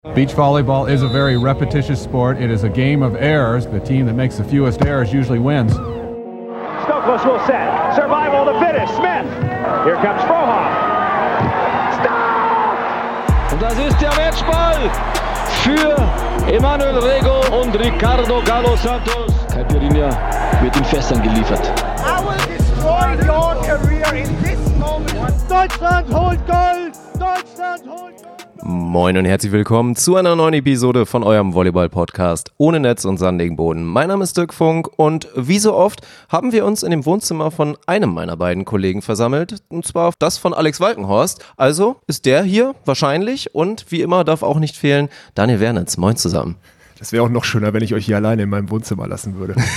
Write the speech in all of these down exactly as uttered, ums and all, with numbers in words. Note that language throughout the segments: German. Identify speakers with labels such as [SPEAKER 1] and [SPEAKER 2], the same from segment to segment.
[SPEAKER 1] Beach volleyball is a very repetitious sport. It is a game of errors. The team that makes the fewest errors usually wins.
[SPEAKER 2] Stokos will set. Survival to finish. Smith. Here comes Frohoff. Stop!
[SPEAKER 3] Und das ist der Matchball für Emanuel Rego und Ricardo Galo Santos. Caipirinha wird in Fässern geliefert.
[SPEAKER 4] I will destroy your career in this moment. Deutschland holt Gold! Deutschland holt Gold!
[SPEAKER 5] Moin und herzlich willkommen zu einer neuen Episode von eurem Volleyball-Podcast ohne Netz und sandigen Boden. Mein Name ist Dirk Funk und wie so oft haben wir uns in dem Wohnzimmer von einem meiner beiden Kollegen versammelt, und zwar das von Alex Walkenhorst. Also ist der hier wahrscheinlich und wie immer darf auch nicht fehlen Daniel Wernitz. Moin zusammen.
[SPEAKER 6] Das wäre auch noch schöner, wenn ich euch hier alleine in meinem Wohnzimmer lassen würde.
[SPEAKER 5] Bin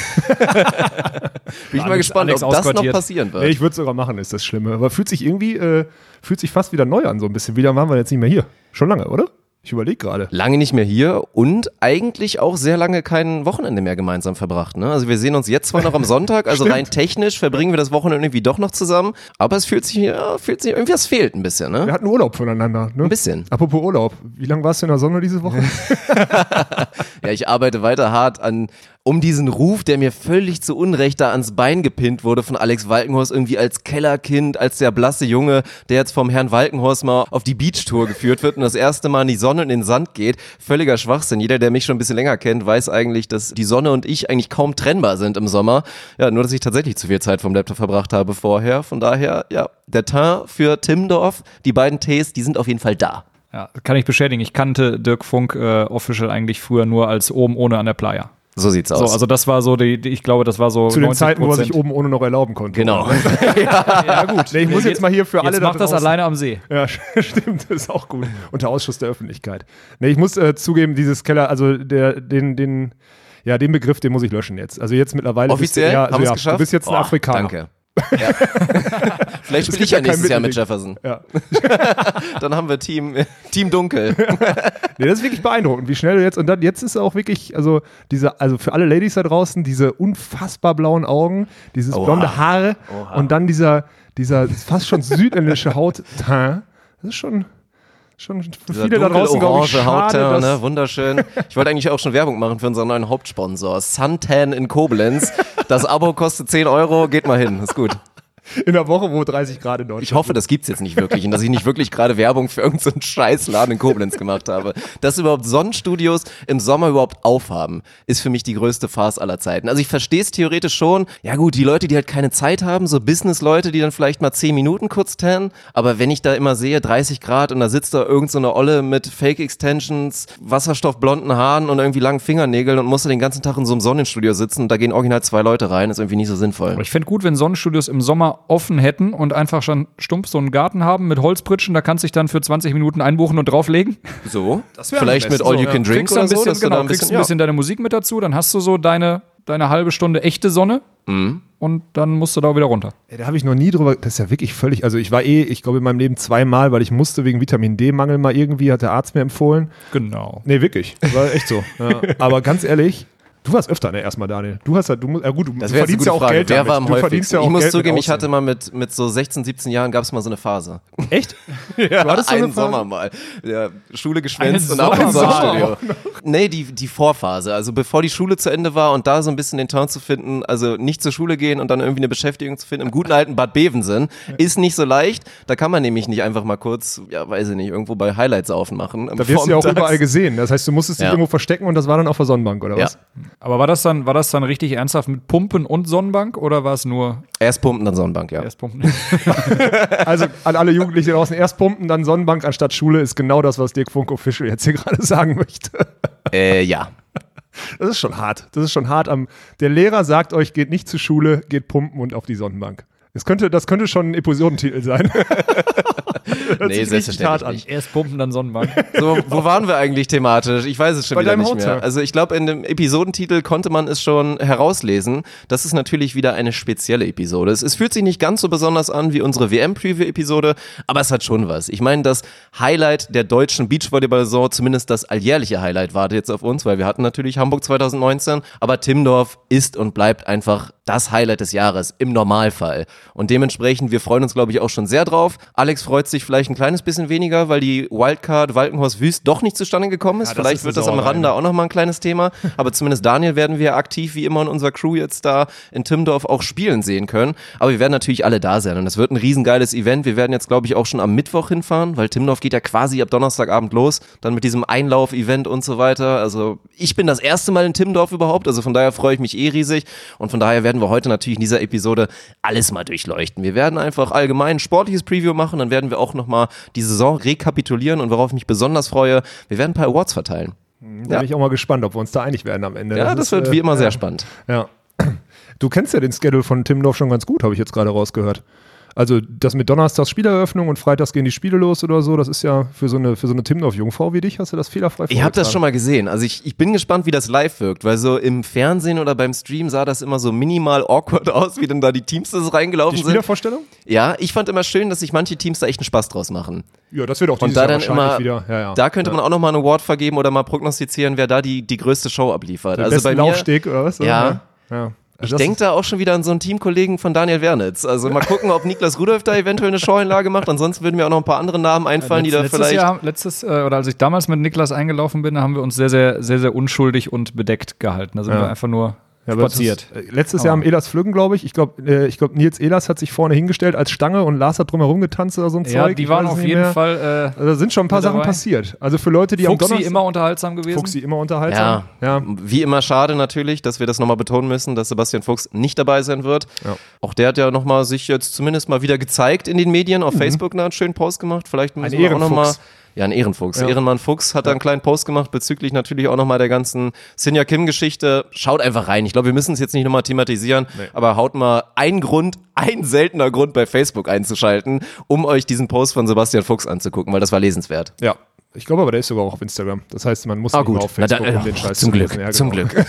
[SPEAKER 5] ich mal gespannt,
[SPEAKER 6] Alex
[SPEAKER 5] ob das noch passieren wird.
[SPEAKER 6] Nee, ich würde es sogar machen, ist das Schlimme. Aber fühlt sich irgendwie, äh, fühlt sich fast wieder neu an, so ein bisschen. Wieder waren wir jetzt nicht mehr hier. Schon lange, oder? Ich überlege gerade.
[SPEAKER 5] Lange nicht mehr hier und eigentlich auch sehr lange kein Wochenende mehr gemeinsam verbracht. Ne? Also wir sehen uns jetzt zwar noch am Sonntag, also rein technisch verbringen wir das Wochenende irgendwie doch noch zusammen, aber es fühlt sich, ja, fühlt sich irgendwie, es fehlt ein bisschen. Ne?
[SPEAKER 6] Wir hatten Urlaub voneinander. Ne?
[SPEAKER 5] Ein bisschen.
[SPEAKER 6] Apropos Urlaub, wie lange warst du in der Sonne diese Woche?
[SPEAKER 5] Ja, ich arbeite weiter hart an um diesen Ruf, der mir völlig zu Unrecht da ans Bein gepinnt wurde von Alex Walkenhorst, irgendwie als Kellerkind, als der blasse Junge, der jetzt vom Herrn Walkenhorst mal auf die Beachtour geführt wird und das erste Mal in die Sonne und in den Sand geht. Völliger Schwachsinn. Jeder, der mich schon ein bisschen länger kennt, weiß eigentlich, dass die Sonne und ich eigentlich kaum trennbar sind im Sommer. Ja, nur, dass ich tatsächlich zu viel Zeit vom Laptop verbracht habe vorher. Von daher, ja, der Teint für Timmendorf, die beiden Tees, die sind auf jeden Fall da.
[SPEAKER 7] Ja, kann ich bestätigen. Ich kannte Dirk Funk äh, official eigentlich früher nur als oben ohne an der Playa.
[SPEAKER 5] So sieht's aus.
[SPEAKER 7] So, also das war so, die, die, ich glaube, das war so
[SPEAKER 6] zu den Zeiten, wo er sich oben ohne noch erlauben konnte.
[SPEAKER 5] Genau.
[SPEAKER 6] ja. ja gut, nee, ich muss jetzt mal hier für
[SPEAKER 7] jetzt
[SPEAKER 6] alle
[SPEAKER 7] da draußen. Jetzt macht das alleine am See.
[SPEAKER 6] Ja, stimmt, das ist auch gut. Unter Ausschuss der Öffentlichkeit. Nee, ich muss äh, zugeben, dieses Keller, also der, den, den, ja, den Begriff, den muss ich löschen jetzt. Also jetzt mittlerweile
[SPEAKER 5] offiziell?
[SPEAKER 6] Bist du, ja,
[SPEAKER 5] haben
[SPEAKER 6] also,
[SPEAKER 5] wir es
[SPEAKER 6] ja,
[SPEAKER 5] geschafft?
[SPEAKER 6] du bist jetzt ein
[SPEAKER 5] oh,
[SPEAKER 6] Afrikaner.
[SPEAKER 5] Danke. Ja. Vielleicht spiele ich ja nächstes Jahr mit Jefferson.
[SPEAKER 6] Ja.
[SPEAKER 5] Dann haben wir Team, Team Dunkel.
[SPEAKER 6] Nee, das ist wirklich beeindruckend, wie schnell du jetzt, und dann jetzt ist auch wirklich, also diese, also für alle Ladies da draußen, diese unfassbar blauen Augen, dieses
[SPEAKER 5] Oha.
[SPEAKER 6] blonde Haare
[SPEAKER 5] Oha.
[SPEAKER 6] und dann dieser, dieser fast schon südländische Hautteint. Das ist schon... Schon für
[SPEAKER 5] Dieser
[SPEAKER 6] viele da draußen, glaube ich, schade,
[SPEAKER 5] Hautteint,
[SPEAKER 6] dass
[SPEAKER 5] ne? Wunderschön. Ich wollte eigentlich auch schon Werbung machen für unseren neuen Hauptsponsor, Suntan in Koblenz. Das Abo kostet zehn Euro, geht mal hin, ist gut.
[SPEAKER 6] In der Woche, wo dreißig Grad in Deutschland
[SPEAKER 5] Ich hoffe, das gibt's jetzt nicht wirklich und dass ich nicht wirklich gerade Werbung für irgendeinen so Scheißladen in Koblenz gemacht habe. Dass überhaupt Sonnenstudios im Sommer überhaupt aufhaben, ist für mich die größte Farce aller Zeiten. Also ich verstehe es theoretisch schon. Ja gut, die Leute, die halt keine Zeit haben, so Business-Leute, die dann vielleicht mal zehn Minuten kurz tannen. Aber wenn ich da immer sehe, dreißig Grad und da sitzt da irgend so eine Olle mit Fake-Extensions, wasserstoffblonden Haaren und irgendwie langen Fingernägeln und muss da den ganzen Tag in so einem Sonnenstudio sitzen und da gehen original zwei Leute rein, ist irgendwie nicht so sinnvoll.
[SPEAKER 7] Aber ich fände gut, wenn Sonnenstudios im Sommer offen hätten und einfach schon stumpf so einen Garten haben mit Holzpritschen, da kannst du dich dann für zwanzig Minuten einbuchen und drauflegen.
[SPEAKER 5] So, vielleicht mit All You Can Drink oder so, dass du da ein bisschen,
[SPEAKER 7] kriegst ein bisschen deine Musik mit dazu, dann hast du so deine, deine halbe Stunde echte Sonne mhm. und dann musst du da wieder runter.
[SPEAKER 6] Ja, da habe ich noch nie drüber, das ist ja wirklich völlig, also ich war eh, ich glaube in meinem Leben zweimal, weil ich musste wegen Vitamin D-Mangel mal irgendwie, hat der Arzt mir empfohlen.
[SPEAKER 7] Genau.
[SPEAKER 6] Nee, wirklich, war echt so. Ja. Aber ganz ehrlich, du warst öfter, ne, erstmal, Daniel. Du hast ja, du musst, ja gut, du,
[SPEAKER 5] das
[SPEAKER 6] du verdienst ja auch
[SPEAKER 5] Frage.
[SPEAKER 6] Geld
[SPEAKER 5] Wer
[SPEAKER 6] damit.
[SPEAKER 5] war am
[SPEAKER 6] du verdienst ja auch
[SPEAKER 5] Ich muss
[SPEAKER 6] Geld
[SPEAKER 5] zugeben, ich
[SPEAKER 6] Aussehen.
[SPEAKER 5] hatte mal mit, mit so sechzehn, siebzehn Jahren gab es mal so eine Phase.
[SPEAKER 6] Echt?
[SPEAKER 5] Ja,
[SPEAKER 6] du hattest so eine
[SPEAKER 5] einen
[SPEAKER 6] Phase?
[SPEAKER 5] Sommer mal. Ja, Schule geschwänzt und
[SPEAKER 7] Einen
[SPEAKER 5] auch im
[SPEAKER 7] Sommer
[SPEAKER 5] Sonnenstudio. Nee, die, die Vorphase. Also bevor die Schule zu Ende war und da so ein bisschen den Turn zu finden, also nicht zur Schule gehen und dann irgendwie eine Beschäftigung zu finden, im guten alten Bad Bevensen, ist nicht so leicht. Da kann man nämlich nicht einfach mal kurz, ja, weiß ich nicht, irgendwo bei Highlights aufmachen.
[SPEAKER 6] Da wirst du ja auch überall gesehen. Das heißt, du musstest dich
[SPEAKER 5] ja.
[SPEAKER 6] irgendwo verstecken und das war dann auf der Sonnenbank, oder was?
[SPEAKER 5] Ja.
[SPEAKER 7] Aber war das dann, war das dann richtig ernsthaft mit Pumpen und Sonnenbank oder war es nur
[SPEAKER 5] erst Pumpen, dann Sonnenbank, ja.
[SPEAKER 7] Erst Pumpen.
[SPEAKER 6] Also an alle Jugendlichen draußen, erst Pumpen, dann Sonnenbank anstatt Schule ist genau das, was Dirk Funk Official jetzt hier gerade sagen möchte.
[SPEAKER 5] Äh, ja.
[SPEAKER 6] Das ist schon hart. Das ist schon hart. Am, der Lehrer sagt euch, geht nicht zur Schule, geht pumpen und auf die Sonnenbank. Das könnte, das könnte schon ein Episodentitel sein.
[SPEAKER 5] Nee, selbstverständlich nicht.
[SPEAKER 7] Erst Pumpen, dann Sonnenbank.
[SPEAKER 5] So, wo waren wir eigentlich thematisch? Ich weiß es schon
[SPEAKER 6] Bei
[SPEAKER 5] wieder nicht
[SPEAKER 6] Hotel.
[SPEAKER 5] mehr. Also ich glaube, in dem Episodentitel konnte man es schon herauslesen. Das ist natürlich wieder eine spezielle Episode. Es, es fühlt sich nicht ganz so besonders an wie unsere W M-Preview-Episode, aber es hat schon was. Ich meine, das Highlight der deutschen Beachvolleyball-Saison, zumindest das alljährliche Highlight, wartet jetzt auf uns, weil wir hatten natürlich Hamburg zwanzig neunzehn, aber Timmendorf ist und bleibt einfach das Highlight des Jahres im Normalfall. Und dementsprechend, wir freuen uns, glaube ich, auch schon sehr drauf. Alex freut sich vielleicht ein kleines bisschen weniger, weil die Wildcard Walkenhorst-Wüst doch nicht zustande gekommen ist. Ja, vielleicht ist wird das am Rande auch nochmal ein kleines Thema. Aber zumindest Daniel werden wir aktiv, wie immer in unserer Crew jetzt da in Timmendorf auch spielen sehen können. Aber wir werden natürlich alle da sein und es wird ein riesengeiles Event. Wir werden jetzt, glaube ich, auch schon am Mittwoch hinfahren, weil Timmendorf geht ja quasi ab Donnerstagabend los. Dann mit diesem Einlauf-Event und so weiter. Also ich bin das erste Mal in Timmendorf überhaupt. Also von daher freue ich mich eh riesig. Und von daher werden wir heute natürlich in dieser Episode alles mal durchleuchten. Wir werden einfach allgemein ein sportliches Preview machen, dann werden wir auch nochmal die Saison rekapitulieren und worauf ich mich besonders freue, wir werden ein paar Awards verteilen.
[SPEAKER 6] Da ja. bin ich auch mal gespannt, ob wir uns da einig werden am Ende.
[SPEAKER 5] Ja, das, das ist, wird äh, wie immer ja. sehr spannend.
[SPEAKER 6] Ja. Du kennst ja den Schedule von Timmendorf schon ganz gut, habe ich jetzt gerade rausgehört. Also das mit Donnerstags Spieleröffnung und Freitags gehen die Spiele los oder so, das ist ja für so eine, für so eine Timmendorf-Jungfrau wie dich, hast du das fehlerfrei
[SPEAKER 5] Ich habe das schon mal gesehen. Also ich, ich bin gespannt, wie das live wirkt, weil so im Fernsehen oder beim Stream sah das immer so minimal awkward aus, wie dann da die Teams das reingelaufen sind.
[SPEAKER 6] Die Spielervorstellung?
[SPEAKER 5] Ja, ich fand immer schön, dass sich manche Teams da echt einen Spaß draus machen.
[SPEAKER 6] Ja, das wird auch dieses
[SPEAKER 5] und da
[SPEAKER 6] Jahr
[SPEAKER 5] dann
[SPEAKER 6] wahrscheinlich
[SPEAKER 5] immer,
[SPEAKER 6] wieder. Ja, ja.
[SPEAKER 5] Da könnte
[SPEAKER 6] ja.
[SPEAKER 5] man auch nochmal einen Award vergeben oder mal prognostizieren, wer da die, die größte Show abliefert.
[SPEAKER 6] Der
[SPEAKER 5] also
[SPEAKER 6] besten
[SPEAKER 5] bei mir,
[SPEAKER 6] Laufsteg oder was?
[SPEAKER 5] Ja.
[SPEAKER 6] ja.
[SPEAKER 5] Ich denke da auch schon wieder an so einen Teamkollegen von Daniel Wernitz. Also mal gucken, ob Niklas Rudolph da eventuell eine Showeinlage macht. Ansonsten würden mir auch noch ein paar andere Namen einfallen,
[SPEAKER 7] ja, letzt,
[SPEAKER 5] die da vielleicht...
[SPEAKER 7] Jahr, letztes äh, oder als ich damals mit Niklas eingelaufen bin, haben wir uns sehr, sehr, sehr, sehr unschuldig und bedeckt gehalten. Da sind
[SPEAKER 6] ja.
[SPEAKER 7] wir einfach nur...
[SPEAKER 6] Ja, spaziert. Ist, äh, letztes oh. Jahr am Elas Flüggen, glaube ich. Ich glaube, äh, ich glaub, Nils Elas hat sich vorne hingestellt als Stange und Lars hat drumherum getanzt oder so ein
[SPEAKER 7] ja,
[SPEAKER 6] Zeug.
[SPEAKER 7] die
[SPEAKER 6] ich
[SPEAKER 7] waren auf jeden
[SPEAKER 6] mehr.
[SPEAKER 7] Fall. Äh,
[SPEAKER 6] also da sind schon ein paar Sachen dabei. passiert. Also für Leute, die
[SPEAKER 7] Fuchsi
[SPEAKER 6] am Donnerstag.
[SPEAKER 7] immer unterhaltsam gewesen.
[SPEAKER 6] Fuchsi immer unterhaltsam.
[SPEAKER 5] Ja. ja. Wie immer schade natürlich, dass wir das nochmal betonen müssen, dass Sebastian Fuchs nicht dabei sein wird. Ja. Auch der hat ja nochmal sich jetzt zumindest mal wieder gezeigt in den Medien. Auf mhm. Facebook einen schönen Post gemacht. Vielleicht müssen
[SPEAKER 6] ein
[SPEAKER 5] wir auch nochmal. Ja, ein Ehrenfuchs.
[SPEAKER 6] Ja.
[SPEAKER 5] Ehrenmann Fuchs hat da einen kleinen Post gemacht bezüglich natürlich auch nochmal der ganzen Sinja Kim-Geschichte. Schaut einfach rein. Ich glaube, wir müssen es jetzt nicht nochmal thematisieren, nee. aber haut mal einen Grund, ein seltener Grund bei Facebook einzuschalten, um euch diesen Post von Sebastian Fuchs anzugucken, weil das war lesenswert.
[SPEAKER 6] Ja. Ich glaube aber, der ist sogar auch auf Instagram. Das heißt, man muss
[SPEAKER 5] ah,
[SPEAKER 6] nicht
[SPEAKER 5] gut.
[SPEAKER 6] mal auf Facebook
[SPEAKER 5] Na, da,
[SPEAKER 6] um den Scheiß
[SPEAKER 5] zum
[SPEAKER 6] zu
[SPEAKER 5] Glück,
[SPEAKER 6] lesen. Ja, genau.
[SPEAKER 5] zum Glück.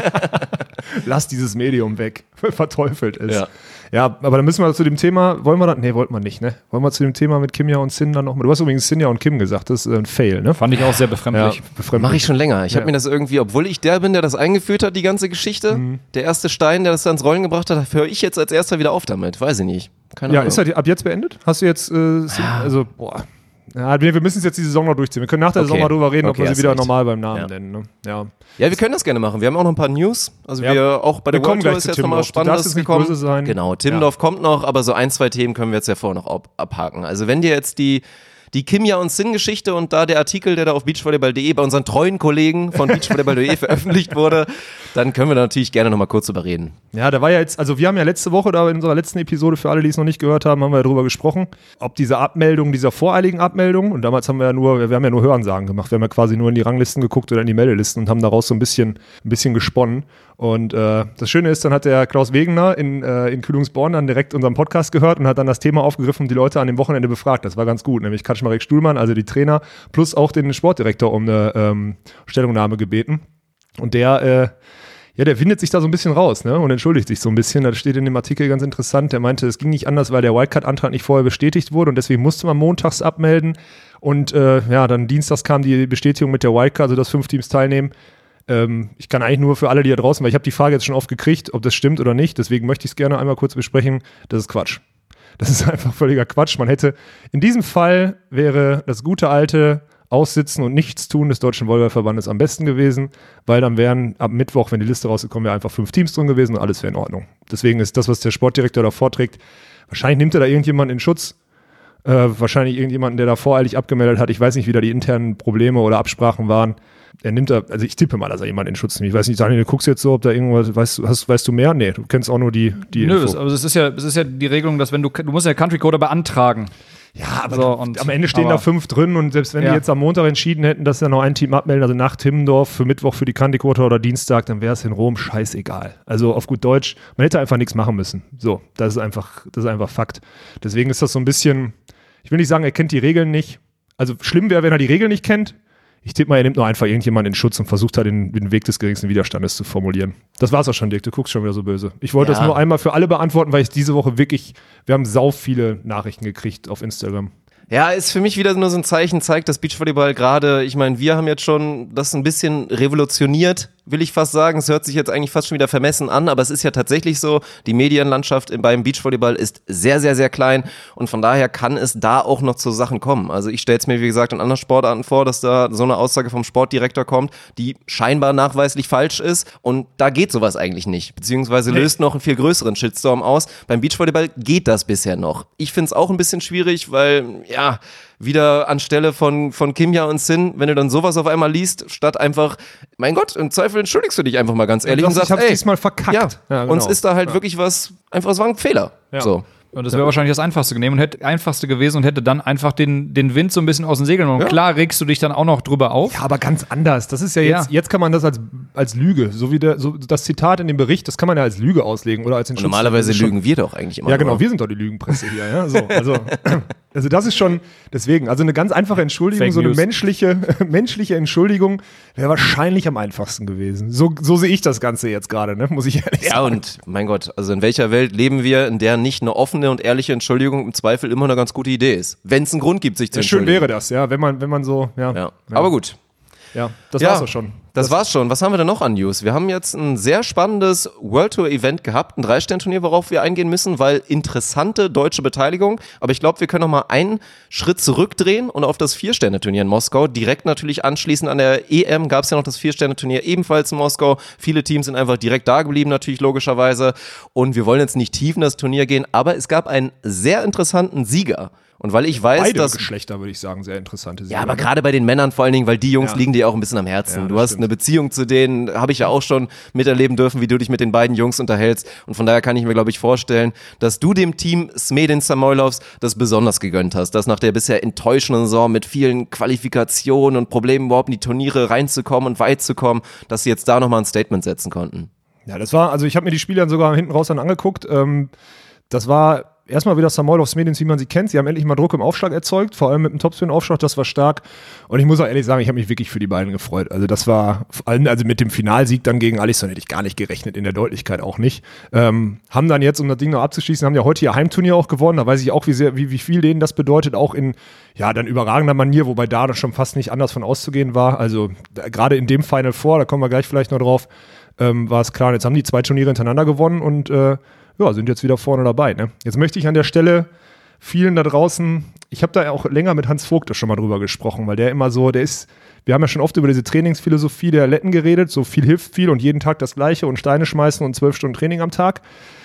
[SPEAKER 6] Lass dieses Medium weg, verteufelt ist.
[SPEAKER 5] Ja.
[SPEAKER 6] Ja, aber dann müssen wir zu dem Thema, wollen wir dann, nee, wollten wir nicht, ne? Wollen wir zu dem Thema mit Kimja und Sin dann nochmal, du hast übrigens Sinja und Kim gesagt, das ist ein Fail, ne?
[SPEAKER 7] Fand ich auch sehr befremdlich.
[SPEAKER 6] Ja, befremdlich.
[SPEAKER 5] Mache ich schon länger. Ich
[SPEAKER 6] ja.
[SPEAKER 5] habe mir das irgendwie, obwohl ich der bin, der das eingeführt hat, die ganze Geschichte, mhm. der erste Stein, der das da ins Rollen gebracht hat, höre ich jetzt als erster wieder auf damit. Weiß ich nicht. Keine
[SPEAKER 6] ja,
[SPEAKER 5] Ahnung.
[SPEAKER 6] ist halt ab jetzt beendet? Hast du jetzt, äh, Sin,
[SPEAKER 5] ja.
[SPEAKER 6] also, boah. Ja, wir müssen jetzt die Saison noch durchziehen. Wir können nach der
[SPEAKER 5] okay.
[SPEAKER 6] Saison mal drüber reden,
[SPEAKER 5] okay,
[SPEAKER 6] ob wir sie wieder
[SPEAKER 5] recht.
[SPEAKER 6] normal beim Namen
[SPEAKER 5] ja.
[SPEAKER 6] nennen. Ne? Ja.
[SPEAKER 5] ja, wir können das gerne machen. Wir haben auch noch ein paar News. Also
[SPEAKER 6] ja.
[SPEAKER 5] wir auch bei der
[SPEAKER 6] wir
[SPEAKER 5] World Tour ist jetzt nochmal was Spannendes gekommen.
[SPEAKER 6] Sein.
[SPEAKER 5] Genau, Timmendorf ja. kommt noch, aber so ein, zwei Themen können wir jetzt ja vorher noch ab- abhaken. Also wenn dir jetzt die Die Kimja und Sin-Geschichte und da der Artikel, der da auf beachvolleyball punkt de bei unseren treuen Kollegen von beachvolleyball punkt de veröffentlicht wurde, dann können wir da natürlich gerne nochmal kurz drüber reden.
[SPEAKER 6] Ja, da war ja jetzt, also wir haben ja letzte Woche da in unserer letzten Episode, für alle, die es noch nicht gehört haben, haben wir ja drüber gesprochen, ob diese Abmeldung, dieser voreiligen Abmeldung, und damals haben wir ja nur, wir haben ja nur Hörensagen gemacht, wir haben ja quasi nur in die Ranglisten geguckt oder in die Meldelisten und haben daraus so ein bisschen, ein bisschen gesponnen. Und äh, das Schöne ist, dann hat der Klaus Wegener in, äh, in Kühlungsborn dann direkt unseren Podcast gehört und hat dann das Thema aufgegriffen und die Leute an dem Wochenende befragt. Das war ganz gut, nämlich Kaczmarek Stuhlmann, also die Trainer, plus auch den Sportdirektor um eine ähm, Stellungnahme gebeten. Und der, äh, ja, der windet sich da so ein bisschen raus, ne, und entschuldigt sich so ein bisschen. Das steht in dem Artikel ganz interessant. Der meinte, es ging nicht anders, weil der Wildcard-Antrag nicht vorher bestätigt wurde und deswegen musste man montags abmelden. Und äh, ja, dann dienstags kam die Bestätigung mit der Wildcard, sodass fünf Teams teilnehmen. Ähm, ich kann eigentlich nur für alle, die da draußen, weil ich habe die Frage jetzt schon oft gekriegt, ob das stimmt oder nicht, deswegen möchte ich es gerne einmal kurz besprechen. Das ist Quatsch. Das ist einfach völliger Quatsch. Man hätte, in diesem Fall wäre das gute alte Aussitzen und Nichtstun des Deutschen Volleyballverbandes am besten gewesen, weil dann wären ab Mittwoch, wenn die Liste rausgekommen wäre, einfach fünf Teams drin gewesen und alles wäre in Ordnung. Deswegen ist das, was der Sportdirektor da vorträgt, wahrscheinlich nimmt er da irgendjemanden in Schutz, äh, wahrscheinlich irgendjemanden, der da voreilig abgemeldet hat. Ich weiß nicht, wie da die internen Probleme oder Absprachen waren. Er nimmt da, also ich tippe mal, dass er jemanden in Schutz nimmt. Ich weiß nicht, Daniel, du guckst jetzt so, ob da irgendwas, weißt, hast, weißt du mehr? Nee, du kennst auch nur die, die
[SPEAKER 7] Nö,
[SPEAKER 6] Info.
[SPEAKER 7] es, also es ist ja, es ist ja die Regelung, dass wenn du, du musst ja Country Coder beantragen.
[SPEAKER 6] Ja, aber
[SPEAKER 7] so,
[SPEAKER 6] und, am Ende stehen da fünf drin und selbst wenn
[SPEAKER 7] ja.
[SPEAKER 6] die jetzt am Montag entschieden hätten, dass ja noch ein Team abmelden, also nach Timmendorf für Mittwoch für die Country Coder oder Dienstag, dann wäre es in Rom scheißegal. Also auf gut Deutsch, man hätte einfach nichts machen müssen. So, das ist einfach, das ist einfach Fakt. Deswegen ist das so ein bisschen, ich will nicht sagen, er kennt die Regeln nicht. Also schlimm wäre, wenn er die Regeln nicht kennt. Ich tippe mal, er nimmt nur einfach irgendjemanden in Schutz und versucht da den, den Weg des geringsten Widerstandes zu formulieren. Das war's auch schon, Dirk. Du guckst schon wieder so böse. Ich wollte
[SPEAKER 5] ja.
[SPEAKER 6] das nur einmal für alle beantworten, weil ich diese Woche wirklich, wir haben sau viele Nachrichten gekriegt auf Instagram.
[SPEAKER 5] Ja, ist für mich wieder nur so ein Zeichen, zeigt, dass Beachvolleyball gerade, ich meine, wir haben jetzt schon das ein bisschen revolutioniert, will ich fast sagen. Es hört sich jetzt eigentlich fast schon wieder vermessen an, aber es ist ja tatsächlich so, die Medienlandschaft beim Beachvolleyball ist sehr, sehr, sehr klein und von daher kann es da auch noch zu Sachen kommen. Also ich stelle es mir, wie gesagt, in anderen Sportarten vor, dass da so eine Aussage vom Sportdirektor kommt, die scheinbar nachweislich falsch ist und da geht sowas eigentlich nicht, beziehungsweise
[SPEAKER 6] nee.
[SPEAKER 5] löst noch einen viel größeren Shitstorm aus. Beim Beachvolleyball geht das bisher noch. Ich finde es auch ein bisschen schwierig, weil, ja, wieder anstelle von, von Kimja und Sin, wenn du dann sowas auf einmal liest, statt einfach, mein Gott, im Zweifel entschuldigst du dich einfach mal ganz ehrlich
[SPEAKER 6] ja,
[SPEAKER 5] und sagst,
[SPEAKER 6] ich hab's
[SPEAKER 5] ey,
[SPEAKER 6] diesmal verkackt.
[SPEAKER 5] Ja,
[SPEAKER 6] ja, genau.
[SPEAKER 5] uns ist da halt
[SPEAKER 6] ja.
[SPEAKER 5] wirklich was, einfach, es war ein Fehler.
[SPEAKER 6] Ja.
[SPEAKER 5] So.
[SPEAKER 7] Und das wäre wahrscheinlich das Einfachste genommen und hätte einfachste gewesen und hätte dann einfach den, den Wind so ein bisschen aus den Segeln genommen.
[SPEAKER 5] Ja.
[SPEAKER 7] Klar regst du dich dann auch noch drüber auf.
[SPEAKER 6] Ja, aber ganz anders. Das ist ja jetzt,
[SPEAKER 7] Ja.
[SPEAKER 6] jetzt kann man das als, als Lüge, so wie der, so das Zitat in dem Bericht, das kann man ja als Lüge auslegen oder als
[SPEAKER 5] Und
[SPEAKER 6] Entschuldigung.
[SPEAKER 5] normalerweise lügen wir doch eigentlich immer.
[SPEAKER 6] Ja, genau,
[SPEAKER 5] nur.
[SPEAKER 6] wir sind doch die Lügenpresse hier. Ja? So, also, also das ist schon, deswegen, also eine ganz einfache Entschuldigung,
[SPEAKER 7] Fake
[SPEAKER 6] so eine
[SPEAKER 7] News.
[SPEAKER 6] menschliche, menschliche Entschuldigung wäre wahrscheinlich am einfachsten gewesen. So, so sehe ich das Ganze jetzt gerade, ne? Muss ich ehrlich
[SPEAKER 5] Ja,
[SPEAKER 6] sagen.
[SPEAKER 5] und mein Gott, also in welcher Welt leben wir, in der nicht eine offene und ehrliche Entschuldigung im Zweifel immer eine ganz gute Idee ist? Wenn es einen Grund gibt, sich zu
[SPEAKER 6] Ja, schön
[SPEAKER 5] entschuldigen.
[SPEAKER 6] wäre das, ja, wenn man, wenn man so, ja.
[SPEAKER 5] Ja. Aber gut.
[SPEAKER 6] Ja, das
[SPEAKER 5] Ja,
[SPEAKER 6] war's auch schon.
[SPEAKER 5] Das, war's schon. Was haben wir denn noch an News? Wir haben jetzt ein sehr spannendes World Tour Event gehabt, ein Drei-Stern-Turnier, worauf wir eingehen müssen, weil interessante deutsche Beteiligung. Aber ich glaube, wir können noch mal einen Schritt zurückdrehen und auf das Vier-Sterne-Turnier in Moskau direkt natürlich anschließen. An der E M gab es ja noch das Vier-Sterne-Turnier ebenfalls in Moskau. Viele Teams sind einfach direkt da geblieben, natürlich logischerweise. Und wir wollen jetzt nicht tief in das Turnier gehen, aber es gab einen sehr interessanten Sieger. Und weil ich weiß,
[SPEAKER 6] Beide
[SPEAKER 5] dass
[SPEAKER 6] Geschlechter, würde ich sagen, sehr interessante
[SPEAKER 5] ja,
[SPEAKER 6] Sieger,
[SPEAKER 5] aber
[SPEAKER 6] ne?
[SPEAKER 5] gerade bei den Männern vor allen Dingen, weil die Jungs
[SPEAKER 6] Ja.
[SPEAKER 5] liegen dir auch ein bisschen am Herzen.
[SPEAKER 6] Ja,
[SPEAKER 5] du
[SPEAKER 6] das
[SPEAKER 5] hast
[SPEAKER 6] stimmt.
[SPEAKER 5] eine Beziehung zu denen, habe ich ja auch schon miterleben dürfen, wie du dich mit den beiden Jungs unterhältst. Und von daher kann ich mir, glaube ich, vorstellen, dass du dem Team Smedin Samoilovs das besonders gegönnt hast, dass nach der bisher enttäuschenden Saison mit vielen Qualifikationen und Problemen überhaupt in die Turniere reinzukommen und weit zu kommen, dass sie jetzt da nochmal ein Statement setzen konnten.
[SPEAKER 6] Ja, das war, also ich habe mir die Spiele dann sogar hinten raus dann angeguckt. Ähm, das war erstmal wieder Samoilovs Medien, wie man sie kennt. Sie haben endlich mal Druck im Aufschlag erzeugt, vor allem mit dem Topspin-Aufschlag, das war stark. Und ich muss auch ehrlich sagen, ich habe mich wirklich für die beiden gefreut. Also das war, vor allem also mit dem Finalsieg dann gegen Alisson hätte ich gar nicht gerechnet, in der Deutlichkeit auch nicht. Ähm, haben dann jetzt, um das Ding noch abzuschließen, haben ja heute ihr Heimturnier auch gewonnen. Da weiß ich auch, wie, sehr, wie, wie viel denen das bedeutet, auch in, ja, dann überragender Manier, wobei da schon fast nicht anders von auszugehen war. Also da, gerade in dem Final Four, da kommen wir gleich vielleicht noch drauf, ähm, war es klar. Und jetzt haben die zwei Turniere hintereinander gewonnen und äh, ja, sind jetzt wieder vorne dabei. Ne? Jetzt möchte ich an der Stelle vielen da draußen, ich habe da auch länger mit Hans Vogt schon mal drüber gesprochen, weil der immer so, der ist, wir haben ja schon oft über diese Trainingsphilosophie der Letten geredet, so viel hilft viel und jeden Tag das Gleiche und Steine schmeißen und zwölf Stunden Training am Tag.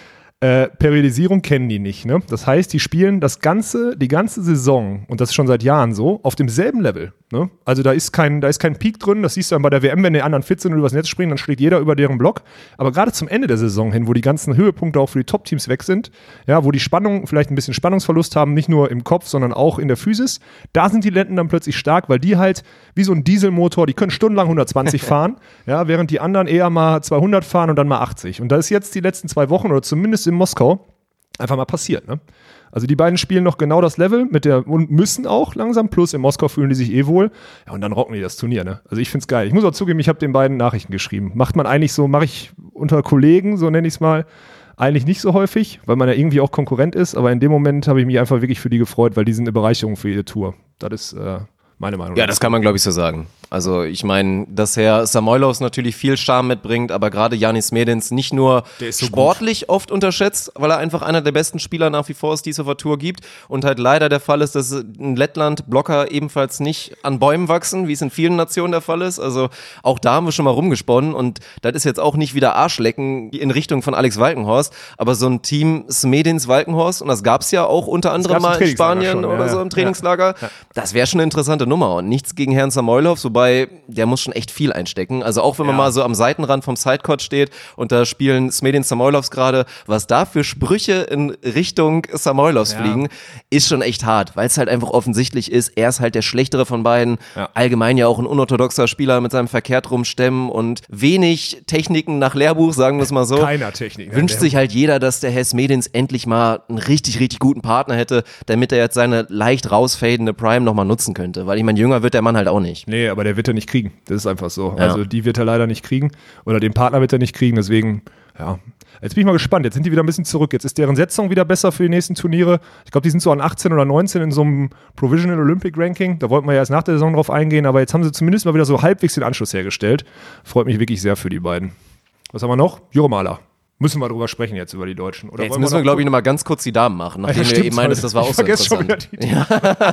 [SPEAKER 6] Äh, Periodisierung kennen die nicht, ne? Das heißt, die spielen das ganze, die ganze Saison, und das ist schon seit Jahren so, auf demselben Level, ne? Also da ist kein, da ist kein Peak drin, das siehst du dann bei der W M, wenn die anderen fit sind und übers Netz springen, dann schlägt jeder über deren Block. Aber gerade zum Ende der Saison hin, wo die ganzen Höhepunkte auch für die Top-Teams weg sind, ja, wo die Spannung, vielleicht ein bisschen Spannungsverlust haben, nicht nur im Kopf, sondern auch in der Physis, da sind die Letten dann plötzlich stark, weil die halt wie so ein Dieselmotor, die können stundenlang hundertzwanzig fahren, ja, während die anderen eher mal zweihundert fahren und dann mal achtzig. Und das ist jetzt die letzten zwei Wochen oder zumindest in Moskau einfach mal passiert, ne? Also die beiden spielen noch genau das Level mit der und müssen auch langsam, plus in Moskau fühlen die sich eh wohl. Ja, und dann rocken die das Turnier, ne? Also ich find's geil. Ich muss auch zugeben, ich habe den beiden Nachrichten geschrieben. Macht man eigentlich so, mache ich unter Kollegen, so nenne ich es mal, eigentlich nicht so häufig, weil man ja irgendwie auch Konkurrent ist, aber in dem Moment habe ich mich einfach wirklich für die gefreut, weil die sind eine Bereicherung für jede Tour. Das ist äh, meine Meinung.
[SPEAKER 5] Ja, das kann man, glaube ich, so sagen. Also ich meine, dass Herr Samoilovs natürlich viel Charme mitbringt, aber gerade Janis Medins nicht nur
[SPEAKER 6] so
[SPEAKER 5] sportlich oft unterschätzt, weil er einfach einer der besten Spieler nach wie vor ist, die es auf der Tour gibt und halt leider der Fall ist, dass in Lettland Blocker ebenfalls nicht an Bäumen wachsen, wie es in vielen Nationen der Fall ist. Also auch da haben wir schon mal rumgesponnen und das ist jetzt auch nicht wieder Arschlecken in Richtung von Alex Walkenhorst, aber so ein Team Smedins Walkenhorst, und das gab es ja auch unter anderem
[SPEAKER 6] gab's im
[SPEAKER 5] mal in
[SPEAKER 6] Trainingslager
[SPEAKER 5] Spanien
[SPEAKER 6] schon,
[SPEAKER 5] oder
[SPEAKER 6] ja,
[SPEAKER 5] so im
[SPEAKER 6] ja.
[SPEAKER 5] Trainingslager,
[SPEAKER 6] Ja.
[SPEAKER 5] das wäre schon eine interessante Nummer und nichts gegen Herrn Samoilovs, wobei der muss schon echt viel einstecken. Also auch wenn man
[SPEAKER 6] Ja.
[SPEAKER 5] mal so am Seitenrand vom Sidecourt steht und da spielen Smedin Samoilovs gerade, was da für Sprüche in Richtung Samoilovs
[SPEAKER 6] Ja.
[SPEAKER 5] fliegen, ist schon echt hart, weil es halt einfach offensichtlich ist, er ist halt der schlechtere von beiden.
[SPEAKER 6] Ja.
[SPEAKER 5] Allgemein ja auch ein unorthodoxer Spieler mit seinem verkehrt rumstemmen und wenig Techniken nach Lehrbuch, sagen wir es mal so.
[SPEAKER 6] Keiner Technik.
[SPEAKER 5] Wünscht sich halt jeder, dass der Herr Smedins endlich mal einen richtig, richtig guten Partner hätte, damit er jetzt seine leicht rausfadende Prime nochmal nutzen könnte. Weil ich ich meine, jünger wird der Mann halt auch nicht.
[SPEAKER 6] Nee, aber der wird er nicht kriegen. Das ist einfach so.
[SPEAKER 5] Ja.
[SPEAKER 6] Also die wird er leider nicht kriegen. Oder den Partner wird er nicht kriegen. Deswegen, ja. Jetzt bin ich mal gespannt. Jetzt sind die wieder ein bisschen zurück. Jetzt ist deren Setzung wieder besser für die nächsten Turniere. Ich glaube, die sind so an achtzehn oder neunzehn in so einem Provisional Olympic Ranking. Da wollten wir ja erst nach der Saison drauf eingehen. Aber jetzt haben sie zumindest mal wieder so halbwegs den Anschluss hergestellt. Freut mich wirklich sehr für die beiden. Was haben wir noch? Juremala. Müssen wir drüber sprechen jetzt über die Deutschen. Oder
[SPEAKER 5] ja, jetzt müssen wir, glaube ich, nochmal ganz kurz die Damen machen, nachdem
[SPEAKER 6] ja,
[SPEAKER 5] wir eben meintest, das war auch so interessant. Ich ja.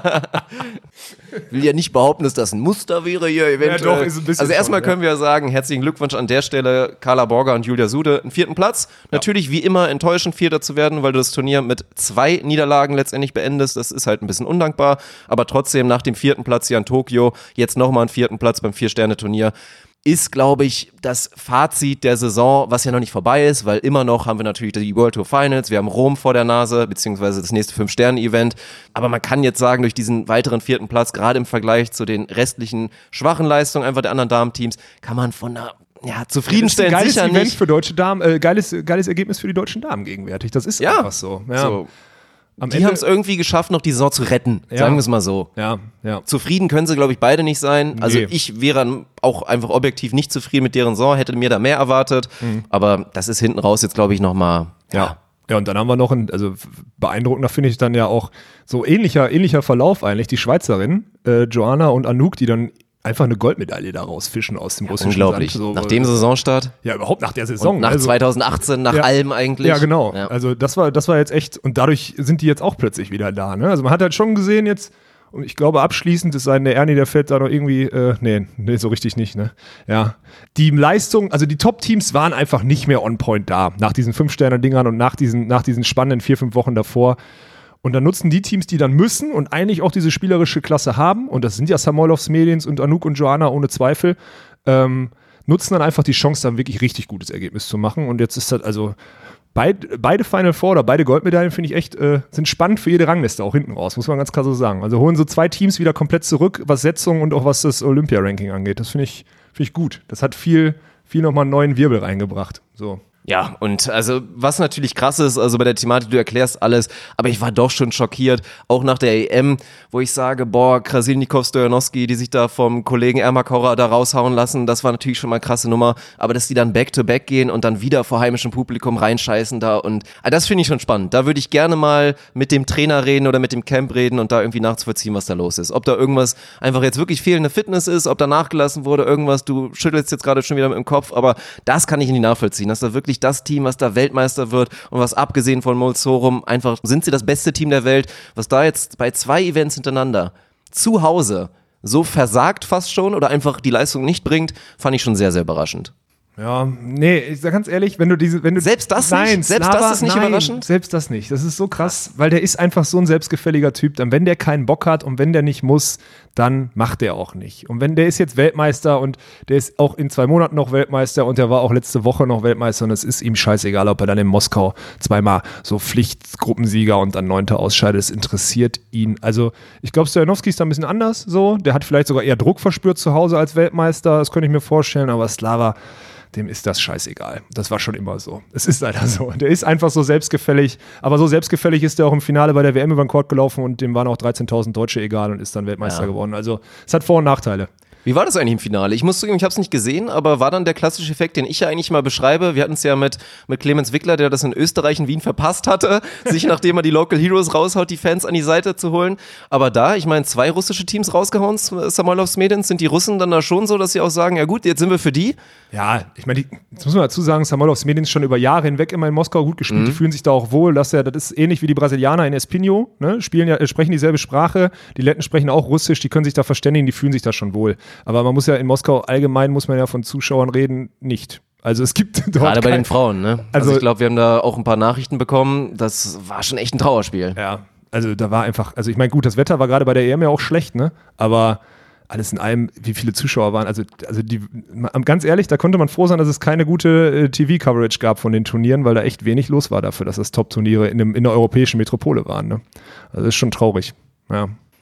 [SPEAKER 5] will ja nicht behaupten, dass das ein Muster wäre hier eventuell. Ja, doch, ist ein bisschen also erstmal können wir sagen, herzlichen Glückwunsch an der Stelle, Carla Borger und Julia Sude, einen vierten Platz. Ja. Natürlich wie immer enttäuschend, Vierter zu werden, weil du das Turnier mit zwei Niederlagen letztendlich beendest. Das ist halt ein bisschen undankbar, aber trotzdem nach dem vierten Platz hier in Tokio, jetzt nochmal einen vierten Platz beim Vier-Sterne-Turnier. Ist, glaube ich, das Fazit der Saison, was ja noch nicht vorbei ist, weil immer noch haben wir natürlich die World Tour Finals, wir haben Rom vor der Nase, beziehungsweise das nächste Fünf-Sterne-Event, aber man kann jetzt sagen, durch diesen weiteren vierten Platz, gerade im Vergleich zu den restlichen schwachen Leistungen einfach der anderen Damenteams, kann man von einer ja, zufriedenstellend
[SPEAKER 6] ja, das ist ein
[SPEAKER 5] sicher
[SPEAKER 6] geiles Event
[SPEAKER 5] nicht.
[SPEAKER 6] für deutsche Damen, äh, geiles, geiles Ergebnis für die deutschen Damen gegenwärtig, das ist
[SPEAKER 5] ja,
[SPEAKER 6] einfach so. Ja,
[SPEAKER 5] so.
[SPEAKER 6] Am
[SPEAKER 5] Die haben es irgendwie geschafft, noch die Saison zu retten,
[SPEAKER 6] Ja.
[SPEAKER 5] sagen wir es mal so.
[SPEAKER 6] Ja, ja.
[SPEAKER 5] Zufrieden können sie, glaube ich, beide nicht sein. Also
[SPEAKER 6] Nee.
[SPEAKER 5] ich wäre auch einfach objektiv nicht zufrieden mit deren Saison, hätte mir da mehr erwartet.
[SPEAKER 6] Mhm.
[SPEAKER 5] Aber das ist hinten raus jetzt, glaube ich, nochmal, ja.
[SPEAKER 6] Ja, und dann haben wir noch, ein, also beeindruckender finde ich dann ja auch so ähnlicher, ähnlicher Verlauf eigentlich, die Schweizerin, äh, Joanna und Anouk, die dann einfach eine Goldmedaille daraus fischen aus dem russischen
[SPEAKER 5] Unglaublich.
[SPEAKER 6] Sand. So,
[SPEAKER 5] nach dem Saisonstart?
[SPEAKER 6] Ja, überhaupt nach der Saison.
[SPEAKER 5] Und nach
[SPEAKER 6] also,
[SPEAKER 5] zweitausendachtzehn, nach
[SPEAKER 6] ja,
[SPEAKER 5] allem eigentlich.
[SPEAKER 6] Ja, genau.
[SPEAKER 5] Ja.
[SPEAKER 6] Also das war, das war jetzt echt, und dadurch sind die jetzt auch plötzlich wieder da. Ne? Also man hat halt schon gesehen jetzt, und ich glaube abschließend, es sei denn, der Ernie, der fällt da noch irgendwie, äh, nee, nee, so richtig nicht, ne? Ja. Die Leistung, also die Top-Teams waren einfach nicht mehr on point da, nach diesen Fünf-Sterne-Dingern und nach diesen, nach diesen spannenden vier, fünf Wochen davor. Und dann nutzen die Teams, die dann müssen und eigentlich auch diese spielerische Klasse haben, und das sind ja Samojlovs, Medins und Anouk und Joanna ohne Zweifel, ähm, nutzen dann einfach die Chance, dann wirklich richtig gutes Ergebnis zu machen. Und jetzt ist das also beid, beide Final Four oder beide Goldmedaillen, finde ich echt, äh, sind spannend für jede Rangliste, auch hinten raus, muss man ganz klar so sagen. Also holen so zwei Teams wieder komplett zurück, was Setzung und auch was das Olympia-Ranking angeht. Das finde ich, find ich gut. Das hat viel, viel nochmal einen neuen Wirbel reingebracht. So.
[SPEAKER 5] Ja, und also was natürlich krass ist, also bei der Thematik, du erklärst alles, aber ich war doch schon schockiert, auch nach der E M, wo ich sage, boah, Krasilnikov, Stojanowski, die sich da vom Kollegen Ermakora da raushauen lassen, das war natürlich schon mal eine krasse Nummer, aber dass die dann back-to-back gehen und dann wieder vor heimischem Publikum reinscheißen da und also das finde ich schon spannend. Da würde ich gerne mal mit dem Trainer reden oder mit dem Camp reden und da irgendwie nachzuvollziehen, was da los ist. Ob da irgendwas einfach jetzt wirklich fehlende Fitness ist, ob da nachgelassen wurde, irgendwas, du schüttelst jetzt gerade schon wieder mit dem Kopf, aber das kann ich nicht nachvollziehen, dass da wirklich das Team, was da Weltmeister wird und was abgesehen von Molsorum einfach, sind sie das beste Team der Welt, was da jetzt bei zwei Events hintereinander zu Hause so versagt fast schon oder einfach die Leistung nicht bringt, fand ich schon sehr, sehr überraschend.
[SPEAKER 6] Ja, nee, ich sag ganz ehrlich, wenn du diese, wenn du
[SPEAKER 5] selbst das
[SPEAKER 6] nein,
[SPEAKER 5] nicht, selbst
[SPEAKER 6] Slava,
[SPEAKER 5] das ist nicht
[SPEAKER 6] nein,
[SPEAKER 5] überraschend.
[SPEAKER 6] Selbst das nicht. Das ist so krass, weil der ist einfach so ein selbstgefälliger Typ. Dann wenn der keinen Bock hat und wenn der nicht muss, dann macht der auch nicht. Und wenn der ist jetzt Weltmeister und der ist auch in zwei Monaten noch Weltmeister und der war auch letzte Woche noch Weltmeister und es ist ihm scheißegal, ob er dann in Moskau zweimal so Pflichtgruppensieger und dann Neunter ausscheidet. Es interessiert ihn. Also ich glaube, Stojanowski ist da ein bisschen anders. So, der hat vielleicht sogar eher Druck verspürt zu Hause als Weltmeister. Das könnte ich mir vorstellen. Aber Slava, dem ist das scheißegal. Das war schon immer so. Es ist leider so. Der ist einfach so selbstgefällig. Aber so selbstgefällig ist er auch im Finale bei der W M über den Court gelaufen und dem waren auch dreizehntausend Deutsche egal und ist dann Weltmeister
[SPEAKER 5] Ja.
[SPEAKER 6] geworden. Also es hat Vor- und Nachteile.
[SPEAKER 5] Wie war das eigentlich im Finale? Ich muss zugeben, ich habe es nicht gesehen, aber war dann der klassische Effekt, den ich ja eigentlich mal beschreibe, wir hatten es ja mit, mit Clemens Wickler, der das in Österreich in Wien verpasst hatte, sich nachdem er die Local Heroes raushaut, die Fans an die Seite zu holen. Aber da, ich meine, zwei russische Teams rausgehauen, Samojlovs, Medins, sind die Russen dann da schon so, dass sie auch sagen, ja gut, jetzt sind wir für die?
[SPEAKER 6] Ja, ich meine, jetzt muss man dazu sagen, Samojlovs Medins schon über Jahre hinweg immer in Moskau gut gespielt,
[SPEAKER 5] Mhm.
[SPEAKER 6] die fühlen sich da auch wohl, dass er, das ist ähnlich wie die Brasilianer in Espinho, ne? Spielen ja, äh, sprechen dieselbe Sprache, die Letten sprechen auch Russisch, die können sich da verständigen, die fühlen sich da schon wohl. Aber man muss ja in Moskau allgemein, muss man ja von Zuschauern reden, nicht. Also es gibt dort
[SPEAKER 5] Gerade bei
[SPEAKER 6] kein,
[SPEAKER 5] den Frauen, ne? Also,
[SPEAKER 6] Also-
[SPEAKER 5] ich glaube, wir haben da auch ein paar Nachrichten bekommen, das war schon echt ein Trauerspiel.
[SPEAKER 6] Ja, also da war einfach, also ich meine, gut, das Wetter war gerade bei der E M ja auch schlecht, ne? Aber alles in allem, wie viele Zuschauer waren, also, also die, ganz ehrlich, da konnte man froh sein, dass es keine gute äh, T V-Coverage gab von den Turnieren, weil da echt wenig los war dafür, dass das Top-Turniere in, einem, in einer europäischen Metropole waren, ne? Also das ist schon traurig, ja.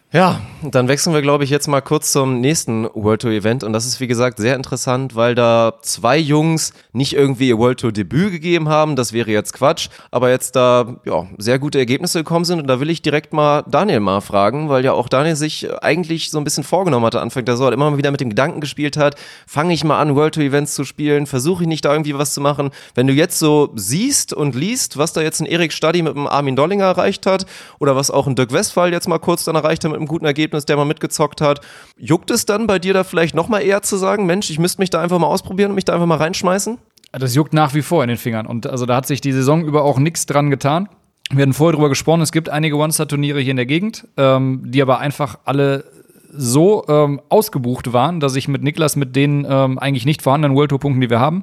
[SPEAKER 5] Ja, dann wechseln wir, glaube ich, jetzt mal kurz zum nächsten World Tour Event und das ist, wie gesagt, sehr interessant, weil da zwei Jungs nicht irgendwie ihr World Tour Debüt gegeben haben, das wäre jetzt Quatsch, aber jetzt da ja, sehr gute Ergebnisse gekommen sind und da will ich direkt mal Daniel mal fragen, weil ja auch Daniel sich eigentlich so ein bisschen vorgenommen hatte Anfang der Saison, immer mal wieder mit dem Gedanken gespielt hat, fange ich mal an, World Tour Events zu spielen, versuche ich nicht da irgendwie was zu machen. Wenn du jetzt so siehst und liest, was da jetzt ein Erik Stadi mit dem Armin Dollinger erreicht hat oder was auch ein Dirk Westphal jetzt mal kurz dann erreicht hat mit einem guten Ergebnis, der mal mitgezockt hat. Juckt es dann bei dir da vielleicht nochmal eher zu sagen, Mensch, ich müsste mich da einfach mal ausprobieren und mich da einfach mal reinschmeißen?
[SPEAKER 7] Das juckt nach wie vor in den Fingern. Und also da hat sich die Saison über auch nichts dran getan. Wir hatten vorher drüber gesprochen, es gibt einige One-Star-Turniere hier in der Gegend, ähm, die aber einfach alle so ähm, ausgebucht waren, dass ich mit Niklas mit den ähm, eigentlich nicht vorhandenen World Tour-Punkten, die wir haben,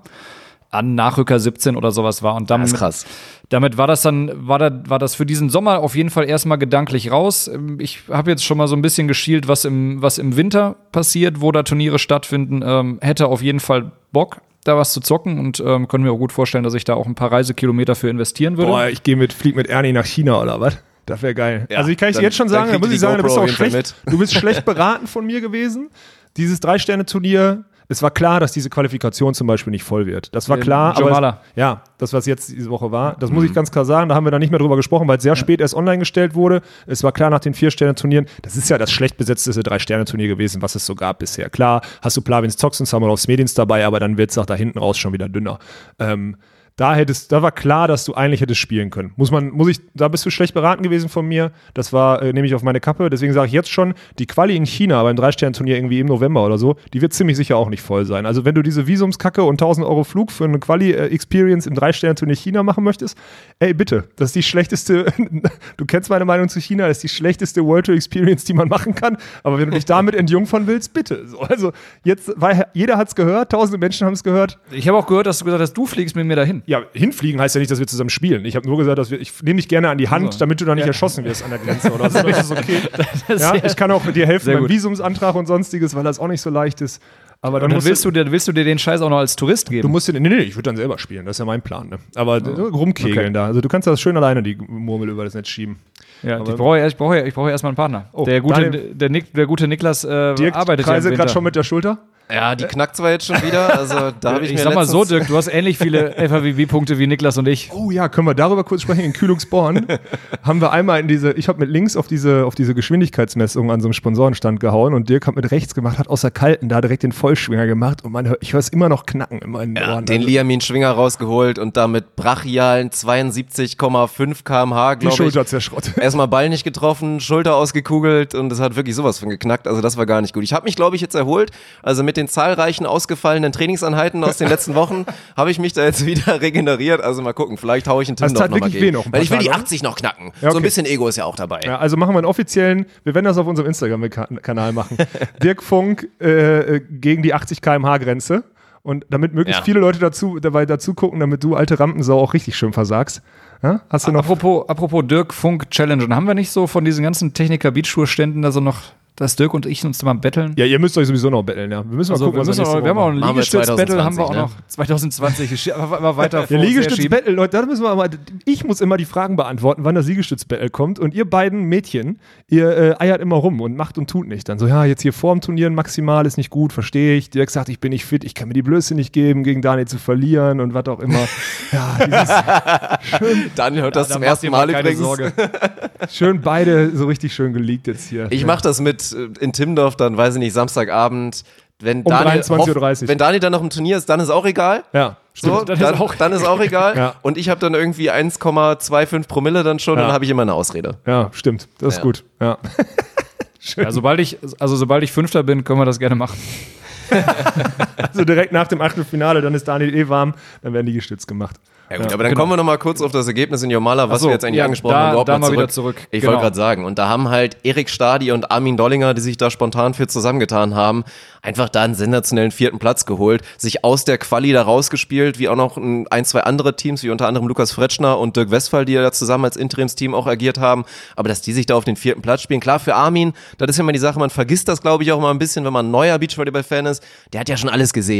[SPEAKER 7] an Nachrücker siebzehn oder sowas war. Und damit,
[SPEAKER 5] das ist krass.
[SPEAKER 7] Damit war das dann, war das, war das für diesen Sommer auf jeden Fall erstmal gedanklich raus. Ich habe jetzt schon mal so ein bisschen geschielt, was im, was im Winter passiert, wo da Turniere stattfinden. Ähm, hätte auf jeden Fall Bock, da was zu zocken und ähm, können mir auch gut vorstellen, dass ich da auch ein paar Reisekilometer für investieren würde.
[SPEAKER 6] Boah, ich gehe mit, flieg mit Ernie nach China oder was? Das wäre geil.
[SPEAKER 5] Ja,
[SPEAKER 6] also ich kann ich dir
[SPEAKER 5] dann-
[SPEAKER 6] jetzt schon
[SPEAKER 5] dann
[SPEAKER 6] sagen, da
[SPEAKER 5] kriegt
[SPEAKER 6] muss
[SPEAKER 5] die
[SPEAKER 6] ich sagen, du bist
[SPEAKER 5] GoPro
[SPEAKER 6] auch
[SPEAKER 5] auf jeden Fall
[SPEAKER 6] schlecht, du bist schlecht beraten von mir gewesen. Dieses Drei-Sterne-Turnier, es war klar, dass diese Qualifikation zum Beispiel nicht voll wird. Das war
[SPEAKER 7] Den
[SPEAKER 6] klar, aber
[SPEAKER 7] Jomala.
[SPEAKER 6] es, ja, das, was jetzt diese Woche war, das muss ich ganz klar sagen, da haben wir dann nicht mehr drüber gesprochen, weil es sehr spät erst online gestellt wurde. Es war klar nach den Vier-Sterne-Turnieren, das ist ja das schlecht besetzteste Drei-Sterne-Turnier gewesen, was es so gab bisher. Klar, hast du Plavins Zox und Samarovs Medins dabei, aber dann wird es auch da hinten raus schon wieder dünner. Ähm, Da hättest, da war klar, dass du eigentlich hättest spielen können. Muss man, muss ich, da bist du schlecht beraten gewesen von mir. Das war, äh, nehme ich auf meine Kappe. Deswegen sage ich jetzt schon, die Quali in China beim Drei-Sterne-Turnier irgendwie im November oder so, die wird ziemlich sicher auch nicht voll sein. Also wenn du diese Visumskacke und tausend Euro Flug für eine Quali-Experience im Drei-Sterne-Turnier China machen möchtest, ey, bitte, das ist die schlechteste, du kennst meine Meinung zu China, das ist die schlechteste World Tour Experience, die man machen kann. Aber wenn du dich damit entjungfern willst, bitte. So, also jetzt, weil jeder hat es gehört, tausende Menschen haben es gehört.
[SPEAKER 7] Ich habe auch gehört, dass du gesagt hast, du fliegst mit mir dahin.
[SPEAKER 6] Ja, hinfliegen heißt ja nicht, dass wir zusammen spielen. Ich habe nur gesagt, dass wir, ich nehme dich gerne an die Hand,
[SPEAKER 7] So.
[SPEAKER 6] damit du da nicht erschossen wirst an der Grenze oder so. Das ist okay.
[SPEAKER 7] Das
[SPEAKER 6] Ja,
[SPEAKER 7] ist ja-
[SPEAKER 6] ich kann auch mit dir helfen
[SPEAKER 7] Sehr
[SPEAKER 6] beim
[SPEAKER 7] gut.
[SPEAKER 6] Visumsantrag und sonstiges, weil das auch nicht so leicht ist. Aber dann,
[SPEAKER 7] Und dann
[SPEAKER 6] musst
[SPEAKER 7] willst du, dir, willst du dir den Scheiß auch noch als Tourist geben?
[SPEAKER 6] Du musst dir, nee, nee, ich würde dann selber spielen, das ist ja mein Plan. Ne? Aber oh. rumkegeln
[SPEAKER 7] Okay.
[SPEAKER 6] da. Also du kannst das schön alleine die Murmel über das Netz schieben.
[SPEAKER 7] Ja,
[SPEAKER 6] Aber-
[SPEAKER 7] ich brauche ich brauche ich brauche erstmal einen Partner.
[SPEAKER 6] Oh,
[SPEAKER 7] der, gute,
[SPEAKER 6] Daniel-
[SPEAKER 7] der, Nick, der gute Niklas äh,
[SPEAKER 6] Dirk
[SPEAKER 7] arbeitet ja im
[SPEAKER 6] kreiselt
[SPEAKER 7] Winter.
[SPEAKER 6] gerade schon mit der Schulter.
[SPEAKER 5] Ja, die knackt zwar jetzt schon wieder, also da habe ich,
[SPEAKER 7] ich
[SPEAKER 5] mir
[SPEAKER 7] sag mal so,
[SPEAKER 5] letztens-
[SPEAKER 7] Dirk, du hast ähnlich viele F A W W-Punkte wie Niklas und ich.
[SPEAKER 6] Oh ja, können wir darüber kurz sprechen? In Kühlungsborn haben wir einmal in diese, ich habe mit links auf diese, auf diese Geschwindigkeitsmessung an so einem Sponsorenstand gehauen und Dirk hat mit rechts gemacht, hat außer Kalten da direkt den Vollschwinger gemacht und man hört, ich höre es immer noch knacken in meinen
[SPEAKER 5] Ja,
[SPEAKER 6] Ohren.
[SPEAKER 5] den
[SPEAKER 6] Also,
[SPEAKER 5] Liamin-Schwinger rausgeholt und da mit brachialen zweiundsiebzig Komma fünf Kilometer pro Stunde,
[SPEAKER 6] die
[SPEAKER 5] glaube ich.
[SPEAKER 6] Schulter zerschrottet.
[SPEAKER 5] Erstmal Ball nicht getroffen, Schulter ausgekugelt und es hat wirklich sowas von geknackt. Also das war gar nicht gut. Ich habe mich, glaube ich, jetzt erholt. Also mit den zahlreichen ausgefallenen Trainingseinheiten aus den letzten Wochen habe ich mich da jetzt wieder regeneriert. Also mal gucken, vielleicht haue ich einen Tim
[SPEAKER 6] Das
[SPEAKER 5] noch
[SPEAKER 6] tat
[SPEAKER 5] mal
[SPEAKER 6] wirklich
[SPEAKER 5] gegen.
[SPEAKER 6] weh noch ein paar
[SPEAKER 5] Weil ich will die
[SPEAKER 6] Tage.
[SPEAKER 5] achtzig noch knacken.
[SPEAKER 6] Ja,
[SPEAKER 5] So ein
[SPEAKER 6] okay.
[SPEAKER 5] bisschen Ego ist ja auch dabei.
[SPEAKER 6] Ja, also machen wir einen offiziellen, wir werden das auf unserem Instagram-Kanal machen. Dirk Funk äh, äh, gegen die achtzig Kilometer pro Stunde Grenze. Und damit möglichst
[SPEAKER 5] Ja.
[SPEAKER 6] viele Leute dazu, dabei dazu gucken, damit du alte Rampensau auch richtig schön versagst. Ja? Hast du noch?
[SPEAKER 7] Apropos, apropos Dirk Funk Challenge, haben wir nicht so von diesen ganzen Techniker Beachschuhe-Ständen da so noch, dass Dirk und ich uns mal betteln?
[SPEAKER 6] Ja, ihr müsst euch sowieso noch betteln, ja. Wir müssen mal
[SPEAKER 7] Also,
[SPEAKER 6] gucken,
[SPEAKER 7] wir,
[SPEAKER 6] was
[SPEAKER 7] müssen
[SPEAKER 6] nächste
[SPEAKER 7] auch, wir haben
[SPEAKER 6] Woche
[SPEAKER 7] auch ein
[SPEAKER 5] Machen wir
[SPEAKER 7] Liegestütz-Battle, haben wir auch
[SPEAKER 5] zwanzig zwanzig,
[SPEAKER 7] noch. zwanzig zwanzig, aber immer weiter
[SPEAKER 6] Der
[SPEAKER 7] vor uns herschieben.
[SPEAKER 6] Liegestütz-Battle, Leute, da müssen wir mal, ich muss immer die Fragen beantworten, wann das Liegestütz-Battle kommt und ihr beiden Mädchen, ihr äh, eiert immer rum und macht und tut nicht. Dann so, ja, jetzt hier vorm Turnieren maximal ist nicht gut, verstehe ich. Dirk sagt, ich bin nicht fit, ich kann mir die Blöße nicht geben, gegen Daniel zu verlieren und was auch immer. Ja, dieses schön,
[SPEAKER 5] Daniel hört das
[SPEAKER 7] Da
[SPEAKER 5] zum
[SPEAKER 7] macht
[SPEAKER 5] ersten
[SPEAKER 7] ihr
[SPEAKER 5] Mal
[SPEAKER 7] keine
[SPEAKER 5] übrigens.
[SPEAKER 7] Sorge.
[SPEAKER 6] schön beide so richtig schön geleakt jetzt hier.
[SPEAKER 5] Ich mache das mit äh, in Timmendorf, dann weiß ich nicht, Samstagabend. Wenn
[SPEAKER 6] Um
[SPEAKER 5] Daniel,
[SPEAKER 6] dreiundzwanzig Uhr
[SPEAKER 5] hoff-
[SPEAKER 6] dreißig.
[SPEAKER 5] wenn Daniel dann noch im Turnier ist, dann ist auch egal.
[SPEAKER 6] Ja,
[SPEAKER 5] So,
[SPEAKER 7] Dann
[SPEAKER 5] dann,
[SPEAKER 7] ist auch-
[SPEAKER 5] dann ist auch egal.
[SPEAKER 6] Ja.
[SPEAKER 5] Und ich habe dann irgendwie eins Komma fünfundzwanzig Promille dann schon,
[SPEAKER 6] Ja.
[SPEAKER 5] dann habe ich immer eine Ausrede.
[SPEAKER 6] ja, stimmt. Das ist
[SPEAKER 5] Ja.
[SPEAKER 6] gut. Ja.
[SPEAKER 7] Ja, sobald ich, also sobald ich Fünfter bin, können wir das gerne machen.
[SPEAKER 6] Also direkt nach dem Achtelfinale, dann ist Daniel eh warm, dann werden die gestützt gemacht.
[SPEAKER 5] Ja, gut, aber dann kommen wir noch mal kurz auf das Ergebnis in Jomala, was
[SPEAKER 7] Ach so,
[SPEAKER 5] wir jetzt eigentlich
[SPEAKER 7] ja,
[SPEAKER 5] angesprochen
[SPEAKER 7] da-
[SPEAKER 5] haben, überhaupt
[SPEAKER 7] da
[SPEAKER 5] mal
[SPEAKER 7] mal
[SPEAKER 5] zurück.
[SPEAKER 7] wieder zurück.
[SPEAKER 5] Ich
[SPEAKER 7] Genau.
[SPEAKER 5] wollte gerade sagen, und da haben halt Erik Stadi und Armin Dollinger, die sich da spontan für zusammengetan haben, einfach da einen sensationellen vierten Platz geholt, sich aus der Quali da rausgespielt, wie auch noch ein, ein zwei andere Teams, wie unter anderem Lukas Fretschner und Dirk Westphal, die ja da zusammen als Interimsteam auch agiert haben, aber dass die sich da auf den vierten Platz spielen, klar, für Armin, das ist ja immer die Sache, man vergisst das, glaube ich, auch mal ein bisschen, wenn man ein neuer Beachvolleyball-Fan ist, der hat ja schon alles gesehen.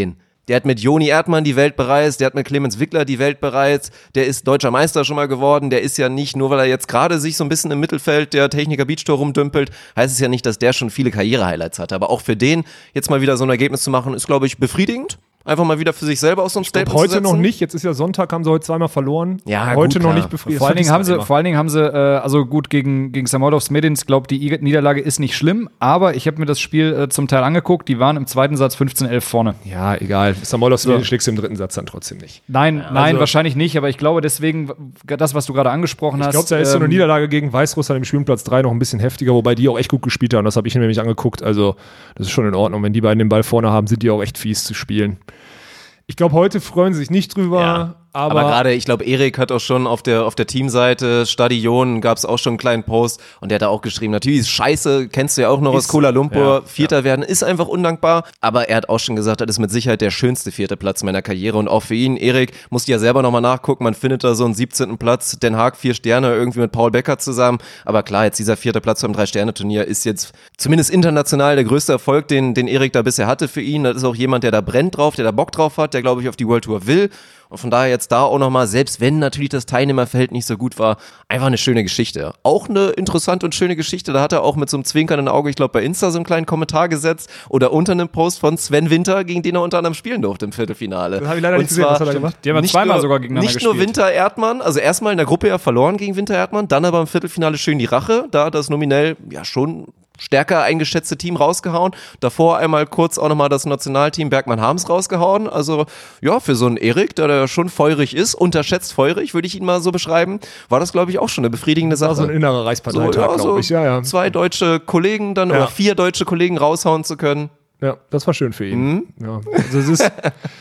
[SPEAKER 5] Der hat mit Joni Erdmann die Welt bereist, der hat mit Clemens Wickler die Welt bereist, der ist deutscher Meister schon mal geworden, der ist ja nicht, nur weil er jetzt gerade sich so ein bisschen im Mittelfeld der Techniker Beach Tour rumdümpelt, heißt es ja nicht, dass der schon viele Karriere-Highlights hatte. Aber auch für den jetzt mal wieder so ein Ergebnis zu machen, ist, glaube ich, befriedigend. Einfach mal wieder für sich selber aus so einem Statement
[SPEAKER 6] heute
[SPEAKER 5] zu setzen.
[SPEAKER 6] Noch nicht, jetzt ist ja Sonntag, haben sie heute zweimal verloren.
[SPEAKER 5] Ja,
[SPEAKER 6] heute
[SPEAKER 5] gut,
[SPEAKER 6] noch
[SPEAKER 5] klar.
[SPEAKER 6] nicht befriedigt.
[SPEAKER 7] Vor allen Dingen haben sie, vor allen Dingen haben sie, äh, also gut, gegen, gegen Samolov Smedins, ich glaube, die Niederlage ist nicht schlimm, aber ich habe mir das Spiel äh, zum Teil angeguckt, die waren im zweiten Satz fünfzehn elf vorne.
[SPEAKER 6] Ja, egal. Samolov Smedins schlägst du im dritten Satz dann trotzdem nicht.
[SPEAKER 7] Nein,
[SPEAKER 6] ja,
[SPEAKER 7] nein,
[SPEAKER 6] also,
[SPEAKER 7] wahrscheinlich nicht, aber ich glaube deswegen, das, was du gerade angesprochen
[SPEAKER 6] ich
[SPEAKER 7] hast.
[SPEAKER 6] Ich glaube, da ist
[SPEAKER 7] ähm,
[SPEAKER 6] so eine Niederlage gegen Weißrussland im Spielplatz drei noch ein bisschen heftiger, wobei die auch echt gut gespielt haben. Das habe ich mir nämlich angeguckt. Also, das ist schon in Ordnung. Wenn die beiden den Ball vorne haben, sind die auch echt fies zu spielen. Ich glaube, heute freuen sie sich nicht drüber,
[SPEAKER 5] ja,
[SPEAKER 6] aber,
[SPEAKER 5] aber gerade, ich glaube, Erik hat auch schon auf der auf der Teamseite, Stadion, gab es auch schon einen kleinen Post und der hat da auch geschrieben, natürlich ist scheiße, kennst du ja auch noch aus Kuala Lumpur,
[SPEAKER 6] ja,
[SPEAKER 5] Vierter
[SPEAKER 6] ja.
[SPEAKER 5] werden, ist einfach undankbar, aber er hat auch schon gesagt, das ist mit Sicherheit der schönste vierte Platz meiner Karriere und auch für ihn, Erik, musste ja selber nochmal nachgucken, man findet da so einen siebzehnten Platz, Den Haag vier Sterne, irgendwie mit Paul Becker zusammen, aber klar, jetzt dieser vierte Platz beim Drei-Sterne-Turnier ist jetzt zumindest international der größte Erfolg, den, den Erik da bisher hatte für ihn, das ist auch jemand, der da brennt drauf, der da Bock drauf hat, der glaube ich auf die World Tour will. Und von daher jetzt da auch nochmal, selbst wenn natürlich das Teilnehmerfeld nicht so gut war, einfach eine schöne Geschichte. Auch eine interessante und schöne Geschichte. Da hat er auch mit so einem zwinkernden Auge, ich glaube bei Insta so einen kleinen Kommentar gesetzt oder unter einem Post von Sven Winter, gegen den er unter anderem spielen durfte im Viertelfinale.
[SPEAKER 6] Das habe ich leider
[SPEAKER 5] und
[SPEAKER 6] nicht gesehen, was hat er gemacht?
[SPEAKER 7] Die haben
[SPEAKER 5] nicht
[SPEAKER 7] zweimal
[SPEAKER 5] nur,
[SPEAKER 7] sogar gegeneinander
[SPEAKER 5] Nicht
[SPEAKER 7] gespielt.
[SPEAKER 5] nur Winter Erdmann, also erstmal in der Gruppe ja verloren gegen Winter Erdmann, dann aber im Viertelfinale schön die Rache, da das nominell ja schon stärker eingeschätzte Team rausgehauen. Davor einmal kurz auch nochmal das Nationalteam Bergmann-Harms rausgehauen. Also ja, für so einen Erik, der da schon feurig ist, unterschätzt feurig, würde ich ihn mal so beschreiben, war das, glaube ich, auch schon eine befriedigende Sache.
[SPEAKER 6] Das war so ein innerer Reichsparteitag,
[SPEAKER 5] so, ja,
[SPEAKER 6] glaube
[SPEAKER 5] so
[SPEAKER 6] ich. Ja, ja.
[SPEAKER 5] Zwei deutsche Kollegen dann
[SPEAKER 6] Ja.
[SPEAKER 5] oder vier deutsche Kollegen raushauen zu können.
[SPEAKER 6] Ja, das war schön für ihn.
[SPEAKER 5] Mhm.
[SPEAKER 6] Ja. Also es ist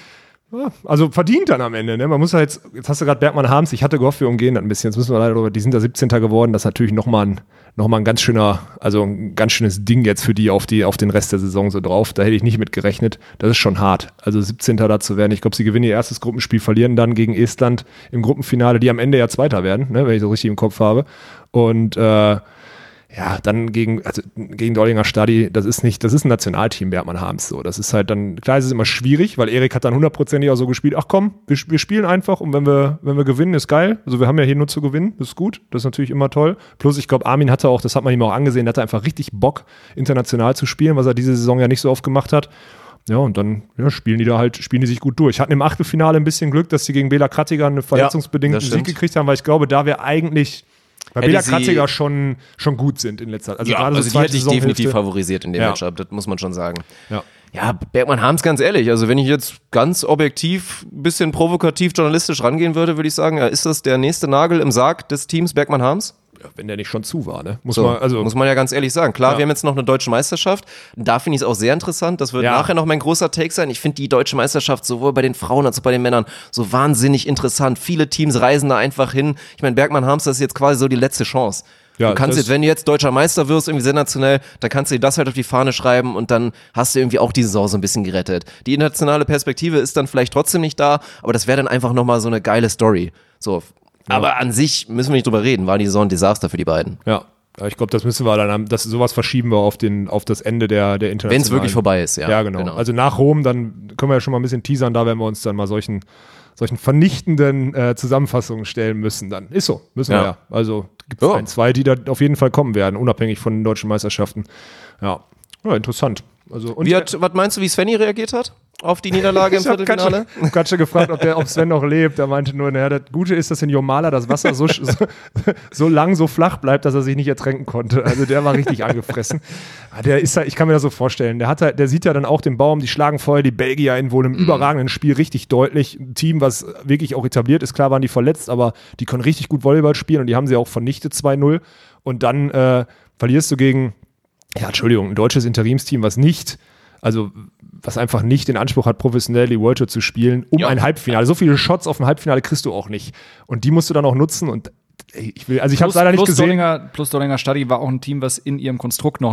[SPEAKER 6] ja, also verdient dann am Ende, ne? Man muss ja jetzt, jetzt hast du gerade Bergmann Harms, ich hatte gehofft, wir umgehen das ein bisschen, jetzt müssen wir leider drüber, die sind da siebzehnter geworden, das ist natürlich nochmal ein, noch mal ein ganz schöner, also ein ganz schönes Ding jetzt für die auf, die auf den Rest der Saison so drauf, da hätte ich nicht mit gerechnet, das ist schon hart, also siebzehnter da zu werden, ich glaube, sie gewinnen ihr erstes Gruppenspiel, verlieren dann gegen Estland im Gruppenfinale, die am Ende ja Zweiter werden, ne? Wenn ich das richtig im Kopf habe und äh, ja, dann gegen, also gegen Dollinger Stadi, das ist nicht, das ist ein Nationalteam, Bergmann Harms so. Das ist halt dann, klar, es ist immer schwierig, weil Erik hat dann hundertprozentig auch so gespielt, ach komm, wir, wir spielen einfach und wenn wir, wenn wir gewinnen, ist geil. Also wir haben ja hier nur zu gewinnen, das ist gut, das ist natürlich immer toll. Plus ich glaube, Armin hatte auch, das hat man ihm auch angesehen, der hatte einfach richtig Bock, international zu spielen, was er diese Saison ja nicht so oft gemacht hat. Ja, und dann ja, spielen die da halt, spielen die sich gut durch. Hatten im Achtelfinale ein bisschen Glück, dass sie gegen Bela Kratiger einen verletzungsbedingten
[SPEAKER 5] ja,
[SPEAKER 6] Sieg gekriegt haben, weil ich glaube, da wäre eigentlich weil Bela
[SPEAKER 5] sie-
[SPEAKER 6] Kratiger schon, schon gut sind in letzter Zeit. Also
[SPEAKER 5] ja,
[SPEAKER 6] gerade
[SPEAKER 5] also
[SPEAKER 6] so
[SPEAKER 5] die hätte
[SPEAKER 6] zweite
[SPEAKER 5] ich definitiv
[SPEAKER 6] Saisonhälfte.
[SPEAKER 5] favorisiert in dem
[SPEAKER 6] Ja.
[SPEAKER 5] Matchup, das muss man schon sagen.
[SPEAKER 6] Ja.
[SPEAKER 5] Ja, Bergmann-Harms, ganz ehrlich, also wenn ich jetzt ganz objektiv, ein bisschen provokativ journalistisch rangehen würde, würde ich sagen, ja, ist das der nächste Nagel im Sarg des Teams Bergmann-Harms?
[SPEAKER 6] Ja, wenn der nicht schon zu war, ne? Muss
[SPEAKER 5] So,
[SPEAKER 6] man, also,
[SPEAKER 5] muss man ja ganz ehrlich sagen. Klar,
[SPEAKER 6] Ja.
[SPEAKER 5] wir haben jetzt noch eine deutsche Meisterschaft. Da finde ich es auch sehr interessant. Das wird
[SPEAKER 6] Ja.
[SPEAKER 5] nachher noch mein großer Take sein. Ich finde die deutsche Meisterschaft sowohl bei den Frauen als auch bei den Männern so wahnsinnig interessant. Viele Teams reisen da einfach hin. Ich meine, Bergmann-Harms, das ist jetzt quasi so die letzte Chance.
[SPEAKER 6] Ja,
[SPEAKER 5] du kannst
[SPEAKER 6] das-
[SPEAKER 5] jetzt, wenn du jetzt deutscher Meister wirst, irgendwie sensationell, dann kannst du dir das halt auf die Fahne schreiben und dann hast du irgendwie auch die Saison so ein bisschen gerettet. Die internationale Perspektive ist dann vielleicht trotzdem nicht da, aber das wäre dann einfach nochmal so eine geile Story. So. Aber an sich müssen wir nicht drüber reden, war die Saison ein Desaster für die beiden.
[SPEAKER 6] ja. Ja, ich glaube, das müssen wir dann, das, sowas verschieben wir auf, den, auf das Ende der, der internationalen.
[SPEAKER 5] Wenn es wirklich vorbei ist, ja.
[SPEAKER 6] Ja, genau.
[SPEAKER 5] genau.
[SPEAKER 6] Also nach Rom, dann können wir ja schon mal ein bisschen teasern, da werden wir uns dann mal solchen, solchen vernichtenden äh, Zusammenfassungen stellen müssen dann. Ist so, müssen
[SPEAKER 5] Ja.
[SPEAKER 6] wir ja. Also gibt es
[SPEAKER 5] Ja.
[SPEAKER 6] ein, zwei, die da auf jeden Fall kommen werden, unabhängig von den deutschen Meisterschaften. Ja, ja interessant. Also, und
[SPEAKER 5] Wie hat, was meinst du, wie Svenny reagiert hat auf die Niederlage im
[SPEAKER 6] Ich habe
[SPEAKER 5] Viertelfinale?
[SPEAKER 6] Katsche, Katsche gefragt, ob, der, ob Sven noch lebt. Er meinte nur, naja, das Gute ist, dass in Jomala das Wasser so, so, so lang, so flach bleibt, dass er sich nicht ertränken konnte. Also der war richtig angefressen. Der ist halt, ich kann mir das so vorstellen, der, hat halt, der sieht ja dann auch den Baum, die schlagen vorher die Belgier in wohl einem überragenden Spiel richtig deutlich. Ein Team, was wirklich auch etabliert ist, klar waren die verletzt, aber die können richtig gut Volleyball spielen und die haben sie auch vernichtet zwei null. Und dann äh, verlierst du gegen, ja, Entschuldigung, ein deutsches Interimsteam, was nicht Also, was einfach nicht den Anspruch hat, professionell die World Tour zu spielen, um
[SPEAKER 5] Ja.
[SPEAKER 6] ein Halbfinale. So viele Shots auf dem Halbfinale kriegst du auch nicht. Und die musst du dann auch nutzen. Und ey, ich will, also ich habe es leider nicht
[SPEAKER 7] plus
[SPEAKER 6] gesehen.
[SPEAKER 7] Dollinger, plus Dollinger Stadi war auch ein Team, was in ihrem Konstrukt noch nicht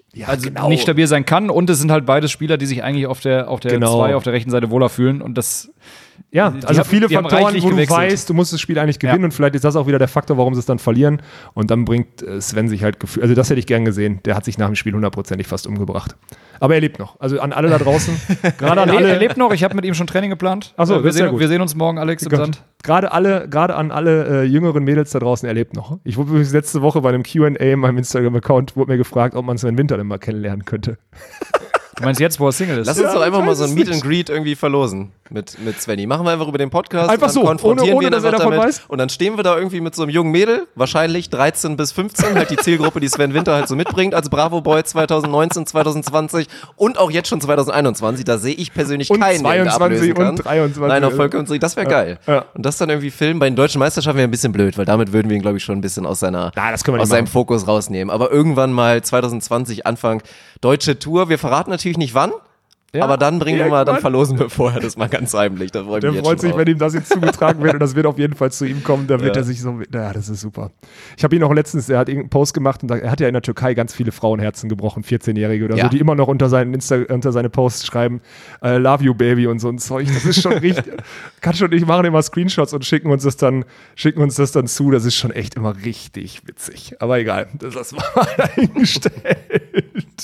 [SPEAKER 6] Ja,
[SPEAKER 7] also
[SPEAKER 6] genau.
[SPEAKER 7] nicht stabil sein kann. Und es sind halt beides Spieler, die sich eigentlich auf der auf der
[SPEAKER 6] Genau.
[SPEAKER 7] zwei, auf der rechten Seite wohler fühlen. Und das
[SPEAKER 6] Ja,
[SPEAKER 7] die
[SPEAKER 6] also
[SPEAKER 7] haben-
[SPEAKER 6] viele
[SPEAKER 7] die haben
[SPEAKER 6] Faktoren,
[SPEAKER 7] reichlich
[SPEAKER 6] wo du
[SPEAKER 7] gewechselt.
[SPEAKER 6] weißt, du musst das Spiel eigentlich gewinnen
[SPEAKER 7] Ja.
[SPEAKER 6] und vielleicht ist das auch wieder der Faktor, warum sie es dann verlieren. Und dann bringt äh, Sven sich halt Gefühl, also das hätte ich gern gesehen. Der hat sich nach dem Spiel hundertprozentig fast umgebracht. Aber er lebt noch. Also an alle da draußen, gerade an
[SPEAKER 7] er,
[SPEAKER 6] alle.
[SPEAKER 7] er lebt noch. Ich habe mit ihm schon Training geplant.
[SPEAKER 6] Ach so,
[SPEAKER 7] Äh,
[SPEAKER 6] das
[SPEAKER 7] wir,
[SPEAKER 6] ist sehr
[SPEAKER 7] sehen,
[SPEAKER 6] gut.
[SPEAKER 7] wir sehen uns morgen, Alex, im Sand.
[SPEAKER 6] Gerade alle, gerade an alle äh, jüngeren Mädels da draußen, er lebt noch. Ich wurde übrigens letzte Woche bei einem Q and A in meinem Instagram-Account, wurde mir gefragt, ob man Sven Winter denn mal kennenlernen könnte.
[SPEAKER 7] Du meinst jetzt, wo er Single ist?
[SPEAKER 5] Lass uns
[SPEAKER 6] Ja,
[SPEAKER 5] doch einfach
[SPEAKER 6] ich
[SPEAKER 5] mal
[SPEAKER 6] weiß
[SPEAKER 5] so ein
[SPEAKER 6] es
[SPEAKER 5] Meet
[SPEAKER 6] nicht.
[SPEAKER 5] and Greet irgendwie verlosen mit, mit Svenny. Machen wir einfach über den Podcast.
[SPEAKER 6] Einfach
[SPEAKER 5] und
[SPEAKER 6] so,
[SPEAKER 5] dann konfrontieren
[SPEAKER 6] ohne- ohne,
[SPEAKER 5] wir ihn
[SPEAKER 6] dass er
[SPEAKER 5] einfach
[SPEAKER 6] davon
[SPEAKER 5] damit.
[SPEAKER 6] weiß?
[SPEAKER 5] Und dann stehen wir da irgendwie mit so einem jungen Mädel, wahrscheinlich dreizehn bis fünfzehn, halt die Zielgruppe, die Sven Winter halt so mitbringt als Bravo Boy zwanzig neunzehn, zwanzig zwanzig und auch jetzt schon zwanzig einundzwanzig. Da sehe ich persönlich
[SPEAKER 6] Und
[SPEAKER 5] keinen, der ihn da
[SPEAKER 6] zweiundzwanzig
[SPEAKER 5] ablösen kann.
[SPEAKER 6] und dreiundzwanzig.
[SPEAKER 5] Nein, auf vollkommen zurück. Das wäre geil.
[SPEAKER 6] ja.
[SPEAKER 5] Und das dann irgendwie filmen. Bei den deutschen Meisterschaften wäre ein bisschen blöd, weil damit würden wir ihn, glaube ich, schon ein bisschen aus seiner,
[SPEAKER 6] Na, das können wir
[SPEAKER 5] aus
[SPEAKER 6] nicht
[SPEAKER 5] seinem
[SPEAKER 6] machen.
[SPEAKER 5] Fokus rausnehmen. Aber irgendwann mal zwanzig zwanzig Anfang deutsche Tour. Wir verraten natürlich nicht wann.
[SPEAKER 6] Ja.
[SPEAKER 5] Aber dann bringen wir mal, dann
[SPEAKER 6] Irgendwann.
[SPEAKER 5] verlosen wir vorher das mal ganz heimlich. Da freue ich
[SPEAKER 6] Der
[SPEAKER 5] mich jetzt
[SPEAKER 6] freut
[SPEAKER 5] schon
[SPEAKER 6] sich,
[SPEAKER 5] drauf.
[SPEAKER 6] wenn ihm das jetzt zugetragen wird und das wird auf jeden Fall zu ihm kommen, da wird
[SPEAKER 5] Ja.
[SPEAKER 6] er sich so, ja, das ist super. Ich habe ihn auch letztens, er hat irgendeinen Post gemacht und da, er hat ja in der Türkei ganz viele Frauenherzen gebrochen, vierzehnjährige oder
[SPEAKER 5] Ja.
[SPEAKER 6] so, die immer noch unter, seinen Insta, unter seine Posts schreiben, I love you baby und so ein Zeug, das ist schon richtig, kann schon, ich mache immer Screenshots und schicken uns das dann, schicken uns das dann zu, das ist schon echt immer richtig witzig, aber egal, das, das war mal dahingestellt.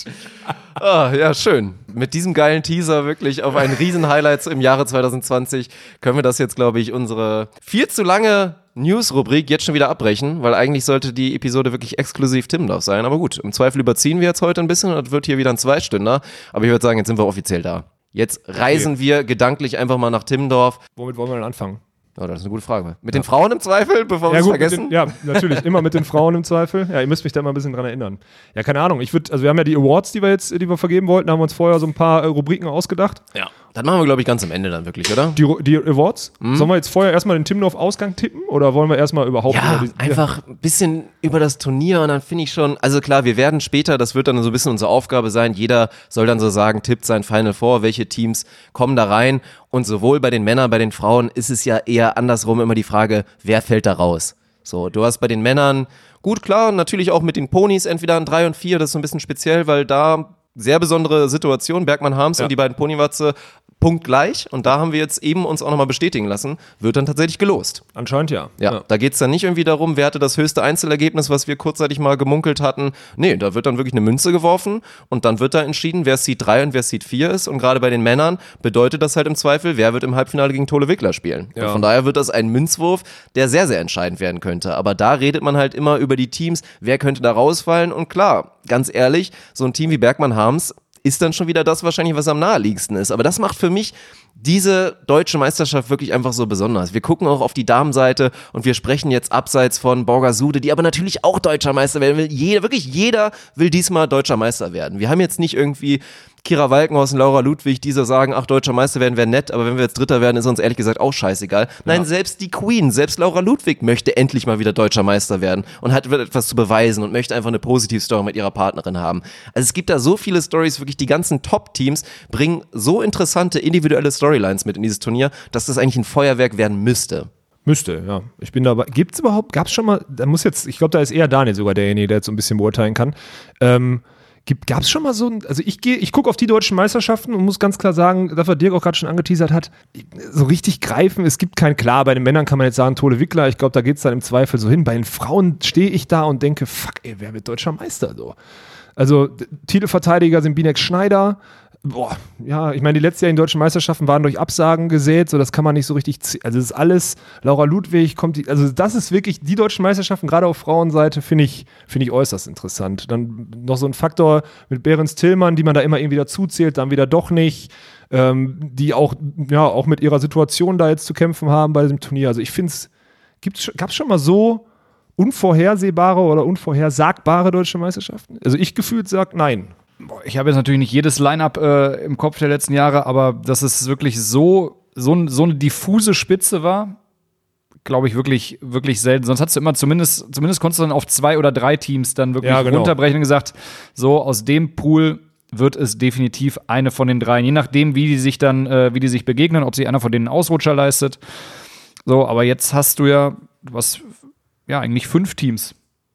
[SPEAKER 5] Ah, ja, schön. Mit diesem geilen Teaser wirklich auf einen riesen Highlights im Jahre zwanzig zwanzig können wir das jetzt, glaube ich, unsere viel zu lange News-Rubrik jetzt schon wieder abbrechen, weil eigentlich sollte die Episode wirklich exklusiv Timmendorf sein. Aber gut, im Zweifel überziehen wir jetzt heute ein bisschen und das wird hier wieder ein Zweistünder. Aber ich würde sagen, jetzt sind wir offiziell da. Jetzt reisen wir gedanklich einfach mal nach Timmendorf.
[SPEAKER 6] Womit wollen wir denn anfangen?
[SPEAKER 5] Oh, das ist eine gute Frage. Mit den Frauen im Zweifel, bevor wir
[SPEAKER 6] Ja,
[SPEAKER 5] es
[SPEAKER 6] gut, mit
[SPEAKER 5] vergessen?
[SPEAKER 6] den, ja, natürlich, immer mit den Frauen im Zweifel. Ja, ihr müsst mich da mal ein bisschen dran erinnern. Ja, keine Ahnung, ich würde, also wir haben ja die Awards, die wir jetzt, die wir vergeben wollten, haben wir uns vorher so ein paar äh, Rubriken ausgedacht.
[SPEAKER 5] Ja. Das machen wir, glaube ich, ganz am Ende dann wirklich, oder?
[SPEAKER 6] Die, die Awards. Sollen wir jetzt vorher erstmal den Timmendorf-Ausgang tippen oder wollen wir erstmal überhaupt
[SPEAKER 5] Ja,
[SPEAKER 6] über die,
[SPEAKER 5] einfach ein bisschen über das Turnier und dann finde ich schon, also klar, wir werden später, das wird dann so ein bisschen unsere Aufgabe sein, jeder soll dann so sagen, tippt sein Final Four, welche Teams kommen da rein und sowohl bei den Männern, bei den Frauen ist es ja eher andersrum immer die Frage, wer fällt da raus? So, du hast bei den Männern, gut, klar, natürlich auch mit den Ponys entweder ein drei und vier, das ist so ein bisschen speziell, weil da sehr besondere Situation, Bergmann Harms
[SPEAKER 6] Ja.
[SPEAKER 5] und die beiden Ponywatze punktgleich und da haben wir jetzt eben uns auch nochmal bestätigen lassen, wird dann tatsächlich gelost.
[SPEAKER 6] Anscheinend ja.
[SPEAKER 5] Ja, da geht's dann nicht irgendwie darum, wer hatte das höchste Einzelergebnis, was wir kurzzeitig mal gemunkelt hatten. Nee, da wird dann wirklich eine Münze geworfen und dann wird da entschieden, wer Seed drei und wer Seed vier ist. Und gerade bei den Männern bedeutet das halt im Zweifel, wer wird im Halbfinale gegen Tole Wickler spielen.
[SPEAKER 6] Ja.
[SPEAKER 5] Und von daher wird das ein Münzwurf, der sehr, sehr entscheidend werden könnte. Aber da redet man halt immer über die Teams, wer könnte da rausfallen. Und klar, ganz ehrlich, so ein Team wie Bergmann Harms ist dann schon wieder das wahrscheinlich, was am naheliegendsten ist. Aber das macht für mich diese deutsche Meisterschaft wirklich einfach so besonders. Wir gucken auch auf die Damenseite und wir sprechen jetzt abseits von Borgasude, die aber natürlich auch deutscher Meister werden will. Jeder, wirklich jeder will diesmal deutscher Meister werden. Wir haben jetzt nicht irgendwie Kira Walkenhorst und Laura Ludwig, die so sagen, ach, deutscher Meister werden wäre nett, aber wenn wir jetzt Dritter werden, ist uns ehrlich gesagt auch scheißegal. Nein, selbst die Queen, selbst Laura Ludwig möchte endlich mal wieder deutscher Meister werden und hat etwas zu beweisen und möchte einfach eine Positivstory mit ihrer Partnerin haben. Also es gibt da so viele Stories, wirklich die ganzen Top-Teams bringen so interessante individuelle Storylines mit in dieses Turnier, dass das eigentlich ein Feuerwerk werden müsste.
[SPEAKER 6] Müsste, ja. Ich bin dabei. Gibt's überhaupt, gab's schon mal, da muss jetzt, ich glaube, da ist eher Daniel sogar derjenige, der jetzt so ein bisschen beurteilen kann. Ähm, Gab es schon mal so ein, also ich gehe, ich gucke auf die deutschen Meisterschaften und muss ganz klar sagen, das, was Dirk auch gerade schon angeteasert hat, so richtig greifen, es gibt kein, klar, bei den Männern kann man jetzt sagen, Tole Wickler, ich glaube, da geht es dann im Zweifel so hin. Bei den Frauen stehe ich da und denke, fuck, ey, wer wird deutscher Meister so? Also Titelverteidiger sind Binek Schneider. Boah, ja, ich meine, die letztjährigen deutschen Meisterschaften waren durch Absagen gesät, so das kann man nicht so richtig, zie- also das ist alles, Laura Ludwig kommt, die, also das ist wirklich, die deutschen Meisterschaften, gerade auf Frauenseite, finde ich, finde ich äußerst interessant. Dann noch so ein Faktor mit Behrens Tillmann, die man da immer irgendwie dazu zählt, dann wieder doch nicht, ähm, die auch, ja, auch mit ihrer Situation da jetzt zu kämpfen haben bei diesem Turnier. Also ich finde es, gab es schon mal so unvorhersehbare oder unvorhersagbare deutsche Meisterschaften? Also ich gefühlt sage nein.
[SPEAKER 7] Ich habe jetzt natürlich nicht jedes Line-Up äh, im Kopf der letzten Jahre, aber dass es wirklich so, so, so eine diffuse Spitze war, glaube ich, wirklich, wirklich selten. Sonst hast du immer zumindest, zumindest konntest du dann auf zwei oder drei Teams dann wirklich
[SPEAKER 6] Ja, genau.
[SPEAKER 7] runterbrechen und gesagt, so aus dem Pool wird es definitiv eine von den dreien. Je nachdem, wie die sich dann, äh, wie die sich begegnen, ob sich einer von denen einen Ausrutscher leistet. So, aber jetzt hast du ja, was, ja, eigentlich fünf Teams.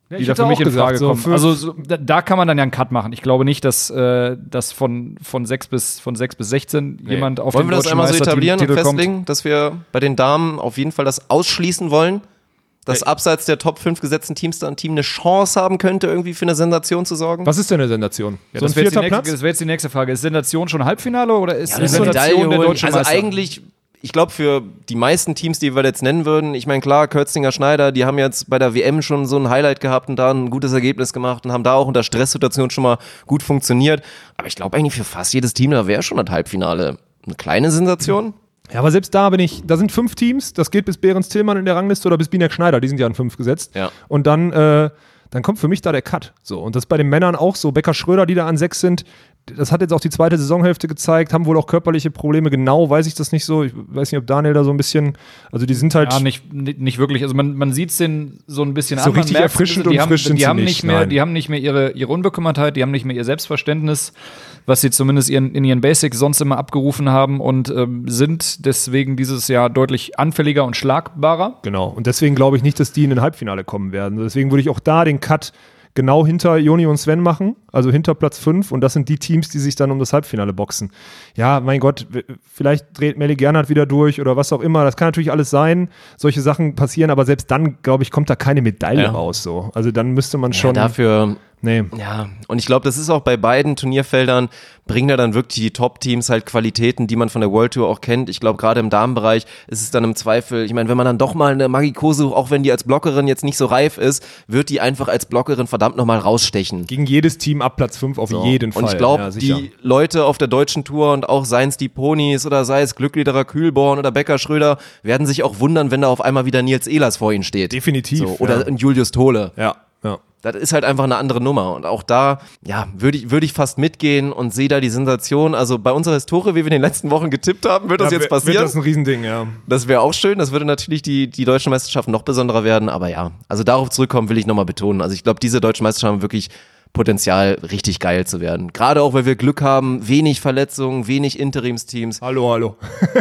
[SPEAKER 6] Ja,
[SPEAKER 7] die
[SPEAKER 6] ich
[SPEAKER 7] da
[SPEAKER 6] hätte
[SPEAKER 7] für mich
[SPEAKER 6] auch
[SPEAKER 7] in
[SPEAKER 6] gesagt,
[SPEAKER 7] Frage
[SPEAKER 6] so
[SPEAKER 7] kommen.
[SPEAKER 6] für-
[SPEAKER 7] Also so, da, da kann man dann ja einen Cut machen. Ich glaube nicht, dass, äh, dass von, von sechs bis von sechs bis sechzehn jemand auf
[SPEAKER 5] Wollen
[SPEAKER 7] den
[SPEAKER 5] wir das
[SPEAKER 7] deutschen
[SPEAKER 5] einmal so
[SPEAKER 7] Meistertitel
[SPEAKER 5] etablieren und
[SPEAKER 7] kommt.
[SPEAKER 5] festlegen, dass wir bei den Damen auf jeden Fall das ausschließen wollen? Dass
[SPEAKER 6] Ja.
[SPEAKER 5] abseits der Top fünf gesetzten Teams da ein Team eine Chance haben könnte, irgendwie für eine Sensation zu sorgen?
[SPEAKER 6] Was ist denn eine Sensation?
[SPEAKER 7] Ja,
[SPEAKER 6] so ein
[SPEAKER 7] das wäre jetzt, die
[SPEAKER 6] vierter
[SPEAKER 7] nächste-
[SPEAKER 6] Platz?
[SPEAKER 7] das wär jetzt die nächste Frage. Ist Sensation schon Halbfinale oder ist
[SPEAKER 5] Ja,
[SPEAKER 7] die
[SPEAKER 5] das ist eine
[SPEAKER 7] Sensation
[SPEAKER 5] Medaille
[SPEAKER 7] der
[SPEAKER 5] holen.
[SPEAKER 7] deutsche
[SPEAKER 5] Also
[SPEAKER 7] Meister?
[SPEAKER 5] eigentlich, ich glaube, für die meisten Teams, die wir jetzt nennen würden, ich meine, klar, Kötzinger, Schneider, die haben jetzt bei der W M schon so ein Highlight gehabt und da ein gutes Ergebnis gemacht und haben da auch unter Stresssituationen schon mal gut funktioniert. Aber ich glaube eigentlich für fast jedes Team, da wäre schon das Halbfinale eine kleine Sensation.
[SPEAKER 6] Ja, aber selbst da bin ich, da sind fünf Teams, das geht bis Behrens Tillmann in der Rangliste oder bis Binek Schneider, die sind ja an fünf gesetzt.
[SPEAKER 5] Ja.
[SPEAKER 6] Und dann, äh, dann kommt für mich da der Cut. So, und das ist bei den Männern auch so. Becker Schröder, die da an sechs sind, das hat jetzt auch die zweite Saisonhälfte gezeigt, haben wohl auch körperliche Probleme. Genau weiß ich das nicht so. Ich weiß nicht, ob Daniel da so ein bisschen, also die sind halt.
[SPEAKER 7] Ja, nicht, nicht nicht wirklich. Also man, man sieht es denen so ein bisschen
[SPEAKER 6] So
[SPEAKER 7] an. Man
[SPEAKER 6] richtig
[SPEAKER 7] merkt's ein
[SPEAKER 6] erfrischend
[SPEAKER 7] bisschen, die
[SPEAKER 6] und
[SPEAKER 7] haben,
[SPEAKER 6] frisch sind
[SPEAKER 7] die
[SPEAKER 6] sie
[SPEAKER 7] haben
[SPEAKER 6] nicht,
[SPEAKER 7] nicht mehr,
[SPEAKER 6] nein.
[SPEAKER 7] Die haben nicht mehr ihre, ihre Unbekümmertheit, die haben nicht mehr ihr Selbstverständnis, was sie zumindest ihren, in ihren Basics sonst immer abgerufen haben und ähm, sind deswegen dieses Jahr deutlich anfälliger und schlagbarer.
[SPEAKER 6] Genau. Und deswegen glaube ich nicht, dass die in ein Halbfinale kommen werden. Deswegen würde ich auch da den Cut genau hinter Joni und Sven machen, also hinter Platz fünf. Und das sind die Teams, die sich dann um das Halbfinale boxen. Ja, mein Gott, w- vielleicht dreht Melly Gernhardt wieder durch oder was auch immer. Das kann natürlich alles sein. Solche Sachen passieren, aber selbst dann, glaube ich, kommt da keine Medaille
[SPEAKER 5] Ja.
[SPEAKER 6] raus. So. Also dann müsste man schon.
[SPEAKER 5] Ja, dafür,
[SPEAKER 6] nee.
[SPEAKER 5] ja, und ich glaube, das ist auch bei beiden Turnierfeldern, bringen da dann wirklich die Top-Teams halt Qualitäten, die man von der World Tour auch kennt. Ich glaube, gerade im Damenbereich ist es dann im Zweifel, ich meine, wenn man dann doch mal eine Maggie Kosu, auch wenn die als Blockerin jetzt nicht so reif ist, wird die einfach als Blockerin verdammt nochmal rausstechen.
[SPEAKER 6] Gegen jedes Team ab Platz fünf auf
[SPEAKER 5] So.
[SPEAKER 6] jeden Fall.
[SPEAKER 5] Und ich glaube,
[SPEAKER 6] ja, sicher.
[SPEAKER 5] die Leute auf der deutschen Tour und auch seien es die Ponys oder sei es Glückliederer Kühlborn oder Becker Schröder, werden sich auch wundern, wenn da auf einmal wieder Nils Ehlers vor ihnen steht.
[SPEAKER 6] Definitiv,
[SPEAKER 5] So, oder
[SPEAKER 6] ja.
[SPEAKER 5] ein Julius Tole.
[SPEAKER 6] Ja, ja.
[SPEAKER 5] Das ist halt einfach eine andere Nummer. Und auch da, ja, würde ich, würde ich fast mitgehen und sehe da die Sensation. Also bei unserer Historie, wie wir in den letzten Wochen getippt haben, wird das
[SPEAKER 6] Ja,
[SPEAKER 5] jetzt
[SPEAKER 6] wär-
[SPEAKER 5] passieren.
[SPEAKER 6] Wird das ein Riesending, ja.
[SPEAKER 5] Das wäre auch schön. Das würde natürlich die, die deutschen Meisterschaften noch besonderer werden. Aber ja, also darauf zurückkommen will ich nochmal betonen. Also ich glaube, diese deutschen Meisterschaften haben wirklich Potenzial, richtig geil zu werden. Gerade auch, weil wir Glück haben, wenig Verletzungen, wenig Interimsteams.
[SPEAKER 6] Hallo, hallo.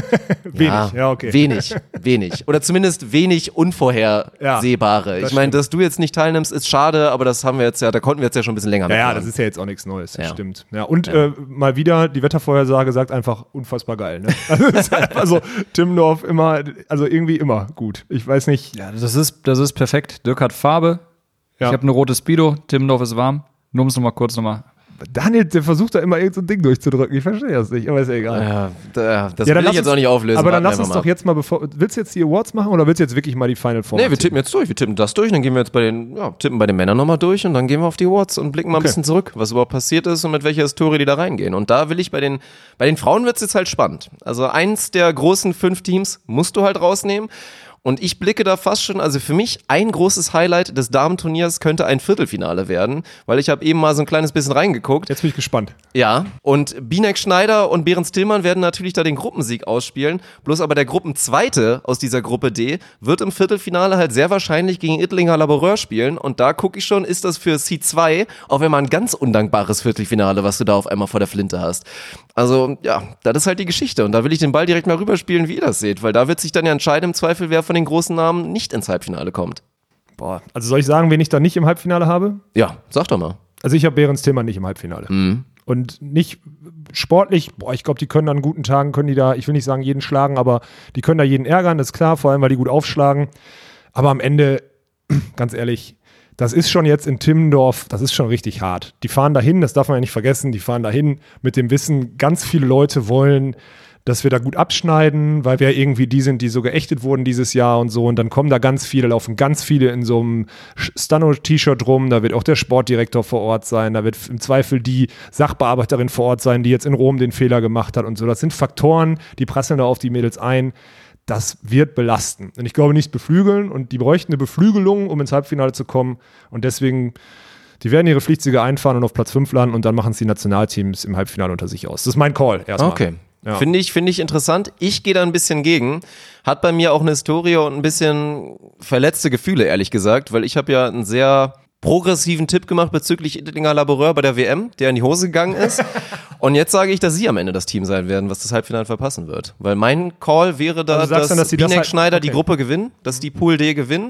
[SPEAKER 6] Wenig, ja, okay.
[SPEAKER 5] Wenig, wenig. Oder zumindest wenig Unvorhersehbare.
[SPEAKER 6] Ja,
[SPEAKER 5] ich meine,
[SPEAKER 6] stimmt.
[SPEAKER 5] dass du jetzt nicht teilnimmst, ist schade, aber das haben wir jetzt ja, da konnten wir jetzt ja schon ein bisschen länger
[SPEAKER 6] Ja, ja,
[SPEAKER 5] mitmachen.
[SPEAKER 6] das ist ja jetzt auch nichts Neues, das
[SPEAKER 5] Ja.
[SPEAKER 6] stimmt. Ja, und Äh, mal wieder, die Wettervorhersage sagt einfach unfassbar geil. Ne? Also, es ist einfach so, Timmendorf immer, also irgendwie immer gut. Ich weiß nicht.
[SPEAKER 7] Ja, das ist, das ist perfekt. Dirk hat Farbe.
[SPEAKER 6] Ja.
[SPEAKER 7] Ich habe eine rote Speedo. Timmendorf ist warm. Nur um es nochmal kurz nochmal.
[SPEAKER 6] Daniel, der versucht da immer irgend so ein Ding durchzudrücken. Ich verstehe das nicht, aber ist ja egal.
[SPEAKER 5] Ja, da, das
[SPEAKER 6] Ja,
[SPEAKER 5] will
[SPEAKER 6] dann
[SPEAKER 5] ich
[SPEAKER 6] lass
[SPEAKER 5] jetzt
[SPEAKER 6] uns-
[SPEAKER 5] auch nicht auflösen.
[SPEAKER 6] Aber dann
[SPEAKER 5] Warten
[SPEAKER 6] lass
[SPEAKER 5] wir
[SPEAKER 6] uns
[SPEAKER 5] mal.
[SPEAKER 6] doch jetzt mal, bevor. Willst du jetzt die Awards machen oder willst du jetzt wirklich mal die Final Four?
[SPEAKER 5] Nee, wir
[SPEAKER 6] machen?
[SPEAKER 5] tippen jetzt durch. Wir tippen das durch, dann gehen wir jetzt bei den, ja, tippen bei den Männern nochmal durch und dann gehen wir auf die Awards und blicken mal ein
[SPEAKER 6] Okay.
[SPEAKER 5] bisschen zurück, was überhaupt passiert ist und mit welcher Historie die da reingehen. Und da will ich bei den, bei den Frauen wird's jetzt halt spannend. Also eins der großen fünf Teams musst du halt rausnehmen. Und ich blicke da fast schon, also für mich ein großes Highlight des Damenturniers könnte ein Viertelfinale werden, weil ich habe eben mal so ein kleines bisschen reingeguckt.
[SPEAKER 6] Jetzt bin ich gespannt.
[SPEAKER 5] Ja, und Binek Schneider und Behrens Tillmann werden natürlich da den Gruppensieg ausspielen. Bloß aber der Gruppenzweite aus dieser Gruppe D wird im Viertelfinale halt sehr wahrscheinlich gegen Ittlinger Laboureur spielen. Und da gucke ich schon, ist das für C zwei auf einmal ein ganz undankbares Viertelfinale, was du da auf einmal vor der Flinte hast. Also ja, das ist halt die Geschichte. Und da will ich den Ball direkt mal rüberspielen, wie ihr das seht. Weil da wird sich dann ja entscheiden im Zweifel, wer von den großen Namen nicht ins Halbfinale kommt.
[SPEAKER 6] Boah. Also soll ich sagen, wen ich da nicht im Halbfinale habe?
[SPEAKER 5] Ja, sag doch mal.
[SPEAKER 6] Also ich habe Behrens Tillmann nicht im Halbfinale.
[SPEAKER 5] Mhm.
[SPEAKER 6] Und nicht sportlich, boah, ich glaube, die können an guten Tagen, können die da, ich will nicht sagen jeden schlagen, aber die können da jeden ärgern, das ist klar, vor allem, weil die gut aufschlagen. Aber am Ende, ganz ehrlich, das ist schon jetzt in Timmendorf, das ist schon richtig hart. Die fahren dahin, das darf man ja nicht vergessen, die fahren dahin mit dem Wissen, ganz viele Leute wollen, dass wir da gut abschneiden, weil wir irgendwie die sind, die so geächtet wurden dieses Jahr und so. Und dann kommen da ganz viele, laufen ganz viele in so einem Stano-T-Shirt rum. Da wird auch der Sportdirektor vor Ort sein. Da wird im Zweifel die Sachbearbeiterin vor Ort sein, die jetzt in Rom den Fehler gemacht hat und so. Das sind Faktoren, die prasseln da auf die Mädels ein. Das wird belasten. Und ich glaube nicht beflügeln. Und die bräuchten eine Beflügelung, um ins Halbfinale zu kommen. Und deswegen, die werden ihre Pflichtsiege einfahren und auf Platz fünf landen. Und dann machen es die Nationalteams im Halbfinale unter sich aus. Das ist mein Call erstmal.
[SPEAKER 5] Okay.
[SPEAKER 6] Ja.
[SPEAKER 5] Finde ich, finde ich interessant. Ich gehe da ein bisschen gegen. Hat bei mir auch eine Historie und ein bisschen verletzte Gefühle, ehrlich gesagt, weil ich habe ja einen sehr progressiven Tipp gemacht bezüglich Ittlinger Laboureur bei der W M, der in die Hose gegangen ist. Und jetzt sage ich, dass sie am Ende das Team sein werden, was das Halbfinale verpassen wird. Weil mein Call wäre da,
[SPEAKER 6] Also du sagst
[SPEAKER 5] dass,
[SPEAKER 6] dann, dass sie das
[SPEAKER 5] Binek
[SPEAKER 6] halt-
[SPEAKER 5] Schneider die
[SPEAKER 6] okay.
[SPEAKER 5] Gruppe gewinnen, dass die Pool D gewinnen,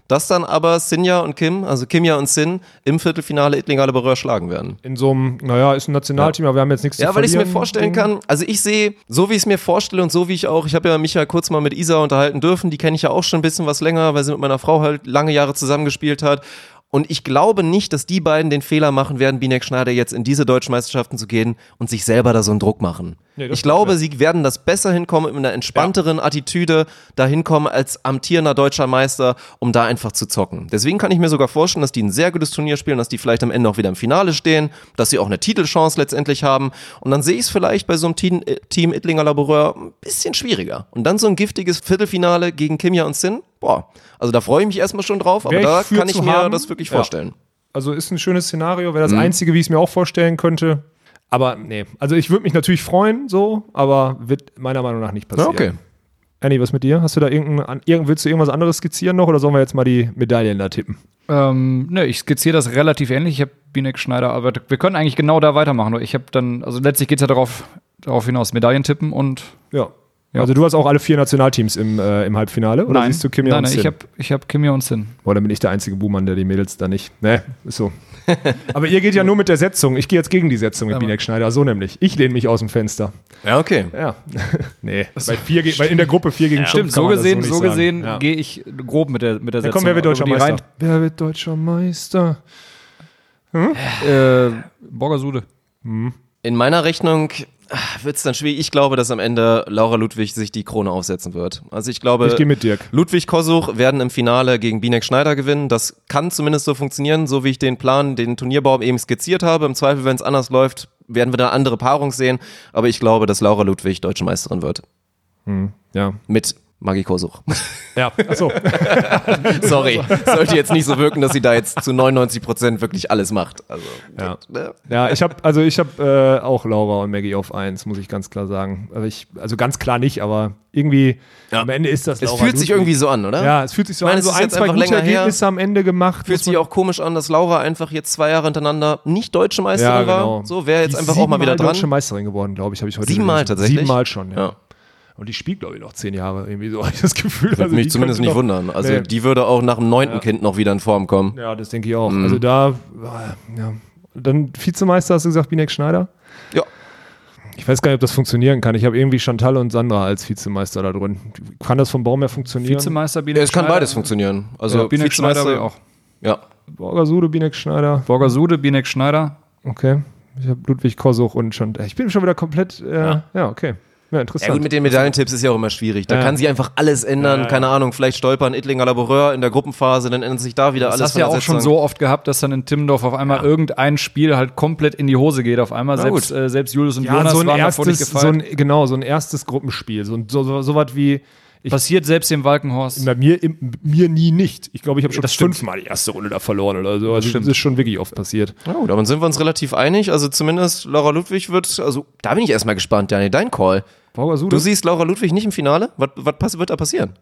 [SPEAKER 5] dass dann aber Sinja und Kim, also Kimja und Sin, im Viertelfinale Ittlinger Lebereur schlagen werden.
[SPEAKER 6] In so einem, naja, ist ein Nationalteam, ja. aber wir haben jetzt nichts
[SPEAKER 5] ja,
[SPEAKER 6] zu verlieren.
[SPEAKER 5] Ja, weil ich es mir vorstellen kann, also ich sehe, so wie ich es mir vorstelle und so wie ich auch, ich habe ja mich ja kurz mal mit Isa unterhalten dürfen, die kenne ich ja auch schon ein bisschen was länger, weil sie mit meiner Frau halt lange Jahre zusammengespielt hat. Und ich glaube nicht, dass die beiden den Fehler machen werden, Binek Schneider jetzt in diese deutschen Meisterschaften zu gehen und sich selber da so einen Druck machen. Nee, ich glaube, sie werden das besser hinkommen, mit einer entspannteren ja. Attitüde da hinkommen als amtierender deutscher Meister, um da einfach zu zocken. Deswegen kann ich mir sogar vorstellen, dass die ein sehr gutes Turnier spielen, dass die vielleicht am Ende auch wieder im Finale stehen, dass sie auch eine Titelchance letztendlich haben. Und dann sehe ich es vielleicht bei so einem Team, Team Ittlinger Laboureur ein bisschen schwieriger. Und dann so ein giftiges Viertelfinale gegen Kimja und Sin. Boah, also da freue ich mich erstmal schon drauf, aber da kann ich mir das wirklich vorstellen.
[SPEAKER 6] Ja. Also ist ein schönes Szenario, wäre das mhm. einzige, wie ich es mir auch vorstellen könnte. Aber nee, also ich würde mich natürlich freuen, so, aber wird meiner Meinung nach nicht passieren.
[SPEAKER 5] Ja, okay.
[SPEAKER 6] Annie, was mit dir? Hast du da irgendein, willst du irgendwas anderes skizzieren noch oder sollen wir jetzt mal die Medaillen da tippen?
[SPEAKER 7] Ähm, ne, ich skizziere das relativ ähnlich. Ich habe Binek Schneider, aber wir können eigentlich genau da weitermachen. Ich habe dann, also letztlich geht es ja darauf, darauf hinaus, Medaillen tippen und
[SPEAKER 6] ja. Ja. Also du hast auch alle vier Nationalteams im, äh, im Halbfinale? Oder
[SPEAKER 7] nein,
[SPEAKER 6] siehst du Kimja
[SPEAKER 7] nein,
[SPEAKER 6] und
[SPEAKER 7] nein,
[SPEAKER 6] Sin?
[SPEAKER 7] ich habe ich hab Kimja und Sin.
[SPEAKER 6] Boah, dann bin ich der einzige Buhmann, der die Mädels da nicht... Ne, ist so. Aber ihr geht ja nur mit der Setzung. Ich gehe jetzt gegen die Setzung mit Binek Schneider. So nämlich. Ich lehne mich aus dem Fenster.
[SPEAKER 5] Ja, okay.
[SPEAKER 6] Ja. Nee, bei vier, bei in der Gruppe vier gegen
[SPEAKER 7] ja,
[SPEAKER 6] fünf.
[SPEAKER 7] Stimmt, so gesehen, so, so gesehen
[SPEAKER 6] ja.
[SPEAKER 7] gehe ich grob mit der, mit der
[SPEAKER 6] ja,
[SPEAKER 7] Setzung.
[SPEAKER 6] Komm, wer wird deutscher Meister? Rein- wer wird deutscher Meister?
[SPEAKER 7] Hm? Äh, Borgasude.
[SPEAKER 6] Hm.
[SPEAKER 5] In meiner Rechnung wird es dann schwierig. Ich glaube, dass am Ende Laura Ludwig sich die Krone aufsetzen wird. Also ich glaube,
[SPEAKER 6] ich gehe mit Dirk.
[SPEAKER 5] Ludwig Kosuch werden im Finale gegen Binek Schneider gewinnen. Das kann zumindest so funktionieren, so wie ich den Plan, den Turnierbaum eben skizziert habe. Im Zweifel, wenn es anders läuft, werden wir da eine andere Paarung sehen. Aber ich glaube, dass Laura Ludwig deutsche Meisterin wird.
[SPEAKER 6] Hm, ja.
[SPEAKER 5] Mit Maggie Kosuch.
[SPEAKER 6] Ja, achso.
[SPEAKER 5] Sorry, sollte jetzt nicht so wirken, dass sie da jetzt zu neunundneunzig Prozent wirklich alles macht. Also,
[SPEAKER 6] ja. Ne? Ja, ich habe also ich habe äh, auch Laura und Maggie auf eins, muss ich ganz klar sagen. Also, ich, also ganz klar nicht, aber irgendwie
[SPEAKER 5] ja.
[SPEAKER 6] am Ende ist das
[SPEAKER 5] Es
[SPEAKER 6] Laura
[SPEAKER 5] fühlt sich
[SPEAKER 6] Ludwig.
[SPEAKER 5] irgendwie so an, oder?
[SPEAKER 6] Ja, es fühlt sich so
[SPEAKER 5] meine,
[SPEAKER 6] an, so ein, zwei gute Ergebnisse am Ende gemacht.
[SPEAKER 5] Fühlt sich auch komisch an, dass Laura einfach jetzt zwei Jahre hintereinander nicht deutsche Meisterin
[SPEAKER 6] ja, genau.
[SPEAKER 5] war. So, wäre jetzt
[SPEAKER 6] Die
[SPEAKER 5] einfach auch mal wieder dran.
[SPEAKER 6] deutsche Meisterin geworden, glaube ich, habe ich heute
[SPEAKER 5] Siebenmal tatsächlich?
[SPEAKER 6] Siebenmal schon, ja. ja. Und die spielt, glaube ich, noch zehn Jahre irgendwie so, habe ich das Gefühl.
[SPEAKER 5] Würde
[SPEAKER 6] also
[SPEAKER 5] mich zumindest nicht noch, wundern. Also nee. die würde auch nach dem neunten ja. Kind noch wieder in Form kommen.
[SPEAKER 6] Ja, das denke ich auch. Mhm. Also da, ja. Dann Vizemeister, hast du gesagt, Binek Schneider?
[SPEAKER 5] Ja.
[SPEAKER 6] Ich weiß gar nicht, ob das funktionieren kann. Ich habe irgendwie Chantal und Sandra als Vizemeister da drin. Kann das vom Baum her funktionieren?
[SPEAKER 7] Vizemeister, Binek
[SPEAKER 5] ja, es kann beides funktionieren. Also
[SPEAKER 7] ja, Binek Schneider auch.
[SPEAKER 5] Ja.
[SPEAKER 6] Borgasude, Binek Schneider.
[SPEAKER 7] Borgasude, Binek Schneider.
[SPEAKER 6] Okay. Ich habe Ludwig Kosuch und Chantal. Ich bin schon wieder komplett, äh, ja. ja, okay. Ja, interessant.
[SPEAKER 5] Ja gut, mit den Medaillentipps ist ja auch immer schwierig. Da ja. kann sich einfach alles ändern. Ja, ja. Keine Ahnung, vielleicht stolpern Ittlinger Laboureur in der Gruppenphase, dann ändert sich da wieder
[SPEAKER 7] das
[SPEAKER 5] alles.
[SPEAKER 7] Das hast du ja auch schon so oft gehabt, dass dann in Timmendorf auf einmal ja. irgendein Spiel halt komplett in die Hose geht auf einmal. Ja, selbst, äh, selbst Julius und
[SPEAKER 6] ja,
[SPEAKER 7] Jonas
[SPEAKER 6] so ein
[SPEAKER 7] waren
[SPEAKER 6] erstes,
[SPEAKER 7] davor nicht gefallen.
[SPEAKER 6] So ein, genau, so ein erstes Gruppenspiel. So, so, so, so was wie... Ich,
[SPEAKER 7] Passiert selbst im Walkenhorst.
[SPEAKER 6] Bei mir, im, mir nie nicht. Ich glaube, ich habe schon das fünfmal die erste Runde da verloren oder so. Also das, das ist schon wirklich oft passiert.
[SPEAKER 5] Ja gut, aber sind wir uns relativ einig. Also zumindest Laura Ludwig wird, also da bin ich erstmal gespannt, Daniel, dein Call. Du siehst Laura Ludwig nicht im Finale? Was, was wird da passieren?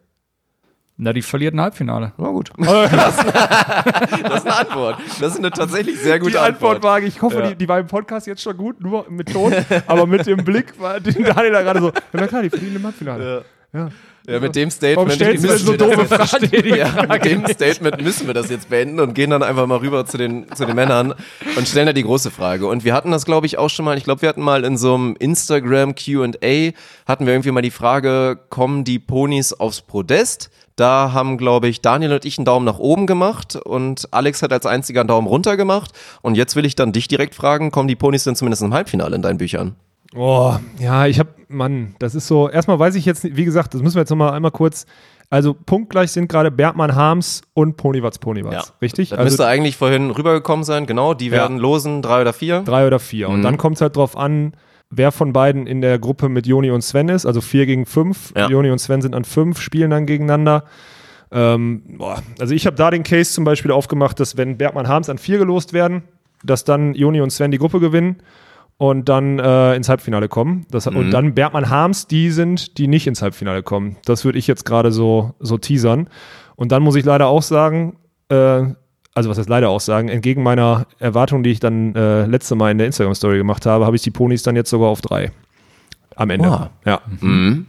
[SPEAKER 7] Na, die verliert ein Halbfinale.
[SPEAKER 5] Na gut. Das ist, eine, das ist eine Antwort. Das ist eine tatsächlich sehr gute
[SPEAKER 6] die
[SPEAKER 5] Antwort.
[SPEAKER 6] Die Antwort war, ich hoffe, ja. die, die war im Podcast jetzt schon gut, nur mit Ton, aber mit dem Blick war den Daniel da gerade so, na klar, die verlieren im Halbfinale.
[SPEAKER 5] Ja. ja. Ja, mit dem Statement,
[SPEAKER 6] Warum stellst du so doofe Fragen?
[SPEAKER 5] Ja, mit dem Statement müssen wir das jetzt beenden und gehen dann einfach mal rüber zu den, zu den Männern und stellen da die große Frage. Und wir hatten das, glaube ich, auch schon mal, ich glaube, wir hatten mal in so einem Instagram Q and A, hatten wir irgendwie mal die Frage, kommen die Ponys aufs Podest? Da haben, glaube ich, Daniel und ich einen Daumen nach oben gemacht und Alex hat als einziger einen Daumen runter gemacht. Und jetzt will ich dann dich direkt fragen, kommen die Ponys denn zumindest im Halbfinale in deinen Büchern?
[SPEAKER 6] Oh, ja, ich habe, Mann, das ist so, erstmal weiß ich jetzt nicht, wie gesagt, das müssen wir jetzt nochmal einmal kurz, also punktgleich sind gerade Bergmann Harms und Ponywatz Ponywatz, ja. Richtig?
[SPEAKER 5] Das
[SPEAKER 6] also,
[SPEAKER 5] müsste eigentlich vorhin rübergekommen sein, genau, die werden ja. losen, drei oder vier.
[SPEAKER 6] Drei oder vier mhm. und dann kommt es halt drauf an, wer von beiden in der Gruppe mit Joni und Sven ist, also vier gegen fünf, ja. Joni und Sven sind an fünf, spielen dann gegeneinander. Ähm, boah, also ich habe da den Case zum Beispiel aufgemacht, dass wenn Bergmann Harms an vier gelost werden, dass dann Joni und Sven die Gruppe gewinnen und dann äh, ins Halbfinale kommen. Das, mhm. Und dann Bergmann Harms, die sind, die nicht ins Halbfinale kommen. Das würde ich jetzt gerade so, so teasern. Und dann muss ich leider auch sagen, äh, also was heißt leider auch sagen, entgegen meiner Erwartung, die ich dann äh, letzte Mal in der Instagram-Story gemacht habe, habe ich die Ponys dann jetzt sogar auf drei. Am Ende.
[SPEAKER 5] Oh.
[SPEAKER 6] Ja.
[SPEAKER 5] Mhm.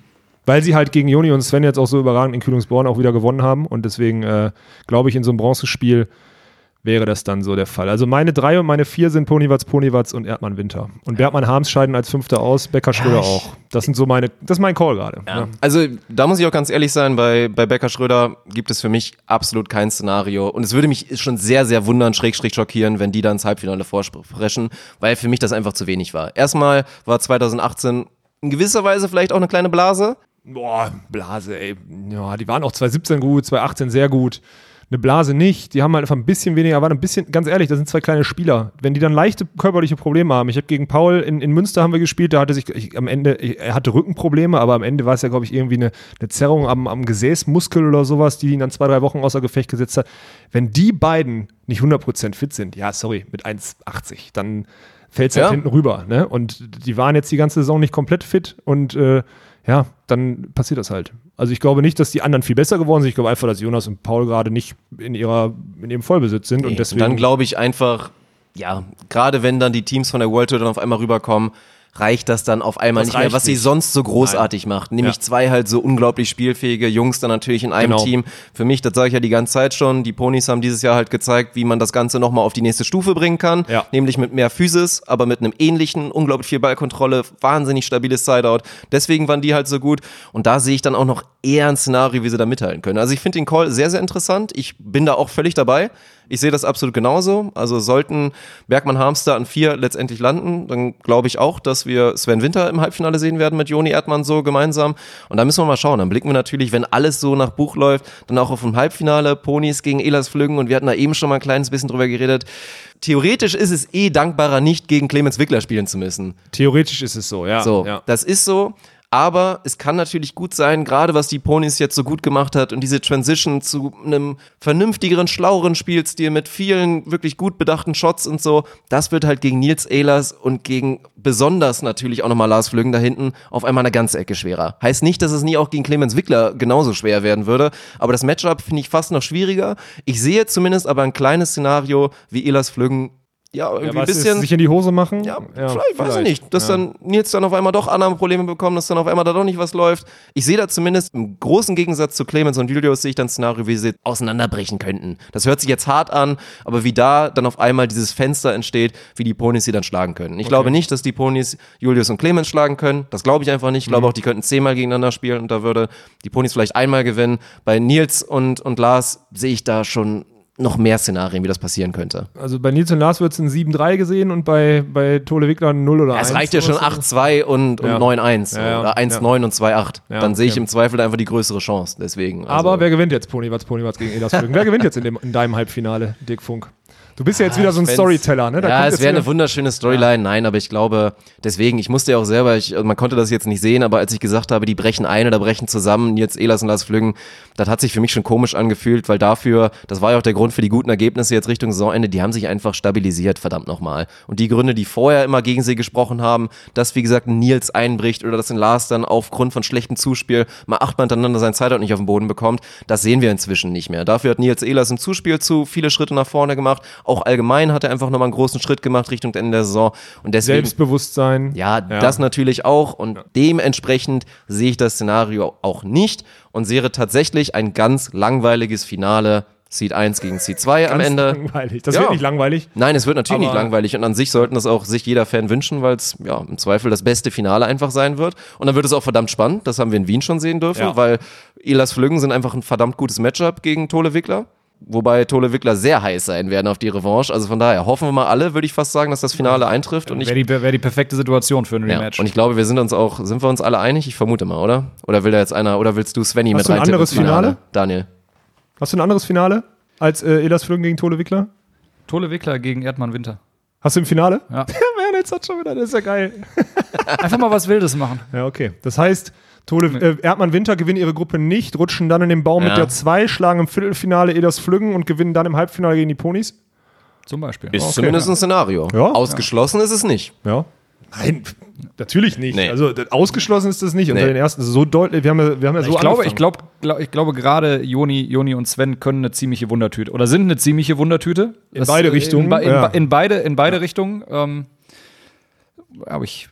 [SPEAKER 6] Weil sie halt gegen Joni und Sven jetzt auch so überragend in Kühlungsborn auch wieder gewonnen haben und deswegen äh, glaube ich, in so einem Bronzespiel wäre das dann so der Fall. Also meine drei und meine vier sind Ponywatz, Ponywatz und Erdmann Winter. Und Bergmann Harms scheiden als Fünfter aus, Becker Schröder auch. Das sind so meine, das ist mein Call gerade.
[SPEAKER 5] Ja.
[SPEAKER 6] Ja.
[SPEAKER 5] Also da muss ich auch ganz ehrlich sein, bei, bei Becker Schröder gibt es für mich absolut kein Szenario. Und es würde mich schon sehr, sehr wundern, schräg, schräg schockieren, wenn die da ins Halbfinale vorsprechen, weil für mich das einfach zu wenig war. Erstmal war zwanzig achtzehn in gewisser Weise vielleicht auch eine kleine Blase.
[SPEAKER 6] Boah, Blase, ey. Ja, die waren auch zwanzig siebzehn gut, zwanzig achtzehn sehr gut. Eine Blase nicht, die haben halt einfach ein bisschen weniger, waren ein bisschen, ganz ehrlich, das sind zwei kleine Spieler. Wenn die dann leichte körperliche Probleme haben, ich habe gegen Paul in, in Münster haben wir gespielt, da hatte sich ich, am Ende, ich, er hatte Rückenprobleme, aber am Ende war es ja, glaube ich, irgendwie eine, eine Zerrung am, am Gesäßmuskel oder sowas, die ihn dann zwei, drei Wochen außer Gefecht gesetzt hat. Wenn die beiden nicht hundert Prozent fit sind, ja, sorry, mit eins achtzig, dann fällt es halt
[SPEAKER 5] Ja.
[SPEAKER 6] hinten rüber. Ne? Und die waren jetzt die ganze Saison nicht komplett fit und äh, ja, dann passiert das halt. Also ich glaube nicht, dass die anderen viel besser geworden sind. Ich glaube einfach, dass Jonas und Paul gerade nicht in ihrer in ihrem Vollbesitz sind.
[SPEAKER 5] Nee.
[SPEAKER 6] Und deswegen
[SPEAKER 5] Und dann glaube ich einfach, ja, gerade wenn dann die Teams von der World Tour dann auf einmal rüberkommen, reicht das dann auf einmal
[SPEAKER 6] Das
[SPEAKER 5] nicht mehr,
[SPEAKER 6] reicht
[SPEAKER 5] was sie
[SPEAKER 6] nicht.
[SPEAKER 5] sonst so großartig macht. Nämlich
[SPEAKER 6] Ja.
[SPEAKER 5] zwei halt so unglaublich spielfähige Jungs dann natürlich in einem
[SPEAKER 6] Genau.
[SPEAKER 5] Team. Für mich, das sage ich ja die ganze Zeit schon, die Ponys haben dieses Jahr halt gezeigt, wie man das Ganze nochmal auf die nächste Stufe bringen kann.
[SPEAKER 6] Ja.
[SPEAKER 5] Nämlich mit mehr Physis, aber mit einem ähnlichen, unglaublich viel Ballkontrolle, wahnsinnig stabiles Sideout. Deswegen waren die halt so gut. Und da sehe ich dann auch noch eher ein Szenario, wie sie da mithalten können. Also ich finde den Call sehr, sehr interessant. Ich bin da auch völlig dabei. Ich sehe das absolut genauso. Also sollten Bergmann Harmster an vier letztendlich landen, dann glaube ich auch, dass wir Sven Winter im Halbfinale sehen werden mit Joni Erdmann so gemeinsam. Und da müssen wir mal schauen. Dann blicken wir natürlich, wenn alles so nach Buch läuft, dann auch auf ein Halbfinale, Ponys gegen Elas Flüggen. Und wir hatten da eben schon mal ein kleines bisschen drüber geredet. Theoretisch ist es eh dankbarer, nicht gegen Clemens Wickler spielen zu müssen.
[SPEAKER 6] theoretisch ist es so, ja.
[SPEAKER 5] So,
[SPEAKER 6] ja.
[SPEAKER 5] das ist so. Aber es kann natürlich gut sein, gerade was die Ponys jetzt so gut gemacht hat und diese Transition zu einem vernünftigeren, schlaueren Spielstil mit vielen wirklich gut bedachten Shots und so, das wird halt gegen Nils Ehlers und gegen besonders natürlich auch nochmal Lars Flüggen da hinten auf einmal eine ganze Ecke schwerer. Heißt nicht, dass es nie auch gegen Clemens Wickler genauso schwer werden würde, aber das Matchup finde ich fast noch schwieriger. Ich sehe zumindest aber ein kleines Szenario, wie Ehlers Flüggen ja, irgendwie
[SPEAKER 6] Ja,
[SPEAKER 5] ein
[SPEAKER 6] was
[SPEAKER 5] bisschen
[SPEAKER 6] ist, sich in die Hose machen?
[SPEAKER 5] ja, vielleicht, weiß ich nicht. Dass
[SPEAKER 6] ja.
[SPEAKER 5] dann Nils dann auf einmal doch andere Probleme bekommen, dass dann auf einmal da doch nicht was läuft. Ich sehe da zumindest im großen Gegensatz zu Clemens und Julius sehe ich dann ein Szenario, wie sie auseinanderbrechen könnten. Das hört sich jetzt hart an, aber wie da dann auf einmal dieses Fenster entsteht, wie die Ponys sie dann schlagen können. Ich
[SPEAKER 6] Okay.
[SPEAKER 5] glaube nicht, dass die Ponys Julius und Clemens schlagen können. Das glaube ich einfach nicht. Ich glaube
[SPEAKER 6] Mhm.
[SPEAKER 5] auch, die könnten zehnmal gegeneinander spielen und da würde die Ponys vielleicht einmal gewinnen. Bei Nils und, und Lars sehe ich da schon noch mehr Szenarien, wie das passieren könnte.
[SPEAKER 6] Also bei Nils und Lars wird es ein sieben drei gesehen und bei, bei Tole Wickler ein null oder
[SPEAKER 5] Ja,
[SPEAKER 6] eins.
[SPEAKER 5] es reicht ja schon acht zwei und, und
[SPEAKER 6] Ja.
[SPEAKER 5] neun eins
[SPEAKER 6] Ja, ja.
[SPEAKER 5] oder eins neun und zwei acht.
[SPEAKER 6] Ja,
[SPEAKER 5] Dann sehe ich
[SPEAKER 6] okay.
[SPEAKER 5] im Zweifel einfach die größere Chance. Deswegen. Also.
[SPEAKER 6] Aber wer gewinnt jetzt Ponywatz, Ponywatz gegen Elas Flüggen? Wer gewinnt jetzt in, dem, in deinem Halbfinale, Dick Funk? Du bist ja jetzt wieder so ein
[SPEAKER 5] fänd's-
[SPEAKER 6] Storyteller, ne? Da
[SPEAKER 5] ja,
[SPEAKER 6] kommt
[SPEAKER 5] es
[SPEAKER 6] jetzt
[SPEAKER 5] wäre eine
[SPEAKER 6] wieder-
[SPEAKER 5] wunderschöne Storyline. Nein, aber ich glaube, deswegen, ich musste ja auch selber, ich, man konnte das jetzt nicht sehen, aber als ich gesagt habe, die brechen ein oder brechen zusammen, jetzt Elas und Lars Flüggen, das hat sich für mich schon komisch angefühlt, weil dafür, das war ja auch der Grund für die guten Ergebnisse jetzt Richtung Saisonende, die haben sich einfach stabilisiert, verdammt nochmal. Und die Gründe, die vorher immer gegen sie gesprochen haben, dass, wie gesagt, ein Nils einbricht oder dass ein Lars dann aufgrund von schlechtem Zuspiel mal achtmal hintereinander sein Sideout nicht auf den Boden bekommt, das sehen wir inzwischen nicht mehr. Dafür hat Nils Ehlers im Zuspiel zu viele Schritte nach vorne gemacht. Auch allgemein hat er einfach nochmal einen großen Schritt gemacht Richtung Ende der Saison. Und deswegen,
[SPEAKER 6] Selbstbewusstsein.
[SPEAKER 5] ja, das natürlich auch. Und dementsprechend sehe ich das Szenario auch nicht und sehe tatsächlich ein ganz langweiliges Finale. Seed eins gegen Seed zwei am
[SPEAKER 6] Ganz
[SPEAKER 5] Ende.
[SPEAKER 6] langweilig. Das
[SPEAKER 5] Ja.
[SPEAKER 6] wird nicht langweilig.
[SPEAKER 5] Nein, es wird natürlich nicht
[SPEAKER 6] Aber-
[SPEAKER 5] langweilig und an sich sollten das auch sich jeder Fan wünschen, weil es ja im Zweifel das beste Finale einfach sein wird. Und dann wird es auch verdammt spannend, das haben wir in Wien schon sehen dürfen,
[SPEAKER 6] Ja.
[SPEAKER 5] weil Elas Flüggen sind einfach ein verdammt gutes Matchup gegen Tole Wickler. Wobei Tole Wickler sehr heiß sein werden auf die Revanche. Also von daher hoffen wir mal alle, würde ich fast sagen, dass das Finale eintrifft. Und ich,
[SPEAKER 7] Wäre die, wär die perfekte Situation für ein
[SPEAKER 5] ja,
[SPEAKER 7] Rematch.
[SPEAKER 5] und ich glaube, wir sind uns auch, sind wir uns alle einig? Ich vermute mal, oder? Oder will da jetzt einer, oder willst du Svenny
[SPEAKER 6] Hast
[SPEAKER 5] mit
[SPEAKER 6] du ein
[SPEAKER 5] reintippen
[SPEAKER 6] anderes
[SPEAKER 5] ins Finale?
[SPEAKER 6] Finale?
[SPEAKER 5] Daniel.
[SPEAKER 6] Hast du ein anderes Finale als äh, Elas Flüggen gegen Tole Wickler?
[SPEAKER 7] Tole Wickler gegen Erdmann Winter.
[SPEAKER 6] Hast du im Finale?
[SPEAKER 7] Ja.
[SPEAKER 6] Wer jetzt hat schon wieder, das ist ja geil.
[SPEAKER 7] Einfach mal was Wildes machen.
[SPEAKER 6] Ja, okay. Das heißt, Tole, äh, Erdmann Winter gewinnen ihre Gruppe nicht, rutschen dann in den Baum
[SPEAKER 5] Ja.
[SPEAKER 6] mit der zwei, schlagen im Viertelfinale Elas Flüggen und gewinnen dann im Halbfinale gegen die Ponys.
[SPEAKER 7] Zum Beispiel.
[SPEAKER 5] Ist
[SPEAKER 6] Okay.
[SPEAKER 5] zumindest ein Szenario.
[SPEAKER 6] Ja.
[SPEAKER 5] Ausgeschlossen ist es nicht.
[SPEAKER 6] Ja. Nein, pf, natürlich nicht.
[SPEAKER 5] Nee.
[SPEAKER 6] Also d- ausgeschlossen ist das nicht.
[SPEAKER 5] Nee.
[SPEAKER 6] Unter den ersten so deutlich, wir haben ja, wir haben ja so
[SPEAKER 7] ich glaube,
[SPEAKER 6] angefangen.
[SPEAKER 7] ich glaube, glaub, ich glaube gerade Joni, Joni und Sven können eine ziemliche Wundertüte oder sind eine ziemliche Wundertüte.
[SPEAKER 6] In beide Richtungen,
[SPEAKER 7] In, in,
[SPEAKER 6] ja.
[SPEAKER 7] in beide, in beide Richtungen. Ähm, aber ich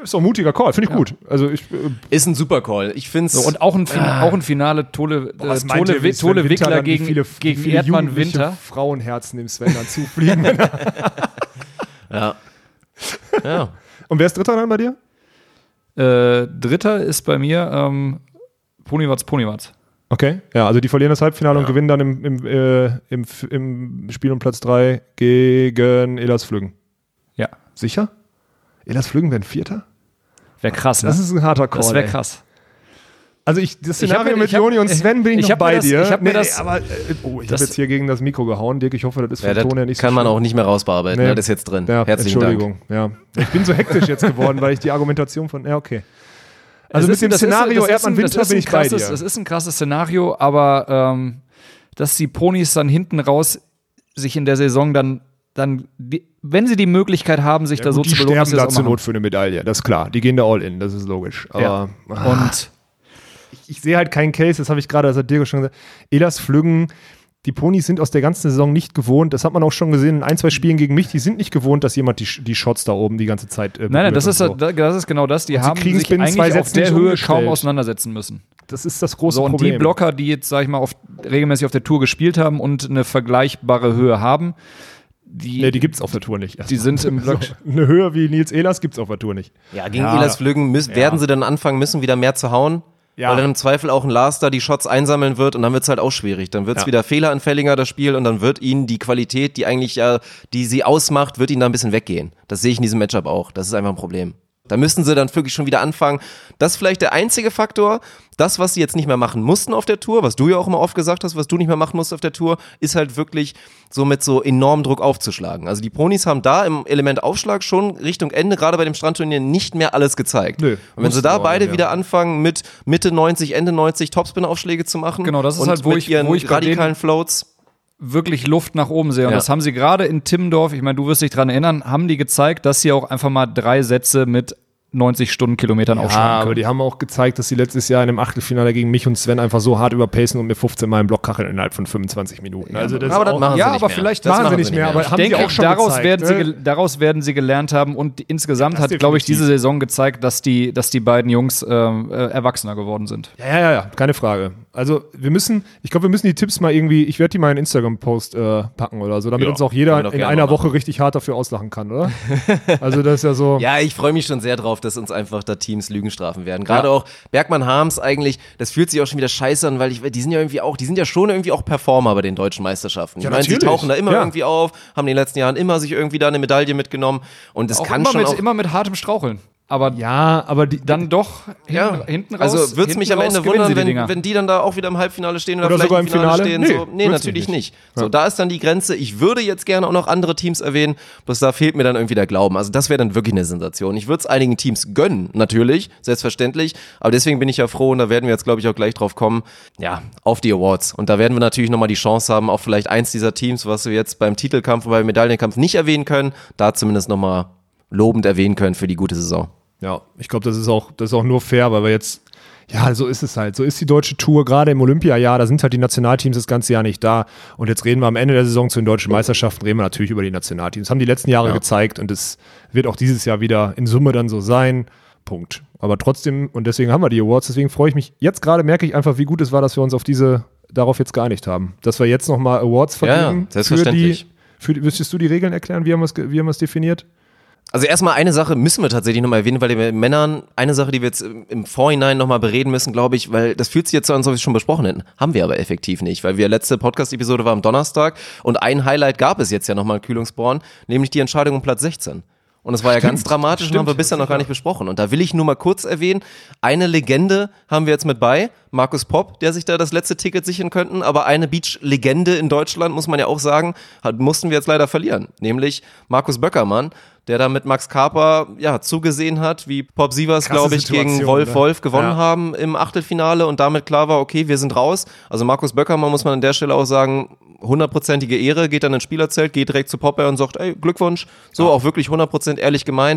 [SPEAKER 6] Ist doch ein mutiger Call, finde ich ja. gut. Also ich, äh,
[SPEAKER 5] ist ein super Call. Ich finde es.
[SPEAKER 7] So, und auch ein, fin- ah. auch ein Finale, Tole,
[SPEAKER 6] Boah,
[SPEAKER 7] äh, Tole,
[SPEAKER 6] ihr,
[SPEAKER 7] Tole Wickler
[SPEAKER 6] Winter
[SPEAKER 7] gegen,
[SPEAKER 6] viele,
[SPEAKER 7] gegen
[SPEAKER 6] viele
[SPEAKER 7] Erdmann Winter.
[SPEAKER 6] Frauenherzen dem Sven dann zufliegen.
[SPEAKER 5] ja. ja.
[SPEAKER 6] Und wer ist Dritter dann bei dir?
[SPEAKER 7] Äh, Dritter ist bei mir ähm, Ponywatz Ponywatz.
[SPEAKER 6] Okay, ja, also die verlieren das Halbfinale
[SPEAKER 5] ja.
[SPEAKER 6] und gewinnen dann im, im, äh, im, im Spiel um Platz drei gegen Elas Flüggen.
[SPEAKER 7] Ja.
[SPEAKER 6] Sicher? Elas Flüggen werden Vierter?
[SPEAKER 7] Wäre krass, ne?
[SPEAKER 6] Das ist ein harter Call.
[SPEAKER 7] Das wäre krass.
[SPEAKER 6] Also ich, das
[SPEAKER 7] Ich
[SPEAKER 6] Szenario
[SPEAKER 7] hab mir-
[SPEAKER 6] mit
[SPEAKER 7] ich hab-
[SPEAKER 6] Joni und Sven bin ich,
[SPEAKER 7] ich
[SPEAKER 6] noch
[SPEAKER 7] hab mir
[SPEAKER 6] bei
[SPEAKER 7] das-
[SPEAKER 6] dir.
[SPEAKER 7] ich hab mir
[SPEAKER 6] Nee,
[SPEAKER 7] das-
[SPEAKER 6] aber, äh, oh, ich habe
[SPEAKER 7] das-
[SPEAKER 6] jetzt hier gegen das Mikro gehauen, Dirk. Ich hoffe, das ist für
[SPEAKER 5] Ja,
[SPEAKER 6] den
[SPEAKER 5] das
[SPEAKER 6] Ton ja nicht
[SPEAKER 5] kann
[SPEAKER 6] so
[SPEAKER 5] man
[SPEAKER 6] schlimm.
[SPEAKER 5] auch nicht mehr rausbearbeiten.
[SPEAKER 6] Nee.
[SPEAKER 5] Ne? Das ist jetzt drin.
[SPEAKER 6] Ja,
[SPEAKER 5] Herzlichen Dank.
[SPEAKER 6] Entschuldigung. Ja. Ich bin so hektisch jetzt geworden, weil ich die Argumentation von, ja, okay. Also
[SPEAKER 7] Es
[SPEAKER 6] mit
[SPEAKER 7] ist-
[SPEAKER 6] dem
[SPEAKER 7] das ist-
[SPEAKER 6] Szenario
[SPEAKER 7] das ist
[SPEAKER 6] Erdmann
[SPEAKER 7] ein- das
[SPEAKER 6] Winter
[SPEAKER 7] ist
[SPEAKER 6] bin
[SPEAKER 7] ein
[SPEAKER 6] ich bei
[SPEAKER 7] krasses-
[SPEAKER 6] dir.
[SPEAKER 7] Es ist ein krasses Szenario, aber ähm, dass die Ponys dann hinten raus sich in der Saison dann, dann die, wenn sie die Möglichkeit haben, sich
[SPEAKER 6] Ja,
[SPEAKER 7] da
[SPEAKER 6] gut,
[SPEAKER 7] so
[SPEAKER 6] die
[SPEAKER 7] zu belohnen, dass
[SPEAKER 6] sterben
[SPEAKER 7] sie
[SPEAKER 6] da
[SPEAKER 7] das auch
[SPEAKER 6] zur
[SPEAKER 7] machen.
[SPEAKER 6] Not für eine Medaille, das ist klar. Die gehen da all in, das ist logisch. Aber
[SPEAKER 7] Ja.
[SPEAKER 6] ah,
[SPEAKER 7] Und
[SPEAKER 6] ich, ich sehe halt keinen Case, das habe ich gerade, das hat Dirk schon gesagt. Elas Flüggen, die Ponys sind aus der ganzen Saison nicht gewohnt, das hat man auch schon gesehen in ein, zwei Spielen gegen mich, die sind nicht gewohnt, dass jemand die, die Shots da oben die ganze Zeit äh,
[SPEAKER 7] nein, nein,
[SPEAKER 6] berührt
[SPEAKER 7] das ist,
[SPEAKER 6] und so.
[SPEAKER 7] das ist genau das. Die
[SPEAKER 6] Und sie
[SPEAKER 7] haben
[SPEAKER 6] kriegen's
[SPEAKER 7] sich
[SPEAKER 6] binnen zwei
[SPEAKER 7] eigentlich auf
[SPEAKER 6] Sätzen
[SPEAKER 7] der
[SPEAKER 6] nicht
[SPEAKER 7] Höhe
[SPEAKER 6] umgestellt.
[SPEAKER 7] kaum auseinandersetzen müssen.
[SPEAKER 6] Das ist das große
[SPEAKER 7] So, und
[SPEAKER 6] Problem.
[SPEAKER 7] die Blocker, die jetzt, sag ich mal, auf, regelmäßig auf der Tour gespielt haben und eine vergleichbare Höhe haben, die,
[SPEAKER 6] Nee, die gibt's auf der Tour nicht.
[SPEAKER 7] die sind im Block.
[SPEAKER 6] So, eine Höhe wie Nils Ehlers gibt's auf der Tour nicht.
[SPEAKER 5] Ja, gegen
[SPEAKER 6] Ja.
[SPEAKER 5] Elas Flüggen müssen,
[SPEAKER 6] Ja.
[SPEAKER 5] werden sie dann anfangen müssen, wieder mehr zu hauen.
[SPEAKER 6] Ja.
[SPEAKER 5] Weil dann im Zweifel auch ein Lars da die Shots einsammeln wird und dann wird es halt auch schwierig. Dann wird es
[SPEAKER 6] Ja.
[SPEAKER 5] wieder fehleranfälliger, das Spiel, und dann wird ihnen die Qualität, die eigentlich ja, die sie ausmacht, wird ihnen da ein bisschen weggehen. Das sehe ich in diesem Matchup auch. Das ist einfach ein Problem. Da müssten sie dann wirklich schon wieder anfangen. Das ist vielleicht der einzige Faktor. Das, was sie jetzt nicht mehr machen mussten auf der Tour, was du ja auch immer oft gesagt hast, was du nicht mehr machen musst auf der Tour, ist halt wirklich so mit so enormem Druck aufzuschlagen. Also die Ponys haben da im Element Aufschlag schon Richtung Ende, gerade bei dem Strandturnier, nicht mehr alles gezeigt.
[SPEAKER 6] Nö,
[SPEAKER 5] und wenn
[SPEAKER 6] mussten
[SPEAKER 5] sie da
[SPEAKER 6] auch
[SPEAKER 5] beide
[SPEAKER 6] nicht, ja.
[SPEAKER 5] wieder anfangen, mit Mitte neunzig, Ende neunzig Topspin-Aufschläge zu machen.
[SPEAKER 7] Genau, das ist
[SPEAKER 5] und
[SPEAKER 7] halt, wo
[SPEAKER 5] mit
[SPEAKER 7] ich-
[SPEAKER 5] ihren
[SPEAKER 7] wo ich bei
[SPEAKER 5] radikalen Floats.
[SPEAKER 7] Wirklich Luft nach oben sehe. Und
[SPEAKER 5] Ja.
[SPEAKER 7] das haben sie gerade in Timmendorf, ich meine, du wirst dich dran erinnern, haben die gezeigt, dass sie auch einfach mal drei Sätze mit neunzig Stundenkilometern
[SPEAKER 6] Ja,
[SPEAKER 7] aufschlagen
[SPEAKER 6] aber
[SPEAKER 7] können.
[SPEAKER 6] die haben auch gezeigt, dass sie letztes Jahr in einem Achtelfinale gegen mich und Sven einfach so hart überpacen und mir fünfzehn Mal im Block kacheln innerhalb von fünfundzwanzig Minuten. Also das
[SPEAKER 5] aber
[SPEAKER 6] ist
[SPEAKER 5] das
[SPEAKER 6] auch,
[SPEAKER 5] machen
[SPEAKER 7] ja,
[SPEAKER 5] sie nicht
[SPEAKER 7] aber
[SPEAKER 5] mehr.
[SPEAKER 7] vielleicht
[SPEAKER 5] Das
[SPEAKER 6] machen sie nicht mehr, aber
[SPEAKER 7] Ich
[SPEAKER 6] haben
[SPEAKER 7] denke,
[SPEAKER 6] sie auch schon
[SPEAKER 7] daraus,
[SPEAKER 6] gezeigt,
[SPEAKER 7] werden
[SPEAKER 6] ne?
[SPEAKER 7] sie gel- daraus werden sie gelernt haben und insgesamt
[SPEAKER 6] Das
[SPEAKER 7] hat, glaube ich,
[SPEAKER 6] definitiv.
[SPEAKER 7] diese Saison gezeigt, dass die, dass die beiden Jungs ähm, äh, erwachsener geworden sind.
[SPEAKER 6] Ja, ja, ja, ja, keine Frage. Also wir müssen, ich glaube, wir müssen die Tipps mal irgendwie, ich werde die mal in Instagram-Post äh, packen oder so, damit
[SPEAKER 5] Ja,
[SPEAKER 6] uns auch
[SPEAKER 5] können wir
[SPEAKER 6] jeder
[SPEAKER 5] doch
[SPEAKER 6] in
[SPEAKER 5] gerne
[SPEAKER 6] einer
[SPEAKER 5] mal
[SPEAKER 6] Woche richtig hart dafür auslachen kann, oder? Also das ist ja so.
[SPEAKER 5] Ja, ich freue mich schon sehr drauf, dass uns einfach da Teams Lügen strafen werden. Gerade auch Bergmann-Harms eigentlich, das fühlt sich auch schon wieder scheiße an, weil ich, die sind ja irgendwie auch, die sind ja schon irgendwie auch Performer bei den deutschen Meisterschaften.
[SPEAKER 6] Ja,
[SPEAKER 5] ich meine, sie
[SPEAKER 6] natürlich.
[SPEAKER 5] tauchen da immer
[SPEAKER 6] Ja.
[SPEAKER 5] irgendwie auf, haben in den letzten Jahren immer sich irgendwie da eine Medaille mitgenommen und es
[SPEAKER 7] Auch
[SPEAKER 5] kann
[SPEAKER 7] immer,
[SPEAKER 5] schon
[SPEAKER 7] mit,
[SPEAKER 5] auch.
[SPEAKER 7] immer mit hartem Straucheln. Aber
[SPEAKER 6] Ja, aber die,
[SPEAKER 7] dann doch hinten,
[SPEAKER 5] Ja,
[SPEAKER 7] hinten raus.
[SPEAKER 5] also würde es mich am
[SPEAKER 7] hinten
[SPEAKER 5] Ende
[SPEAKER 7] raus gewinnen
[SPEAKER 5] wundern,
[SPEAKER 7] sie die
[SPEAKER 5] wenn,
[SPEAKER 7] Dinger.
[SPEAKER 5] wenn die dann da auch wieder im Halbfinale stehen oder,
[SPEAKER 6] Oder
[SPEAKER 5] vielleicht
[SPEAKER 6] sogar
[SPEAKER 5] im
[SPEAKER 6] im
[SPEAKER 5] Finale,
[SPEAKER 6] Finale?
[SPEAKER 5] stehen.
[SPEAKER 6] Nee,
[SPEAKER 5] so. Nee,
[SPEAKER 6] wird's
[SPEAKER 5] natürlich
[SPEAKER 6] nicht.
[SPEAKER 5] nicht. So, da ist dann die Grenze. Ich würde jetzt gerne auch noch andere Teams erwähnen, bloß da fehlt mir dann irgendwie der Glauben. Also das wäre dann wirklich eine Sensation. Ich würde es einigen Teams gönnen, natürlich, selbstverständlich, aber deswegen bin ich ja froh und da werden wir jetzt, glaube ich, auch gleich drauf kommen, ja, auf die Awards. Und da werden wir natürlich nochmal die Chance haben, auch vielleicht eins dieser Teams, was wir jetzt beim Titelkampf und beim Medaillenkampf nicht erwähnen können, da zumindest nochmal lobend erwähnen können für die gute Saison.
[SPEAKER 6] Ja, ich glaube, das ist auch, das ist auch nur fair, weil wir jetzt, ja, so ist es halt. So ist die deutsche Tour, gerade im Olympiajahr, da sind halt die Nationalteams das ganze Jahr nicht da. Und jetzt reden wir am Ende der Saison zu den deutschen Meisterschaften, reden wir natürlich über die Nationalteams. Das haben die letzten Jahre
[SPEAKER 5] Ja.
[SPEAKER 6] gezeigt und es wird auch dieses Jahr wieder in Summe dann so sein. Punkt. Aber trotzdem, und deswegen haben wir die Awards, deswegen freue ich mich, jetzt gerade merke ich einfach, wie gut es war, dass wir uns auf diese, darauf jetzt geeinigt haben. Dass wir jetzt nochmal Awards
[SPEAKER 5] Ja,
[SPEAKER 6] vergeben.
[SPEAKER 5] selbstverständlich.
[SPEAKER 6] Für die, für, würdest du die Regeln erklären? Wie haben wir es, ge- wie haben wir es definiert?
[SPEAKER 5] Also erstmal eine Sache müssen wir tatsächlich nochmal erwähnen, weil die Männern, eine Sache, die wir jetzt im im Vorhinein nochmal bereden müssen, glaube ich, weil das fühlt sich jetzt so an, als ob wir es schon besprochen hätten. Haben wir aber effektiv nicht, weil wir letzte Podcast-Episode war am Donnerstag und ein Highlight gab es jetzt ja nochmal in Kühlungsborn, nämlich die Entscheidung um Platz sechzehn. Und es war ja ganz dramatisch und haben wir bisher noch gar nicht besprochen. Und da will ich nur mal kurz erwähnen, eine Legende haben wir jetzt mit bei, Markus Popp, der sich da das letzte Ticket sichern könnten, aber eine Beach-Legende in Deutschland, muss man ja auch sagen, hat, mussten wir jetzt leider verlieren. Nämlich Markus Böckermann, der da mit Max Karper ja, zugesehen hat, wie Pop Sievers,
[SPEAKER 6] Krasse
[SPEAKER 5] glaube ich, gegen
[SPEAKER 6] Situation,
[SPEAKER 5] Wolf
[SPEAKER 6] ne?
[SPEAKER 5] Wolf gewonnen
[SPEAKER 6] Ja.
[SPEAKER 5] haben im Achtelfinale und damit klar war, okay, wir sind raus. Also Markus Böckermann, muss man an der Stelle auch sagen, hundertprozentige Ehre, geht dann ins Spielerzelt, geht direkt zu Popper und sagt, ey, Glückwunsch. So,
[SPEAKER 6] Ja.
[SPEAKER 5] auch wirklich hundert Prozent ehrlich gemeint.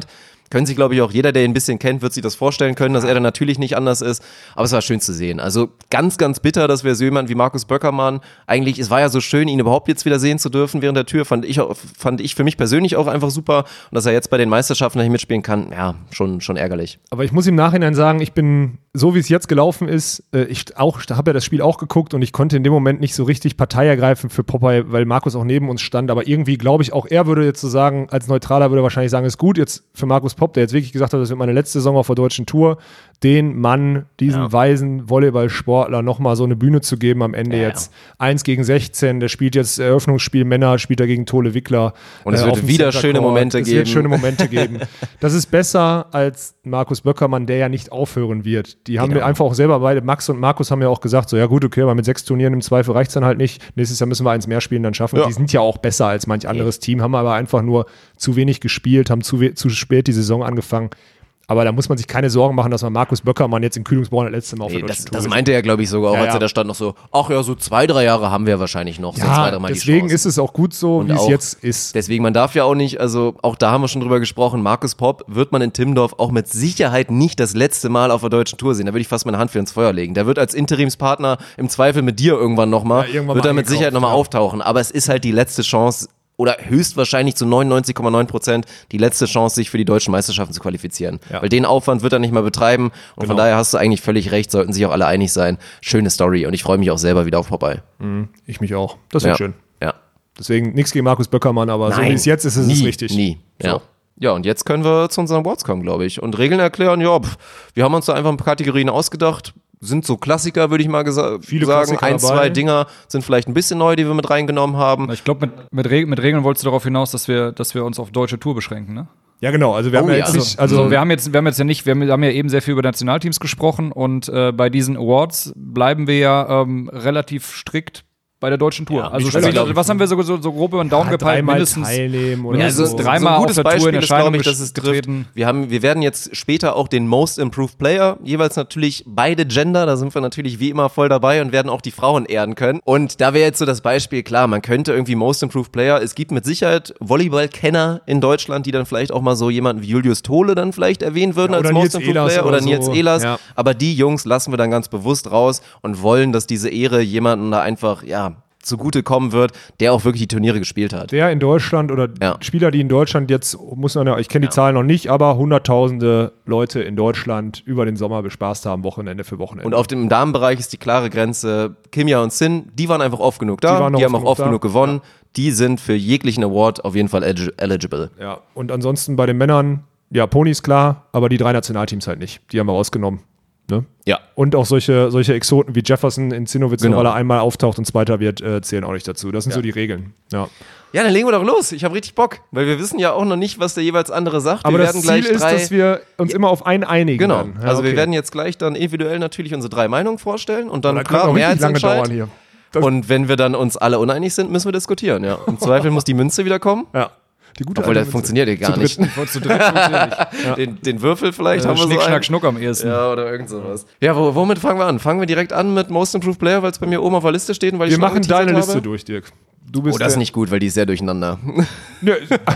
[SPEAKER 5] Können sich, glaube ich, auch jeder, der ihn ein bisschen kennt, wird sich das vorstellen können, dass er dann natürlich nicht anders ist. Aber es war schön zu sehen. Also ganz, ganz bitter, dass wir so jemanden wie Markus Böckermann eigentlich, es war ja so schön, ihn überhaupt jetzt wieder sehen zu dürfen während der Tür, fand ich, auch, fand ich für mich persönlich auch einfach super. Und dass er jetzt bei den Meisterschaften nicht mitspielen kann, ja, schon, schon ärgerlich.
[SPEAKER 6] Aber ich muss im Nachhinein sagen, ich bin, so wie es jetzt gelaufen ist, ich auch, habe ja das Spiel auch geguckt und ich konnte in dem Moment nicht so richtig Partei ergreifen für Popeye, weil Markus auch neben uns stand. Aber irgendwie glaube ich, auch er würde jetzt so sagen, als Neutraler würde er wahrscheinlich sagen, ist gut jetzt für Markus Popp, der jetzt wirklich gesagt hat, das wird meine letzte Saison auf der deutschen Tour, den Mann, diesen ja. weisen Volleyballsportler nochmal so eine Bühne zu geben am Ende ja, jetzt. Ja. eins gegen sechzehn, der spielt jetzt Eröffnungsspiel Männer, spielt er gegen Tole Wickler.
[SPEAKER 5] Und es äh, wird wieder schöne Momente
[SPEAKER 6] es
[SPEAKER 5] geben.
[SPEAKER 6] Es wird schöne Momente geben. Das ist besser als Markus Böckermann, der ja nicht aufhören wird. Die haben
[SPEAKER 5] genau.
[SPEAKER 6] mir einfach auch selber beide, Max und Markus haben ja auch gesagt, so ja gut, okay, aber mit sechs Turnieren im Zweifel reicht es dann halt nicht. Nächstes Jahr müssen wir eins mehr spielen, dann schaffen wir. Ja. Die sind ja auch besser als manch anderes okay. Team, haben aber einfach nur zu wenig gespielt, haben zu, we- zu spät die Saison angefangen. Aber da muss man sich keine Sorgen machen, dass man Markus Böckermann jetzt in Kühlungsborn das letzte Mal auf
[SPEAKER 5] nee,
[SPEAKER 6] der
[SPEAKER 5] das,
[SPEAKER 6] Tour
[SPEAKER 5] das meinte er, glaube ich, sogar auch,
[SPEAKER 6] ja,
[SPEAKER 5] als
[SPEAKER 6] ja.
[SPEAKER 5] er da stand, noch so, ach ja, so zwei, drei Jahre haben wir wahrscheinlich noch.
[SPEAKER 6] Ja,
[SPEAKER 5] so zwei, drei Mal
[SPEAKER 6] deswegen
[SPEAKER 5] die
[SPEAKER 6] ist es auch gut so,
[SPEAKER 5] und
[SPEAKER 6] wie
[SPEAKER 5] auch,
[SPEAKER 6] es jetzt ist.
[SPEAKER 5] Deswegen, man darf ja auch nicht, also auch da haben wir schon drüber gesprochen, Markus Popp wird man in Timmendorf auch mit Sicherheit nicht das letzte Mal auf der deutschen Tour sehen. Da würde ich fast meine Hand für ins Feuer legen. Der wird als Interimspartner im Zweifel mit dir irgendwann nochmal,
[SPEAKER 6] ja, irgendwann
[SPEAKER 5] wird
[SPEAKER 6] mal
[SPEAKER 5] er mit Sicherheit nochmal ja. auftauchen. Aber es ist halt die letzte Chance, oder höchstwahrscheinlich zu neunundneunzig Komma neun Prozent die letzte Chance, sich für die deutschen Meisterschaften zu qualifizieren. Ja. Weil den Aufwand wird er nicht mehr betreiben. Und genau. von daher hast du eigentlich völlig recht, sollten sich auch alle einig sein. Schöne Story und ich freue mich auch selber wieder auf Popeye.
[SPEAKER 6] Mhm. Ich mich auch. Das wird
[SPEAKER 5] ja.
[SPEAKER 6] schön.
[SPEAKER 5] Ja.
[SPEAKER 6] Deswegen nichts gegen Markus Böckermann, aber
[SPEAKER 5] Nein,
[SPEAKER 6] so wie es jetzt ist, ist
[SPEAKER 5] nie,
[SPEAKER 6] es richtig.
[SPEAKER 5] Nie. Ja.
[SPEAKER 6] So.
[SPEAKER 5] Ja, und jetzt können wir zu unseren Awards kommen, glaube ich. Und Regeln erklären, ja, pff, wir haben uns da einfach ein paar Kategorien ausgedacht. Sind so Klassiker, würde ich mal gesa-
[SPEAKER 6] Viele
[SPEAKER 5] sagen.
[SPEAKER 6] Klassiker
[SPEAKER 5] Ein,
[SPEAKER 6] dabei.
[SPEAKER 5] zwei Dinger sind vielleicht ein bisschen neu, die wir mit reingenommen haben.
[SPEAKER 7] Ich glaube, mit, mit, Reg- mit Regeln wolltest du darauf hinaus, dass wir, dass wir uns auf deutsche Tour beschränken, ne?
[SPEAKER 6] Ja, genau. Also wir
[SPEAKER 5] Oh,
[SPEAKER 6] haben ja
[SPEAKER 5] ja.
[SPEAKER 6] jetzt nicht,
[SPEAKER 7] Also,
[SPEAKER 6] also
[SPEAKER 7] wir haben jetzt, wir haben jetzt ja nicht, wir haben ja eben sehr viel über Nationalteams gesprochen und äh, bei diesen Awards bleiben wir ja ähm, relativ strikt bei der deutschen Tour.
[SPEAKER 6] Ja,
[SPEAKER 7] also
[SPEAKER 6] ich
[SPEAKER 7] sprich,
[SPEAKER 6] glaub,
[SPEAKER 7] was haben wir so, so, so grob über den Daumen
[SPEAKER 6] ja,
[SPEAKER 7] gepeilt?
[SPEAKER 6] dreimal
[SPEAKER 7] Mindestens,
[SPEAKER 6] teilnehmen oder
[SPEAKER 7] mindestens
[SPEAKER 6] so.
[SPEAKER 7] dreimal
[SPEAKER 5] so ein
[SPEAKER 7] auf
[SPEAKER 5] gutes
[SPEAKER 7] der Tour in
[SPEAKER 5] Beispiel ist,
[SPEAKER 7] Erscheinung
[SPEAKER 5] glaube ich, dass es trifft.
[SPEAKER 7] getreten.
[SPEAKER 5] Wir, haben, wir werden jetzt später auch den Most Improved Player, jeweils natürlich beide Gender, da sind wir natürlich wie immer voll dabei und werden auch die Frauen ehren können. Und da wäre jetzt so das Beispiel, klar, man könnte irgendwie Most Improved Player, es gibt mit Sicherheit Volleyball-Kenner in Deutschland, die dann vielleicht auch mal so jemanden wie Julius Tole dann vielleicht erwähnen würden
[SPEAKER 6] ja,
[SPEAKER 5] als
[SPEAKER 6] Nils
[SPEAKER 5] Most Improved
[SPEAKER 6] Ehlers
[SPEAKER 5] Player oder
[SPEAKER 6] oder
[SPEAKER 5] Nils
[SPEAKER 6] so.
[SPEAKER 5] Ehlers.
[SPEAKER 6] Ja.
[SPEAKER 5] Aber die Jungs lassen wir dann ganz bewusst raus und wollen, dass diese Ehre jemanden da einfach, ja, zugutekommen wird, der auch wirklich die Turniere gespielt hat.
[SPEAKER 6] Wer in Deutschland oder
[SPEAKER 5] Ja.
[SPEAKER 6] Spieler, die in Deutschland jetzt, muss man ja, ich kenne die
[SPEAKER 5] Ja.
[SPEAKER 6] Zahlen noch nicht, aber hunderttausende Leute in Deutschland über den Sommer bespaßt haben, Wochenende für Wochenende.
[SPEAKER 5] Und auf dem Damenbereich ist die klare Grenze, Kimia und Sin, die waren einfach oft genug da,
[SPEAKER 6] Die
[SPEAKER 5] die,
[SPEAKER 6] waren noch
[SPEAKER 5] haben
[SPEAKER 6] oft
[SPEAKER 5] auch oft
[SPEAKER 6] genug
[SPEAKER 5] genug
[SPEAKER 6] da.
[SPEAKER 5] gewonnen, die sind für jeglichen Award auf jeden Fall elig- eligible.
[SPEAKER 6] Ja, und ansonsten bei den Männern, ja, Ponys klar, aber die drei Nationalteams halt nicht. Die haben wir rausgenommen. Ne?
[SPEAKER 5] Ja.
[SPEAKER 6] Und auch solche, solche Exoten wie Jefferson in Zinnowitz,
[SPEAKER 5] Genau.
[SPEAKER 6] weil er einmal auftaucht und Zweiter wird, äh, zählen auch nicht dazu. Das sind
[SPEAKER 5] Ja.
[SPEAKER 6] so die Regeln. Ja.
[SPEAKER 5] Ja, dann legen wir doch los. Ich habe richtig Bock, weil wir wissen ja auch noch nicht, was der jeweils andere sagt.
[SPEAKER 6] Aber
[SPEAKER 5] wir
[SPEAKER 6] das
[SPEAKER 5] werden
[SPEAKER 6] Ziel
[SPEAKER 5] gleich
[SPEAKER 6] ist,
[SPEAKER 5] drei,
[SPEAKER 6] dass wir uns immer auf einen einigen.
[SPEAKER 5] Genau,
[SPEAKER 6] Dann. Ja,
[SPEAKER 5] also wir
[SPEAKER 6] okay.
[SPEAKER 5] werden jetzt gleich dann individuell natürlich unsere drei Meinungen vorstellen und dann
[SPEAKER 6] Das
[SPEAKER 5] klar
[SPEAKER 6] kann auch richtig lange
[SPEAKER 5] Mehrheitsentscheid.
[SPEAKER 6] dauern hier. Das-
[SPEAKER 5] Und wenn wir dann uns alle uneinig sind, müssen wir diskutieren. Ja. Im Zweifel muss die Münze wieder kommen.
[SPEAKER 6] Ja. Die gute
[SPEAKER 5] Obwohl,
[SPEAKER 6] alte
[SPEAKER 5] das
[SPEAKER 6] Münze.
[SPEAKER 5] funktioniert ja gar
[SPEAKER 6] Zu
[SPEAKER 5] nicht.
[SPEAKER 6] dritt.
[SPEAKER 7] Zu dritt funktioniert nicht.
[SPEAKER 5] Den, den Würfel vielleicht
[SPEAKER 7] Äh,
[SPEAKER 5] haben wir
[SPEAKER 7] Schnick,
[SPEAKER 5] so
[SPEAKER 7] Schnack,
[SPEAKER 5] einen.
[SPEAKER 7] Schnuck am ehesten.
[SPEAKER 5] Ja, oder irgend sowas. Ja, wo, womit fangen wir an? Fangen wir direkt an mit Most Improved Player, weil es bei mir oben auf der Liste steht und weil ich
[SPEAKER 6] Wir
[SPEAKER 5] schon
[SPEAKER 6] machen
[SPEAKER 5] angeteasert
[SPEAKER 6] deine
[SPEAKER 5] habe?
[SPEAKER 6] Liste durch, Dirk. Du bist
[SPEAKER 5] Oh, das ist
[SPEAKER 6] der-
[SPEAKER 5] nicht gut, weil die ist sehr durcheinander.
[SPEAKER 6] Nö,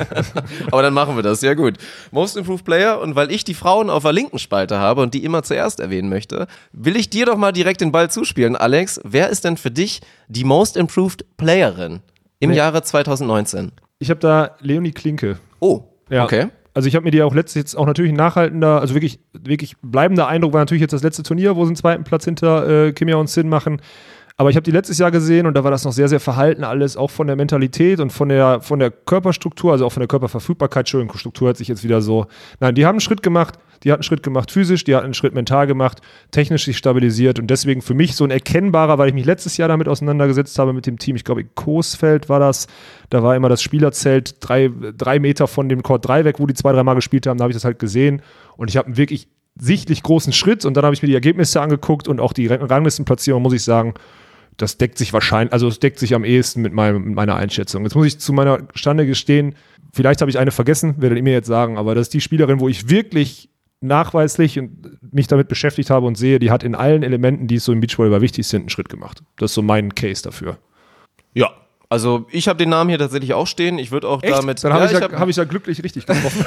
[SPEAKER 5] Aber dann machen wir das, ja gut. Most Improved Player und weil ich die Frauen auf der linken Spalte habe und die immer zuerst erwähnen möchte, will ich dir doch mal direkt den Ball zuspielen, Alex. Wer ist denn für dich die Most Improved Playerin im
[SPEAKER 6] Nee.
[SPEAKER 5] Jahre zwanzig neunzehn?
[SPEAKER 6] ich habe da Leonie Klinke.
[SPEAKER 5] Oh,
[SPEAKER 6] Ja.
[SPEAKER 5] okay.
[SPEAKER 6] Also ich habe mir die auch letztes jetzt auch natürlich ein nachhaltender, also wirklich, wirklich bleibender Eindruck war natürlich jetzt das letzte Turnier, wo sie einen zweiten Platz hinter äh, Kimia und Sin machen. Aber ich habe die letztes Jahr gesehen und da war das noch sehr, sehr verhalten alles, auch von der Mentalität und von der, von der Körperstruktur, also auch von der Körperverfügbarkeit. Entschuldigung, Struktur hat sich jetzt wieder so. Nein, die haben einen Schritt gemacht, die hat einen Schritt gemacht physisch, die hat einen Schritt mental gemacht, technisch sich stabilisiert und deswegen für mich so ein erkennbarer, weil ich mich letztes Jahr damit auseinandergesetzt habe mit dem Team, ich glaube in Coesfeld war das, da war immer das Spielerzelt drei, drei Meter von dem Court drei weg, wo die zwei, dreimal gespielt haben, da habe ich das halt gesehen und ich habe einen wirklich sichtlich großen Schritt und dann habe ich mir die Ergebnisse angeguckt und auch die Ranglistenplatzierung, muss ich sagen, das deckt sich wahrscheinlich, also es deckt sich am ehesten mit, meinem, mit meiner Einschätzung. Jetzt muss ich zu meiner Stande gestehen, vielleicht habe ich eine vergessen, werdet ihr mir jetzt sagen, aber das ist die Spielerin, wo ich wirklich nachweislich und mich damit beschäftigt habe und sehe, die hat in allen Elementen, die es so im Beachvolleyball wichtig sind, einen Schritt gemacht. Das ist so mein Case dafür.
[SPEAKER 5] Ja, Also ich habe den Namen hier tatsächlich auch stehen. Ich würde auch
[SPEAKER 6] Echt?
[SPEAKER 5] damit...
[SPEAKER 6] Dann habe
[SPEAKER 5] ja,
[SPEAKER 6] ich, ja,
[SPEAKER 5] hab,
[SPEAKER 6] hab ich ja glücklich richtig getroffen.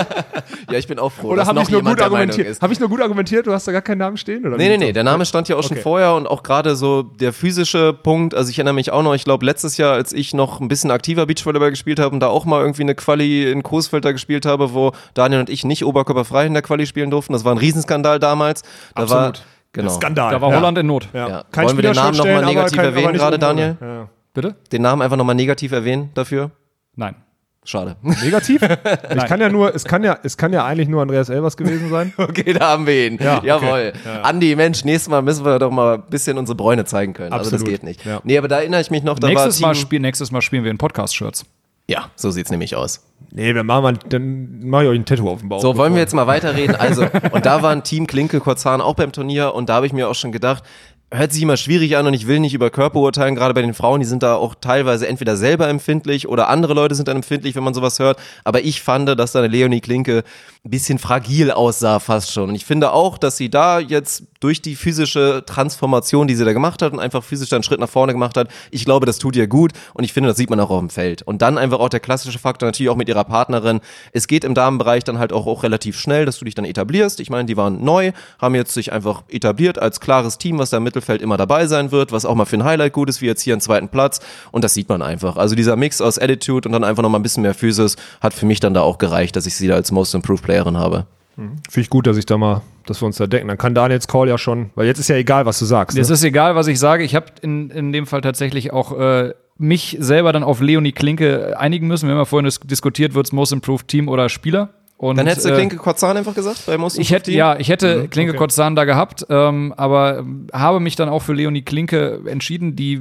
[SPEAKER 5] ja, ich bin auch froh,
[SPEAKER 6] Oder
[SPEAKER 5] dass
[SPEAKER 6] habe
[SPEAKER 5] noch
[SPEAKER 6] ich nur
[SPEAKER 5] jemand
[SPEAKER 6] gut
[SPEAKER 5] der Meinung
[SPEAKER 6] argumentiert?
[SPEAKER 5] ist.
[SPEAKER 6] Habe ich nur gut argumentiert? Du hast da gar keinen Namen stehen? Oder
[SPEAKER 5] Nee,
[SPEAKER 6] wie?
[SPEAKER 5] nee, nee, der Name stand ja auch schon
[SPEAKER 6] Okay.
[SPEAKER 5] vorher und auch gerade so der physische Punkt, also ich erinnere mich auch noch, ich glaube letztes Jahr, als ich noch ein bisschen aktiver Beachvolleyball gespielt habe und da auch mal irgendwie eine Quali in Coesfeld da gespielt habe, wo Daniel und ich nicht oberkörperfrei in der Quali spielen durften, das war ein Riesenskandal damals. Da
[SPEAKER 6] Absolut.
[SPEAKER 5] War, genau.
[SPEAKER 6] Skandal.
[SPEAKER 7] Da war
[SPEAKER 6] ja.
[SPEAKER 7] Holland in Not.
[SPEAKER 6] Ja.
[SPEAKER 5] Ja.
[SPEAKER 6] Kein
[SPEAKER 5] Wollen wir den
[SPEAKER 6] Spieler
[SPEAKER 5] Namen
[SPEAKER 6] stellen,
[SPEAKER 5] nochmal
[SPEAKER 6] aber
[SPEAKER 5] negativ
[SPEAKER 6] kein-
[SPEAKER 5] erwähnen
[SPEAKER 6] aber nicht
[SPEAKER 5] gerade,
[SPEAKER 6] ohne.
[SPEAKER 5] Daniel?
[SPEAKER 6] Ja.
[SPEAKER 7] Bitte?
[SPEAKER 5] Den Namen einfach nochmal negativ erwähnen dafür?
[SPEAKER 7] Nein.
[SPEAKER 5] Schade.
[SPEAKER 6] Negativ? Ich kann ja nur, es kann ja, es kann ja eigentlich nur Andreas Elbers gewesen sein.
[SPEAKER 5] Okay, da haben wir ihn.
[SPEAKER 6] Ja, okay.
[SPEAKER 5] Jawohl.
[SPEAKER 6] Ja.
[SPEAKER 5] Andi, Mensch, nächstes Mal müssen wir doch mal ein bisschen unsere Bräune zeigen können. Also das
[SPEAKER 6] Absolut.
[SPEAKER 5] geht nicht.
[SPEAKER 6] Ja.
[SPEAKER 5] Nee, aber da erinnere ich mich noch, da
[SPEAKER 7] Nächstes
[SPEAKER 5] war
[SPEAKER 7] Mal,
[SPEAKER 5] Team,
[SPEAKER 7] spiel, nächstes Mal spielen wir in Podcast-Shirts.
[SPEAKER 5] Ja, so sieht's nämlich aus.
[SPEAKER 6] Nee, dann machen wir, dann mache ich euch ein Tattoo auf dem Bauch.
[SPEAKER 5] So, wollen wir jetzt mal weiterreden? Also, und da war ein Team Klinke Korzahn auch beim Turnier und da habe ich mir auch schon gedacht, hört sich immer schwierig an und ich will nicht über Körper urteilen, gerade bei den Frauen, die sind da auch teilweise entweder selber empfindlich oder andere Leute sind dann empfindlich, wenn man sowas hört, aber ich fand, dass da eine Leonie Klinke ein bisschen fragil aussah fast schon und ich finde auch, dass sie da jetzt durch die physische Transformation, die sie da gemacht hat und einfach physisch da einen Schritt nach vorne gemacht hat, ich glaube, das tut ihr gut und ich finde, das sieht man auch auf dem Feld und dann einfach auch der klassische Faktor natürlich auch mit ihrer Partnerin, es geht im Damenbereich dann halt auch, auch relativ schnell, dass du dich dann etablierst, ich meine, die waren neu, haben jetzt sich einfach etabliert als klares Team, was da im Mittelfeld immer dabei sein wird, was auch mal für ein Highlight gut ist, wie jetzt hier einen zweiten Platz und das sieht man einfach. Also dieser Mix aus Attitude und dann einfach nochmal ein bisschen mehr Physis hat für mich dann da auch gereicht, dass ich sie da als Most Improved Playerin habe.
[SPEAKER 6] Finde ich gut, dass ich da mal, dass wir uns da decken. Dann kann Daniels Call ja schon, weil jetzt ist ja egal, was du sagst.
[SPEAKER 7] Es
[SPEAKER 6] Ne?
[SPEAKER 7] ist egal, was ich sage. Ich habe in, in dem Fall tatsächlich auch äh, mich selber dann auf Leonie Klinke einigen müssen. Wir haben ja vorhin dis- diskutiert, wird es Most Improved Team oder Spieler. Und,
[SPEAKER 5] Dann hättest du
[SPEAKER 7] äh,
[SPEAKER 5] Klinke Korzahn einfach gesagt bei Most
[SPEAKER 7] Ich
[SPEAKER 5] Improved
[SPEAKER 7] hätte,
[SPEAKER 5] Team?
[SPEAKER 7] ja, ich hätte
[SPEAKER 6] Mhm,
[SPEAKER 7] Klinke
[SPEAKER 6] okay.
[SPEAKER 7] Kotzahn da gehabt, ähm, aber ähm, habe mich dann auch für Leonie Klinke entschieden, die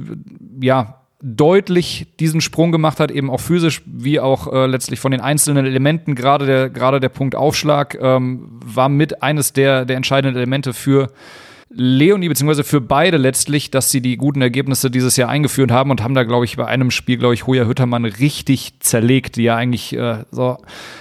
[SPEAKER 7] ja deutlich diesen Sprung gemacht hat, eben auch physisch, wie auch äh, letztlich von den einzelnen Elementen, gerade der, gerade der Punkt Aufschlag, ähm, war mit eines der, der entscheidenden Elemente für Leonie, beziehungsweise für beide letztlich, dass sie die guten Ergebnisse dieses Jahr eingeführt haben und haben da, glaube ich, bei einem Spiel, glaube ich, Hoja Hüttermann richtig zerlegt, die ja eigentlich äh, so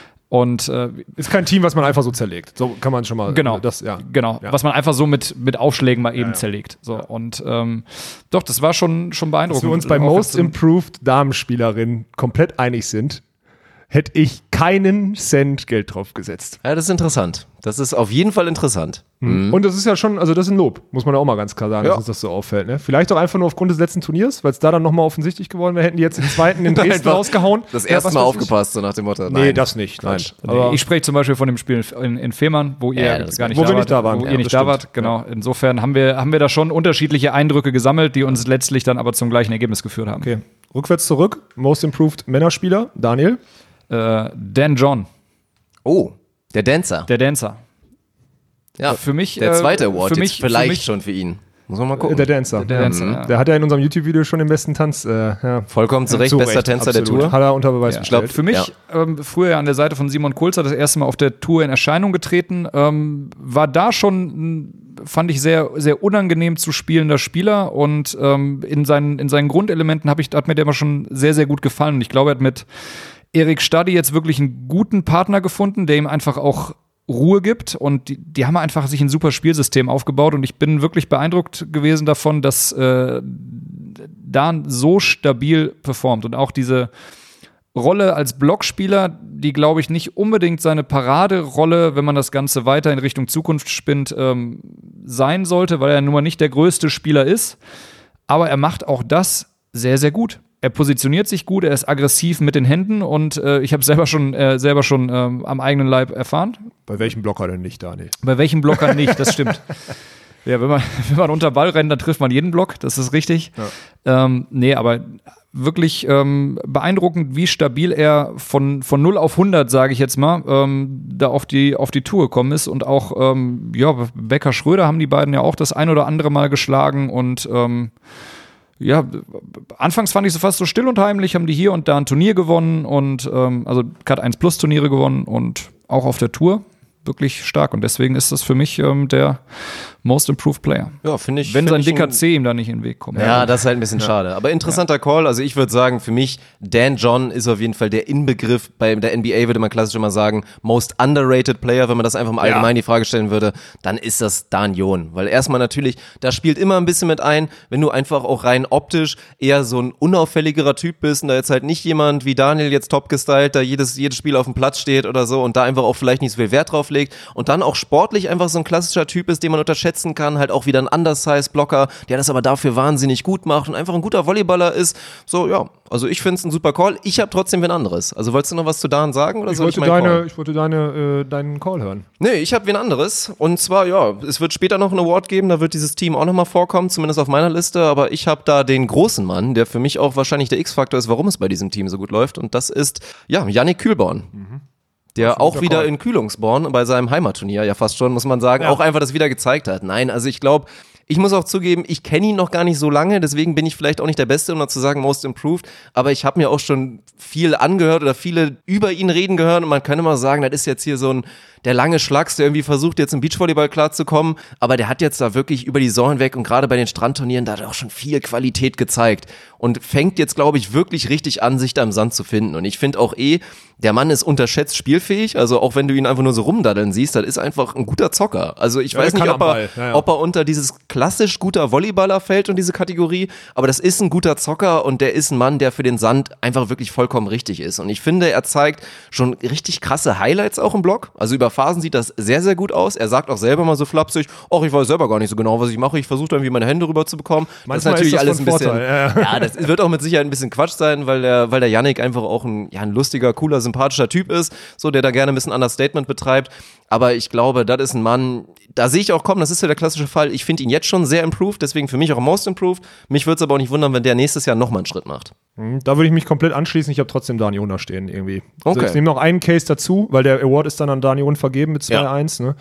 [SPEAKER 7] und äh,
[SPEAKER 6] Ist kein Team, was man einfach so zerlegt. So kann man schon mal.
[SPEAKER 7] Genau,
[SPEAKER 6] Das, ja.
[SPEAKER 7] genau.
[SPEAKER 6] Ja.
[SPEAKER 7] Was man einfach so mit, mit Aufschlägen mal eben
[SPEAKER 6] ja.
[SPEAKER 7] zerlegt. So, und ähm, doch, das war schon, schon beeindruckend.
[SPEAKER 6] Dass wir uns bei
[SPEAKER 7] Auch
[SPEAKER 6] Most
[SPEAKER 7] jetzt im-
[SPEAKER 6] Improved Damenspielerin komplett einig sind, hätte ich keinen Cent Geld drauf gesetzt.
[SPEAKER 5] Ja, das ist interessant. Das ist auf jeden Fall interessant.
[SPEAKER 6] Und das ist ja schon, also das ist ein Lob, muss man ja auch mal ganz klar sagen,
[SPEAKER 5] Ja.
[SPEAKER 6] dass uns das so auffällt. Ne? Vielleicht auch einfach nur aufgrund des letzten Turniers, weil es da dann nochmal offensichtlich geworden wäre, hätten die jetzt den zweiten in Dresden
[SPEAKER 5] Einfach
[SPEAKER 6] rausgehauen.
[SPEAKER 5] Das
[SPEAKER 6] Ja,
[SPEAKER 5] erste
[SPEAKER 6] was
[SPEAKER 5] Mal
[SPEAKER 6] weiß
[SPEAKER 5] aufgepasst, so nach dem Motto.
[SPEAKER 6] Ich.
[SPEAKER 5] Nein.
[SPEAKER 6] Nee, das nicht. Nein.
[SPEAKER 5] Quatsch.
[SPEAKER 6] Aber
[SPEAKER 7] Ich spreche zum Beispiel von dem Spiel in, in Fehmarn, wo ihr
[SPEAKER 5] Ja, das
[SPEAKER 7] gar nicht
[SPEAKER 6] wo
[SPEAKER 7] da
[SPEAKER 6] wir
[SPEAKER 7] wart.
[SPEAKER 6] nicht da waren.
[SPEAKER 7] Wo
[SPEAKER 6] Ja,
[SPEAKER 7] ihr nicht
[SPEAKER 6] das
[SPEAKER 7] da
[SPEAKER 6] stimmt.
[SPEAKER 7] wart, genau. Insofern haben wir, haben wir da schon unterschiedliche Eindrücke gesammelt, die uns letztlich dann aber zum gleichen Ergebnis geführt haben.
[SPEAKER 6] okay. Rückwärts zurück, Most Improved Männerspieler, Daniel.
[SPEAKER 7] Äh, Dan John,
[SPEAKER 5] Oh, der Dancer.
[SPEAKER 7] der Dancer.
[SPEAKER 5] ja,
[SPEAKER 7] für mich,
[SPEAKER 5] der
[SPEAKER 7] äh,
[SPEAKER 5] zweite Award
[SPEAKER 7] für
[SPEAKER 5] jetzt
[SPEAKER 7] mich-
[SPEAKER 5] vielleicht
[SPEAKER 7] für mich-
[SPEAKER 5] schon für ihn. Muss man mal
[SPEAKER 6] Äh,
[SPEAKER 5] gucken.
[SPEAKER 6] Der Dancer.
[SPEAKER 7] Der Dancer,
[SPEAKER 6] ja.
[SPEAKER 7] ja.
[SPEAKER 6] Der hat ja in unserem YouTube-Video schon den besten Tanz. Äh, ja.
[SPEAKER 5] Vollkommen zu Recht,
[SPEAKER 6] Zu
[SPEAKER 5] bester
[SPEAKER 6] Recht,
[SPEAKER 5] Tänzer
[SPEAKER 6] absolut.
[SPEAKER 5] der Tour.
[SPEAKER 6] Hat er unter Beweis
[SPEAKER 7] Ja.
[SPEAKER 6] gestellt.
[SPEAKER 5] Ich glaub,
[SPEAKER 7] Für mich, ähm, früher an der Seite von Simon Kulzer, das erste Mal auf der Tour in Erscheinung getreten, ähm, war da schon, ein, fand ich, sehr, sehr unangenehm zu spielender Spieler und ähm, in, seinen, in seinen Grundelementen hab ich, hat mir der immer schon sehr, sehr gut gefallen. Und ich glaube, er hat mit Erik Stadi jetzt wirklich einen guten Partner gefunden, der ihm einfach auch Ruhe gibt und die, die haben einfach sich ein super Spielsystem aufgebaut und ich bin wirklich beeindruckt gewesen davon, dass äh, Dan so stabil performt und auch diese Rolle als Blockspieler, die, glaube ich, nicht unbedingt seine Paraderolle, wenn man das Ganze weiter in Richtung Zukunft spinnt, ähm, sein sollte, weil er nun mal nicht der größte Spieler ist. Aber er macht auch das sehr, sehr gut. Er positioniert sich gut, er ist aggressiv mit den Händen und äh, ich habe es selber schon, äh, selber schon ähm, am eigenen Leib erfahren.
[SPEAKER 6] Bei welchem Blocker denn nicht, Daniel?
[SPEAKER 7] Bei welchem Blocker nicht, das stimmt. Ja, wenn man, wenn man unter Ball rennt, dann trifft man jeden Block, das ist richtig. Ja. Ähm, nee, aber wirklich ähm, beeindruckend, wie stabil er von, von null auf hundert, sage ich jetzt mal, ähm, da auf die, auf die Tour gekommen ist. Und auch, ähm, ja, Becker Schröder haben die beiden ja auch das ein oder andere Mal geschlagen. Und ähm, ja, anfangs fand ich sie fast so still und heimlich, haben die hier und da ein Turnier gewonnen und ähm, also Cut eins Plus Turniere gewonnen und auch auf der Tour wirklich stark. Und deswegen ist das für mich ähm, der Most Improved Player.
[SPEAKER 5] Ja, finde ich.
[SPEAKER 7] Wenn
[SPEAKER 5] find
[SPEAKER 7] sein
[SPEAKER 5] ich
[SPEAKER 7] dicker
[SPEAKER 5] ein-
[SPEAKER 7] C ihm da nicht in den Weg kommt.
[SPEAKER 5] Ja, das ist halt ein bisschen schade. Aber interessanter Call. Also ich würde sagen, für mich, Dan John ist auf jeden Fall der Inbegriff. Bei der N B A würde man klassisch immer sagen, most underrated Player. Wenn man das einfach im Allgemeinen die Frage stellen würde, dann ist das Dan Jon. Weil erstmal natürlich, da spielt immer ein bisschen mit ein, wenn du einfach auch rein optisch eher so ein unauffälligerer Typ bist und da jetzt halt nicht jemand wie Daniel jetzt top gestylt, da jedes, jedes Spiel auf dem Platz steht oder so und da einfach auch vielleicht nicht so viel Wert drauf legt und dann auch sportlich einfach so ein klassischer Typ ist, den man unterschätzen kann, halt auch wieder ein Undersize-Blocker, der das aber dafür wahnsinnig gut macht und einfach ein guter Volleyballer ist. So, ja, also ich finde es ein super Call. Ich habe trotzdem wen anderes. Also wolltest du noch was zu Dan sagen oder
[SPEAKER 6] Ich
[SPEAKER 5] soll
[SPEAKER 6] wollte,
[SPEAKER 5] ich meinen
[SPEAKER 6] deine,
[SPEAKER 5] Call?
[SPEAKER 6] ich wollte deine, äh, deinen Call hören.
[SPEAKER 5] Nee, ich habe wen anderes. Und zwar, ja, es wird später noch einen Award geben, da wird dieses Team auch nochmal vorkommen, zumindest auf meiner Liste. Aber ich habe da den großen Mann, der für mich auch wahrscheinlich der X-Faktor ist, warum es bei diesem Team so gut läuft. Und das ist, ja, Yannick Kühlborn. Mhm. Der auch wieder Call. in Kühlungsborn bei seinem Heimatturnier, ja fast schon, muss man sagen, ja. auch einfach das wieder gezeigt hat. Nein, also ich glaube, ich muss auch zugeben, ich kenne ihn noch gar nicht so lange, deswegen bin ich vielleicht auch nicht der Beste, um noch zu sagen Most Improved, aber ich habe mir auch schon viel angehört oder viele über ihn reden gehört und man kann immer sagen, das ist jetzt hier so ein der lange Schlags, der irgendwie versucht, jetzt im Beachvolleyball klarzukommen, aber der hat jetzt da wirklich über die Saison hinweg und gerade bei den Strandturnieren, da hat er auch schon viel Qualität gezeigt und fängt jetzt, glaube ich, wirklich richtig an, sich da im Sand zu finden. Und ich finde auch eh, der Mann ist unterschätzt spielfähig, also auch wenn du ihn einfach nur so rumdaddeln siehst, das ist einfach ein guter Zocker. Also ich
[SPEAKER 6] Ja,
[SPEAKER 5] weiß
[SPEAKER 6] der
[SPEAKER 5] nicht,
[SPEAKER 6] kann
[SPEAKER 5] ob
[SPEAKER 6] am
[SPEAKER 5] er,
[SPEAKER 6] Ball. Ja, ja.
[SPEAKER 5] ob er unter dieses klassisch guter Volleyballer fällt und diese Kategorie, aber das ist ein guter Zocker und der ist ein Mann, der für den Sand einfach wirklich vollkommen richtig ist. Und ich finde, er zeigt schon richtig krasse Highlights auch im Block. Also über Phasen sieht das sehr, sehr gut aus. Er sagt auch selber mal so flapsig, ach, ich weiß selber gar nicht so genau, was ich mache. Ich versuche da irgendwie meine Hände rüber zu bekommen.
[SPEAKER 6] Manchmal
[SPEAKER 5] das ist natürlich
[SPEAKER 6] ist das
[SPEAKER 5] alles
[SPEAKER 6] von
[SPEAKER 5] ein bisschen,
[SPEAKER 6] Vorteil, ja.
[SPEAKER 5] ja, das wird auch mit Sicherheit ein bisschen Quatsch sein, weil der, weil der Yannick einfach auch ein, ja, ein lustiger, cooler, sympathischer Typ ist, so, der da gerne ein bisschen Understatement betreibt. Aber ich glaube, das ist ein Mann, da sehe ich auch kommen, das ist ja der klassische Fall. Ich finde ihn jetzt schon sehr improved, deswegen für mich auch Most Improved. Mich würde es aber auch nicht wundern, wenn der nächstes Jahr nochmal einen Schritt macht.
[SPEAKER 6] Da würde ich mich komplett anschließen. Ich habe trotzdem Dan Jon da stehen irgendwie. Also
[SPEAKER 5] Okay.
[SPEAKER 6] ich nehme noch einen Case dazu, weil der Award ist dann an Dan Jon vergeben mit zwei eins. Ne?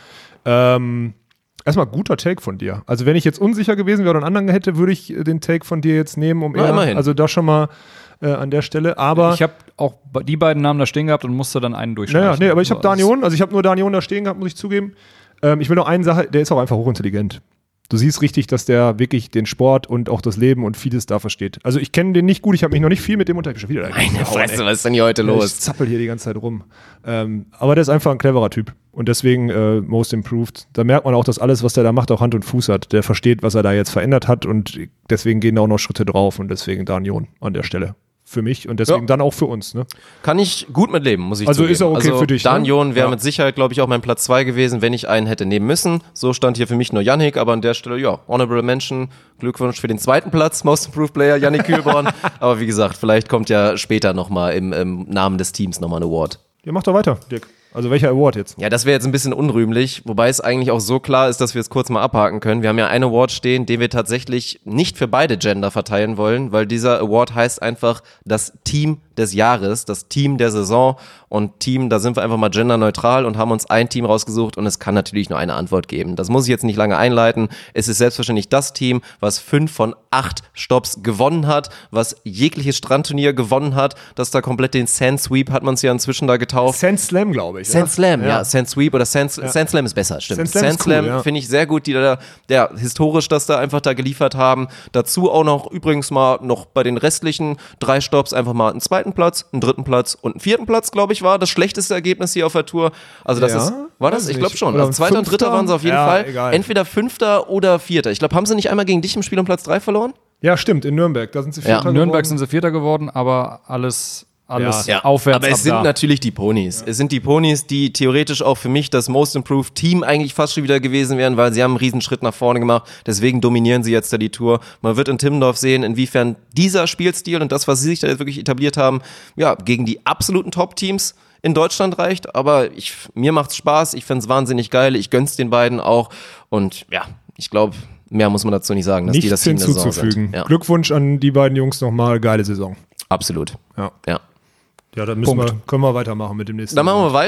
[SPEAKER 6] Ähm, erstmal guter Take von dir. Also wenn ich jetzt unsicher gewesen wäre oder einen anderen hätte, würde ich den Take von dir jetzt nehmen, um
[SPEAKER 5] Na,
[SPEAKER 6] eher,
[SPEAKER 5] immerhin.
[SPEAKER 6] also da schon mal äh, an der Stelle. Aber
[SPEAKER 7] Ich habe auch die beiden Namen da stehen gehabt und musste dann einen durchstreichen.
[SPEAKER 6] naja, nee, aber ich habe
[SPEAKER 7] Also,
[SPEAKER 6] Dan Jon, also ich habe nur Dan Jon da stehen gehabt, muss ich zugeben. Ähm, ich will noch eine Sache, der ist auch einfach hochintelligent. Du siehst richtig, dass der wirklich den Sport und auch das Leben und vieles da versteht. Also ich kenne den nicht gut, ich habe mich noch nicht viel mit dem unterhalten. Schon wieder
[SPEAKER 5] Meine Fresse, was ist denn hier heute
[SPEAKER 6] Ich
[SPEAKER 5] los?
[SPEAKER 6] zappel hier die ganze Zeit rum. Ähm, aber der ist einfach ein cleverer Typ. Und deswegen äh, Most Improved. Da merkt man auch, dass alles, was der da macht, auch Hand und Fuß hat. Der versteht, was er da jetzt verändert hat und deswegen gehen da auch noch Schritte drauf und deswegen Dan Jon an der Stelle. Für mich und deswegen
[SPEAKER 5] Ja.
[SPEAKER 6] dann auch für uns. Ne?
[SPEAKER 5] Kann ich gut mit leben, muss ich
[SPEAKER 6] Also
[SPEAKER 5] zugeben.
[SPEAKER 6] ist er okay
[SPEAKER 5] also
[SPEAKER 6] für dich,
[SPEAKER 5] Dan
[SPEAKER 6] ne?
[SPEAKER 5] Jon wäre
[SPEAKER 6] Ja.
[SPEAKER 5] mit Sicherheit, glaube ich, auch mein Platz zwei gewesen, wenn ich einen hätte nehmen müssen. So stand hier für mich nur Yannick, aber an der Stelle, ja, Honorable Mention. Glückwunsch für den zweiten Platz, Most Improved Player, Yannick Kühlborn. Aber wie gesagt, vielleicht kommt ja später nochmal im, im Namen des Teams nochmal ein Award.
[SPEAKER 6] Ja, mach doch weiter, Dirk. Also welcher Award jetzt?
[SPEAKER 5] Ja, das wäre jetzt ein bisschen unrühmlich, wobei es eigentlich auch so klar ist, dass wir es kurz mal abhaken können. Wir haben ja einen Award stehen, den wir tatsächlich nicht für beide Gender verteilen wollen, weil dieser Award heißt einfach das Team des Jahres, das Team der Saison und Team, da sind wir einfach mal genderneutral und haben uns ein Team rausgesucht und es kann natürlich nur eine Antwort geben. Das muss ich jetzt nicht lange einleiten. Es ist selbstverständlich das Team, was fünf von acht Stops gewonnen hat, was jegliches Strandturnier gewonnen hat, das da komplett den Sand Sweep hat man es ja inzwischen da getauft.
[SPEAKER 6] Sand Slam, glaube ich.
[SPEAKER 5] Sand Slam, ja.
[SPEAKER 6] ja.
[SPEAKER 5] Sand Sweep oder Sand, Sand Slam ist besser, stimmt.
[SPEAKER 6] Sand Slam
[SPEAKER 5] Sand
[SPEAKER 6] ist cool,
[SPEAKER 5] Slam
[SPEAKER 6] ja.
[SPEAKER 5] finde ich sehr gut, die da, ja, historisch das da einfach da geliefert haben. Dazu auch noch übrigens mal noch bei den restlichen drei Stops einfach mal einen zweiten Platz, einen dritten Platz und einen vierten Platz, glaube ich, war das schlechteste Ergebnis hier auf der Tour. Also das
[SPEAKER 6] Ja,
[SPEAKER 5] ist, war das?
[SPEAKER 6] weiß
[SPEAKER 5] Ich glaube
[SPEAKER 6] nicht.
[SPEAKER 5] schon.
[SPEAKER 6] Oder
[SPEAKER 5] Also zweiter und dritter
[SPEAKER 6] Fünfter?
[SPEAKER 5] waren sie auf jeden
[SPEAKER 6] Ja,
[SPEAKER 5] Fall.
[SPEAKER 6] egal.
[SPEAKER 5] Entweder Fünfter oder Vierter. Ich glaube, haben sie nicht einmal gegen dich im Spiel um Platz drei verloren?
[SPEAKER 6] Ja, stimmt, in Nürnberg. Da sind sie
[SPEAKER 5] Ja.
[SPEAKER 6] Vierter
[SPEAKER 7] In Nürnberg
[SPEAKER 6] geworden.
[SPEAKER 7] sind sie Vierter geworden, aber alles, alles
[SPEAKER 6] Ja.
[SPEAKER 7] aufwärts
[SPEAKER 5] Aber
[SPEAKER 7] ab
[SPEAKER 5] es sind
[SPEAKER 7] da.
[SPEAKER 5] natürlich die Ponys. Es sind die Ponys, die theoretisch auch für mich das Most Improved Team eigentlich fast schon wieder gewesen wären, weil sie haben einen Riesenschritt nach vorne gemacht. Deswegen dominieren sie jetzt da die Tour. Man wird in Timmendorf sehen, inwiefern dieser Spielstil und das, was sie sich da jetzt wirklich etabliert haben, ja, gegen die absoluten Top-Teams in Deutschland reicht. Aber ich, mir macht's Spaß. Ich find's wahnsinnig geil. Ich gönn's den beiden auch. Und ja, ich glaube, mehr muss man dazu nicht sagen, dass die das
[SPEAKER 6] Nichts
[SPEAKER 5] Team der Saison
[SPEAKER 6] hinzuzufügen.
[SPEAKER 5] sind. Ja,
[SPEAKER 6] Glückwunsch an die beiden Jungs nochmal. Geile Saison.
[SPEAKER 5] absolut.
[SPEAKER 6] Ja.
[SPEAKER 5] Ja.
[SPEAKER 6] Ja, dann müssen
[SPEAKER 7] Punkt.
[SPEAKER 6] wir, können wir weitermachen mit dem nächsten.
[SPEAKER 5] Dann machen wir weiter.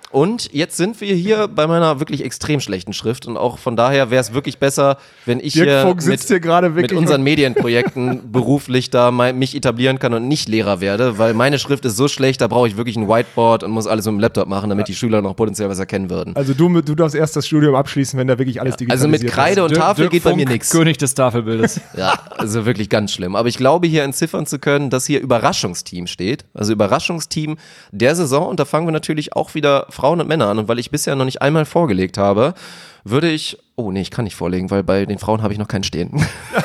[SPEAKER 5] Und jetzt sind wir hier bei meiner wirklich extrem schlechten Schrift und auch von daher wäre es wirklich besser, wenn ich
[SPEAKER 6] Dirk
[SPEAKER 5] hier,
[SPEAKER 6] Funk
[SPEAKER 5] mit,
[SPEAKER 6] sitzt hier gerade
[SPEAKER 5] mit
[SPEAKER 6] wirklich
[SPEAKER 5] unseren Medienprojekten beruflich da mein, mich etablieren kann und nicht Lehrer werde, weil meine Schrift ist so schlecht, da brauche ich wirklich ein Whiteboard und muss alles mit dem Laptop machen, damit die Schüler noch potenziell was erkennen würden.
[SPEAKER 6] Also du, du darfst erst das Studium abschließen, wenn da wirklich alles digitalisiert
[SPEAKER 5] Also mit Kreide und
[SPEAKER 7] Dirk-
[SPEAKER 5] Tafel
[SPEAKER 7] Dirk
[SPEAKER 5] geht bei
[SPEAKER 7] Funk,
[SPEAKER 5] mir nichts.
[SPEAKER 7] König des Tafelbildes.
[SPEAKER 5] Ja, also wirklich ganz schlimm. Aber ich glaube hier entziffern zu können, dass hier Überraschungsteam steht. Also Überraschungsteam der Saison. Und da fangen wir natürlich auch wieder Frauen und Männer an. Und weil ich bisher noch nicht einmal vorgelegt habe, würde ich, oh nee, ich kann nicht vorlegen, weil bei den Frauen habe ich noch keinen stehen.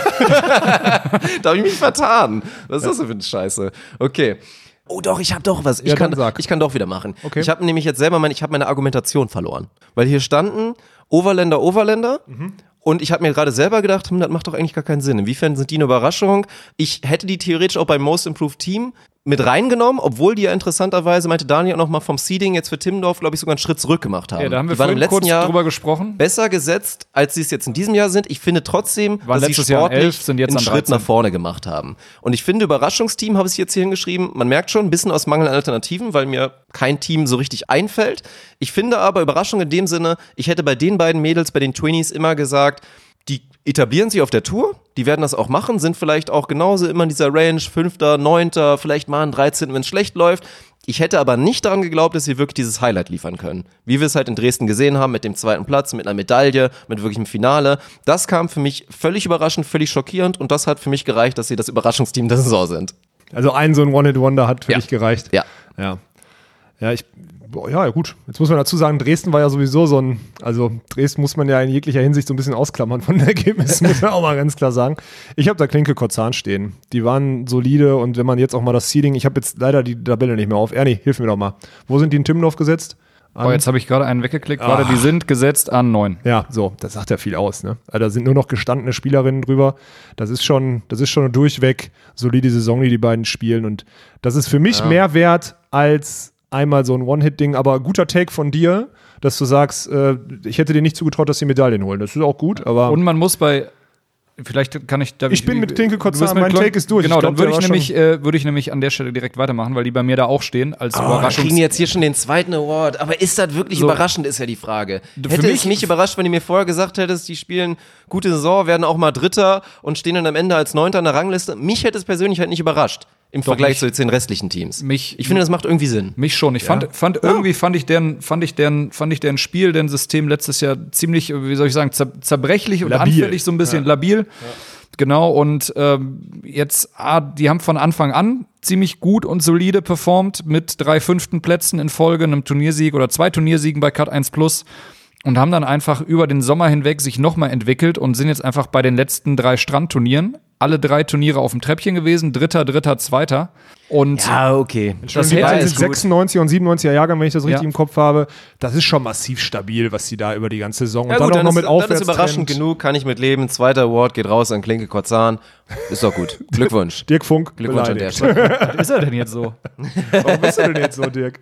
[SPEAKER 5] Da habe ich mich vertan. Was ist das denn für eine Scheiße? Okay. Oh doch, ich habe doch was. Ich,
[SPEAKER 6] Ja,
[SPEAKER 5] kann,
[SPEAKER 6] dann sag.
[SPEAKER 5] ich kann doch wieder machen.
[SPEAKER 6] Okay.
[SPEAKER 5] Ich habe nämlich jetzt selber meine, ich habe meine Argumentation verloren. Weil hier standen Overländer, Overländer.
[SPEAKER 6] Mhm.
[SPEAKER 5] Und ich habe mir gerade selber gedacht, hm, das macht doch eigentlich gar keinen Sinn. Inwiefern sind die eine Überraschung? Ich hätte die theoretisch auch beim Most Improved Team mit reingenommen, obwohl die ja interessanterweise, meinte Daniel auch nochmal vom Seeding jetzt für Timmendorf, glaube ich, sogar einen Schritt zurück gemacht haben.
[SPEAKER 7] Ja, da haben wir
[SPEAKER 5] die waren im
[SPEAKER 7] vorhin
[SPEAKER 5] letzten
[SPEAKER 7] kurz
[SPEAKER 5] Jahr
[SPEAKER 7] drüber gesprochen.
[SPEAKER 5] besser gesetzt, als sie es jetzt in diesem Jahr sind. Ich finde trotzdem,
[SPEAKER 7] Waren
[SPEAKER 5] dass sie
[SPEAKER 7] letztes Jahr an
[SPEAKER 5] sportlich
[SPEAKER 7] elf, sind jetzt
[SPEAKER 5] einen
[SPEAKER 7] an
[SPEAKER 5] Schritt
[SPEAKER 7] dreizehn.
[SPEAKER 5] nach vorne gemacht haben. Und ich finde, Überraschungsteam habe ich jetzt hier hingeschrieben. Man merkt schon, ein bisschen aus Mangel an Alternativen, weil mir kein Team so richtig einfällt. Ich finde aber Überraschung in dem Sinne, ich hätte bei den beiden Mädels, bei den Twinnies immer gesagt, die etablieren sich auf der Tour, die werden das auch machen, sind vielleicht auch genauso immer in dieser Range, Fünfter, Neunter, vielleicht mal ein dreizehnten, wenn es schlecht läuft. Ich hätte aber nicht daran geglaubt, dass sie wirklich dieses Highlight liefern können. Wie wir es halt in Dresden gesehen haben, mit dem zweiten Platz, mit einer Medaille, mit wirklich einem Finale. Das kam für mich völlig überraschend, völlig schockierend und das hat für mich gereicht, dass sie das Überraschungsteam der Saison sind.
[SPEAKER 6] Also ein so ein One-Hit-Wonder hat für
[SPEAKER 5] Ja.
[SPEAKER 6] dich gereicht.
[SPEAKER 5] Ja.
[SPEAKER 6] Ja. Ja, ich, boah, ja, gut. Jetzt muss man dazu sagen, Dresden war ja sowieso so ein, also Dresden muss man ja in jeglicher Hinsicht so ein bisschen ausklammern von den Ergebnissen, muss man auch mal ganz klar sagen. Ich habe da Klinke Kotzahn stehen. Die waren solide und wenn man jetzt auch mal das Seeding, ich habe jetzt leider die Tabelle nicht mehr auf. Ernie, hilf mir doch mal. Wo sind die in Timmendorf gesetzt? An,
[SPEAKER 7] Oh, jetzt habe ich gerade einen weggeklickt.
[SPEAKER 6] Ah.
[SPEAKER 7] Warte, die sind gesetzt an neun.
[SPEAKER 6] ja, so, das sagt ja viel aus, ne? Also da sind nur noch gestandene Spielerinnen drüber. Das ist schon, das ist schon eine durchweg solide Saison, die die beiden spielen und das ist für mich
[SPEAKER 5] Ja.
[SPEAKER 6] mehr wert als einmal so ein One-Hit-Ding, aber guter Take von dir, dass du sagst, äh, ich hätte dir nicht zugetraut, dass sie Medaillen holen. Das ist auch gut, aber
[SPEAKER 7] Und man muss bei, vielleicht kann ich da.
[SPEAKER 6] Ich bin mit Klinke Kotzahn,
[SPEAKER 7] Du bist mit
[SPEAKER 6] mein
[SPEAKER 7] Klon-
[SPEAKER 6] Take ist durch.
[SPEAKER 7] Genau,
[SPEAKER 6] Ich glaub,
[SPEAKER 7] dann würde
[SPEAKER 6] der
[SPEAKER 7] ich,
[SPEAKER 6] war
[SPEAKER 7] nämlich, äh, würde ich nämlich an der Stelle direkt weitermachen, weil die bei mir da auch stehen als
[SPEAKER 5] Oh, wir
[SPEAKER 7] Überraschung.
[SPEAKER 5] kriegen jetzt hier schon den zweiten Award. Aber ist das wirklich
[SPEAKER 7] So.
[SPEAKER 5] überraschend, ist ja die Frage.
[SPEAKER 7] Für
[SPEAKER 5] Hätte es
[SPEAKER 7] mich-
[SPEAKER 5] mich überrascht, wenn du mir vorher gesagt hättest, die spielen gute Saison, werden auch mal Dritter und stehen dann am Ende als Neunter in der Rangliste. Mich hätte es persönlich halt nicht überrascht. Im Vergleich
[SPEAKER 7] nicht.
[SPEAKER 5] zu den restlichen Teams.
[SPEAKER 7] Mich-
[SPEAKER 5] ich finde, das macht irgendwie Sinn.
[SPEAKER 7] Mich schon. Ich fand, fand irgendwie fand ich deren, fand ich deren, fand ich deren Spiel, deren System letztes Jahr ziemlich, wie soll ich sagen, zer zerbrechlich und
[SPEAKER 6] Labil.
[SPEAKER 7] anfällig, so ein bisschen labil. Genau, und ähm, jetzt, ah, die haben von Anfang an ziemlich gut und solide performt mit drei fünften Plätzen in Folge, einem Turniersieg oder zwei Turniersiegen bei Cut eins Plus und haben dann einfach über den Sommer hinweg sich nochmal entwickelt und sind jetzt einfach bei den letzten drei Strandturnieren alle drei Turniere auf dem Treppchen gewesen, dritter, dritter, zweiter. Und
[SPEAKER 5] Ja, okay.
[SPEAKER 6] das
[SPEAKER 7] hätte-
[SPEAKER 6] hätte
[SPEAKER 5] ist
[SPEAKER 6] sind
[SPEAKER 5] gut.
[SPEAKER 6] sechsundneunziger und siebenundneunziger Jahrgang, wenn ich das richtig
[SPEAKER 7] Ja.
[SPEAKER 6] im Kopf habe. Das ist schon massiv stabil, was sie da über die ganze Saison
[SPEAKER 5] Ja,
[SPEAKER 6] und
[SPEAKER 5] gut,
[SPEAKER 6] dann auch noch
[SPEAKER 5] ist,
[SPEAKER 6] mit
[SPEAKER 5] dann ist
[SPEAKER 6] Aufwärtstrend.
[SPEAKER 5] überraschend genug, kann ich mit leben. Zweiter Award geht raus an Klinke Kotzahn. Ist doch gut. Glückwunsch.
[SPEAKER 6] Dirk Funk,
[SPEAKER 5] Glückwunsch an der
[SPEAKER 6] beleidigt.
[SPEAKER 5] Stelle.
[SPEAKER 7] was ist er denn jetzt so?
[SPEAKER 6] Warum bist du denn jetzt so, Dirk?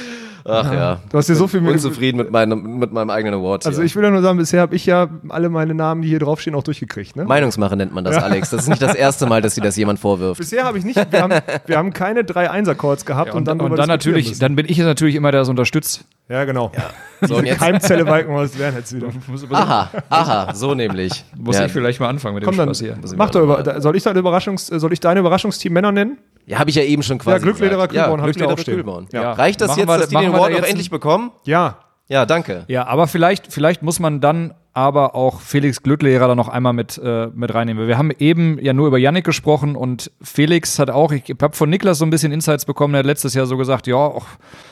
[SPEAKER 5] Ach ja.
[SPEAKER 6] Du hast dir so viel mit.
[SPEAKER 5] Unzufrieden mit meinem, mit meinem eigenen Award
[SPEAKER 6] Also
[SPEAKER 5] hier.
[SPEAKER 6] ich will ja nur sagen, bisher habe ich ja alle meine Namen, die hier draufstehen, auch durchgekriegt. Ne?
[SPEAKER 5] Meinungsmache nennt man das, Alex. Das ist nicht das erste Mal, dass dir das jemand vorwirft.
[SPEAKER 6] Bisher habe ich nicht, wir haben, wir haben keine drei Einser-Chords gehabt und, dann
[SPEAKER 7] und
[SPEAKER 6] drüber
[SPEAKER 7] dann
[SPEAKER 6] diskutieren
[SPEAKER 7] natürlich,
[SPEAKER 6] müssen.
[SPEAKER 7] dann bin ich jetzt natürlich immer der, der das unterstützt.
[SPEAKER 6] Ja, genau.
[SPEAKER 5] So, und jetzt,
[SPEAKER 6] Keimzelle Walkenhorst werden jetzt wieder.
[SPEAKER 5] aha, aha, so nämlich.
[SPEAKER 7] Muss
[SPEAKER 5] ja.
[SPEAKER 7] ich vielleicht mal anfangen mit dem
[SPEAKER 6] Komm dann,
[SPEAKER 7] Spaß hier.
[SPEAKER 6] mach doch über, da- soll ich dein Überraschungs, soll ich deine Überraschungsteam Männer nennen?
[SPEAKER 5] Ja, habe ich ja eben schon quasi
[SPEAKER 6] Ja, Glücklederer
[SPEAKER 5] gesagt.
[SPEAKER 6] Kühlborn hab ich da
[SPEAKER 5] Glücklederer
[SPEAKER 6] auch stehen.
[SPEAKER 5] Kühlborn.
[SPEAKER 6] Ja.
[SPEAKER 5] Reicht das
[SPEAKER 7] Machen
[SPEAKER 5] jetzt,
[SPEAKER 7] wir-
[SPEAKER 5] dass die
[SPEAKER 7] machen
[SPEAKER 5] den
[SPEAKER 7] wir da
[SPEAKER 5] Award auch
[SPEAKER 7] jetzt
[SPEAKER 5] endlich bekommen?
[SPEAKER 6] Ja.
[SPEAKER 5] Ja, danke.
[SPEAKER 7] Ja, aber vielleicht, vielleicht muss man dann aber auch Felix Glücklehrer da noch einmal mit, äh, mit reinnehmen. Wir haben eben ja nur über Yannick gesprochen und Felix hat auch, ich habe von Niklas so ein bisschen Insights bekommen, der hat letztes Jahr so gesagt, ja, och,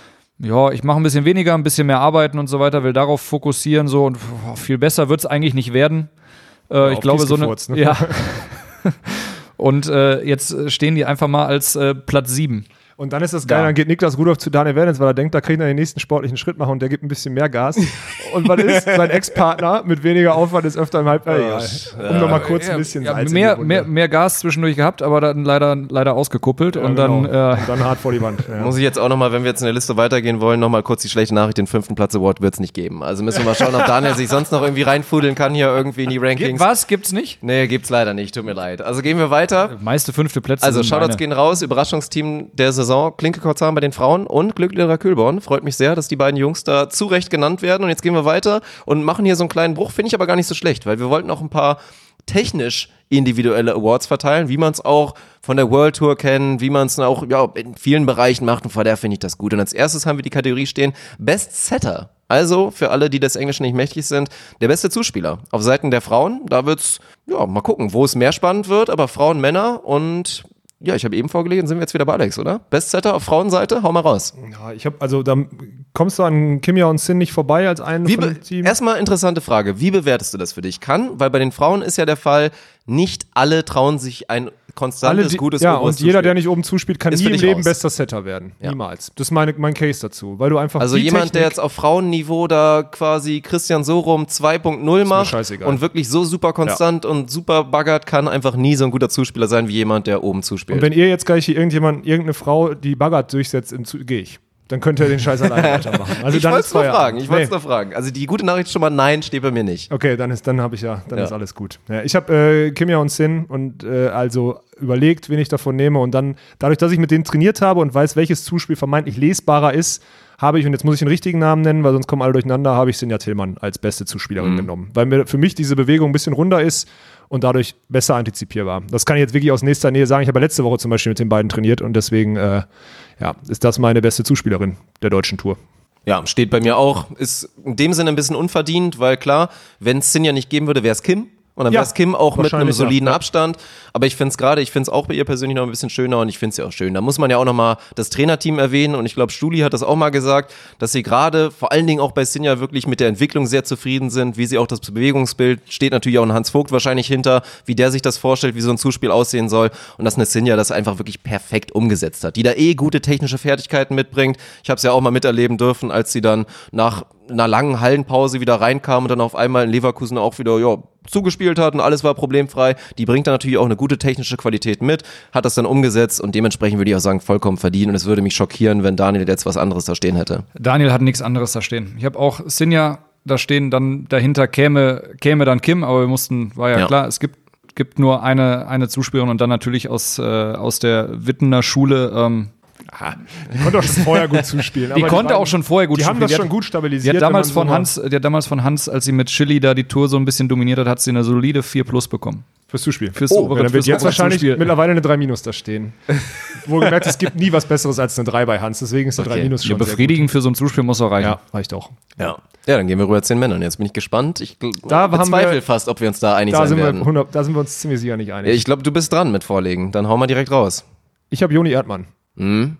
[SPEAKER 7] ja, ich mache ein bisschen weniger, ein bisschen mehr arbeiten und so weiter, will darauf fokussieren so und oh, viel besser wird es eigentlich nicht werden. Äh, ich
[SPEAKER 6] auf
[SPEAKER 7] glaube
[SPEAKER 6] dies
[SPEAKER 7] so eine,
[SPEAKER 6] gefurzt, ne?
[SPEAKER 7] ja. Und äh, jetzt stehen die einfach mal als äh, Platz sieben.
[SPEAKER 6] Und dann ist das geil,
[SPEAKER 7] Da.
[SPEAKER 6] dann geht Niklas Rudolph zu Daniel Wellens, weil er denkt, da kriegt er den nächsten sportlichen Schritt machen und der gibt ein bisschen mehr Gas. Und was ist? Sein Ex-Partner mit weniger Aufwand ist öfter im Halbfinale. Egal. Um nochmal kurz ein bisschen
[SPEAKER 7] ja,
[SPEAKER 6] Salz in
[SPEAKER 7] mehr,
[SPEAKER 6] die Wunde.
[SPEAKER 7] mehr, mehr Gas zwischendurch gehabt, aber dann leider, leider ausgekuppelt
[SPEAKER 6] Ja,
[SPEAKER 7] und
[SPEAKER 6] genau.
[SPEAKER 7] dann äh,
[SPEAKER 6] und dann hart vor die Wand. Ja.
[SPEAKER 5] Muss ich jetzt auch nochmal, wenn wir jetzt in der Liste weitergehen wollen, nochmal kurz die schlechte Nachricht, den fünften Platz Award wird es nicht geben. Also müssen wir mal schauen, ob Daniel sich sonst noch irgendwie reinfudeln kann hier irgendwie in die Rankings.
[SPEAKER 7] was gibt's nicht?
[SPEAKER 5] Nee, gibt's leider nicht, tut mir leid. Also gehen wir weiter.
[SPEAKER 7] Meiste fünfte Plätze.
[SPEAKER 5] Also
[SPEAKER 7] sind
[SPEAKER 5] Shoutouts
[SPEAKER 7] meine.
[SPEAKER 5] gehen raus, Überraschungsteam der Saison Saison Klinke Korzahn bei den Frauen und Glücklicher Kühlborn. Freut mich sehr, dass die beiden Jungs da zu Recht genannt werden. Und jetzt gehen wir weiter und machen hier so einen kleinen Bruch, finde ich aber gar nicht so schlecht, weil wir wollten auch ein paar technisch individuelle Awards verteilen, wie man es auch von der World Tour kennt, wie man es auch ja, in vielen Bereichen macht und von daher finde ich das gut. Und als erstes haben wir die Kategorie stehen Best Setter. Also für alle, die des Englischen nicht mächtig sind, der beste Zuspieler. Auf Seiten der Frauen, da wird's, ja, mal gucken, wo es mehr spannend wird, aber Frauen, Männer und ja, ich habe eben vorgelesen, sind wir jetzt wieder bei Alex, oder? Best Setter auf Frauenseite, hau mal raus.
[SPEAKER 6] Ja, ich habe, also da kommst du an Kimia und Sin nicht vorbei als einen
[SPEAKER 5] Wie
[SPEAKER 6] von
[SPEAKER 5] be-
[SPEAKER 6] dem Team.
[SPEAKER 5] Erstmal interessante Frage, wie bewertest du das für dich? Kann, weil bei den Frauen ist ja der Fall, nicht alle trauen sich ein konstantes,
[SPEAKER 6] Alle, die,
[SPEAKER 5] gutes
[SPEAKER 6] ja,
[SPEAKER 5] oberes
[SPEAKER 6] und jeder,
[SPEAKER 5] Zuspiel.
[SPEAKER 6] der nicht oben zuspielt, kann
[SPEAKER 5] Ist
[SPEAKER 6] nie
[SPEAKER 5] für
[SPEAKER 6] im
[SPEAKER 5] dich
[SPEAKER 6] Leben
[SPEAKER 5] raus.
[SPEAKER 6] bester Setter werden.
[SPEAKER 5] Ja.
[SPEAKER 6] Niemals. Das ist meine, mein Case dazu. Weil du einfach
[SPEAKER 5] Also
[SPEAKER 6] die
[SPEAKER 5] jemand, der
[SPEAKER 6] Technik,
[SPEAKER 5] jetzt auf Frauenniveau da quasi Christian Sorum zwei Punkt null
[SPEAKER 6] mir
[SPEAKER 5] macht
[SPEAKER 6] scheißegal.
[SPEAKER 5] und wirklich so super konstant und super baggert, kann einfach nie so ein guter Zuspieler sein wie jemand, der oben zuspielt.
[SPEAKER 6] Und wenn ihr jetzt gleich hier irgendjemand, irgendeine Frau, die baggert durchsetzt, gehe ich. Dann könnt ihr den Scheiß alleine weitermachen. Also
[SPEAKER 5] ich
[SPEAKER 6] dann
[SPEAKER 5] wollte
[SPEAKER 6] ist
[SPEAKER 5] es nur
[SPEAKER 6] Feierabend.
[SPEAKER 5] fragen, ich wollte es
[SPEAKER 6] Nee.
[SPEAKER 5] nur fragen. Also die gute Nachricht schon mal, nein, steht bei mir nicht.
[SPEAKER 6] Okay, dann ist, dann habe ich ja, dann
[SPEAKER 5] Ja.
[SPEAKER 6] ist alles gut. Ja, ich habe äh, Kimia und Sin und äh, also überlegt, wen ich davon nehme und dann, dadurch, dass ich mit denen trainiert habe und weiß, welches Zuspiel vermeintlich lesbarer ist, habe ich, und jetzt muss ich den richtigen Namen nennen, weil sonst kommen alle durcheinander, habe ich Sinja Tillmann als beste Zuspielerin
[SPEAKER 5] Mhm.
[SPEAKER 6] genommen. Weil mir für mich diese Bewegung ein bisschen runder ist und dadurch besser antizipierbar. Das kann ich jetzt wirklich aus nächster Nähe sagen. Ich habe ja letzte Woche zum Beispiel mit den beiden trainiert und deswegen äh, ja, ist das meine beste Zuspielerin der deutschen Tour.
[SPEAKER 5] Ja, steht bei mir auch. Ist in dem Sinne ein bisschen unverdient, weil klar, wenn es Sinja nicht geben würde, wäre es Kim. Und dann
[SPEAKER 6] Ja,
[SPEAKER 5] wäre es Kim auch mit einem
[SPEAKER 6] wahrscheinlich,
[SPEAKER 5] soliden
[SPEAKER 6] ja.
[SPEAKER 5] Abstand. Aber ich finde es gerade, ich finde es auch bei ihr persönlich noch ein bisschen schöner und ich finde es ja auch schön. Da muss man ja auch nochmal das Trainerteam erwähnen und ich glaube, Stuli hat das auch mal gesagt, dass sie gerade vor allen Dingen auch bei Sinja wirklich mit der Entwicklung sehr zufrieden sind, wie sie auch das Bewegungsbild, steht natürlich auch ein Hans Vogt wahrscheinlich hinter, wie der sich das vorstellt, wie so ein Zuspiel aussehen soll und dass eine Sinja das einfach wirklich perfekt umgesetzt hat, die da eh gute technische Fertigkeiten mitbringt. Ich habe es ja auch mal miterleben dürfen, als sie dann nach einer langen Hallenpause wieder reinkam und dann auf einmal in Leverkusen auch wieder, ja, zugespielt hat und alles war problemfrei. Die bringt dann natürlich auch eine gute technische Qualität mit, hat das dann umgesetzt und dementsprechend würde ich auch sagen, vollkommen verdient und es würde mich schockieren, wenn Daniel jetzt was anderes da stehen hätte.
[SPEAKER 7] Daniel hat nichts anderes da stehen. Ich habe auch Sinja da stehen, dann dahinter käme, käme dann Kim, aber wir mussten, war ja,
[SPEAKER 5] Ja.
[SPEAKER 7] klar, es gibt, gibt nur eine, eine Zuspielerin und dann natürlich aus, äh, aus der Wittener Schule, ähm,
[SPEAKER 6] Die konnte auch schon vorher gut zuspielen.
[SPEAKER 7] die
[SPEAKER 6] aber
[SPEAKER 7] konnte
[SPEAKER 6] waren-
[SPEAKER 7] auch schon vorher gut
[SPEAKER 6] Die haben
[SPEAKER 7] spielen.
[SPEAKER 6] das
[SPEAKER 7] Die hat-
[SPEAKER 6] schon gut
[SPEAKER 7] Die
[SPEAKER 6] stabilisiert.
[SPEAKER 7] hat, damals
[SPEAKER 6] wenn man
[SPEAKER 7] von
[SPEAKER 6] so
[SPEAKER 7] Hans, die hat damals von Hans, als sie mit Chili da die Tour so ein bisschen dominiert hat, hat sie eine solide vier plus bekommen.
[SPEAKER 6] Fürs Zuspiel.
[SPEAKER 7] Fürs
[SPEAKER 6] oh,
[SPEAKER 7] obere-
[SPEAKER 6] ja, dann wird
[SPEAKER 7] fürs
[SPEAKER 6] jetzt
[SPEAKER 7] obere
[SPEAKER 6] wahrscheinlich
[SPEAKER 7] Zuspiel.
[SPEAKER 6] mittlerweile eine drei minus da stehen. Wohlgemerkt, es gibt nie was Besseres als eine drei bei Hans. Deswegen ist eine
[SPEAKER 5] Okay.
[SPEAKER 6] drei minus
[SPEAKER 7] Ja,
[SPEAKER 6] schon sehr gut.
[SPEAKER 7] befriedigend für so ein Zuspiel muss auch reichen.
[SPEAKER 6] Ja, reicht auch.
[SPEAKER 5] Ja. Ja, dann gehen wir rüber zu den Männern. Jetzt bin ich gespannt. Ich gl-
[SPEAKER 6] Da haben
[SPEAKER 5] bezweifle
[SPEAKER 6] wir-
[SPEAKER 5] fast, ob wir uns da einig
[SPEAKER 6] Da
[SPEAKER 5] sein
[SPEAKER 6] sind, wir
[SPEAKER 5] werden.
[SPEAKER 6] hundert, da sind wir uns ziemlich sicher nicht einig.
[SPEAKER 5] Ja, ich glaube, du bist dran mit Vorlegen. Dann hau mal direkt raus.
[SPEAKER 6] Ich habe Joni Erdmann.
[SPEAKER 5] Mhm.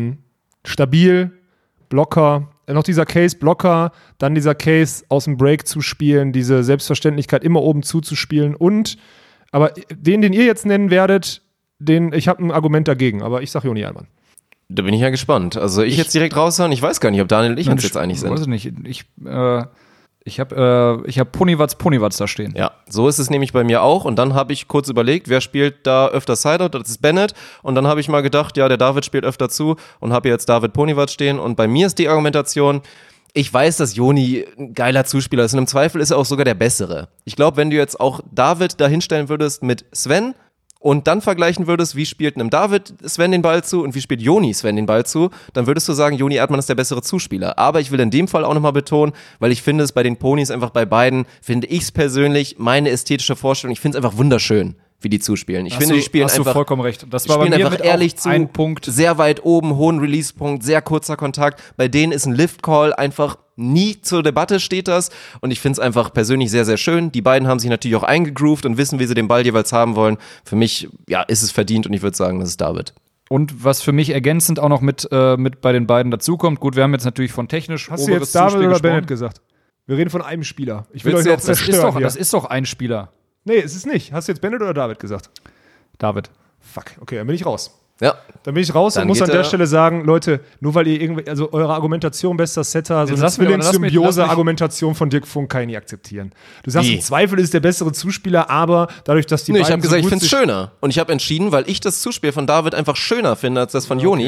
[SPEAKER 6] Stabil, Blocker, äh, noch dieser Case Blocker, dann dieser Case aus dem Break zu spielen, diese Selbstverständlichkeit immer oben zuzuspielen und, aber den, den ihr jetzt nennen werdet, den, ich habe ein Argument dagegen, aber ich sage Joni Erdmann.
[SPEAKER 5] Da bin ich ja gespannt. Also ich, jetzt direkt raushauen. Ich weiß gar nicht, ob Daniel und ich uns jetzt einig
[SPEAKER 7] Weiß
[SPEAKER 5] sind.
[SPEAKER 7] ich nicht. Ich, äh, ich habe äh, ich hab Ponywatz Ponywatz da stehen.
[SPEAKER 5] Ja, so ist es nämlich bei mir auch. Und dann habe ich kurz überlegt, wer spielt da öfter Sideout? Das ist Bennett. Und dann habe ich mal gedacht, ja, der David spielt öfter zu und habe jetzt David Ponywatz stehen. Und bei mir ist die Argumentation, ich weiß, dass Joni ein geiler Zuspieler ist und im Zweifel ist er auch sogar der Bessere. Ich glaube, wenn du jetzt auch David da hinstellen würdest mit Sven und dann vergleichen würdest, wie spielt einem David Sven den Ball zu und wie spielt Joni Sven den Ball zu, dann würdest du sagen, Joni Erdmann ist der bessere Zuspieler. Aber ich will in dem Fall auch nochmal betonen, weil ich finde es bei den Ponys einfach bei beiden, finde ich es persönlich, meine ästhetische Vorstellung, ich finde es einfach wunderschön, wie die zuspielen. Ich
[SPEAKER 7] Hast
[SPEAKER 5] finde,
[SPEAKER 7] du,
[SPEAKER 5] die spielen
[SPEAKER 7] hast
[SPEAKER 5] einfach
[SPEAKER 7] du vollkommen recht. Das
[SPEAKER 5] die
[SPEAKER 7] war bei
[SPEAKER 5] spielen
[SPEAKER 7] mir
[SPEAKER 5] einfach
[SPEAKER 7] mit
[SPEAKER 5] ehrlich
[SPEAKER 7] auch
[SPEAKER 5] zu,
[SPEAKER 7] ein Punkt.
[SPEAKER 5] sehr weit oben, hohen Release-Punkt, sehr kurzer Kontakt. Bei denen ist ein Lift-Call einfach nie zur Debatte steht das und ich finde es einfach persönlich sehr, sehr schön. Die beiden haben sich natürlich auch eingegroovt und wissen, wie sie den Ball jeweils haben wollen. Für mich, ja, ist es verdient und ich würde sagen, das ist David.
[SPEAKER 7] Und was für mich ergänzend auch noch mit, äh, mit bei den beiden dazukommt, gut, wir haben jetzt natürlich von technisch
[SPEAKER 6] Hast du
[SPEAKER 7] oberes
[SPEAKER 6] jetzt David
[SPEAKER 7] Zuspiel
[SPEAKER 6] oder
[SPEAKER 7] gesprochen.
[SPEAKER 6] Bennett gesagt? Wir reden von einem Spieler. Ich will
[SPEAKER 5] Willst
[SPEAKER 6] euch
[SPEAKER 5] du
[SPEAKER 6] noch
[SPEAKER 5] jetzt- das
[SPEAKER 7] Das ist,
[SPEAKER 6] zerstören
[SPEAKER 7] doch,
[SPEAKER 6] hier.
[SPEAKER 7] das ist doch ein Spieler.
[SPEAKER 6] Nee, es ist nicht. Hast du jetzt Bennett oder David gesagt?
[SPEAKER 7] David.
[SPEAKER 6] Fuck, okay, dann bin ich raus.
[SPEAKER 5] Ja,
[SPEAKER 6] Dann bin ich raus
[SPEAKER 5] Dann
[SPEAKER 6] und muss
[SPEAKER 5] geht
[SPEAKER 6] an der
[SPEAKER 5] er-
[SPEAKER 6] Stelle sagen, Leute, nur weil ihr irgendwie, also eure Argumentation bester Setter, so
[SPEAKER 7] Jetzt
[SPEAKER 6] eine
[SPEAKER 7] lass mich- lass mich- lass mich-
[SPEAKER 6] Zwillingssymbiose-Argumentation von Dirk Funk kann ich nicht akzeptieren. Du sagst,
[SPEAKER 5] Wie?
[SPEAKER 6] im Zweifel ist es der bessere Zuspieler, aber dadurch, dass die
[SPEAKER 5] nee,
[SPEAKER 6] beiden
[SPEAKER 5] ich habe gesagt,
[SPEAKER 6] so
[SPEAKER 5] ich
[SPEAKER 6] gut
[SPEAKER 5] finde es
[SPEAKER 6] sich-
[SPEAKER 5] schöner. Und ich habe entschieden, weil ich das Zuspiel von David einfach schöner finde als das von Joni,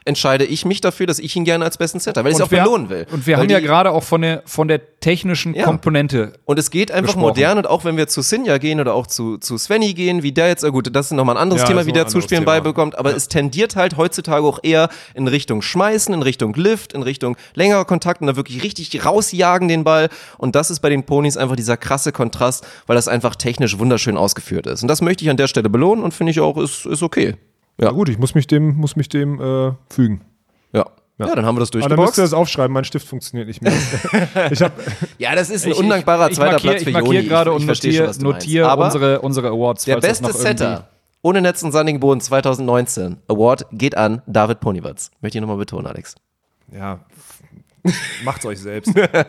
[SPEAKER 5] entscheide ich mich dafür, dass ich ihn gerne als besten Center, weil ich es auch
[SPEAKER 7] wir,
[SPEAKER 5] belohnen will.
[SPEAKER 7] Und wir
[SPEAKER 5] weil
[SPEAKER 7] haben ja
[SPEAKER 5] die,
[SPEAKER 7] gerade auch von der, von der technischen
[SPEAKER 5] Ja.
[SPEAKER 7] Komponente.
[SPEAKER 5] Und es geht einfach
[SPEAKER 7] gesprochen.
[SPEAKER 5] modern und auch wenn wir zu Sinja gehen oder auch zu, zu Svenny gehen, wie der jetzt, äh gut, das ist nochmal ein anderes
[SPEAKER 6] Ja,
[SPEAKER 5] Thema,
[SPEAKER 6] so
[SPEAKER 5] wie
[SPEAKER 6] ein
[SPEAKER 5] der
[SPEAKER 6] anderes
[SPEAKER 5] Zuspielen
[SPEAKER 6] Thema.
[SPEAKER 5] beibekommt, aber es tendiert halt heutzutage auch eher in Richtung Schmeißen, in Richtung Lift, in Richtung längerer Kontakt und da wirklich richtig rausjagen den Ball und das ist bei den Ponys einfach dieser krasse Kontrast, weil das einfach technisch wunderschön ausgeführt ist. Und das möchte ich an der Stelle belohnen und finde ich auch, ist, ist okay.
[SPEAKER 6] Ja gut, ich muss mich dem, muss mich dem äh, fügen.
[SPEAKER 5] Ja. Ja. ja, dann haben wir das
[SPEAKER 6] Aber dann müsst
[SPEAKER 5] durchgeboxt.
[SPEAKER 6] ihr das aufschreiben, mein Stift funktioniert nicht mehr. ich hab,
[SPEAKER 5] Ja, das ist ein
[SPEAKER 7] Ich-
[SPEAKER 5] undankbarer
[SPEAKER 7] ich, ich
[SPEAKER 5] zweiter
[SPEAKER 7] markier,
[SPEAKER 5] Platz für
[SPEAKER 7] Ich markiere
[SPEAKER 5] Joni.
[SPEAKER 7] gerade
[SPEAKER 5] ich,
[SPEAKER 7] und
[SPEAKER 5] ich verstehe schon,
[SPEAKER 7] notiere
[SPEAKER 5] was du meinst.
[SPEAKER 7] notiere
[SPEAKER 5] Aber
[SPEAKER 7] unsere, unsere Awards.
[SPEAKER 5] der
[SPEAKER 7] falls das
[SPEAKER 5] beste
[SPEAKER 7] noch irgendwie-
[SPEAKER 5] Setter ohne Netz und sandigen Boden zwanzig neunzehn Award geht an David Ponywatz. Möchte ich nochmal betonen, Alex.
[SPEAKER 6] ja, macht's euch selbst.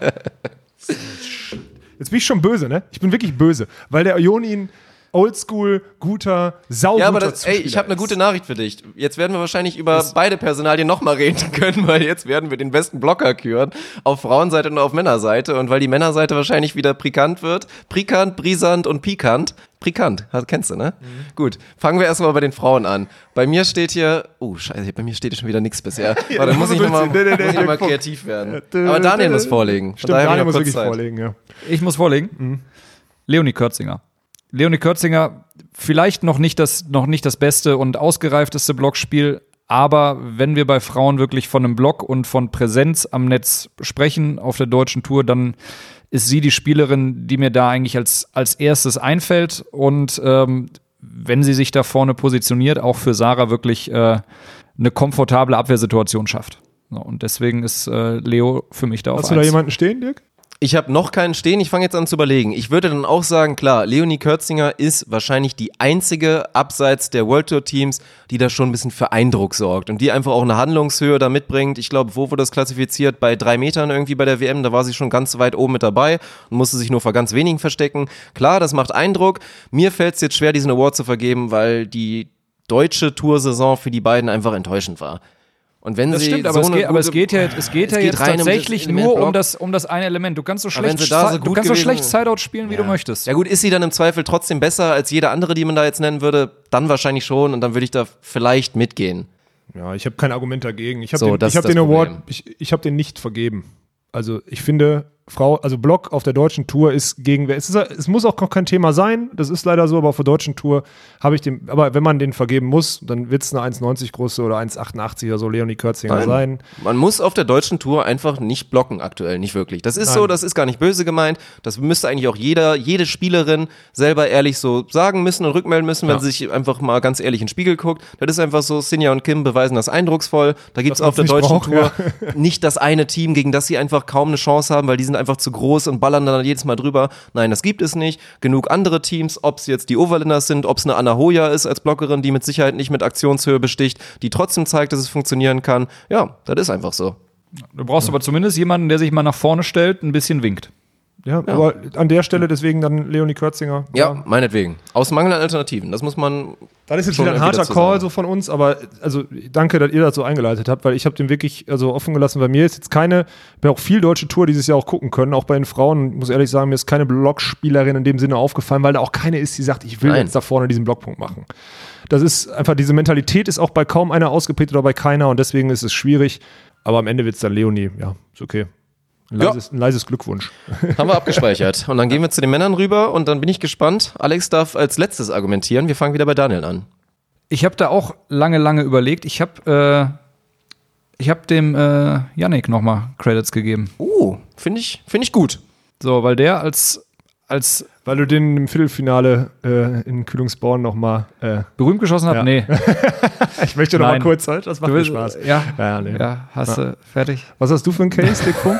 [SPEAKER 6] Jetzt bin ich schon böse, ne? Ich bin wirklich böse, weil der Joni oldschool, guter, sauguter
[SPEAKER 5] Ja, aber das, ey,
[SPEAKER 6] Zuspieler
[SPEAKER 5] ich habe eine
[SPEAKER 6] ist.
[SPEAKER 5] gute Nachricht für dich. Jetzt werden wir wahrscheinlich über beide Personalien nochmal reden können, weil jetzt werden wir den besten Blocker küren. Auf Frauenseite und auf Männerseite. Und weil die Männerseite wahrscheinlich wieder prikant wird. Prikant, brisant und pikant. Prikant, das kennst du, ne? Mhm. Gut, fangen wir erstmal bei den Frauen an. Bei mir steht hier, oh scheiße, bei mir steht hier schon wieder nichts bisher.
[SPEAKER 6] Ja,
[SPEAKER 5] Warte, muss ich nochmal
[SPEAKER 6] nee, nee, nee,
[SPEAKER 5] noch
[SPEAKER 6] nee,
[SPEAKER 5] kreativ werden. Aber Daniel muss vorlegen. Von
[SPEAKER 6] Stimmt,
[SPEAKER 5] daher
[SPEAKER 6] Daniel
[SPEAKER 5] hab ich
[SPEAKER 6] muss
[SPEAKER 5] noch
[SPEAKER 6] wirklich
[SPEAKER 5] kurz Zeit.
[SPEAKER 6] vorlegen, ja.
[SPEAKER 7] Ich muss vorlegen.
[SPEAKER 5] Mhm.
[SPEAKER 7] Leonie Körzinger. Leonie Körzinger, vielleicht noch nicht das, noch nicht das beste und ausgereifteste Blockspiel, aber wenn wir bei Frauen wirklich von einem Block und von Präsenz am Netz sprechen auf der deutschen Tour, dann ist sie die Spielerin, die mir da eigentlich als, als erstes einfällt. Und ähm, wenn sie sich da vorne positioniert, auch für Sarah wirklich äh, eine komfortable Abwehrsituation schafft. So, und deswegen ist äh, Leo für mich da auf
[SPEAKER 6] Hast du da
[SPEAKER 7] eins.
[SPEAKER 6] jemanden stehen, Dirk?
[SPEAKER 5] Ich habe noch keinen stehen, ich fange jetzt an zu überlegen. Ich würde dann auch sagen, klar, Leonie Körzinger ist wahrscheinlich die einzige abseits der World Tour Teams, die da schon ein bisschen für Eindruck sorgt und die einfach auch eine Handlungshöhe da mitbringt. Ich glaube, wo wurde das klassifiziert? Bei drei Metern irgendwie bei der W M, da war sie schon ganz weit oben mit dabei und musste sich nur vor ganz wenigen verstecken. Klar, das macht Eindruck. Mir fällt es jetzt schwer, diesen Award zu vergeben, weil die deutsche Toursaison für die beiden einfach enttäuschend war. Und wenn
[SPEAKER 7] Das
[SPEAKER 5] sie
[SPEAKER 7] stimmt,
[SPEAKER 5] so
[SPEAKER 7] aber, es
[SPEAKER 5] eine
[SPEAKER 7] geht, aber es
[SPEAKER 5] gute-
[SPEAKER 7] geht ja, es geht
[SPEAKER 5] Es
[SPEAKER 7] ja
[SPEAKER 5] geht
[SPEAKER 7] jetzt
[SPEAKER 5] rein um das
[SPEAKER 7] tatsächlich
[SPEAKER 5] Element
[SPEAKER 7] nur
[SPEAKER 5] Block.
[SPEAKER 7] um das, um das eine Element. Du kannst so
[SPEAKER 5] Aber wenn
[SPEAKER 7] schlecht,
[SPEAKER 5] sie da so
[SPEAKER 7] du
[SPEAKER 5] gut
[SPEAKER 7] kannst so
[SPEAKER 5] gewesen-
[SPEAKER 7] schlecht Sideout spielen, wie
[SPEAKER 5] Ja.
[SPEAKER 7] du möchtest.
[SPEAKER 5] Ja gut, ist sie dann im Zweifel trotzdem besser als jede andere, die man da jetzt nennen würde? Dann wahrscheinlich schon und dann würde ich da vielleicht mitgehen.
[SPEAKER 6] Ja, ich habe kein Argument dagegen. Ich habe
[SPEAKER 5] So,
[SPEAKER 6] den,
[SPEAKER 5] das
[SPEAKER 6] ich hab
[SPEAKER 5] ist das
[SPEAKER 6] den Award,
[SPEAKER 5] Problem.
[SPEAKER 6] ich, ich habe den nicht vergeben. Also ich finde, Frau, also Block auf der deutschen Tour ist gegen, es, ist, es muss auch noch kein Thema sein, das ist leider so, aber auf der deutschen Tour habe ich den, aber wenn man den vergeben muss, dann wird es eine eins neunzig große oder eins achtundachtzig oder so Leonie Körzinger
[SPEAKER 5] Nein.
[SPEAKER 6] sein.
[SPEAKER 5] Man muss auf der deutschen Tour einfach nicht blocken aktuell, nicht wirklich. Das ist
[SPEAKER 6] Nein.
[SPEAKER 5] so, das ist gar nicht böse gemeint. Das müsste eigentlich auch jeder, jede Spielerin selber ehrlich so sagen müssen und rückmelden müssen, wenn
[SPEAKER 6] Ja.
[SPEAKER 5] sie sich einfach mal ganz ehrlich in den Spiegel guckt. Das ist einfach so, Sinja und Kim beweisen das eindrucksvoll. Da gibt es
[SPEAKER 6] Was
[SPEAKER 5] auf der
[SPEAKER 6] man's nicht
[SPEAKER 5] deutschen
[SPEAKER 6] braucht,
[SPEAKER 5] Tour nicht das eine Team, gegen das sie einfach kaum eine Chance haben, weil die sind einfach zu groß und ballern dann jedes Mal drüber. Nein, das gibt es nicht. Genug andere Teams, ob es jetzt die Overlanders sind, ob es eine Anna Hoja ist als Blockerin, die mit Sicherheit nicht mit Aktionshöhe besticht, die trotzdem zeigt, dass es funktionieren kann. Ja, das ist einfach so.
[SPEAKER 7] Du brauchst aber zumindest jemanden, der sich mal nach vorne stellt, ein bisschen winkt.
[SPEAKER 6] Ja, aber an der Stelle deswegen dann Leonie Körzinger.
[SPEAKER 5] Ja, meinetwegen. Aus Mangel an Alternativen. Das muss man.
[SPEAKER 6] Das ist jetzt
[SPEAKER 5] schon
[SPEAKER 6] wieder ein
[SPEAKER 5] irgendwie
[SPEAKER 6] harter
[SPEAKER 5] dazu
[SPEAKER 6] Call
[SPEAKER 5] sagen.
[SPEAKER 6] so von uns, aber also danke, dass ihr das so eingeleitet habt, weil ich habe den wirklich also offen gelassen. Bei mir ist jetzt keine, ich habe auch viel deutsche Tour dieses Jahr auch gucken können, auch bei den Frauen. Ich muss ehrlich sagen, mir ist keine Blockspielerin in dem Sinne aufgefallen, weil da auch keine ist, die sagt, ich will
[SPEAKER 5] Nein.
[SPEAKER 6] jetzt da vorne diesen Blockpunkt machen. Das ist einfach, diese Mentalität ist auch bei kaum einer ausgeprägt oder bei keiner und deswegen ist es schwierig. Aber am Ende wird es dann Leonie. Ja, ist okay. Ein
[SPEAKER 5] Ja.
[SPEAKER 6] leises, ein leises Glückwunsch.
[SPEAKER 5] Haben wir abgespeichert. Und dann gehen wir zu den Männern rüber und dann bin ich gespannt. Alex darf als letztes argumentieren. Wir fangen wieder bei Daniel an.
[SPEAKER 7] Ich habe da auch lange, lange überlegt. Ich habe äh, ich hab dem äh, Yannick nochmal Credits gegeben.
[SPEAKER 5] Uh, finde ich, finde ich gut.
[SPEAKER 7] So, weil der als, als
[SPEAKER 6] Weil du den im Viertelfinale äh, in Kühlungsborn nochmal äh,
[SPEAKER 7] berühmt geschossen hat?
[SPEAKER 6] Ja.
[SPEAKER 7] Nee.
[SPEAKER 6] ich möchte noch mal
[SPEAKER 7] Nein.
[SPEAKER 6] kurz, halt, das macht
[SPEAKER 7] Du
[SPEAKER 6] mir
[SPEAKER 7] willst-
[SPEAKER 6] Spaß.
[SPEAKER 7] Ja,
[SPEAKER 6] Ja, nee.
[SPEAKER 7] ja hast du fertig.
[SPEAKER 6] Was hast du für einen Case, Dick Funk?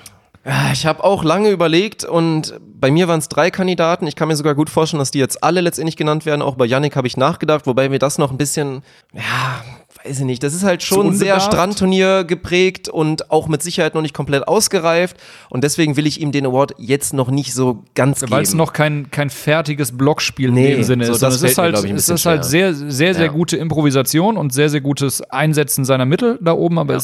[SPEAKER 5] Ja, Ich habe auch lange überlegt und bei mir waren es drei Kandidaten. Ich kann mir sogar gut vorstellen, dass die jetzt alle letztendlich genannt werden. Auch bei Yannick habe ich nachgedacht, wobei mir das noch ein bisschen, ja, weiß ich nicht. Das ist halt schon sehr
[SPEAKER 7] unbedarft?
[SPEAKER 5] Strandturnier geprägt und auch mit Sicherheit noch nicht komplett ausgereift. Und deswegen will ich ihm den Award jetzt noch nicht so ganz geben.
[SPEAKER 7] Weil es noch kein, kein fertiges Blockspiel
[SPEAKER 5] Nee,
[SPEAKER 7] in dem Sinne
[SPEAKER 5] so
[SPEAKER 7] ist.
[SPEAKER 5] das
[SPEAKER 7] sondern es ist
[SPEAKER 5] fällt mir,
[SPEAKER 7] halt,
[SPEAKER 5] glaub ich, ein
[SPEAKER 7] es
[SPEAKER 5] bisschen
[SPEAKER 7] ist halt
[SPEAKER 5] schwer.
[SPEAKER 7] sehr, sehr, sehr
[SPEAKER 5] Ja.
[SPEAKER 7] gute Improvisation und sehr, sehr gutes Einsetzen seiner Mittel da oben, aber es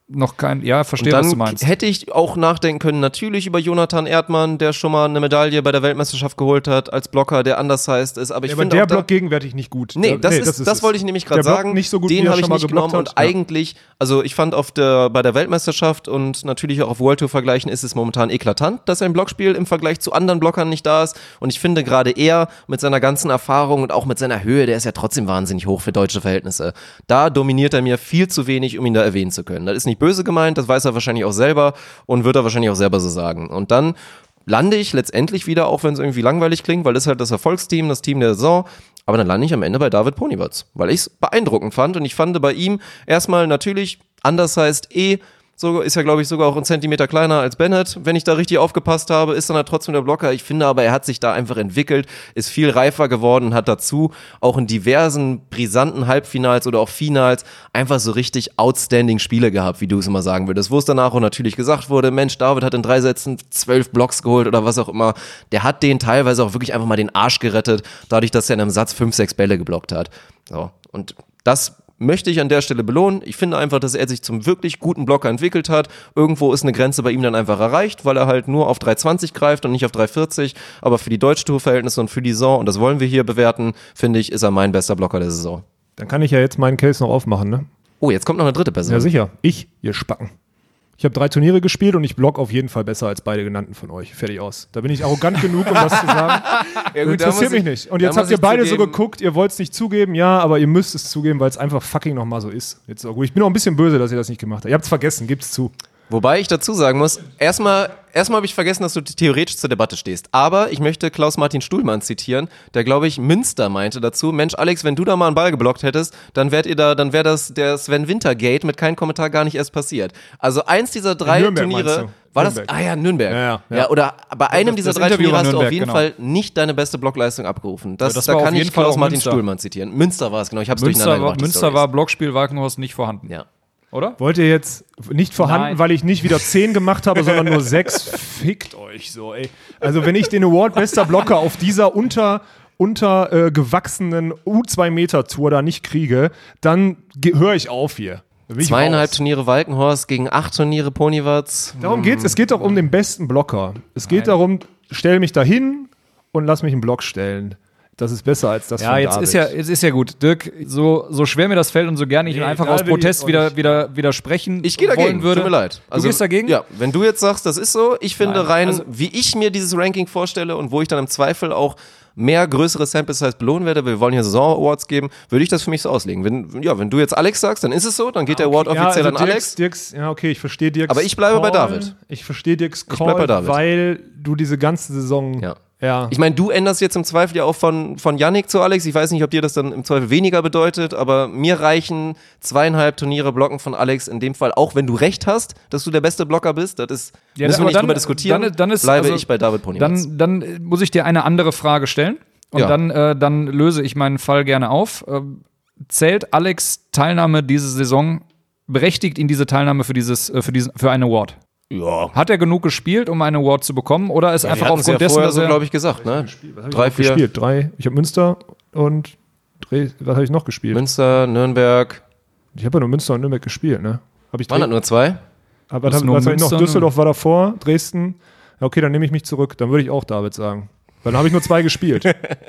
[SPEAKER 7] noch kein, ja, verstehe,
[SPEAKER 5] Und
[SPEAKER 7] was du
[SPEAKER 5] dann
[SPEAKER 7] meinst.
[SPEAKER 5] hätte ich auch nachdenken können, natürlich über Jonathan Erdmann, der schon mal eine Medaille bei der Weltmeisterschaft geholt hat, als Blocker, der undersized ist. Aber ich
[SPEAKER 6] Ja,
[SPEAKER 5] finde
[SPEAKER 6] aber der
[SPEAKER 5] auch da,
[SPEAKER 6] Block gegenwärtig nicht gut.
[SPEAKER 5] Nee,
[SPEAKER 6] Der-
[SPEAKER 5] das, ist, das,
[SPEAKER 6] es.
[SPEAKER 5] wollte ich nämlich gerade
[SPEAKER 6] Der Block
[SPEAKER 5] sagen.
[SPEAKER 6] nicht so gut, wie
[SPEAKER 5] Den
[SPEAKER 6] er
[SPEAKER 5] habe ich
[SPEAKER 6] schon mal
[SPEAKER 5] nicht
[SPEAKER 6] geblockt
[SPEAKER 5] genommen und
[SPEAKER 6] hat. Ja.
[SPEAKER 5] eigentlich, also ich fand auf der, bei der Weltmeisterschaft und natürlich auch auf World Tour Vergleichen ist es momentan eklatant, dass ein Blockspiel im Vergleich zu anderen Blockern nicht da ist. Und ich finde gerade er mit seiner ganzen Erfahrung und auch mit seiner Höhe, der ist ja trotzdem wahnsinnig hoch für deutsche Verhältnisse. Da dominiert er mir viel zu wenig, um ihn da erwähnen zu können. Das ist nicht böse gemeint, das weiß er wahrscheinlich auch selber und wird er wahrscheinlich auch selber so sagen. Und dann lande ich letztendlich wieder, auch wenn es irgendwie langweilig klingt, weil es halt das Erfolgsteam, das Team der Saison, aber dann lande ich am Ende bei David Poniewatz, weil ich es beeindruckend fand und ich fand bei ihm erstmal natürlich, anders heißt eh, so ist ja, glaube ich, sogar auch ein Zentimeter kleiner als Bennett. Wenn ich da richtig aufgepasst habe, ist dann halt trotzdem der Blocker. Ich finde aber, er hat sich da einfach entwickelt, ist viel reifer geworden und hat dazu auch in diversen brisanten Halbfinals oder auch Finals einfach so richtig outstanding Spiele gehabt, wie du es immer sagen würdest. Wo es danach auch natürlich gesagt wurde, Mensch, David hat in drei Sätzen zwölf Blocks geholt oder was auch immer. Der hat den teilweise auch wirklich einfach mal den Arsch gerettet, dadurch, dass er in einem Satz fünf, sechs Bälle geblockt hat. So. Und das möchte ich an der Stelle belohnen. Ich finde einfach, dass er sich zum wirklich guten Blocker entwickelt hat. Irgendwo ist eine Grenze bei ihm dann einfach erreicht, weil er halt nur auf drei zwanzig greift und nicht auf drei vierzig. Aber für die Deutschtour-Verhältnisse und für die Saison, und das wollen wir hier bewerten, finde ich, ist er mein bester Blocker der Saison.
[SPEAKER 6] Dann kann ich ja jetzt meinen Case noch aufmachen, ne?
[SPEAKER 5] Oh, jetzt kommt noch eine dritte Person.
[SPEAKER 6] Ja, sicher. Ich, ihr Spacken. Ich habe drei Turniere gespielt und ich block auf jeden Fall besser als beide genannten von euch. Fertig aus. Da bin ich arrogant genug, um das zu sagen.
[SPEAKER 5] Ja,
[SPEAKER 6] Das
[SPEAKER 5] gut, da
[SPEAKER 6] interessiert
[SPEAKER 5] muss
[SPEAKER 6] mich
[SPEAKER 5] ich-
[SPEAKER 6] nicht. Und
[SPEAKER 5] da
[SPEAKER 6] jetzt
[SPEAKER 5] muss
[SPEAKER 6] habt ihr
[SPEAKER 5] ich
[SPEAKER 6] beide so
[SPEAKER 5] zugeben-
[SPEAKER 6] geguckt, ihr wollt es nicht zugeben, ja, aber ihr müsst es zugeben, weil es einfach fucking nochmal so ist. Jetzt auch gut. Ich bin auch ein bisschen böse, dass ihr das nicht gemacht habt. Ihr habt es vergessen, gibt's zu.
[SPEAKER 5] Wobei ich dazu sagen muss, erstmal erstmal habe ich vergessen, dass du theoretisch zur Debatte stehst. Aber ich möchte Klaus-Martin Stuhlmann zitieren, der, glaube ich, Münster meinte dazu, Mensch, Alex, wenn du da mal einen Ball geblockt hättest, dann wärt ihr da, dann wäre das der Sven Winter-Gate mit keinem Kommentar gar nicht erst passiert. Also eins dieser drei
[SPEAKER 6] Nürnberg meinst
[SPEAKER 5] Turniere,
[SPEAKER 6] du?
[SPEAKER 5] war das,
[SPEAKER 6] Nürnberg.
[SPEAKER 5] ah ja, Nürnberg.
[SPEAKER 6] Ja, ja, ja.
[SPEAKER 5] ja oder bei einem
[SPEAKER 7] Das-
[SPEAKER 5] dieser
[SPEAKER 7] das
[SPEAKER 5] drei
[SPEAKER 7] Interview
[SPEAKER 5] Turniere
[SPEAKER 7] war
[SPEAKER 5] hast du auf
[SPEAKER 7] Nürnberg,
[SPEAKER 5] jeden
[SPEAKER 7] genau.
[SPEAKER 5] Fall nicht deine beste Blockleistung abgerufen. Das,
[SPEAKER 7] Ja, das
[SPEAKER 5] da
[SPEAKER 7] war
[SPEAKER 5] kann
[SPEAKER 7] auf jeden
[SPEAKER 5] ich
[SPEAKER 7] Fall auch
[SPEAKER 5] Klaus-Martin
[SPEAKER 7] Münster.
[SPEAKER 5] Stuhlmann zitieren. Münster war es, genau, ich habe es
[SPEAKER 7] Münster
[SPEAKER 5] durcheinander
[SPEAKER 7] war,
[SPEAKER 5] gebracht. die
[SPEAKER 7] Münster
[SPEAKER 5] Storys.
[SPEAKER 7] war Blockspiel Walkenhorst nicht vorhanden.
[SPEAKER 5] Ja.
[SPEAKER 7] Oder?
[SPEAKER 6] Wollt ihr jetzt nicht vorhanden,
[SPEAKER 7] Nein.
[SPEAKER 6] weil ich nicht wieder zehn gemacht habe, sondern nur sechs? Fickt euch so, ey. Also wenn ich den Award bester Blocker auf dieser unter unter äh, gewachsenen U zwei Meter Tour da nicht kriege, dann höre ich auf hier. Dann bin ich
[SPEAKER 5] Zweieinhalb
[SPEAKER 6] raus.
[SPEAKER 5] Turniere Walkenhorst gegen acht Turniere Poniewatz.
[SPEAKER 6] Darum geht's. Es geht doch um den besten Blocker. Es geht
[SPEAKER 7] Nein.
[SPEAKER 6] darum, stell mich dahin und lass mich einen Block stellen. Das ist besser als das
[SPEAKER 7] Ja,
[SPEAKER 6] von
[SPEAKER 7] jetzt
[SPEAKER 6] David.
[SPEAKER 7] ist ja, jetzt ist ja gut. Dirk, so, so schwer mir das fällt und so gerne ich
[SPEAKER 6] Nee,
[SPEAKER 7] ihm einfach
[SPEAKER 6] egal,
[SPEAKER 7] aus
[SPEAKER 6] will ich
[SPEAKER 7] Protest
[SPEAKER 6] jetzt auch
[SPEAKER 7] wieder,
[SPEAKER 6] nicht.
[SPEAKER 7] wieder widersprechen
[SPEAKER 5] Ich gehe
[SPEAKER 7] wollen
[SPEAKER 5] dagegen,
[SPEAKER 7] würde.
[SPEAKER 5] tut mir leid.
[SPEAKER 7] du gehst dagegen?
[SPEAKER 5] Ja, wenn du jetzt sagst, das ist so, ich finde
[SPEAKER 7] Nein,
[SPEAKER 5] rein,
[SPEAKER 7] also-
[SPEAKER 5] wie ich mir dieses Ranking vorstelle und wo ich dann im Zweifel auch mehr größere Sample Size belohnen werde, wir wollen hier Saison-Awards geben, würde ich das für mich so auslegen. Wenn, ja, wenn du jetzt Alex sagst, dann ist es so, dann geht der Award
[SPEAKER 6] Ja,
[SPEAKER 5] offiziell
[SPEAKER 6] also
[SPEAKER 5] an
[SPEAKER 6] Dirks,
[SPEAKER 5] Alex.
[SPEAKER 6] Dirks, ja, okay, ich verstehe Dirks
[SPEAKER 5] Aber ich bleibe bei
[SPEAKER 6] Call.
[SPEAKER 5] David.
[SPEAKER 6] Ich verstehe Dirks
[SPEAKER 5] Ich
[SPEAKER 6] Call,
[SPEAKER 5] bleib bei David.
[SPEAKER 6] weil du diese ganze Saison
[SPEAKER 5] Ja.
[SPEAKER 6] ja.
[SPEAKER 5] Ich meine, du änderst jetzt im Zweifel ja auch von, von Yannick zu Alex. Ich weiß nicht, ob dir das dann im Zweifel weniger bedeutet, aber mir reichen zweieinhalb Turniere Blocken von Alex in dem Fall, auch wenn du recht hast, dass du der beste Blocker bist. Das ist,
[SPEAKER 7] Ja,
[SPEAKER 5] müssen wir
[SPEAKER 7] aber
[SPEAKER 5] nicht
[SPEAKER 7] dann-
[SPEAKER 5] drüber diskutieren.
[SPEAKER 7] dann- dann ist-
[SPEAKER 5] bleibe
[SPEAKER 7] also,
[SPEAKER 5] ich bei David Poniewatz.
[SPEAKER 7] Dann, dann äh, muss ich dir eine andere Frage stellen. Und
[SPEAKER 5] Ja.
[SPEAKER 7] dann, äh, dann löse ich meinen Fall gerne auf. Ähm, zählt Alex Teilnahme diese Saison, berechtigt ihn diese Teilnahme für, dieses, äh, für, diesen, für einen Award?
[SPEAKER 5] Ja.
[SPEAKER 7] Hat er genug gespielt, um einen Award zu bekommen? Oder ist einfach
[SPEAKER 5] Wir hatten's ja
[SPEAKER 7] aufgrund dessen,
[SPEAKER 5] vorher
[SPEAKER 7] dass
[SPEAKER 5] so,
[SPEAKER 7] er.
[SPEAKER 5] glaube ich, gesagt, ne?
[SPEAKER 6] Was hab ich
[SPEAKER 5] Drei,
[SPEAKER 6] noch
[SPEAKER 5] vier.
[SPEAKER 6] gespielt? Drei. Ich habe Münster und Dres- was habe ich noch gespielt?
[SPEAKER 5] Münster, Nürnberg.
[SPEAKER 6] Ich habe ja nur Münster und Nürnberg gespielt, ne? Habe ich
[SPEAKER 5] Waren das nur zwei?
[SPEAKER 6] Aber was,
[SPEAKER 7] Das
[SPEAKER 6] hab-
[SPEAKER 7] nur
[SPEAKER 6] was hab ich noch?
[SPEAKER 7] Münster,
[SPEAKER 6] Düsseldorf war davor, Dresden. Ja, okay, dann nehme ich mich zurück. Dann würde ich auch David sagen. Weil dann habe ich nur zwei gespielt.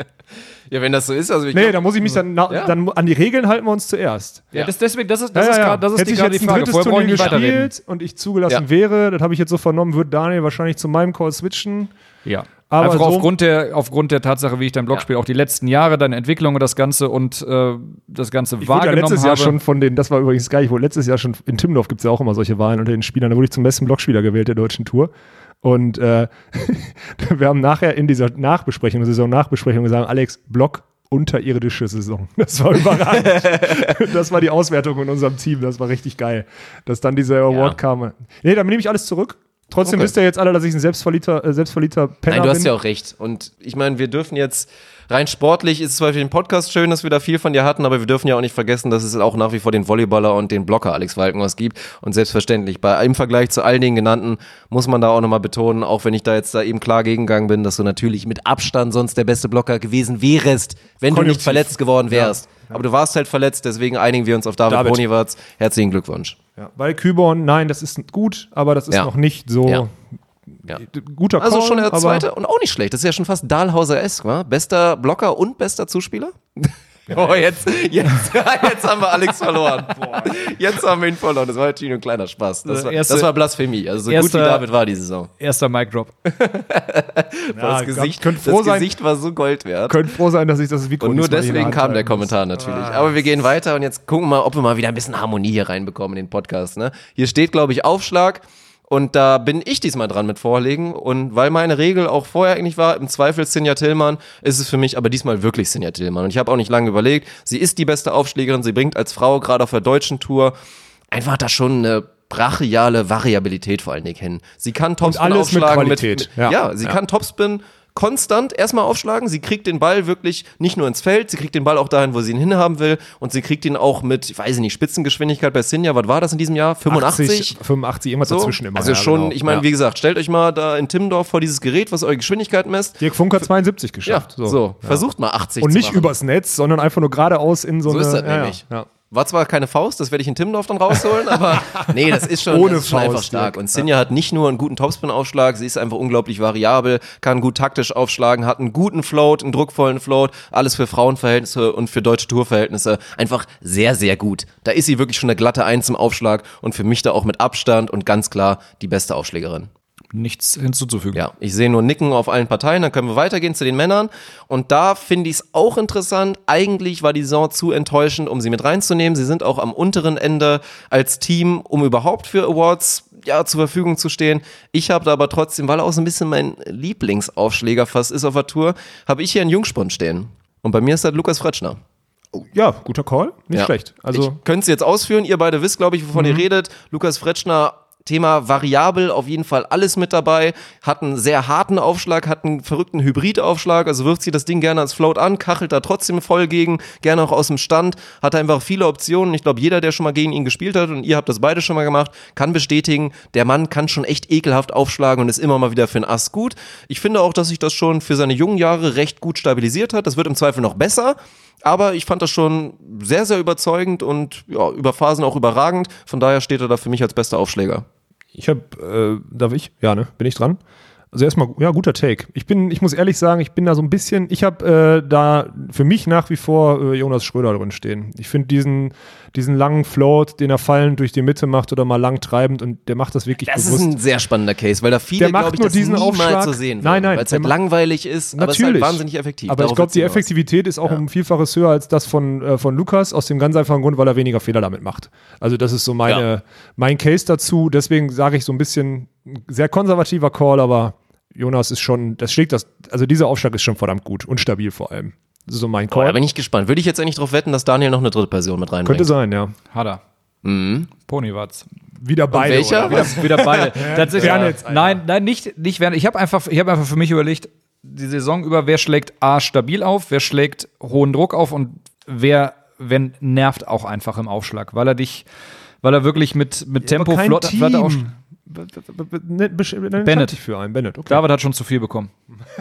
[SPEAKER 5] Ja, wenn das so ist, also ich
[SPEAKER 6] Nee,
[SPEAKER 5] glaub-
[SPEAKER 6] da muss ich mich dann, na,
[SPEAKER 5] Ja.
[SPEAKER 6] dann an die Regeln halten wir uns zuerst.
[SPEAKER 7] Ja, das, deswegen, das ist, das
[SPEAKER 6] Ja,
[SPEAKER 7] ist
[SPEAKER 6] ja, ja.
[SPEAKER 7] gerade das ist
[SPEAKER 6] Hätte
[SPEAKER 7] die,
[SPEAKER 6] ich
[SPEAKER 7] gerade
[SPEAKER 6] jetzt
[SPEAKER 7] die
[SPEAKER 6] ein
[SPEAKER 7] Frage.
[SPEAKER 6] drittes
[SPEAKER 7] Vorher brauche ich
[SPEAKER 6] Turnier
[SPEAKER 7] nicht weiterreden.
[SPEAKER 6] gespielt und ich zugelassen
[SPEAKER 5] Ja.
[SPEAKER 6] wäre, das habe ich jetzt so vernommen, würde Daniel wahrscheinlich zu meinem Call switchen.
[SPEAKER 7] Ja.
[SPEAKER 6] Aber
[SPEAKER 7] Einfach
[SPEAKER 6] so-
[SPEAKER 7] aufgrund, der, aufgrund der Tatsache, wie ich dein Blog
[SPEAKER 5] Ja.
[SPEAKER 7] spiele, auch die letzten Jahre, deine Entwicklung und das Ganze und äh, das Ganze
[SPEAKER 6] Ich wurde ja
[SPEAKER 7] wahrgenommen
[SPEAKER 6] letztes
[SPEAKER 7] habe.
[SPEAKER 6] Jahr schon von den, das war übrigens geil, ich wurde letztes Jahr schon, in Timmendorf gibt es ja auch immer solche Wahlen unter den Spielern, da wurde ich zum besten Blockspieler gewählt der deutschen Tour. Und äh, wir haben nachher in dieser Nachbesprechung, Saison-Nachbesprechung gesagt, Alex, Block unterirdische Saison. Das war überragend. Das war die Auswertung in unserem Team, das war richtig geil. Dass dann dieser Award
[SPEAKER 5] Ja.
[SPEAKER 6] kam. Nee, dann nehme ich alles zurück. Trotzdem
[SPEAKER 5] Okay.
[SPEAKER 6] wisst ihr jetzt alle, dass ich ein selbstverliebter, äh, selbstverliebter Penner
[SPEAKER 5] Nein, du hast
[SPEAKER 6] bin.
[SPEAKER 5] ja auch recht. Und ich meine, wir dürfen jetzt, rein sportlich ist es zwar für den Podcast schön, dass wir da viel von dir hatten, aber wir dürfen ja auch nicht vergessen, dass es auch nach wie vor den Volleyballer und den Blocker Alex Walkenhorst gibt. Und selbstverständlich, bei, im Vergleich zu all den genannten, muss man da auch nochmal betonen, auch wenn ich da jetzt da eben klar gegengegangen bin, dass du natürlich mit Abstand sonst der beste Blocker gewesen wärst, wenn du nicht
[SPEAKER 6] Konjunktiv.
[SPEAKER 5] verletzt geworden wärst. Aber du warst halt verletzt, deswegen einigen wir uns auf David,
[SPEAKER 6] David.
[SPEAKER 5] Ponywatz. Herzlichen Glückwunsch.
[SPEAKER 6] Ja, weil Küborn, nein, das ist gut, aber das ist
[SPEAKER 5] Ja.
[SPEAKER 6] noch nicht so
[SPEAKER 5] Ja. Ja.
[SPEAKER 6] guter Call.
[SPEAKER 5] Also schon der
[SPEAKER 6] aber
[SPEAKER 5] zweite und auch nicht schlecht. Das ist ja schon fast Dahlhauser-esk, wa? Bester Blocker und bester Zuspieler? Oh, jetzt, jetzt, jetzt haben wir Alex verloren. Jetzt haben wir ihn verloren. Das war natürlich nur ein kleiner Spaß. Das war,
[SPEAKER 7] Erste-
[SPEAKER 5] das war Blasphemie. Also so
[SPEAKER 7] erster-
[SPEAKER 5] gut wie David war die Saison.
[SPEAKER 7] Erster Mic Drop.
[SPEAKER 5] das Gesicht,
[SPEAKER 6] könnt
[SPEAKER 5] das
[SPEAKER 6] froh sein-
[SPEAKER 5] Gesicht war so Gold wert.
[SPEAKER 6] Könnt froh sein, dass ich das Mikro
[SPEAKER 5] Und nur
[SPEAKER 6] nicht mal hier in
[SPEAKER 5] deswegen
[SPEAKER 6] Hand
[SPEAKER 5] kam der
[SPEAKER 6] halten muss.
[SPEAKER 5] Kommentar natürlich. Aber wir gehen weiter und jetzt gucken wir mal, ob wir mal wieder ein bisschen Harmonie hier reinbekommen in den Podcast. Ne? Hier steht, glaube ich, Aufschlag. Und da bin ich diesmal dran mit Vorlegen. Und weil meine Regel auch vorher eigentlich war, im Zweifel Sinja Tillmann, ist es für mich aber diesmal wirklich Sinja Tillmann. Und ich habe auch nicht lange überlegt. Sie ist die beste Aufschlägerin. Sie bringt als Frau, gerade auf der deutschen Tour, einfach da schon eine brachiale Variabilität vor allen Dingen hin. Sie kann Topspin
[SPEAKER 6] alles mit
[SPEAKER 5] aufschlagen.
[SPEAKER 6] Qualität.
[SPEAKER 5] Mit, ja.
[SPEAKER 6] Ja.
[SPEAKER 5] sie
[SPEAKER 6] Ja.
[SPEAKER 5] kann Topspin konstant erstmal aufschlagen. Sie kriegt den Ball wirklich nicht nur ins Feld, sie kriegt den Ball auch dahin, wo sie ihn hinhaben will. Und sie kriegt ihn auch mit, ich weiß nicht, Spitzengeschwindigkeit bei Sinja. Was war das in diesem Jahr? fünfundachtzig?
[SPEAKER 6] achtzig, fünfundachtzig, irgendwas
[SPEAKER 5] So?
[SPEAKER 6] dazwischen immer.
[SPEAKER 5] Also
[SPEAKER 6] ja,
[SPEAKER 5] schon,
[SPEAKER 6] genau.
[SPEAKER 5] ich meine,
[SPEAKER 6] Ja.
[SPEAKER 5] wie gesagt, stellt euch mal da in Timmendorf vor dieses Gerät, was eure Geschwindigkeit misst.
[SPEAKER 6] Dirk Funk hat zweiundsiebzig
[SPEAKER 5] Ja,
[SPEAKER 6] geschafft.
[SPEAKER 5] so, versucht mal achtzig
[SPEAKER 6] Und
[SPEAKER 5] zu
[SPEAKER 6] nicht
[SPEAKER 5] machen.
[SPEAKER 6] übers Netz, sondern einfach nur geradeaus in so,
[SPEAKER 5] So
[SPEAKER 6] eine...
[SPEAKER 5] ist das
[SPEAKER 6] ja,
[SPEAKER 5] nämlich.
[SPEAKER 6] Ja.
[SPEAKER 5] War zwar keine Faust, das werde ich in Timmendorf dann rausholen, aber nee, das ist schon,
[SPEAKER 6] Ohne
[SPEAKER 5] das ist schon
[SPEAKER 6] Faust,
[SPEAKER 5] einfach stark.
[SPEAKER 6] Dirk.
[SPEAKER 5] Und Sinja hat nicht nur einen guten Topspin-Aufschlag, sie ist einfach unglaublich variabel, kann gut taktisch aufschlagen, hat einen guten Float, einen druckvollen Float, alles für Frauenverhältnisse und für deutsche Tourverhältnisse einfach sehr, sehr gut. Da ist sie wirklich schon eine glatte Eins im Aufschlag und für mich da auch mit Abstand und ganz klar die beste Aufschlägerin.
[SPEAKER 7] Nichts hinzuzufügen.
[SPEAKER 5] Ja, ich sehe nur Nicken auf allen Parteien, dann können wir weitergehen zu den Männern. Und da finde ich es auch interessant. Eigentlich war die Saison zu enttäuschend, um sie mit reinzunehmen. Sie sind auch am unteren Ende als Team, um überhaupt für Awards ja, zur Verfügung zu stehen. Ich habe da aber trotzdem, weil er auch so ein bisschen mein Lieblingsaufschläger fast ist auf der Tour, habe ich hier einen Jungspund stehen. Und bei mir ist das Lukas Fretschner.
[SPEAKER 6] Ja, guter Call, nicht
[SPEAKER 5] Ja.
[SPEAKER 6] schlecht. Also
[SPEAKER 5] Ich könnte es jetzt ausführen, ihr beide wisst, glaube ich, wovon ihr redet. Lukas Fretschner, Thema variabel, auf jeden Fall alles mit dabei, hat einen sehr harten Aufschlag, hat einen verrückten Hybridaufschlag, also wirft sie das Ding gerne als Float an, kachelt da trotzdem voll gegen, gerne auch aus dem Stand, hat einfach viele Optionen. Ich glaube, jeder, der schon mal gegen ihn gespielt hat, und ihr habt das beide schon mal gemacht, kann bestätigen, der Mann kann schon echt ekelhaft aufschlagen und ist immer mal wieder für einen Ass gut. Ich finde auch, dass sich das schon für seine jungen Jahre recht gut stabilisiert hat. Das wird im Zweifel noch besser. Aber ich fand das schon sehr, sehr überzeugend und ja, über Phasen auch überragend. Von daher steht er da für mich als bester Aufschläger.
[SPEAKER 6] ich habe, äh, darf ich? Ja, ne? Bin ich dran? Also erstmal, ja, guter Take. Ich bin, ich muss ehrlich sagen, ich bin da so ein bisschen, ich habe äh, da für mich nach wie vor äh, Jonas Schröder drin stehen. Ich finde diesen, diesen langen Float, den er fallend durch die Mitte macht oder mal lang treibend und der macht das wirklich
[SPEAKER 5] Das
[SPEAKER 6] bewusst.
[SPEAKER 5] ist ein sehr spannender Case, weil da viele,
[SPEAKER 6] Der macht
[SPEAKER 5] glaube ich,
[SPEAKER 6] nur
[SPEAKER 5] das
[SPEAKER 6] diesen
[SPEAKER 5] niemals
[SPEAKER 6] Aufschlag.
[SPEAKER 5] so sehen
[SPEAKER 6] Nein, nein,
[SPEAKER 5] weil es
[SPEAKER 6] der
[SPEAKER 5] halt
[SPEAKER 6] macht-
[SPEAKER 5] langweilig ist, aber es ist
[SPEAKER 6] Natürlich.
[SPEAKER 5] halt wahnsinnig effektiv.
[SPEAKER 6] Aber ich
[SPEAKER 5] Darauf
[SPEAKER 6] glaube,
[SPEAKER 5] wird's
[SPEAKER 6] die
[SPEAKER 5] hinaus.
[SPEAKER 6] Effektivität ist auch
[SPEAKER 5] Ja.
[SPEAKER 6] um Vielfaches höher als das von, äh, von Lukas, aus dem ganz einfachen Grund, weil er weniger Fehler damit macht. Also das ist so meine,
[SPEAKER 5] Ja.
[SPEAKER 6] mein Case dazu. Deswegen sage ich so ein bisschen, ein sehr konservativer Call, aber Jonas ist schon, das schlägt das, also dieser Aufschlag ist schon verdammt gut und stabil vor allem. Das ist so mein
[SPEAKER 5] Oh,
[SPEAKER 6] Call.
[SPEAKER 5] da bin ich gespannt. Würde ich jetzt eigentlich darauf wetten, dass Daniel noch eine dritte Person mit reinbringt?
[SPEAKER 6] Könnte sein, ja.
[SPEAKER 7] Hat er.
[SPEAKER 5] Mhm.
[SPEAKER 7] Ponywatz.
[SPEAKER 6] Wieder beide.
[SPEAKER 5] welcher?
[SPEAKER 6] oder?
[SPEAKER 7] Wieder, wieder beide. Tatsächlich.
[SPEAKER 6] Wernitz, Alter.
[SPEAKER 7] Nein, nein, nicht, nicht Wernitz. Ich habe einfach, ich habe einfach für mich überlegt, die Saison über, wer schlägt A stabil auf, wer schlägt hohen Druck auf und wer, wer nervt auch einfach im Aufschlag, weil er dich, weil er wirklich mit, mit Tempo
[SPEAKER 6] kein
[SPEAKER 7] flott,
[SPEAKER 6] Team.
[SPEAKER 7] flotter auf.
[SPEAKER 6] B- b- b- b- besch- nenn-
[SPEAKER 7] Bennett.
[SPEAKER 6] dich für einen. Bennett, okay.
[SPEAKER 7] David hat schon zu viel bekommen.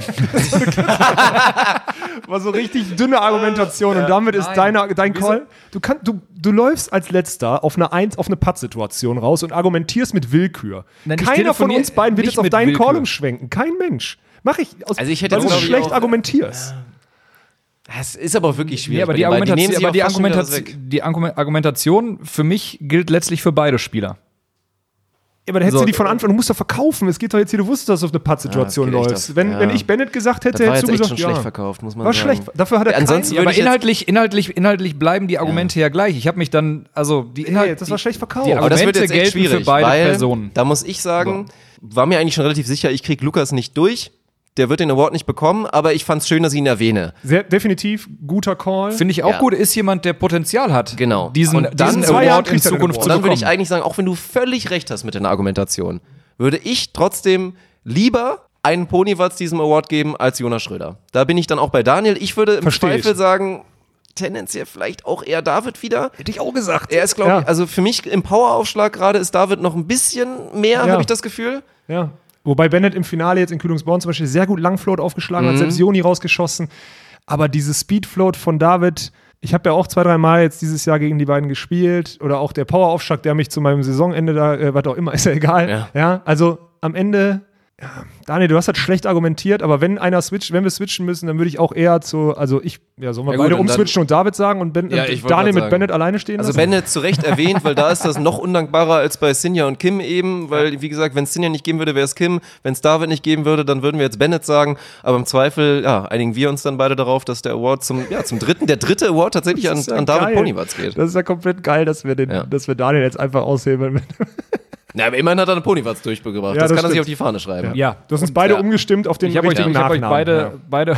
[SPEAKER 6] War so richtig dünne Argumentation und damit ist deine, dein Call. Du, kann, du, du läufst als Letzter auf eine Eins, auf eine Pattsituation raus und argumentierst mit Willkür.
[SPEAKER 7] Nein, ich
[SPEAKER 6] Keiner von
[SPEAKER 7] telefonier-
[SPEAKER 6] uns beiden wird
[SPEAKER 7] nicht
[SPEAKER 6] jetzt auf
[SPEAKER 7] mit
[SPEAKER 6] deinen
[SPEAKER 7] Willkür.
[SPEAKER 6] Call umschwenken. Kein Mensch. Mach ich, aus,
[SPEAKER 5] Also ich hätte
[SPEAKER 6] weil du
[SPEAKER 5] jetzt, glaub ich,
[SPEAKER 6] schlecht
[SPEAKER 5] auch-
[SPEAKER 6] argumentierst.
[SPEAKER 5] Es ist aber auch wirklich schwierig.
[SPEAKER 7] Nee, aber
[SPEAKER 5] bei
[SPEAKER 7] die,
[SPEAKER 5] den beiden.
[SPEAKER 7] Argumentation,
[SPEAKER 5] nehmen sich
[SPEAKER 7] aber die,
[SPEAKER 5] auch fast schon wieder das
[SPEAKER 7] Argumentation,
[SPEAKER 5] weg.
[SPEAKER 7] die Argument- Argumentation für mich gilt letztlich für beide Spieler.
[SPEAKER 6] Ja, aber dann hättest
[SPEAKER 7] So.
[SPEAKER 6] du die von Anfang, du musst doch verkaufen. Es geht doch jetzt hier, du wusstest, dass du auf eine Pattsituation
[SPEAKER 5] Ja, okay, ich
[SPEAKER 6] läufst.
[SPEAKER 5] darf-
[SPEAKER 6] Wenn,
[SPEAKER 5] ja.
[SPEAKER 6] wenn ich Bennett gesagt hätte,
[SPEAKER 5] Das war
[SPEAKER 6] hättest
[SPEAKER 5] jetzt
[SPEAKER 6] du
[SPEAKER 5] echt
[SPEAKER 6] gesagt,
[SPEAKER 5] schon
[SPEAKER 6] ja.
[SPEAKER 5] schlecht verkauft, muss man
[SPEAKER 6] War
[SPEAKER 5] sagen.
[SPEAKER 6] schlecht. Dafür hat er
[SPEAKER 5] Ansonsten
[SPEAKER 6] keinen,
[SPEAKER 7] Ja, aber
[SPEAKER 5] würde ich jetzt-
[SPEAKER 7] inhaltlich, inhaltlich, inhaltlich bleiben die Argumente ja, gleich. Ich habe mich dann, also die Inhalte.
[SPEAKER 6] Nee, das war schlecht verkauft.
[SPEAKER 7] Die
[SPEAKER 5] Aber das wird
[SPEAKER 7] Argumente
[SPEAKER 5] jetzt echt
[SPEAKER 7] gelten
[SPEAKER 5] schwierig,
[SPEAKER 7] für beide
[SPEAKER 5] weil,
[SPEAKER 7] Personen.
[SPEAKER 5] da muss ich sagen, war mir eigentlich schon relativ sicher, ich krieg Lukas nicht durch. Der wird den Award nicht bekommen, aber ich fand's schön, dass ich ihn erwähne.
[SPEAKER 6] Sehr, definitiv guter Call.
[SPEAKER 7] Finde ich auch
[SPEAKER 5] Ja.
[SPEAKER 7] gut, ist jemand, der Potenzial hat,
[SPEAKER 5] Genau.
[SPEAKER 7] diesen,
[SPEAKER 5] Und dann-
[SPEAKER 7] diesen
[SPEAKER 6] zwei Jahren
[SPEAKER 7] Award in
[SPEAKER 6] kriegt er den
[SPEAKER 7] Zukunft
[SPEAKER 6] Award.
[SPEAKER 7] zu
[SPEAKER 5] Und dann würde
[SPEAKER 7] bekommen.
[SPEAKER 5] ich eigentlich sagen, auch wenn du völlig recht hast mit deiner Argumentation, würde ich trotzdem lieber einen Ponywatz diesem Award geben als Jonas Schröder. Da bin ich dann auch bei Daniel. Ich würde im
[SPEAKER 6] Versteh ich.
[SPEAKER 5] Zweifel sagen, tendenziell vielleicht auch eher David wieder.
[SPEAKER 6] Hätte ich auch gesagt.
[SPEAKER 5] Er ist, glaube
[SPEAKER 6] Ja.
[SPEAKER 5] ich, also für mich im Poweraufschlag gerade ist David noch ein bisschen mehr,
[SPEAKER 6] Ja.
[SPEAKER 5] habe ich das Gefühl.
[SPEAKER 6] Ja. Wobei Bennett im Finale jetzt in Kühlungsborn zum Beispiel sehr gut Langfloat aufgeschlagen
[SPEAKER 5] Mhm.
[SPEAKER 6] hat, selbst Joni rausgeschossen. Aber dieses Speedfloat von David, Ich habe ja auch zwei, drei Mal jetzt dieses Jahr gegen die beiden gespielt oder auch der Poweraufschlag, der mich zu meinem Saisonende da, äh, was auch immer, ist ja egal.
[SPEAKER 5] Ja.
[SPEAKER 6] ja also am Ende, ja, Daniel, du hast halt schlecht argumentiert, aber wenn einer switcht, wenn wir switchen müssen, dann würde ich auch eher zu, also ich, ja, sollen wir
[SPEAKER 5] Ja, gut,
[SPEAKER 6] beide
[SPEAKER 5] und
[SPEAKER 6] umswitchen
[SPEAKER 5] dann-
[SPEAKER 6] und David sagen und, ben,
[SPEAKER 5] Ja,
[SPEAKER 6] und
[SPEAKER 5] ich wollte
[SPEAKER 6] Daniel
[SPEAKER 5] grad
[SPEAKER 6] mit
[SPEAKER 5] sagen.
[SPEAKER 6] Bennett alleine stehen
[SPEAKER 5] Also
[SPEAKER 6] lassen?
[SPEAKER 5] Bennett zu Recht erwähnt, weil da ist das noch undankbarer als bei Sinja und Kim eben, weil wie gesagt, wenn es Sinja nicht geben würde, wäre es Kim, wenn es David nicht geben würde, dann würden wir jetzt Bennett sagen, aber im Zweifel, ja, einigen wir uns dann beide darauf, dass der Award zum, ja, zum dritten, der dritte Award tatsächlich an,
[SPEAKER 6] Das ist ja
[SPEAKER 5] an David
[SPEAKER 6] geil.
[SPEAKER 5] Ponywatz geht.
[SPEAKER 6] Das ist ja komplett geil, dass wir, den,
[SPEAKER 5] Ja.
[SPEAKER 6] dass wir Daniel jetzt einfach aushebeln.
[SPEAKER 5] Na, aber immerhin hat er einen Ponywatz durchgebracht,
[SPEAKER 6] Ja,
[SPEAKER 5] das,
[SPEAKER 6] das
[SPEAKER 5] kann er sich
[SPEAKER 6] stimmt.
[SPEAKER 5] auf die Fahne schreiben.
[SPEAKER 7] Ja.
[SPEAKER 6] Du hast uns beide
[SPEAKER 5] ja.
[SPEAKER 6] umgestimmt auf den
[SPEAKER 7] Ich habe euch,
[SPEAKER 6] richtigen
[SPEAKER 7] ich hab euch
[SPEAKER 6] Nachnamen.
[SPEAKER 7] beide,
[SPEAKER 6] Ja.
[SPEAKER 7] beide,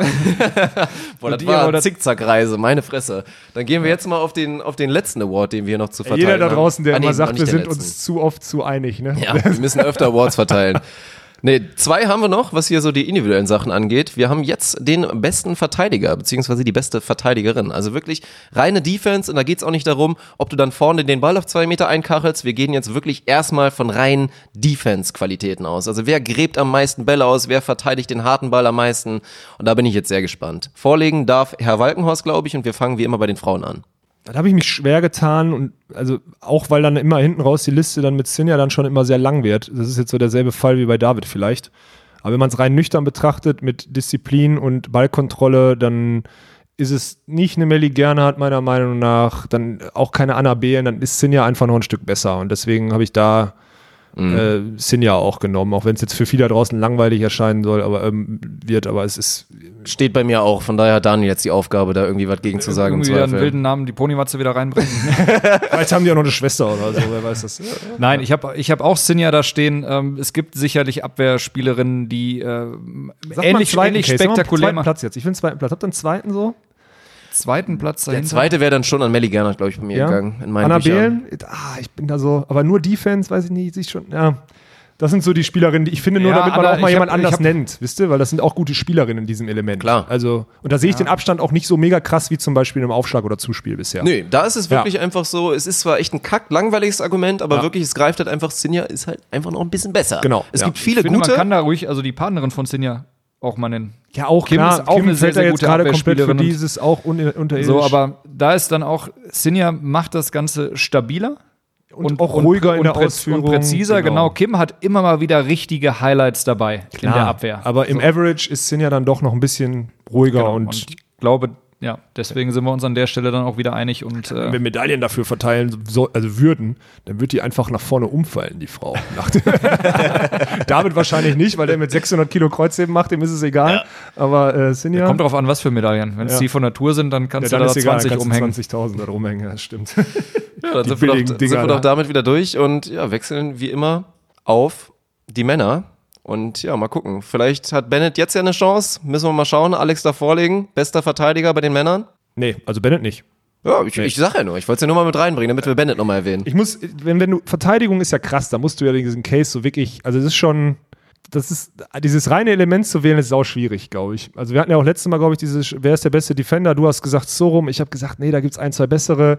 [SPEAKER 7] ja.
[SPEAKER 5] Boah, das
[SPEAKER 7] Und
[SPEAKER 5] war
[SPEAKER 7] ihr,
[SPEAKER 5] eine
[SPEAKER 7] oder-
[SPEAKER 5] Zickzackreise, meine Fresse. Dann gehen wir jetzt mal auf den, auf den letzten Award, den wir noch zu verteilen
[SPEAKER 6] Jeder da
[SPEAKER 5] haben.
[SPEAKER 6] draußen, der
[SPEAKER 5] Ah, nee,
[SPEAKER 6] immer
[SPEAKER 5] noch
[SPEAKER 6] sagt,
[SPEAKER 5] nicht
[SPEAKER 6] wir
[SPEAKER 5] den
[SPEAKER 6] sind
[SPEAKER 5] letzten.
[SPEAKER 6] uns zu oft zu einig. Ne?
[SPEAKER 5] Ja, wir müssen öfter Awards verteilen. Nee, zwei haben wir noch, was hier so die individuellen Sachen angeht. Wir haben jetzt den besten Verteidiger, beziehungsweise die beste Verteidigerin. Also wirklich reine Defense und da geht's auch nicht darum, ob du dann vorne den Ball auf zwei Meter einkachelst. Wir gehen jetzt wirklich erstmal von reinen Defense-Qualitäten aus. Also wer gräbt am meisten Bälle aus, wer verteidigt den harten Ball am meisten? Und da bin ich jetzt sehr gespannt. Vorlegen darf Herr Walkenhorst, glaube ich, und wir fangen wie immer bei den Frauen an.
[SPEAKER 6] Da habe ich mich schwer getan und also auch weil dann immer hinten raus die Liste dann mit Sinja dann schon immer sehr lang wird. Das ist jetzt so derselbe Fall wie bei David vielleicht. Aber wenn man es rein nüchtern betrachtet mit Disziplin und Ballkontrolle, dann ist es nicht eine Melli Gernhardt meiner Meinung nach, dann auch keine Anna Behlen, dann ist Sinja einfach noch ein Stück besser und deswegen habe ich da mhm. äh, Sinja auch genommen, auch wenn es jetzt für viele da draußen langweilig erscheinen soll, aber ähm, wird, aber es ist
[SPEAKER 5] Steht bei mir auch, von daher hat Daniel jetzt die Aufgabe, da irgendwie was gegen zu sagen.
[SPEAKER 7] Irgendwie
[SPEAKER 5] im
[SPEAKER 7] wieder einen
[SPEAKER 5] Zweifel.
[SPEAKER 7] wilden Namen, die Ponywatze wieder reinbringen.
[SPEAKER 6] vielleicht haben die auch noch eine Schwester oder so, wer weiß das.
[SPEAKER 7] Nein, ich habe ich hab auch Sinja da stehen. Ähm, es gibt sicherlich Abwehrspielerinnen, die äh,
[SPEAKER 6] Sag mal einen
[SPEAKER 7] ähnlich,
[SPEAKER 6] zweiten
[SPEAKER 7] ähnlich
[SPEAKER 6] Case, sag mal einen
[SPEAKER 7] spektakulär
[SPEAKER 6] zweiten
[SPEAKER 7] machen.
[SPEAKER 6] Platz jetzt. Ich will einen zweiten Platz. Habt ihr einen zweiten so?
[SPEAKER 7] Zweiten Platz
[SPEAKER 5] Der
[SPEAKER 7] dahinter.
[SPEAKER 5] zweite wäre dann schon an Melli Gernhardt, glaube ich, bei mir
[SPEAKER 6] Ja.
[SPEAKER 5] gegangen. In meinen
[SPEAKER 6] Anna
[SPEAKER 5] Büchern.
[SPEAKER 6] Behlen? Ah, ich bin da so, aber nur Defense, weiß ich nicht, sich schon, ja. Das sind so die Spielerinnen, die ich finde, nur
[SPEAKER 7] Ja,
[SPEAKER 6] damit man
[SPEAKER 7] Anna,
[SPEAKER 6] auch mal
[SPEAKER 7] ich
[SPEAKER 6] jemand
[SPEAKER 7] hab- ich
[SPEAKER 6] anders
[SPEAKER 7] hab-
[SPEAKER 6] nennt, wisst ihr? Weil das sind auch gute Spielerinnen in diesem Element.
[SPEAKER 5] Klar.
[SPEAKER 6] Also, und da sehe ich den Abstand auch nicht so mega krass wie zum Beispiel im Aufschlag oder Zuspiel bisher.
[SPEAKER 5] Nö, da ist es
[SPEAKER 6] Ja.
[SPEAKER 5] wirklich einfach so, es ist zwar echt ein kack langweiliges Argument, aber
[SPEAKER 6] Ja.
[SPEAKER 5] wirklich, es greift halt einfach, Sinja ist halt einfach noch ein bisschen besser.
[SPEAKER 6] Genau,
[SPEAKER 5] Es
[SPEAKER 6] ja.
[SPEAKER 5] gibt viele
[SPEAKER 7] Ich finde,
[SPEAKER 5] gute.
[SPEAKER 7] man kann da ruhig, also die Partnerin von Sinja auch mal nennen.
[SPEAKER 6] Ja, auch
[SPEAKER 7] Kim
[SPEAKER 6] klar.
[SPEAKER 7] ist auch eine sehr,
[SPEAKER 6] fällt da
[SPEAKER 7] sehr
[SPEAKER 6] jetzt
[SPEAKER 7] gute
[SPEAKER 6] gerade komplett für
[SPEAKER 7] Abwehrspielerin und-
[SPEAKER 6] dieses auch un unterirdisch.
[SPEAKER 7] So, aber da ist dann auch, Sinja macht das Ganze stabiler.
[SPEAKER 6] und, auch ruhiger in der
[SPEAKER 7] prä-
[SPEAKER 6] Ausführung.
[SPEAKER 7] Und präziser, genau. Kim hat immer mal wieder richtige Highlights dabei in
[SPEAKER 6] Klar,
[SPEAKER 7] der Abwehr.
[SPEAKER 6] Aber im
[SPEAKER 7] So.
[SPEAKER 6] Average ist Sinja dann doch noch ein bisschen ruhiger
[SPEAKER 7] Genau.
[SPEAKER 6] und,
[SPEAKER 7] Und ich glaube, ja, deswegen sind wir uns an der Stelle dann auch wieder einig. Und
[SPEAKER 6] wenn
[SPEAKER 7] äh,
[SPEAKER 6] wir Medaillen dafür verteilen, so, also würden, dann wird die einfach nach vorne umfallen, die Frau. Nach dem- David wahrscheinlich nicht, weil der mit sechshundert Kilo Kreuzheben macht, dem ist es egal. Aber äh, Sinja,
[SPEAKER 7] kommt drauf an, was für Medaillen. Wenn es
[SPEAKER 6] Ja.
[SPEAKER 7] die von Natur sind, dann
[SPEAKER 6] ja,
[SPEAKER 7] kannst
[SPEAKER 6] dann
[SPEAKER 7] du da
[SPEAKER 6] ist egal, dann
[SPEAKER 7] zwanzig
[SPEAKER 6] kannst du
[SPEAKER 7] umhängen.
[SPEAKER 6] zwanzigtausend da rumhängen, ja, das stimmt.
[SPEAKER 5] Ja, dann
[SPEAKER 6] Die
[SPEAKER 5] sind wir, doch,
[SPEAKER 6] billigen
[SPEAKER 5] sind
[SPEAKER 6] Dinger
[SPEAKER 5] wir doch
[SPEAKER 6] da.
[SPEAKER 5] damit wieder durch und ja, wechseln wie immer auf die Männer. Und ja, mal gucken. Vielleicht hat Bennett jetzt ja eine Chance. Müssen wir mal schauen. Alex da vorlegen. Bester Verteidiger bei den Männern.
[SPEAKER 6] Nee, also Bennett nicht.
[SPEAKER 5] Ja, ich, ich sag ja nur. Ich wollte es ja nur mal mit reinbringen, damit wir Bennett nochmal erwähnen.
[SPEAKER 6] Ich muss, wenn, wenn du, Verteidigung ist ja krass, da musst du ja diesen Case so wirklich, also es ist schon, das ist, dieses reine Element zu wählen ist sau schwierig, glaube ich. Also wir hatten ja auch letztes Mal, glaube ich, dieses, wer ist der beste Defender? Du hast gesagt so rum, ich habe gesagt, nee, da gibt es ein, zwei bessere.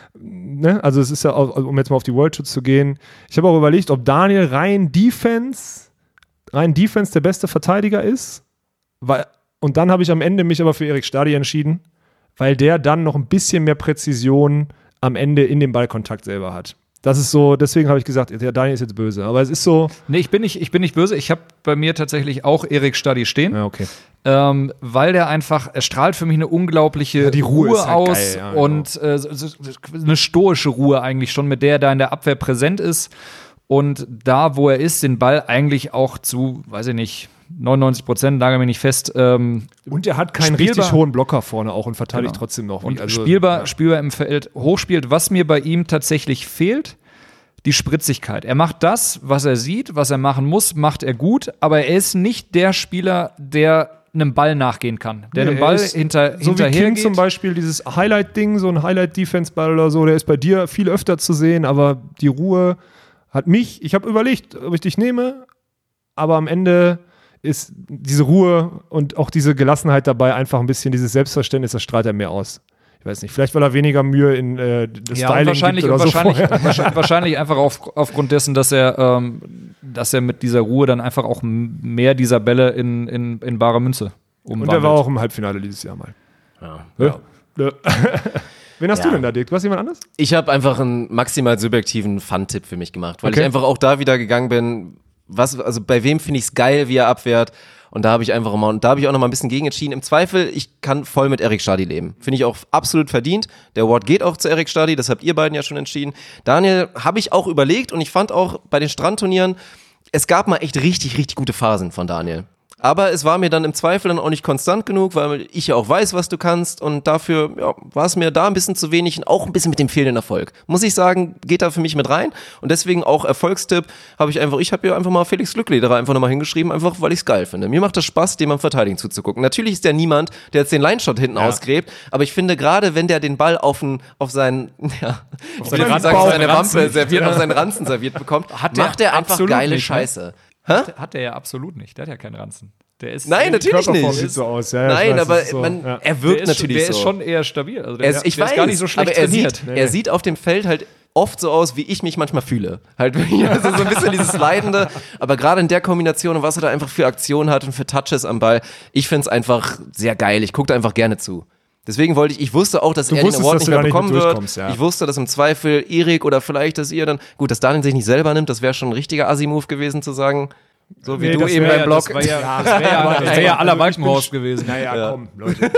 [SPEAKER 6] Ne? Also es ist ja, auch, um jetzt mal auf die World Tour zu gehen. Ich habe auch überlegt, ob Daniel rein Defense, rein Defense der beste Verteidiger ist. Weil, und dann habe ich am Ende mich aber für Erik Stadi entschieden, weil der dann noch ein bisschen mehr Präzision am Ende in dem Ballkontakt selber hat. Das ist so, deswegen habe ich gesagt, der Daniel ist jetzt böse. Aber es ist so.
[SPEAKER 7] Nee, ich bin nicht, ich bin nicht böse. Ich habe bei mir tatsächlich auch Erik Stadi stehen.
[SPEAKER 6] Ja, okay.
[SPEAKER 7] Ähm, weil der einfach, er strahlt für mich eine unglaubliche
[SPEAKER 6] Ja, die Ruhe
[SPEAKER 7] Ruhe
[SPEAKER 6] ist halt
[SPEAKER 7] aus
[SPEAKER 6] geil, ja, genau.
[SPEAKER 7] und äh, so- so- eine stoische Ruhe eigentlich schon, mit der er da in der Abwehr präsent ist und da, wo er ist, den Ball eigentlich auch zu, weiß ich nicht, neunundneunzig Prozent, nagel mich nicht fest, ähm,
[SPEAKER 6] Und er hat keinen
[SPEAKER 7] Spielbar-
[SPEAKER 6] richtig hohen Blocker vorne auch und verteidigt
[SPEAKER 7] Genau.
[SPEAKER 6] trotzdem noch.
[SPEAKER 7] und
[SPEAKER 6] Also,
[SPEAKER 7] spielbar,
[SPEAKER 6] ja.
[SPEAKER 7] spielbar im Feld hochspielt. Was mir bei ihm tatsächlich fehlt, die Spritzigkeit. Er macht das, was er sieht, was er machen muss, macht er gut, aber er ist nicht der Spieler, der einem Ball nachgehen kann, der
[SPEAKER 6] Nee,
[SPEAKER 7] einem
[SPEAKER 6] er
[SPEAKER 7] Ball
[SPEAKER 6] ist
[SPEAKER 7] hinter,
[SPEAKER 6] So wie
[SPEAKER 7] hinterher
[SPEAKER 6] Kim
[SPEAKER 7] geht.
[SPEAKER 6] zum Beispiel, dieses Highlight-Ding, so ein Highlight-Defense-Ball oder so, der ist bei dir viel öfter zu sehen, aber die Ruhe hat mich, ich habe überlegt, ob ich dich nehme, aber am Ende ist diese Ruhe und auch diese Gelassenheit dabei einfach ein bisschen, dieses Selbstverständnis, das strahlt er mehr aus. Ich weiß nicht, vielleicht weil er weniger Mühe in äh, das
[SPEAKER 7] Ja, und
[SPEAKER 6] Styling
[SPEAKER 7] wahrscheinlich,
[SPEAKER 6] gibt oder
[SPEAKER 7] wahrscheinlich,
[SPEAKER 6] so vorher.
[SPEAKER 7] wahrscheinlich, wahrscheinlich einfach auf, aufgrund dessen, dass er, ähm, dass er mit dieser Ruhe dann einfach auch m- mehr dieser Bälle in, in, in bare Münze
[SPEAKER 6] Und
[SPEAKER 7] umwandelt.
[SPEAKER 6] er war auch im Halbfinale dieses Jahr mal.
[SPEAKER 5] Ja.
[SPEAKER 6] Ja. Nö. Wen hast
[SPEAKER 5] Ja.
[SPEAKER 6] du denn da, Dirk? Du hast jemand anderes?
[SPEAKER 5] Ich habe einfach einen maximal subjektiven Fun-Tipp für mich gemacht, weil
[SPEAKER 6] Okay.
[SPEAKER 5] ich einfach auch da wieder gegangen bin, was, also bei wem finde ich es geil, wie er abwehrt. Und da habe ich einfach mal, und da habe ich auch noch mal ein bisschen gegen entschieden. Im Zweifel, ich kann voll mit Erik Stadi leben. Finde ich auch absolut verdient. Der Award geht auch zu Erik Stadi, das habt ihr beiden ja schon entschieden. Daniel habe ich auch überlegt und ich fand auch bei den Strandturnieren, es gab mal echt richtig, richtig gute Phasen von Daniel. Aber es war mir dann im Zweifel dann auch nicht konstant genug, weil ich ja auch weiß, was du kannst und dafür ja, war es mir da ein bisschen zu wenig und auch ein bisschen mit dem fehlenden Erfolg. Muss ich sagen, geht da für mich mit rein und deswegen auch Erfolgstipp habe ich einfach, ich habe hier einfach mal Felix Glücklederer einfach nochmal hingeschrieben, einfach weil ich es geil finde. Mir macht das Spaß, dem am Verteidigen zuzugucken. Natürlich ist der niemand, der jetzt den Line-Shot hinten
[SPEAKER 6] Ja.
[SPEAKER 5] ausgräbt, aber ich finde gerade, wenn der den Ball auf, ein, auf seinen, ja, auf
[SPEAKER 7] seinen
[SPEAKER 5] seine,
[SPEAKER 7] Ranzen-
[SPEAKER 5] sagen, auf seine
[SPEAKER 7] Ranzen-
[SPEAKER 5] Wampe serviert, auf seinen Ranzen serviert bekommt,
[SPEAKER 7] Hat der
[SPEAKER 5] macht er einfach
[SPEAKER 7] absolut
[SPEAKER 5] geile
[SPEAKER 7] nicht, ne?
[SPEAKER 5] Scheiße.
[SPEAKER 7] Hat, hat er ja absolut nicht. Der hat ja keinen Ranzen. Der ist
[SPEAKER 5] Nein, natürlich
[SPEAKER 6] Körperform
[SPEAKER 5] nicht.
[SPEAKER 6] sieht so aus. Ja, ja, ich
[SPEAKER 5] Nein,
[SPEAKER 6] weiß,
[SPEAKER 5] aber
[SPEAKER 6] das ist so,
[SPEAKER 5] man,
[SPEAKER 6] ja.
[SPEAKER 5] er
[SPEAKER 7] der
[SPEAKER 5] wirkt
[SPEAKER 7] ist,
[SPEAKER 5] natürlich
[SPEAKER 7] der
[SPEAKER 5] so.
[SPEAKER 7] ist schon eher stabil. Also der,
[SPEAKER 5] Er,
[SPEAKER 7] der,
[SPEAKER 5] ich
[SPEAKER 7] der
[SPEAKER 5] weiß,
[SPEAKER 7] ist gar nicht so schlecht
[SPEAKER 5] aber er
[SPEAKER 7] trainiert.
[SPEAKER 5] sieht, er sieht auf dem Feld halt oft so aus, wie ich mich manchmal fühle. Halt also so ein bisschen dieses Leidende, aber gerade in der Kombination und was er da einfach für Aktionen hat und für Touches am Ball, ich finde es einfach sehr geil. Ich gucke da einfach gerne zu. Deswegen wollte ich, ich wusste auch, dass
[SPEAKER 6] Du
[SPEAKER 5] er den
[SPEAKER 6] wusstest,
[SPEAKER 5] Award
[SPEAKER 6] dass
[SPEAKER 5] nicht
[SPEAKER 6] du
[SPEAKER 5] mehr
[SPEAKER 6] da nicht
[SPEAKER 5] bekommen
[SPEAKER 6] mit
[SPEAKER 5] wird.
[SPEAKER 6] durchkommst, ja.
[SPEAKER 5] Ich wusste, dass im Zweifel Erik oder vielleicht, dass ihr dann, gut, dass Daniel sich nicht selber nimmt, das wäre schon ein richtiger Assi-Move gewesen zu sagen, so wie
[SPEAKER 6] Nee,
[SPEAKER 5] du
[SPEAKER 6] das
[SPEAKER 5] eben
[SPEAKER 6] wär
[SPEAKER 5] beim
[SPEAKER 6] ja-
[SPEAKER 5] Blog.
[SPEAKER 7] Das wäre ja, das wär ja, das wär ja aller Walkenhorst gewesen.
[SPEAKER 6] Naja, komm, Leute.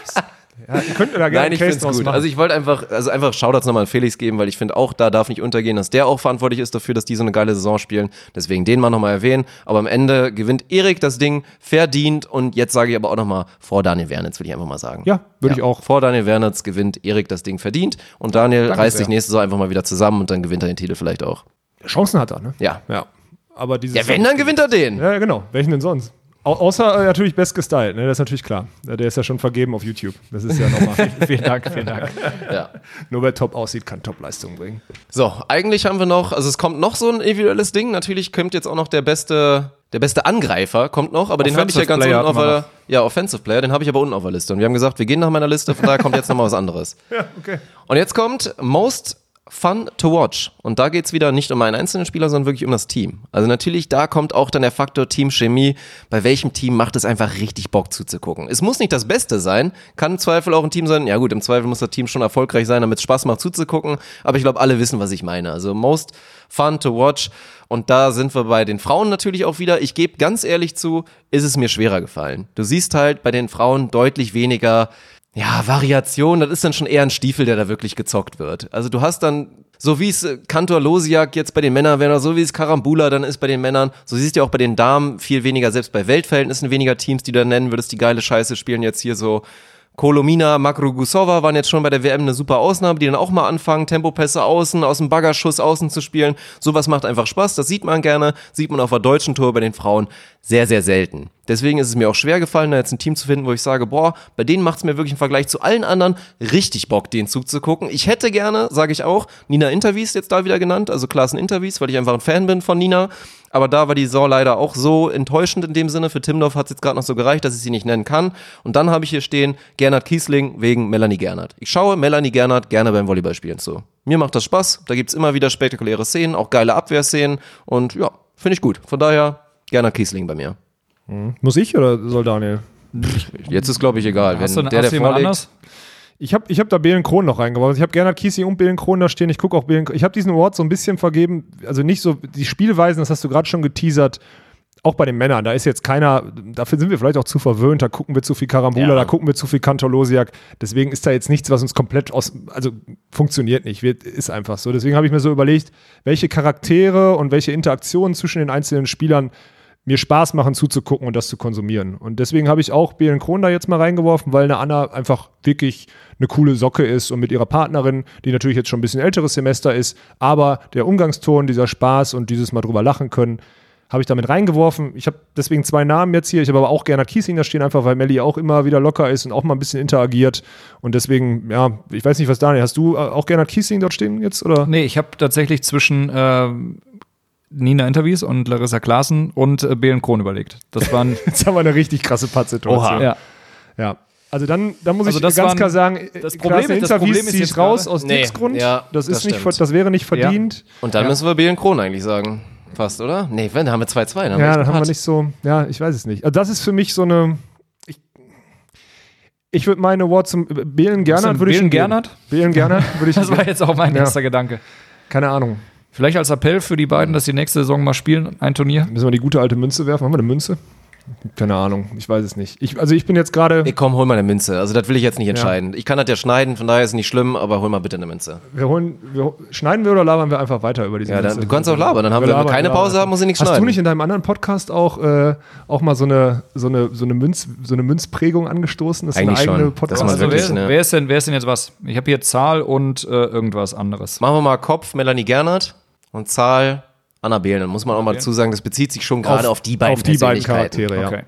[SPEAKER 6] Ja, ihr könnt mir da gerne
[SPEAKER 5] Nein,
[SPEAKER 6] einen
[SPEAKER 5] ich
[SPEAKER 6] Case
[SPEAKER 5] finde es
[SPEAKER 6] draus
[SPEAKER 5] gut.
[SPEAKER 6] machen.
[SPEAKER 5] Also ich wollte einfach, also einfach Shoutouts nochmal an Felix geben, weil ich finde auch, da darf nicht untergehen, dass der auch verantwortlich ist dafür, dass die so eine geile Saison spielen. Deswegen den mal nochmal erwähnen. Aber am Ende gewinnt Erik das Ding verdient und jetzt sage ich aber auch nochmal vor Daniel Wernitz, würde ich einfach mal sagen.
[SPEAKER 6] Ja, würde ich auch.
[SPEAKER 5] Vor Daniel Wernitz gewinnt Erik das Ding verdient und Daniel
[SPEAKER 6] Danke
[SPEAKER 5] reißt
[SPEAKER 6] sehr.
[SPEAKER 5] sich nächste Saison einfach mal wieder zusammen und dann gewinnt er den Titel vielleicht auch.
[SPEAKER 6] Chancen hat er, ne?
[SPEAKER 5] Ja.
[SPEAKER 6] Ja. Aber dieses
[SPEAKER 5] Ja, wenn, dann gewinnt er den.
[SPEAKER 6] Ja, genau. Welchen denn sonst? Au außer äh, natürlich best gestylt, ne? Das ist natürlich klar. Ja, der ist ja schon vergeben auf YouTube. Das ist ja nochmal.
[SPEAKER 7] Vielen Dank, vielen Dank.
[SPEAKER 5] Ja.
[SPEAKER 6] Nur wer top aussieht, kann Top-Leistung bringen.
[SPEAKER 5] So, eigentlich haben wir noch, also es kommt noch so ein individuelles Ding. Natürlich kommt jetzt auch noch der beste, der beste Angreifer, kommt noch, aber den habe ich ja
[SPEAKER 7] Offensive
[SPEAKER 5] ganz
[SPEAKER 7] Player
[SPEAKER 5] unten auf
[SPEAKER 7] hatten wir
[SPEAKER 5] der, ja, Offensive Player, den habe ich aber unten auf der Liste. Und wir haben gesagt, wir gehen nach meiner Liste, von daher kommt jetzt nochmal was anderes.
[SPEAKER 6] Ja, okay.
[SPEAKER 5] Und jetzt kommt Most Fun to Watch. Und da geht's wieder nicht um einen einzelnen Spieler, sondern wirklich um das Team. Also natürlich, da kommt auch dann der Faktor Teamchemie. Bei welchem Team macht es einfach richtig Bock zuzugucken? Es muss nicht das Beste sein, kann im Zweifel auch ein Team sein. Ja gut, im Zweifel muss das Team schon erfolgreich sein, damit es Spaß macht zuzugucken. Aber ich glaube, alle wissen, was ich meine. Also Most Fun to Watch. Und da sind wir bei den Frauen natürlich auch wieder. Ich gebe ganz ehrlich zu, ist es mir schwerer gefallen. Du siehst halt bei den Frauen deutlich weniger ja, Variation, das ist dann schon eher ein Stiefel, der da wirklich gezockt wird. Also du hast dann, so wie es Kantor Losiak jetzt bei den Männern wäre, oder so wie es Karambula dann ist bei den Männern, so siehst du auch bei den Damen viel weniger, selbst bei Weltverhältnissen weniger Teams, die du nennen würdest, die geile Scheiße spielen jetzt hier so. Kolomina, Makrogusova waren jetzt schon bei der W M eine super Ausnahme, die dann auch mal anfangen, Tempopässe außen, aus dem Baggerschuss außen zu spielen. Sowas macht einfach Spaß, das sieht man gerne, sieht man auf der deutschen Tour bei den Frauen sehr, sehr selten. Deswegen ist es mir auch schwer gefallen, da jetzt ein Team zu finden, wo ich sage, boah, bei denen macht es mir wirklich im Vergleich zu allen anderen richtig Bock, den Zug zu gucken. Ich hätte gerne, sage ich auch, Nina Intervis jetzt da wieder genannt, also Klaassen Intervis, weil ich einfach ein Fan bin von Nina. Aber da war die Saison leider auch so enttäuschend in dem Sinne. Für Timdorf hat es jetzt gerade noch so gereicht, dass ich sie nicht nennen kann. Und dann habe ich hier stehen Gernot Kiesling wegen Melanie Gernert. Ich schaue Melanie Gernert gerne beim Volleyballspielen zu. Mir macht das Spaß, da gibt's immer wieder spektakuläre Szenen, auch geile Abwehrszenen. Und ja, finde ich gut. Von daher Gernot Kiesling bei mir.
[SPEAKER 6] Muss ich oder soll Daniel?
[SPEAKER 5] Jetzt ist, glaube ich, egal.
[SPEAKER 7] Hast
[SPEAKER 5] Wenn
[SPEAKER 7] du,
[SPEAKER 5] der,
[SPEAKER 7] hast
[SPEAKER 5] der
[SPEAKER 7] du jemand
[SPEAKER 5] vorlegt,
[SPEAKER 7] anders?
[SPEAKER 6] Ich habe ich hab da Belen Kron noch reingebracht. Ich habe Gernot Kiesling und Belen Kron da stehen. Ich gucke auch Belen. Ich habe diesen Award so ein bisschen vergeben. Also nicht so die Spielweisen, das hast du gerade schon geteasert. Auch bei den Männern, da ist jetzt keiner, dafür sind wir vielleicht auch zu verwöhnt, da gucken wir zu viel Karambula,
[SPEAKER 5] Ja.
[SPEAKER 6] da gucken wir zu viel Kantor Losiak. Deswegen ist da jetzt nichts, was uns komplett aus, also funktioniert nicht, wird, ist einfach so. Deswegen habe ich mir so überlegt, welche Charaktere und welche Interaktionen zwischen den einzelnen Spielern mir Spaß machen zuzugucken und das zu konsumieren. Und deswegen habe ich auch Belen Kron da jetzt mal reingeworfen, weil eine Anna einfach wirklich eine coole Socke ist und mit ihrer Partnerin, die natürlich jetzt schon ein bisschen älteres Semester ist, aber der Umgangston, dieser Spaß und dieses Mal drüber lachen können, habe ich damit reingeworfen. Ich habe deswegen zwei Namen jetzt hier. Ich habe aber auch Gernot Kiesling da stehen, einfach weil Melli auch immer wieder locker ist und auch mal ein bisschen interagiert. Und deswegen, ja, ich weiß nicht, was Daniel, hast du auch Gernot Kiesling dort stehen jetzt? Oder?
[SPEAKER 7] Nee, ich habe tatsächlich zwischen äh, Nina Intervis und Larissa Klaassen und äh, Belen Kron überlegt. Das waren
[SPEAKER 6] Jetzt haben wir eine richtig krasse Pattsituation.
[SPEAKER 7] ja.
[SPEAKER 6] Ja. Also dann, dann muss
[SPEAKER 7] Also
[SPEAKER 6] ich
[SPEAKER 7] das
[SPEAKER 6] ganz
[SPEAKER 7] waren-
[SPEAKER 6] klar sagen,
[SPEAKER 7] das Problem
[SPEAKER 6] Klaassen
[SPEAKER 7] ist- das Problem
[SPEAKER 6] Interviews
[SPEAKER 7] ist
[SPEAKER 6] ziehe
[SPEAKER 7] jetzt
[SPEAKER 6] ich raus
[SPEAKER 7] gerade-
[SPEAKER 6] aus
[SPEAKER 5] Nee,
[SPEAKER 6] Dicks Grund.
[SPEAKER 5] ja,
[SPEAKER 6] das,
[SPEAKER 5] das
[SPEAKER 6] ist nicht,
[SPEAKER 5] stimmt.
[SPEAKER 6] ver- das wäre nicht verdient.
[SPEAKER 5] Und dann
[SPEAKER 6] Ja.
[SPEAKER 5] müssen wir Belen Kron eigentlich sagen. Fast, oder? Nee, wenn, da haben wir zwei zwei.
[SPEAKER 6] Ja, dann haben wir nicht so, ja, ich weiß es nicht. Also das ist für mich so eine, ich, Ich würde meinen Award zum Belen Gernert würde ich
[SPEAKER 7] Belen Gernert?
[SPEAKER 6] Belen Gernert würde ich
[SPEAKER 7] Das war jetzt auch mein
[SPEAKER 6] Ja.
[SPEAKER 7] nächster Gedanke.
[SPEAKER 6] Keine Ahnung.
[SPEAKER 7] Vielleicht als Appell für die beiden, dass die nächste Saison mal spielen, ein Turnier.
[SPEAKER 6] Müssen wir die gute alte Münze werfen? Haben wir eine Münze? Keine Ahnung, ich weiß es nicht. Ich, also ich bin jetzt gerade.
[SPEAKER 5] Ey, komm, hol mal eine Münze. Also das will ich jetzt nicht entscheiden. Ja. Ich kann das ja schneiden, von daher ist es nicht schlimm, aber hol mal bitte eine Münze.
[SPEAKER 6] Wir holen, wir, schneiden wir oder labern wir einfach weiter über diese
[SPEAKER 5] Ja,
[SPEAKER 6] Münze?
[SPEAKER 5] dann, du kannst auch labern. Dann haben wir,
[SPEAKER 6] wir labern,
[SPEAKER 5] keine
[SPEAKER 6] labern.
[SPEAKER 5] Pause, haben, muss ich nichts
[SPEAKER 6] Hast
[SPEAKER 5] schneiden.
[SPEAKER 6] du nicht in deinem anderen Podcast auch, äh, auch mal so eine, so eine, so eine, Münz, so eine Münzprägung angestoßen? Das ist
[SPEAKER 5] Eigentlich
[SPEAKER 6] eine eigene
[SPEAKER 5] schon.
[SPEAKER 6] Podcast.
[SPEAKER 5] Das ist
[SPEAKER 7] Also
[SPEAKER 5] wirklich,
[SPEAKER 7] wer,
[SPEAKER 5] ne?
[SPEAKER 7] wer, ist denn, wer ist denn jetzt was? Ich habe hier Zahl und äh, irgendwas anderes.
[SPEAKER 5] Machen wir mal Kopf, Melanie Gernert und Zahl, Anna Behlen. Dann muss man auch mal dazu sagen, das bezieht sich schon gerade auf, auf die beiden
[SPEAKER 6] Auf die beiden
[SPEAKER 5] Persönlichkeiten.
[SPEAKER 6] Charaktere, ja.
[SPEAKER 7] Okay.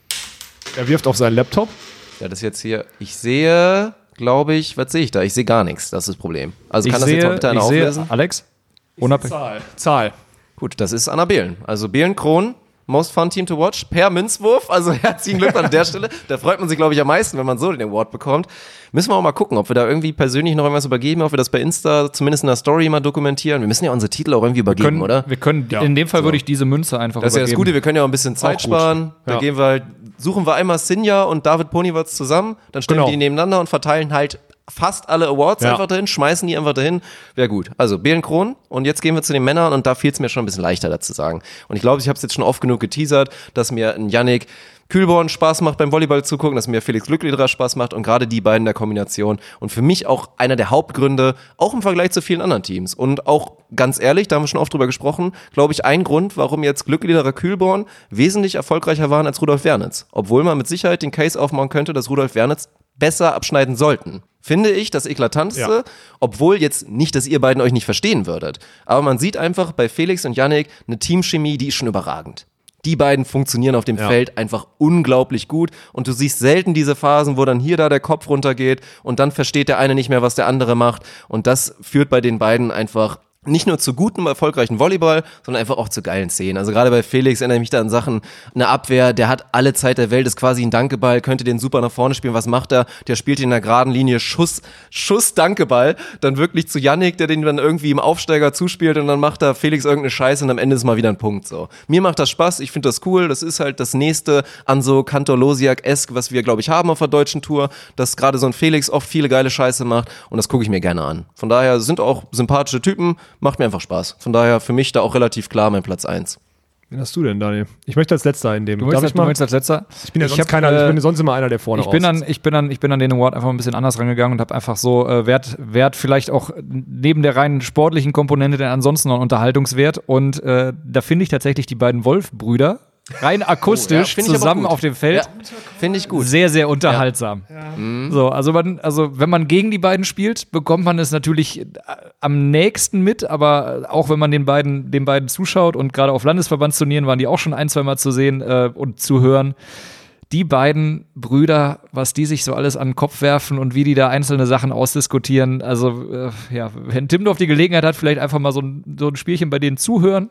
[SPEAKER 6] Er wirft auf seinen Laptop.
[SPEAKER 5] Ja, das ist jetzt hier, ich sehe, glaube ich, was sehe ich da? Ich sehe gar nichts, das ist das Problem. Also
[SPEAKER 7] Ich
[SPEAKER 5] kann das
[SPEAKER 7] sehe,
[SPEAKER 5] jetzt mal bitte einer
[SPEAKER 7] ich sehe
[SPEAKER 5] auflösen?
[SPEAKER 7] Alex? Unabhängig.
[SPEAKER 6] Zahl. Zahl.
[SPEAKER 5] Gut, das ist Anna Behlen. Also Behlen Kron, Most Fun Team to Watch, per Münzwurf. Also herzlichen Glückwunsch an der Stelle. Da freut man sich, glaube ich, am meisten, wenn man so den Award bekommt. Müssen wir auch mal gucken, ob wir da irgendwie persönlich noch irgendwas übergeben, ob wir das bei Insta zumindest in der Story mal dokumentieren. Wir müssen ja unsere Titel auch irgendwie übergeben,
[SPEAKER 7] Können,
[SPEAKER 5] oder?
[SPEAKER 7] Wir können,
[SPEAKER 6] Ja.
[SPEAKER 7] in dem Fall würde ich diese Münze einfach
[SPEAKER 5] Das ist ja das
[SPEAKER 7] übergeben.
[SPEAKER 5] Gute, wir können ja auch ein bisschen Zeit
[SPEAKER 6] Auch gut.
[SPEAKER 5] sparen. Da
[SPEAKER 6] Ja.
[SPEAKER 5] gehen wir halt, suchen wir einmal Sinja und David Ponywatz zusammen, dann stellen
[SPEAKER 6] Genau.
[SPEAKER 5] wir die nebeneinander und verteilen halt fast alle Awards
[SPEAKER 6] Ja.
[SPEAKER 5] einfach dahin, schmeißen die einfach dahin. Wäre gut. Also Behlen Kron und jetzt gehen wir zu den Männern und da fiel es mir schon ein bisschen leichter dazu sagen. Und ich glaube, ich habe es jetzt schon oft genug geteasert, dass mir ein Yannick Kühlborn Spaß macht beim Volleyball zugucken, dass mir Felix Glücklederer Spaß macht und gerade die beiden der Kombination und für mich auch einer der Hauptgründe, auch im Vergleich zu vielen anderen Teams und auch ganz ehrlich, da haben wir schon oft drüber gesprochen, glaube ich, ein Grund, warum jetzt Glücklederer Kühlborn wesentlich erfolgreicher waren als Rudolf Wernitz, obwohl man mit Sicherheit den Case aufmachen könnte, dass Rudolf Wernitz besser abschneiden sollten. Finde ich das Eklatanteste,
[SPEAKER 6] Ja.
[SPEAKER 5] obwohl jetzt nicht, dass ihr beiden euch nicht verstehen würdet, aber man sieht einfach bei Felix und Yannick eine Teamchemie, die ist schon überragend. Die beiden funktionieren auf dem
[SPEAKER 6] Ja.
[SPEAKER 5] Feld einfach unglaublich gut und du siehst selten diese Phasen, wo dann hier da der Kopf runtergeht und dann versteht der eine nicht mehr, was der andere macht und das führt bei den beiden einfach nicht nur zu gutem, erfolgreichen Volleyball, sondern einfach auch zu geilen Szenen. Also gerade bei Felix erinnere ich mich da an Sachen, eine Abwehr, der hat alle Zeit der Welt, ist quasi ein Dankeball, könnte den super nach vorne spielen. Was macht er? Der spielt in der geraden Linie Schuss, Schuss Dankeball, dann wirklich zu Yannick, der den dann irgendwie im Aufsteiger zuspielt und dann macht da Felix irgendeine Scheiße und am Ende ist mal wieder ein Punkt. So. Mir macht das Spaß, ich finde das cool, das ist halt das nächste an so Kantor-Losiak-esk, was wir, glaube ich, haben auf der deutschen Tour, dass gerade so ein Felix oft viele geile Scheiße macht und das gucke ich mir gerne an. Von daher sind auch sympathische Typen, macht mir einfach Spaß. Von daher für mich da auch relativ klar mein Platz eins.
[SPEAKER 6] Wen hast du denn, Daniel? Ich möchte als Letzter einnehmen.
[SPEAKER 7] Du möchtest,
[SPEAKER 6] Darf ich
[SPEAKER 7] du
[SPEAKER 6] mal?
[SPEAKER 7] möchtest als letzter?
[SPEAKER 6] Ich bin ja sonst
[SPEAKER 7] hab,
[SPEAKER 6] keiner,
[SPEAKER 7] äh,
[SPEAKER 6] ich bin sonst immer einer, der vorne
[SPEAKER 7] Ich bin,
[SPEAKER 6] raus
[SPEAKER 7] an, ich, bin an, ich bin an den Award einfach ein bisschen anders rangegangen und habe einfach so äh, Wert, Wert vielleicht auch neben der rein sportlichen Komponente denn ansonsten noch einen Unterhaltungswert und äh, da finde ich tatsächlich die beiden Wolf-Brüder rein akustisch
[SPEAKER 5] find ich aber
[SPEAKER 7] zusammen
[SPEAKER 5] gut.
[SPEAKER 7] auf dem Feld
[SPEAKER 5] Ja, finde ich gut.
[SPEAKER 7] sehr, sehr unterhaltsam. So, also, man, also wenn man gegen die beiden spielt, bekommt man es natürlich äh, am nächsten mit, aber auch wenn man den beiden, den beiden zuschaut und gerade auf Landesverbandsturnieren waren die auch schon ein, zwei Mal zu sehen äh, und zu hören. Die beiden Brüder, was die sich so alles an den Kopf werfen und wie die da einzelne Sachen ausdiskutieren. Also, äh, ja, wenn Timdorf die Gelegenheit hat, vielleicht einfach mal so ein, so ein Spielchen bei denen zuhören.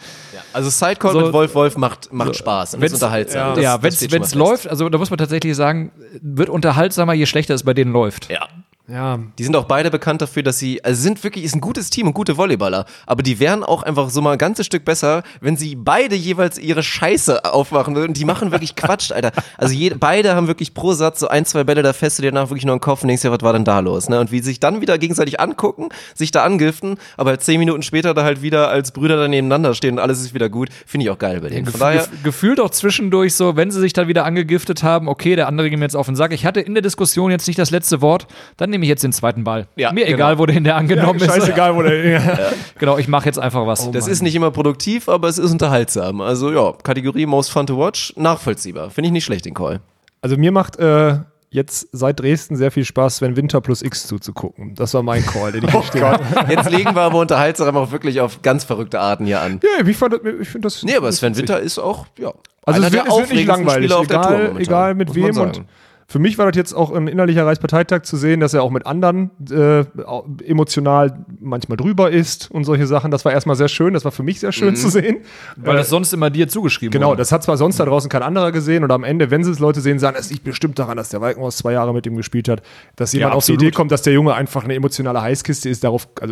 [SPEAKER 5] Also Sidecall
[SPEAKER 7] So-
[SPEAKER 5] mit Wolf Wolf macht, macht Spaß und ist
[SPEAKER 7] Wenn's-
[SPEAKER 5] unterhaltsam. Das-
[SPEAKER 7] ja,
[SPEAKER 5] das
[SPEAKER 7] wenn
[SPEAKER 5] steht schon
[SPEAKER 7] es
[SPEAKER 5] mal fest.
[SPEAKER 7] läuft, also da muss man tatsächlich sagen, wird unterhaltsamer, je schlechter es bei denen läuft.
[SPEAKER 5] Ja.
[SPEAKER 6] Ja,
[SPEAKER 5] Die sind auch beide bekannt dafür, dass sie, also sind wirklich, ist ein gutes Team und gute Volleyballer, aber die wären auch einfach so mal ein ganzes Stück besser, wenn sie beide jeweils ihre Scheiße aufmachen würden. Die machen wirklich Quatsch, Alter. Also je, beide haben wirklich pro Satz so ein, zwei Bälle, da fährst du dir danach wirklich nur in den Kopf und denkst dir, was war denn da los, ne? Und wie sie sich dann wieder gegenseitig angucken, sich da angiften, aber halt zehn Minuten später da halt wieder als Brüder da nebeneinander stehen und alles ist wieder gut, finde ich auch geil bei denen. Von
[SPEAKER 7] Gef
[SPEAKER 5] daher,
[SPEAKER 7] gef gefühlt auch zwischendurch so, wenn sie sich dann wieder angegiftet haben, okay, der andere ging mir jetzt auf den Sack. Ich hatte in der Diskussion jetzt nicht das letzte Wort, dann nehme ich jetzt den zweiten Ball.
[SPEAKER 5] Ja,
[SPEAKER 7] Mir
[SPEAKER 5] genau.
[SPEAKER 7] egal, wo der hinter angenommen ist.
[SPEAKER 6] scheißegal, wo der. Ja.
[SPEAKER 7] Genau, ich mache jetzt einfach was.
[SPEAKER 5] das ist nicht immer produktiv, aber es ist unterhaltsam. Also ja, Kategorie Most Fun to Watch, nachvollziehbar. Finde ich nicht schlecht, den Call.
[SPEAKER 6] Also mir macht äh, jetzt seit Dresden sehr viel Spaß, Sven Winter plus X zuzugucken. Das war mein Call, den ich
[SPEAKER 5] Oh
[SPEAKER 6] verstehe.
[SPEAKER 5] Jetzt legen wir aber unterhaltsam auch wirklich auf ganz verrückte Arten hier an.
[SPEAKER 6] Ja, ich, fand, das- ich finde das.
[SPEAKER 5] Nee, aber Sven Winter ist auch, ja,
[SPEAKER 6] Also
[SPEAKER 5] einer
[SPEAKER 6] es
[SPEAKER 5] der
[SPEAKER 6] wird, es wird nicht
[SPEAKER 5] aufregendsten
[SPEAKER 6] langweilig,
[SPEAKER 5] Spieler auf der Tour
[SPEAKER 6] egal,
[SPEAKER 5] momentan,
[SPEAKER 6] egal mit
[SPEAKER 5] muss man
[SPEAKER 6] wem.
[SPEAKER 5] sagen.
[SPEAKER 6] Und für mich war das jetzt auch ein innerlicher Reichsparteitag zu sehen, dass er auch mit anderen äh, au- emotional manchmal drüber ist und solche Sachen. Das war erstmal sehr schön, das war für mich sehr schön zu sehen.
[SPEAKER 7] Weil das sonst immer dir zugeschrieben
[SPEAKER 6] Genau,
[SPEAKER 7] wurde.
[SPEAKER 6] das hat zwar sonst da draußen kein anderer gesehen und am Ende, wenn sie es Leute sehen, sagen, es liegt bestimmt daran, dass der Walkenhaus zwei Jahre mit ihm gespielt hat, dass jemand
[SPEAKER 7] Ja,
[SPEAKER 6] auf die
[SPEAKER 7] absolut.
[SPEAKER 6] Idee kommt, dass der Junge einfach eine emotionale Heißkiste ist, darauf, also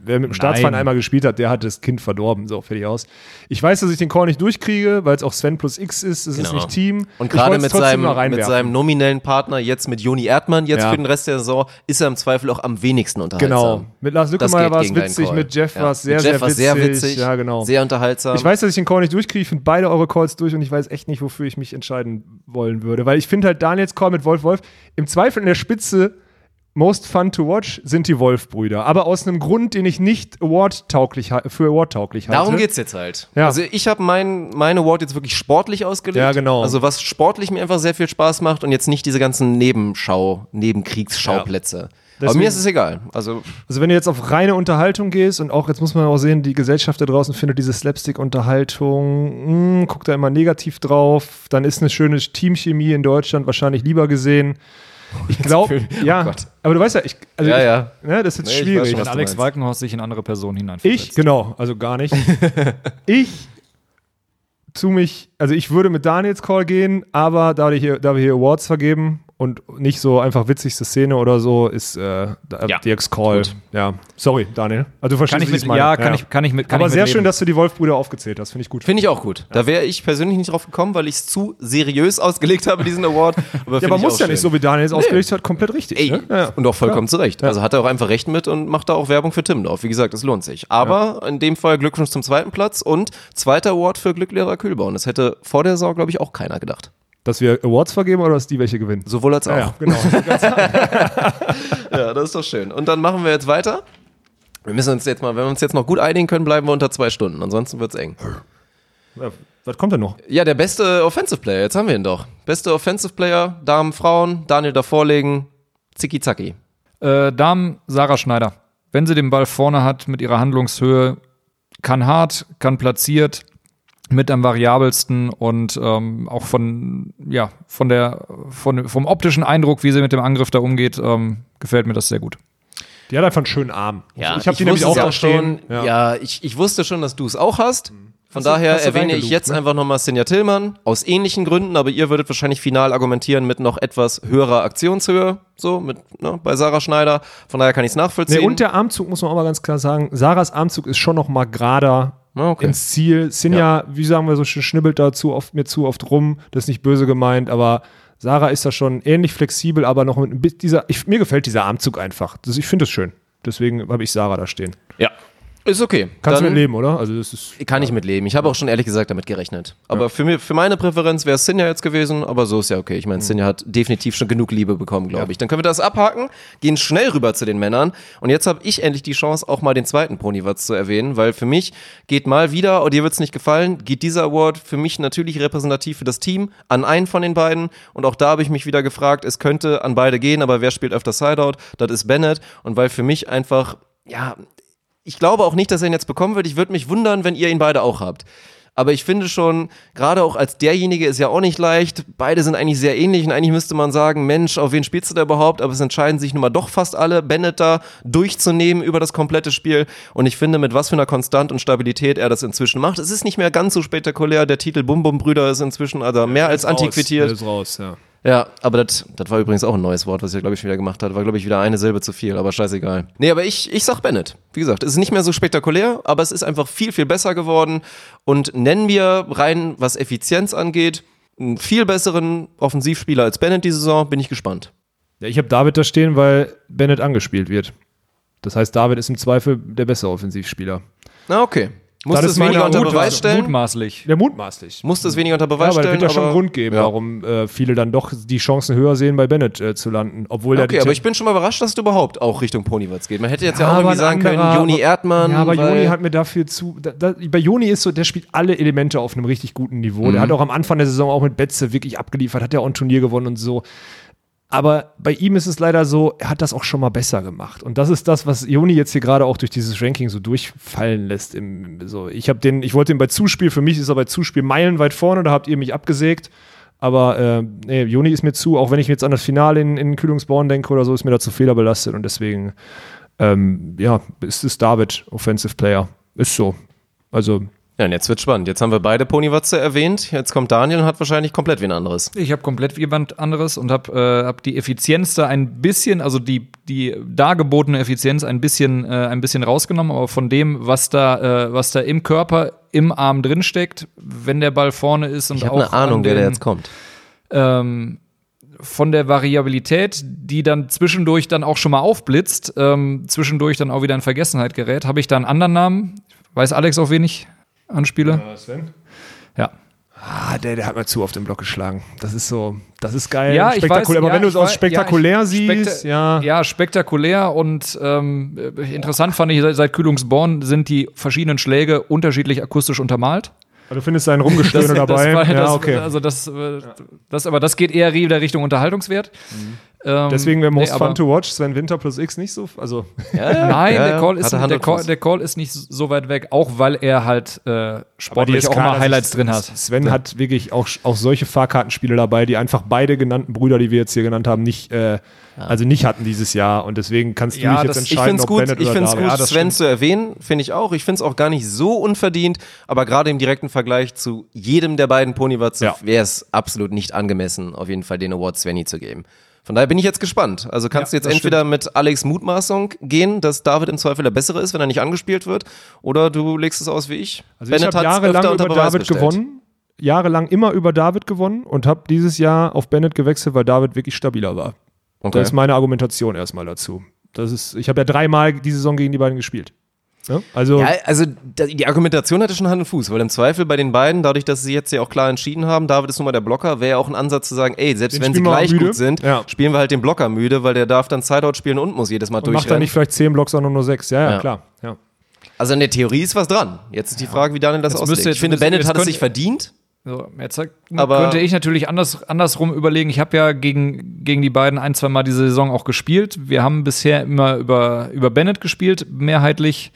[SPEAKER 6] wer mit dem Staatsverein
[SPEAKER 7] Nein.
[SPEAKER 6] einmal gespielt hat, der hat das Kind verdorben. So, fertig aus. Ich weiß, dass ich den Call nicht durchkriege, weil es auch Sven plus X ist. Es
[SPEAKER 5] Genau.
[SPEAKER 6] ist nicht Team.
[SPEAKER 5] Und
[SPEAKER 6] Ich
[SPEAKER 5] gerade
[SPEAKER 6] wollt's
[SPEAKER 5] mit
[SPEAKER 6] trotzdem
[SPEAKER 5] seinem,
[SPEAKER 6] mal
[SPEAKER 5] mit
[SPEAKER 6] reinwerfen.
[SPEAKER 5] seinem nominellen Partner, jetzt mit Joni Erdmann, jetzt
[SPEAKER 6] Ja.
[SPEAKER 5] für den Rest der Saison, ist er im Zweifel auch am wenigsten unterhaltsam.
[SPEAKER 6] Genau. Mit Lars
[SPEAKER 5] Das
[SPEAKER 6] Lückemeier
[SPEAKER 5] geht
[SPEAKER 6] war es
[SPEAKER 5] gegen deinen
[SPEAKER 6] witzig,
[SPEAKER 5] Call.
[SPEAKER 6] mit Jeff
[SPEAKER 5] Ja.
[SPEAKER 6] war es sehr,
[SPEAKER 5] Mit Jeff
[SPEAKER 6] sehr,
[SPEAKER 5] war
[SPEAKER 6] witzig.
[SPEAKER 5] sehr witzig.
[SPEAKER 6] Ja, genau.
[SPEAKER 5] Sehr unterhaltsam.
[SPEAKER 6] Ich weiß, dass ich den Call nicht durchkriege. Ich finde beide eure Calls durch und ich weiß echt nicht, wofür ich mich entscheiden wollen würde. Weil ich finde halt Daniels Call mit Wolf Wolf im Zweifel in der Spitze most fun to watch sind die Wolf-Brüder. Aber aus einem Grund, den ich nicht award-tauglich ha- für award-tauglich halte.
[SPEAKER 5] Darum geht's jetzt halt.
[SPEAKER 6] Ja.
[SPEAKER 5] Also ich habe mein, mein Award jetzt wirklich sportlich ausgelegt.
[SPEAKER 6] Ja, genau.
[SPEAKER 5] Also was sportlich mir einfach sehr viel Spaß macht und jetzt nicht diese ganzen Nebenschau, Nebenkriegsschauplätze. Aber
[SPEAKER 6] Deswegen-
[SPEAKER 5] mir ist es egal. Also
[SPEAKER 6] Also wenn du jetzt auf reine Unterhaltung gehst und auch, jetzt muss man auch sehen, die Gesellschaft da draußen findet diese Slapstick-Unterhaltung, mh, guckt da immer negativ drauf, dann ist eine schöne Teamchemie in Deutschland wahrscheinlich lieber gesehen. Ich glaube, ja,
[SPEAKER 5] Oh Gott.
[SPEAKER 6] aber du weißt ja, ich, also
[SPEAKER 5] Ja,
[SPEAKER 6] ich,
[SPEAKER 5] ja.
[SPEAKER 6] Ne, das ist jetzt
[SPEAKER 5] Nee, ich weiß
[SPEAKER 6] schwierig.
[SPEAKER 5] schon,
[SPEAKER 7] Wenn
[SPEAKER 5] was du
[SPEAKER 7] Alex
[SPEAKER 5] meinst.
[SPEAKER 7] Walkenhorst sich in andere Personen hineinversetzt.
[SPEAKER 6] Ich, genau, also gar nicht. ich zu mich, also ich würde mit Daniels Call gehen, aber da wir hier, da wir hier Awards vergeben und nicht so einfach witzigste Szene oder so, ist äh,
[SPEAKER 5] Ja,
[SPEAKER 6] Dirks Call.
[SPEAKER 5] gut.
[SPEAKER 6] Ja, sorry, Daniel. Also du verstehst,
[SPEAKER 7] Kann ich
[SPEAKER 6] wie
[SPEAKER 7] mit,
[SPEAKER 6] ich's meine.
[SPEAKER 7] ja, kann ich, kann ich mit, kann
[SPEAKER 6] Aber
[SPEAKER 7] ich
[SPEAKER 6] sehr
[SPEAKER 7] mit
[SPEAKER 6] schön,
[SPEAKER 7] leben.
[SPEAKER 6] dass du die Wolf-Brüder aufgezählt hast, finde ich gut.
[SPEAKER 5] finde ich auch gut. Da wäre ich persönlich nicht drauf gekommen, weil ich es zu seriös ausgelegt habe, diesen Award. Aber
[SPEAKER 6] Ja, aber muss ja nicht so, wie Daniel es ausgelegt hat, komplett richtig.
[SPEAKER 5] Ey,
[SPEAKER 6] Ne? Ja.
[SPEAKER 5] und auch vollkommen
[SPEAKER 6] Ja.
[SPEAKER 5] zu Recht. Also hat er auch einfach recht mit und macht da auch Werbung für Timmendorf. Wie gesagt, es lohnt sich. Aber in dem Fall Glückwunsch zum zweiten Platz und zweiter Award für Glücklehrer Kühlbauen. Das hätte vor der Saison, glaube ich, auch keiner gedacht.
[SPEAKER 6] Dass wir Awards vergeben oder dass die welche gewinnen?
[SPEAKER 5] Sowohl als auch.
[SPEAKER 6] Ja, ja, genau.
[SPEAKER 5] Ja, das ist doch schön. Und dann machen wir jetzt weiter. Wir müssen uns jetzt mal, wenn wir uns jetzt noch gut einigen können, bleiben wir unter zwei Stunden. Ansonsten wird's eng.
[SPEAKER 6] Ja, was kommt denn noch?
[SPEAKER 5] Ja, der beste Offensive Player, jetzt haben wir ihn doch. Beste Offensive Player, Damen, Frauen, Daniel da vorlegen, zicki zacki.
[SPEAKER 7] Äh, Damen, Sarah Schneider. Wenn sie den Ball vorne hat mit ihrer Handlungshöhe, kann hart, kann platziert, mit am variabelsten und ähm, auch von, ja, von der, von, vom optischen Eindruck, wie sie mit dem Angriff da umgeht, ähm, gefällt mir das sehr gut.
[SPEAKER 6] Die hat einfach einen schönen Arm.
[SPEAKER 5] Ja,
[SPEAKER 6] ich habe die nämlich
[SPEAKER 5] wusste
[SPEAKER 6] auch
[SPEAKER 5] es
[SPEAKER 6] da
[SPEAKER 5] ja
[SPEAKER 6] stehen.
[SPEAKER 5] schon. Ja, ich, ich wusste schon, dass du es auch hast. Von
[SPEAKER 6] Hast du-
[SPEAKER 5] daher
[SPEAKER 6] hast du
[SPEAKER 5] erwähne ich
[SPEAKER 6] reingelugt,
[SPEAKER 5] jetzt
[SPEAKER 6] ne?
[SPEAKER 5] einfach nochmal Sinja Tillmann. Aus ähnlichen Gründen, aber ihr würdet wahrscheinlich final argumentieren mit noch etwas höherer Aktionshöhe. So, mit, ne, bei Sarah Schneider. Von daher kann ich es nachvollziehen.
[SPEAKER 6] Nee, und der Armzug, muss man auch mal ganz klar sagen, Sarahs Armzug ist schon noch mal gerader
[SPEAKER 5] Ah, okay.
[SPEAKER 6] ins Ziel. Sinja, wie sagen wir so schön, schnibbelt da zu oft, mir zu oft rum. Das ist nicht böse gemeint, aber Sarah ist da schon ähnlich flexibel, aber noch mit ein bisschen dieser, ich, mir gefällt dieser Armzug einfach. Das, ich finde das schön. Deswegen habe ich Sarah da stehen.
[SPEAKER 5] Ja. Ist okay.
[SPEAKER 6] Kannst du
[SPEAKER 5] Dann
[SPEAKER 6] mit leben, oder? Also das ist
[SPEAKER 5] kann ich mit leben. Ich habe auch schon ehrlich gesagt damit gerechnet. Aber für, mir, für meine Präferenz wäre es Sinja jetzt gewesen, aber so ist ja okay. Ich meine, Sinja hat definitiv schon genug Liebe bekommen, glaube ich. Dann können wir das abhaken, gehen schnell rüber zu den Männern. Und jetzt habe ich endlich die Chance, auch mal den zweiten Ponywatz zu erwähnen, weil für mich geht mal wieder, und dir wird es nicht gefallen, geht dieser Award für mich natürlich repräsentativ für das Team an einen von den beiden. Und auch da habe ich mich wieder gefragt, es könnte an beide gehen, aber wer spielt öfter Sideout? Das ist Bennett. Und weil für mich einfach, ja, ich glaube auch nicht, dass er ihn jetzt bekommen wird. Ich würde mich wundern, wenn ihr ihn beide auch habt. Aber ich finde schon, gerade auch als derjenige ist ja auch nicht leicht. Beide sind eigentlich sehr ähnlich und eigentlich müsste man sagen, Mensch, auf wen spielst du da überhaupt? Aber es entscheiden sich nun mal doch fast alle, Bennett da durchzunehmen über das komplette Spiel. Und ich finde, mit was für einer Konstant und Stabilität er das inzwischen macht. Es ist nicht mehr ganz so spektakulär. Der Titel Bum Bum Brüder ist inzwischen also mehr als antiquiert.
[SPEAKER 6] Ist raus, ja.
[SPEAKER 5] Ja, aber das das war übrigens auch ein neues Wort, was er, glaube ich, wieder gemacht hat. War, glaube ich, wieder eine Silbe zu viel, aber scheißegal. Nee, aber ich, ich sag Bennett. Wie gesagt, es ist nicht mehr so spektakulär, aber es ist einfach viel, viel besser geworden. Und nennen wir rein, was Effizienz angeht, einen viel besseren Offensivspieler als Bennett diese Saison. Bin ich gespannt.
[SPEAKER 6] Ja, ich habe David da stehen, weil Bennett angespielt wird. Das heißt, David ist im Zweifel der bessere Offensivspieler.
[SPEAKER 5] Na, okay. Musst
[SPEAKER 6] Das
[SPEAKER 5] du es
[SPEAKER 6] ist meine
[SPEAKER 5] weniger unter
[SPEAKER 6] Mut-
[SPEAKER 5] Beweis stellen?
[SPEAKER 7] Mutmaßlich.
[SPEAKER 6] Ja, mutmaßlich.
[SPEAKER 5] Musst du es weniger unter
[SPEAKER 6] Ja,
[SPEAKER 5] Beweis
[SPEAKER 6] aber da
[SPEAKER 5] stellen?
[SPEAKER 6] wird ja schon
[SPEAKER 5] aber-
[SPEAKER 6] einen Grund geben,
[SPEAKER 5] Ja.
[SPEAKER 6] warum äh, viele dann doch die Chancen höher sehen, bei Bennett äh, zu landen. Obwohl er
[SPEAKER 5] Okay,
[SPEAKER 6] die
[SPEAKER 5] aber
[SPEAKER 6] Tem-
[SPEAKER 5] ich bin schon mal überrascht, dass du überhaupt auch Richtung Ponywatz geht. Man hätte jetzt ja,
[SPEAKER 6] Ja,
[SPEAKER 5] auch
[SPEAKER 6] aber
[SPEAKER 5] irgendwie
[SPEAKER 6] ein
[SPEAKER 5] sagen
[SPEAKER 6] anderer-
[SPEAKER 5] können, Joni Erdmann.
[SPEAKER 6] Ja, aber
[SPEAKER 5] weil-
[SPEAKER 6] Joni hat mir dafür zu. Da, da, bei Joni ist so, der spielt alle Elemente auf einem richtig guten Niveau.
[SPEAKER 5] Mhm.
[SPEAKER 6] Der hat auch am Anfang der Saison auch mit Betze wirklich abgeliefert, hat ja auch ein Turnier gewonnen und so. Aber bei ihm ist es leider so, er hat das auch schon mal besser gemacht. Und das ist das, was Joni jetzt hier gerade auch durch dieses Ranking so durchfallen lässt. Im, so. Ich habe den, ich wollte den bei Zuspiel, für mich ist er bei Zuspiel meilenweit vorne, da habt ihr mich abgesägt. Aber äh, nee, Joni ist mir zu, auch wenn ich mir jetzt an das Finale in, in Kühlungsborn denke oder so, ist mir da zu fehlerbelastet. Und deswegen, ähm, ja, ist es David, Offensive Player. Ist so. Also
[SPEAKER 5] Ja, und jetzt wird spannend. Jetzt haben wir beide Ponywatze erwähnt. Jetzt kommt Daniel und hat wahrscheinlich komplett wen anderes.
[SPEAKER 7] Ich habe komplett jemand anderes und habe äh, hab die Effizienz da ein bisschen, also die, die dargebotene Effizienz ein bisschen, äh, ein bisschen rausgenommen, aber von dem, was da, äh, was da im Körper, im Arm drin steckt, wenn der Ball vorne ist und
[SPEAKER 5] ich
[SPEAKER 7] auch
[SPEAKER 5] habe eine Ahnung,
[SPEAKER 7] den,
[SPEAKER 5] wer da jetzt kommt.
[SPEAKER 7] Ähm, von der Variabilität, die dann zwischendurch dann auch schon mal aufblitzt, ähm, zwischendurch dann auch wieder in Vergessenheit gerät, habe ich da einen anderen Namen. Weiß Alex, auf wen ich anspiele?
[SPEAKER 6] Ja, Sven?
[SPEAKER 7] Ja.
[SPEAKER 6] Ah, der, der hat mir zu auf den Block geschlagen. Das ist so, das ist geil,
[SPEAKER 7] Ja, ich
[SPEAKER 6] spektakulär.
[SPEAKER 7] weiß,
[SPEAKER 6] aber
[SPEAKER 7] ja,
[SPEAKER 6] wenn du es
[SPEAKER 7] ich
[SPEAKER 6] aus
[SPEAKER 7] weiß,
[SPEAKER 6] spektakulär
[SPEAKER 7] ja, ich-
[SPEAKER 6] siehst,
[SPEAKER 7] spekta-
[SPEAKER 6] ja.
[SPEAKER 7] Ja, spektakulär und ähm, interessant fand ich, seit, seit Kühlungsborn sind die verschiedenen Schläge unterschiedlich akustisch untermalt.
[SPEAKER 6] Du findest seinen Rumgestöhne dabei.
[SPEAKER 7] war-
[SPEAKER 6] ja,
[SPEAKER 7] das,
[SPEAKER 6] okay.
[SPEAKER 7] Also das, äh, das, aber das geht eher wieder Richtung Unterhaltungswert. Ähm,
[SPEAKER 6] Deswegen wäre Most
[SPEAKER 7] nee, aber-
[SPEAKER 6] Fun to Watch Sven Winter plus X nicht so, also
[SPEAKER 5] Ja, ja.
[SPEAKER 7] Nein,
[SPEAKER 5] ja,
[SPEAKER 7] der, Call
[SPEAKER 5] ja.
[SPEAKER 7] ist,
[SPEAKER 5] Hatte Hand
[SPEAKER 7] der,
[SPEAKER 5] und
[SPEAKER 7] Call,
[SPEAKER 5] Fuß.
[SPEAKER 7] der Call ist nicht so weit weg, auch weil er halt äh, sportlich auch mal Highlights drin hat.
[SPEAKER 6] Sven hat wirklich auch, auch solche Fahrkartenspiele dabei, die einfach beide genannten Brüder, die wir jetzt hier genannt haben, nicht, äh, also nicht hatten dieses Jahr. Und deswegen kannst du
[SPEAKER 7] Ja,
[SPEAKER 6] dich jetzt
[SPEAKER 7] das-
[SPEAKER 5] Ich
[SPEAKER 6] entscheiden,
[SPEAKER 5] finde es
[SPEAKER 6] ob
[SPEAKER 5] gut,
[SPEAKER 6] Bennett
[SPEAKER 5] ich
[SPEAKER 6] oder
[SPEAKER 5] find's
[SPEAKER 6] David.
[SPEAKER 5] gut
[SPEAKER 7] Ja, das
[SPEAKER 5] Sven
[SPEAKER 7] stimmt.
[SPEAKER 5] zu erwähnen, finde ich auch. Ich finde es auch gar nicht so unverdient, aber gerade im direkten Vergleich zu jedem der beiden Ponywatze
[SPEAKER 6] Ja.
[SPEAKER 5] wäre es absolut nicht angemessen, auf jeden Fall den Award Svenny zu geben. Von daher bin ich jetzt gespannt. Also kannst
[SPEAKER 7] Ja,
[SPEAKER 5] du jetzt
[SPEAKER 7] das
[SPEAKER 5] entweder mit Alex Mutmaßung gehen, dass David im Zweifel der Bessere ist, wenn er nicht angespielt wird, oder du legst es aus wie ich.
[SPEAKER 6] Also ich habe
[SPEAKER 5] hat's
[SPEAKER 6] jahrelang
[SPEAKER 5] öfter
[SPEAKER 6] über
[SPEAKER 5] unter Beweis
[SPEAKER 6] David
[SPEAKER 5] gestellt.
[SPEAKER 6] gewonnen, jahrelang immer über David gewonnen und habe dieses Jahr auf Bennett gewechselt, weil David wirklich stabiler war.
[SPEAKER 5] Okay.
[SPEAKER 6] Das ist meine Argumentation erstmal dazu. Das ist, ich habe ja dreimal die Saison gegen die beiden gespielt. Ja? Also
[SPEAKER 5] Ja, also da- die Argumentation hatte schon Hand und Fuß, weil im Zweifel bei den beiden, dadurch, dass sie jetzt ja auch klar entschieden haben, David ist nun mal der Blocker, wäre ja auch ein Ansatz zu sagen, ey, selbst
[SPEAKER 6] Den
[SPEAKER 5] wenn sie
[SPEAKER 6] spielen wir
[SPEAKER 5] gleich
[SPEAKER 6] müde.
[SPEAKER 5] gut sind,
[SPEAKER 6] Ja.
[SPEAKER 5] spielen wir halt den Blocker müde, weil der darf dann Sideout spielen und muss jedes Mal
[SPEAKER 6] und macht dann
[SPEAKER 5] durchrennen.
[SPEAKER 6] nicht vielleicht zehn Blocks, sondern nur sechs. Ja, ja,
[SPEAKER 5] Ja.
[SPEAKER 6] klar. Ja.
[SPEAKER 5] Also in der Theorie ist was dran. Jetzt ist die Frage, wie Daniel das
[SPEAKER 7] Jetzt
[SPEAKER 5] auslegt.
[SPEAKER 7] müsste-
[SPEAKER 5] Ich finde,
[SPEAKER 7] jetzt-
[SPEAKER 5] Bennett
[SPEAKER 7] jetzt
[SPEAKER 5] hat es
[SPEAKER 7] könnte-
[SPEAKER 5] sich verdient.
[SPEAKER 7] So, jetzt sagt-
[SPEAKER 5] Aber-
[SPEAKER 7] könnte ich natürlich anders, andersrum überlegen. Ich habe ja gegen, gegen die beiden ein, zwei Mal diese Saison auch gespielt. Wir haben bisher immer über, über Bennett gespielt, mehrheitlich.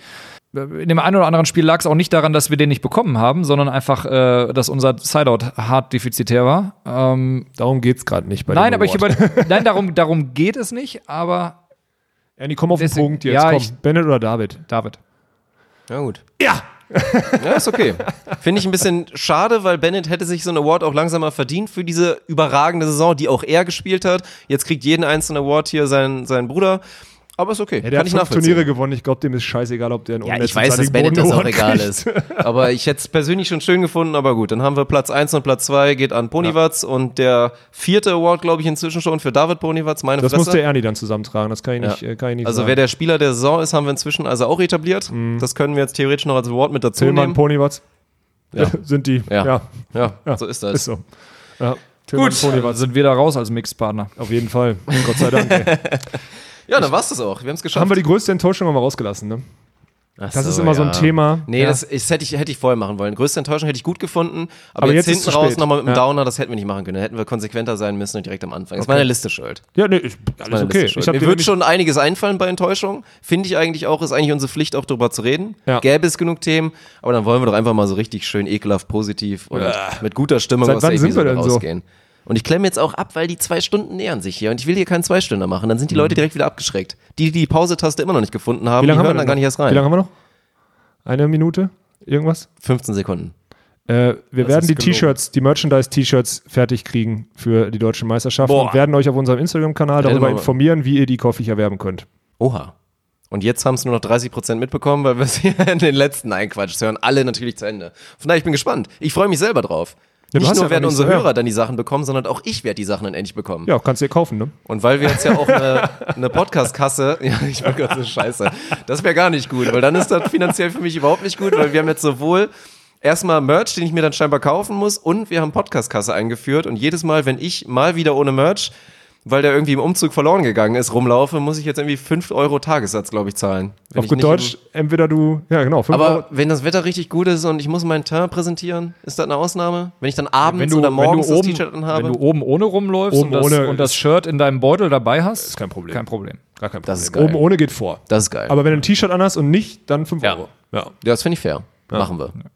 [SPEAKER 7] In dem einen oder anderen Spiel lag es auch nicht daran, dass wir den nicht bekommen haben, sondern einfach, äh, dass unser Sideout hart defizitär war. Ähm,
[SPEAKER 6] Darum geht es gerade nicht bei
[SPEAKER 7] nein,
[SPEAKER 6] dem
[SPEAKER 7] aber ich
[SPEAKER 6] Award.
[SPEAKER 7] über, nein, darum, darum geht es nicht, aber
[SPEAKER 6] Andy, komm auf den
[SPEAKER 7] Deswegen-
[SPEAKER 6] Punkt jetzt.
[SPEAKER 7] ja,
[SPEAKER 6] komm.
[SPEAKER 7] ich-
[SPEAKER 6] Bennett oder David?
[SPEAKER 7] David.
[SPEAKER 5] Ja, gut. Ja! Ja, ist okay. Finde ich ein bisschen schade, weil Bennett hätte sich so einen Award auch langsam mal verdient für diese überragende Saison, die auch er gespielt hat. Jetzt kriegt jeden einzelnen Award hier sein, sein Bruder. Aber ist okay.
[SPEAKER 6] Ja, der
[SPEAKER 5] Kann
[SPEAKER 6] hat
[SPEAKER 5] ich
[SPEAKER 6] fünf
[SPEAKER 5] nachvollziehen.
[SPEAKER 6] Turniere gewonnen. Ich glaube, dem ist scheißegal, ob der einen
[SPEAKER 5] Ja, ich weiß, dass Bennett das auch egal ist. Aber ich hätte es persönlich schon schön gefunden, aber gut. Dann haben wir Platz eins und Platz zwei geht an Ponywatz und der vierte Award, glaube ich, inzwischen schon für David Ponywatz. Meine
[SPEAKER 6] Das
[SPEAKER 5] Fresse.
[SPEAKER 6] muss der Ernie dann zusammentragen. Das kann ich nicht,
[SPEAKER 5] Ja.
[SPEAKER 6] äh, kann ich nicht
[SPEAKER 5] Also
[SPEAKER 6] sagen.
[SPEAKER 5] wer der Spieler der Saison ist, haben wir inzwischen also auch etabliert. Das können wir jetzt theoretisch noch als Award mit dazu
[SPEAKER 6] Tillmann,
[SPEAKER 5] nehmen.
[SPEAKER 6] Ponywatz.
[SPEAKER 5] Ja.
[SPEAKER 6] Sind die.
[SPEAKER 5] Ja.
[SPEAKER 6] Ja.
[SPEAKER 5] Ja,
[SPEAKER 6] Ja.
[SPEAKER 5] so ist das.
[SPEAKER 6] Ist so. Ja. Tillmann,
[SPEAKER 7] Gut,
[SPEAKER 6] Ponywatz.
[SPEAKER 7] sind wir da raus als Mixpartner.
[SPEAKER 6] Auf jeden Fall. Gott sei Dank. Ey.
[SPEAKER 5] Ja, dann war's das auch. Wir haben es geschafft.
[SPEAKER 6] Haben wir die größte Enttäuschung nochmal rausgelassen, ne?
[SPEAKER 5] Ach
[SPEAKER 6] Das ist immer so ein Thema.
[SPEAKER 5] Nee,
[SPEAKER 6] Ja.
[SPEAKER 5] das, das hätte, ich, hätte ich vorher machen wollen. Größte Enttäuschung hätte ich gut gefunden, aber,
[SPEAKER 6] Aber
[SPEAKER 5] jetzt,
[SPEAKER 6] jetzt ist
[SPEAKER 5] hinten
[SPEAKER 6] zu
[SPEAKER 5] raus
[SPEAKER 6] spät.
[SPEAKER 5] nochmal mit dem
[SPEAKER 6] Ja.
[SPEAKER 5] Downer, das hätten wir nicht machen können. Da hätten wir konsequenter sein müssen und direkt am Anfang. Das ist
[SPEAKER 6] Okay.
[SPEAKER 5] meine Liste schuld.
[SPEAKER 6] Ja, nee, ich,
[SPEAKER 5] Das ist
[SPEAKER 6] alles
[SPEAKER 5] meine
[SPEAKER 6] okay.
[SPEAKER 5] Liste schuld.
[SPEAKER 6] Ich hab
[SPEAKER 5] Mir
[SPEAKER 6] dir
[SPEAKER 5] wird
[SPEAKER 6] nämlich-
[SPEAKER 5] schon einiges einfallen bei Enttäuschung. Finde ich eigentlich auch, ist eigentlich unsere Pflicht, auch darüber zu reden.
[SPEAKER 6] Ja.
[SPEAKER 5] Gäbe es genug Themen, aber dann wollen wir doch einfach mal so richtig schön ekelhaft positiv und mit guter Stimmung
[SPEAKER 6] Seit
[SPEAKER 5] aus der
[SPEAKER 6] wann sind wir
[SPEAKER 5] Episode
[SPEAKER 6] denn so?
[SPEAKER 5] rausgehen. Und ich klemme jetzt auch ab, weil die zwei Stunden nähern sich hier und ich will hier keinen Zweistünder machen. Dann sind die Leute direkt wieder abgeschreckt. Die, die die Pause-Taste immer noch nicht gefunden haben,
[SPEAKER 6] Wie
[SPEAKER 5] die
[SPEAKER 6] lange haben wir
[SPEAKER 5] hören dann
[SPEAKER 6] denn
[SPEAKER 5] gar
[SPEAKER 6] noch?
[SPEAKER 5] nicht erst
[SPEAKER 6] Wie
[SPEAKER 5] rein.
[SPEAKER 6] lange haben wir noch? Eine Minute? Irgendwas?
[SPEAKER 5] fünfzehn Sekunden.
[SPEAKER 6] Äh, wir
[SPEAKER 5] Das
[SPEAKER 6] werden
[SPEAKER 5] ist
[SPEAKER 6] die
[SPEAKER 5] gelogen.
[SPEAKER 6] T-Shirts, die Merchandise-T-Shirts fertig kriegen für die deutsche Meisterschaft
[SPEAKER 5] Boah.
[SPEAKER 6] und werden euch auf unserem Instagram-Kanal
[SPEAKER 5] Hätte
[SPEAKER 6] darüber
[SPEAKER 5] man-
[SPEAKER 6] informieren, wie ihr die käuflich erwerben könnt.
[SPEAKER 5] Oha. Und jetzt haben es nur noch dreißig Prozent mitbekommen, weil wir es hier in den letzten einquatscht. Hören alle natürlich zu Ende. Von daher, ich bin gespannt. Ich freue mich selber drauf.
[SPEAKER 6] Ja, du
[SPEAKER 5] nicht
[SPEAKER 6] hast
[SPEAKER 5] nur
[SPEAKER 6] ja
[SPEAKER 5] werden
[SPEAKER 6] noch nicht
[SPEAKER 5] unsere
[SPEAKER 6] so- ja.
[SPEAKER 5] Hörer dann die Sachen bekommen, sondern auch ich werde die Sachen dann endlich bekommen.
[SPEAKER 6] Ja, kannst du dir kaufen, ne?
[SPEAKER 5] Und weil wir jetzt ja auch eine, eine Podcast-Kasse, ja, ich bin gerade so scheiße, das wäre gar nicht gut, weil dann ist das finanziell für mich überhaupt nicht gut, weil wir haben jetzt sowohl erstmal Merch, den ich mir dann scheinbar kaufen muss, und wir haben Podcast-Kasse eingeführt und jedes Mal, wenn ich mal wieder ohne Merch, weil der irgendwie im Umzug verloren gegangen ist, rumlaufe, muss ich jetzt irgendwie fünf Euro Tagessatz, glaube ich, zahlen. Wenn
[SPEAKER 6] Auf
[SPEAKER 5] ich
[SPEAKER 6] gut
[SPEAKER 5] nicht
[SPEAKER 6] Deutsch, entweder du, ja genau, fünf
[SPEAKER 5] Im, aber
[SPEAKER 6] Euro.
[SPEAKER 5] wenn das Wetter richtig gut ist und ich muss meinen Teint präsentieren, ist das eine Ausnahme? Wenn ich dann abends
[SPEAKER 7] Wenn du,
[SPEAKER 5] oder
[SPEAKER 7] wenn
[SPEAKER 5] morgens
[SPEAKER 7] du
[SPEAKER 5] das
[SPEAKER 7] oben,
[SPEAKER 5] T-Shirt anhabe?
[SPEAKER 7] wenn du oben ohne rumläufst
[SPEAKER 6] Oben
[SPEAKER 7] und, das,
[SPEAKER 6] ohne
[SPEAKER 7] und das
[SPEAKER 6] ist-
[SPEAKER 7] Shirt in deinem Beutel dabei hast,
[SPEAKER 6] Ist kein Problem.
[SPEAKER 7] Kein Problem.
[SPEAKER 6] Gar kein Problem.
[SPEAKER 5] Das ist geil.
[SPEAKER 6] Oben ohne geht vor.
[SPEAKER 5] Das ist geil.
[SPEAKER 6] Aber wenn du ein T-Shirt anhast und nicht, dann fünf
[SPEAKER 5] Ja.
[SPEAKER 6] Euro. Ja.
[SPEAKER 5] Das finde ich fair. Machen wir.
[SPEAKER 6] Ja.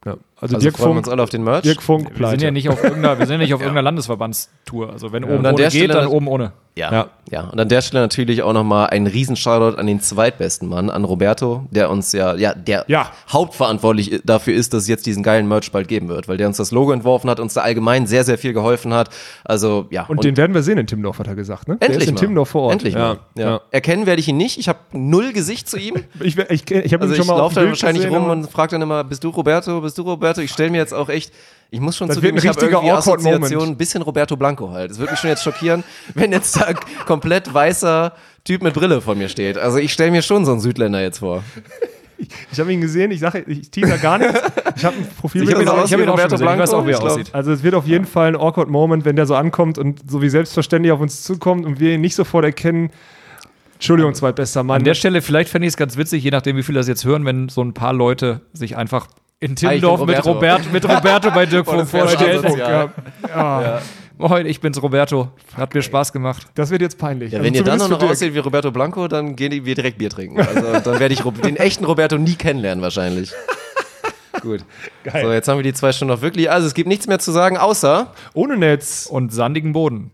[SPEAKER 6] Also,
[SPEAKER 5] Also
[SPEAKER 6] Dirk
[SPEAKER 5] freuen wir
[SPEAKER 6] Funk,
[SPEAKER 5] uns alle auf den Merch.
[SPEAKER 6] Dirk Funk,
[SPEAKER 7] Wir
[SPEAKER 6] pleite.
[SPEAKER 7] sind ja nicht auf irgendeiner, wir sind ja nicht auf irgendeiner Landesverbandstour. Also wenn oben
[SPEAKER 5] Und an
[SPEAKER 7] ohne
[SPEAKER 5] der
[SPEAKER 7] geht,
[SPEAKER 5] Stelle
[SPEAKER 7] dann
[SPEAKER 5] das-
[SPEAKER 7] oben ohne.
[SPEAKER 5] Ja,
[SPEAKER 6] Ja.
[SPEAKER 5] ja. Und an der Stelle natürlich auch nochmal ein Riesen-Shoutout an den zweitbesten Mann, an Roberto, der uns ja, ja, der
[SPEAKER 6] Ja.
[SPEAKER 5] hauptverantwortlich dafür ist, dass es jetzt diesen geilen Merch bald geben wird, weil der uns das Logo entworfen hat, uns da allgemein sehr, sehr viel geholfen hat. Also, ja.
[SPEAKER 6] Und, den werden wir sehen in Timmendorf, hat er gesagt, ne?
[SPEAKER 5] endlich
[SPEAKER 6] Der ist in
[SPEAKER 5] mal.
[SPEAKER 6] Timmendorf vor Ort.
[SPEAKER 5] Endlich mal. Ja.
[SPEAKER 6] Ja.
[SPEAKER 5] Erkennen werde ich ihn nicht. Ich habe null Gesicht zu ihm.
[SPEAKER 6] Ich, ich, ich, ich habe
[SPEAKER 5] Also
[SPEAKER 6] ihn
[SPEAKER 5] ich
[SPEAKER 6] schon mal auf
[SPEAKER 5] laufe
[SPEAKER 6] dem
[SPEAKER 5] dann
[SPEAKER 6] Bild
[SPEAKER 5] wahrscheinlich
[SPEAKER 6] gesehen,
[SPEAKER 5] rum
[SPEAKER 6] aber-
[SPEAKER 5] und frage dann immer, bist du Roberto, bist du Roberto? Ich stelle mir jetzt auch echt, ich muss schon
[SPEAKER 6] Das
[SPEAKER 5] zugeben,
[SPEAKER 6] wird
[SPEAKER 5] ich
[SPEAKER 6] ein
[SPEAKER 5] habe
[SPEAKER 6] richtiger
[SPEAKER 5] irgendwie
[SPEAKER 6] awkward
[SPEAKER 5] Assoziation,
[SPEAKER 6] Moment.
[SPEAKER 5] ein bisschen Roberto Blanco halt. Es würde mich schon jetzt schockieren, wenn jetzt da komplett weißer Typ mit Brille vor mir steht. Also ich stelle mir schon so einen Südländer jetzt vor.
[SPEAKER 6] Ich habe ihn gesehen, ich sage, ich teaser gar nichts. Ich habe ein Profil
[SPEAKER 5] Ich hab ihn auch-
[SPEAKER 7] Ich habe ihn auch schon gesehen, ich weiß auch, wie er
[SPEAKER 5] Ich glaub-
[SPEAKER 7] aussieht.
[SPEAKER 6] Also es wird auf jeden Fall ein awkward Moment, wenn der so ankommt und so wie selbstverständlich auf uns zukommt und wir ihn nicht sofort erkennen. Entschuldigung, zweitbester Mann.
[SPEAKER 7] An der Stelle, vielleicht fände ich es ganz witzig, je nachdem, wie viele das jetzt hören, wenn so ein paar Leute sich einfach in Timmendorf
[SPEAKER 5] bin
[SPEAKER 7] mit,
[SPEAKER 5] Roberto.
[SPEAKER 7] Robert, mit Roberto bei Dirk
[SPEAKER 5] Boah,
[SPEAKER 7] Funk
[SPEAKER 5] das wär
[SPEAKER 7] vorstellen.
[SPEAKER 5] schon asozial.
[SPEAKER 6] ja,
[SPEAKER 7] Moin, ich bin's Roberto. Hat mir Spaß gemacht.
[SPEAKER 6] das wird jetzt peinlich.
[SPEAKER 5] Ja,
[SPEAKER 6] Also
[SPEAKER 5] wenn ihr dann
[SPEAKER 6] zumindest
[SPEAKER 5] noch
[SPEAKER 6] für Dirk.
[SPEAKER 5] aussieht wie Roberto Blanco, dann gehen wir direkt Bier trinken. Also dann werde ich Rob- den echten Roberto nie kennenlernen wahrscheinlich. Gut.
[SPEAKER 6] Geil.
[SPEAKER 5] So, jetzt haben wir die zwei Stunden noch wirklich. Also es gibt nichts mehr zu sagen, außer
[SPEAKER 6] Ohne Netz.
[SPEAKER 7] Und sandigen Boden.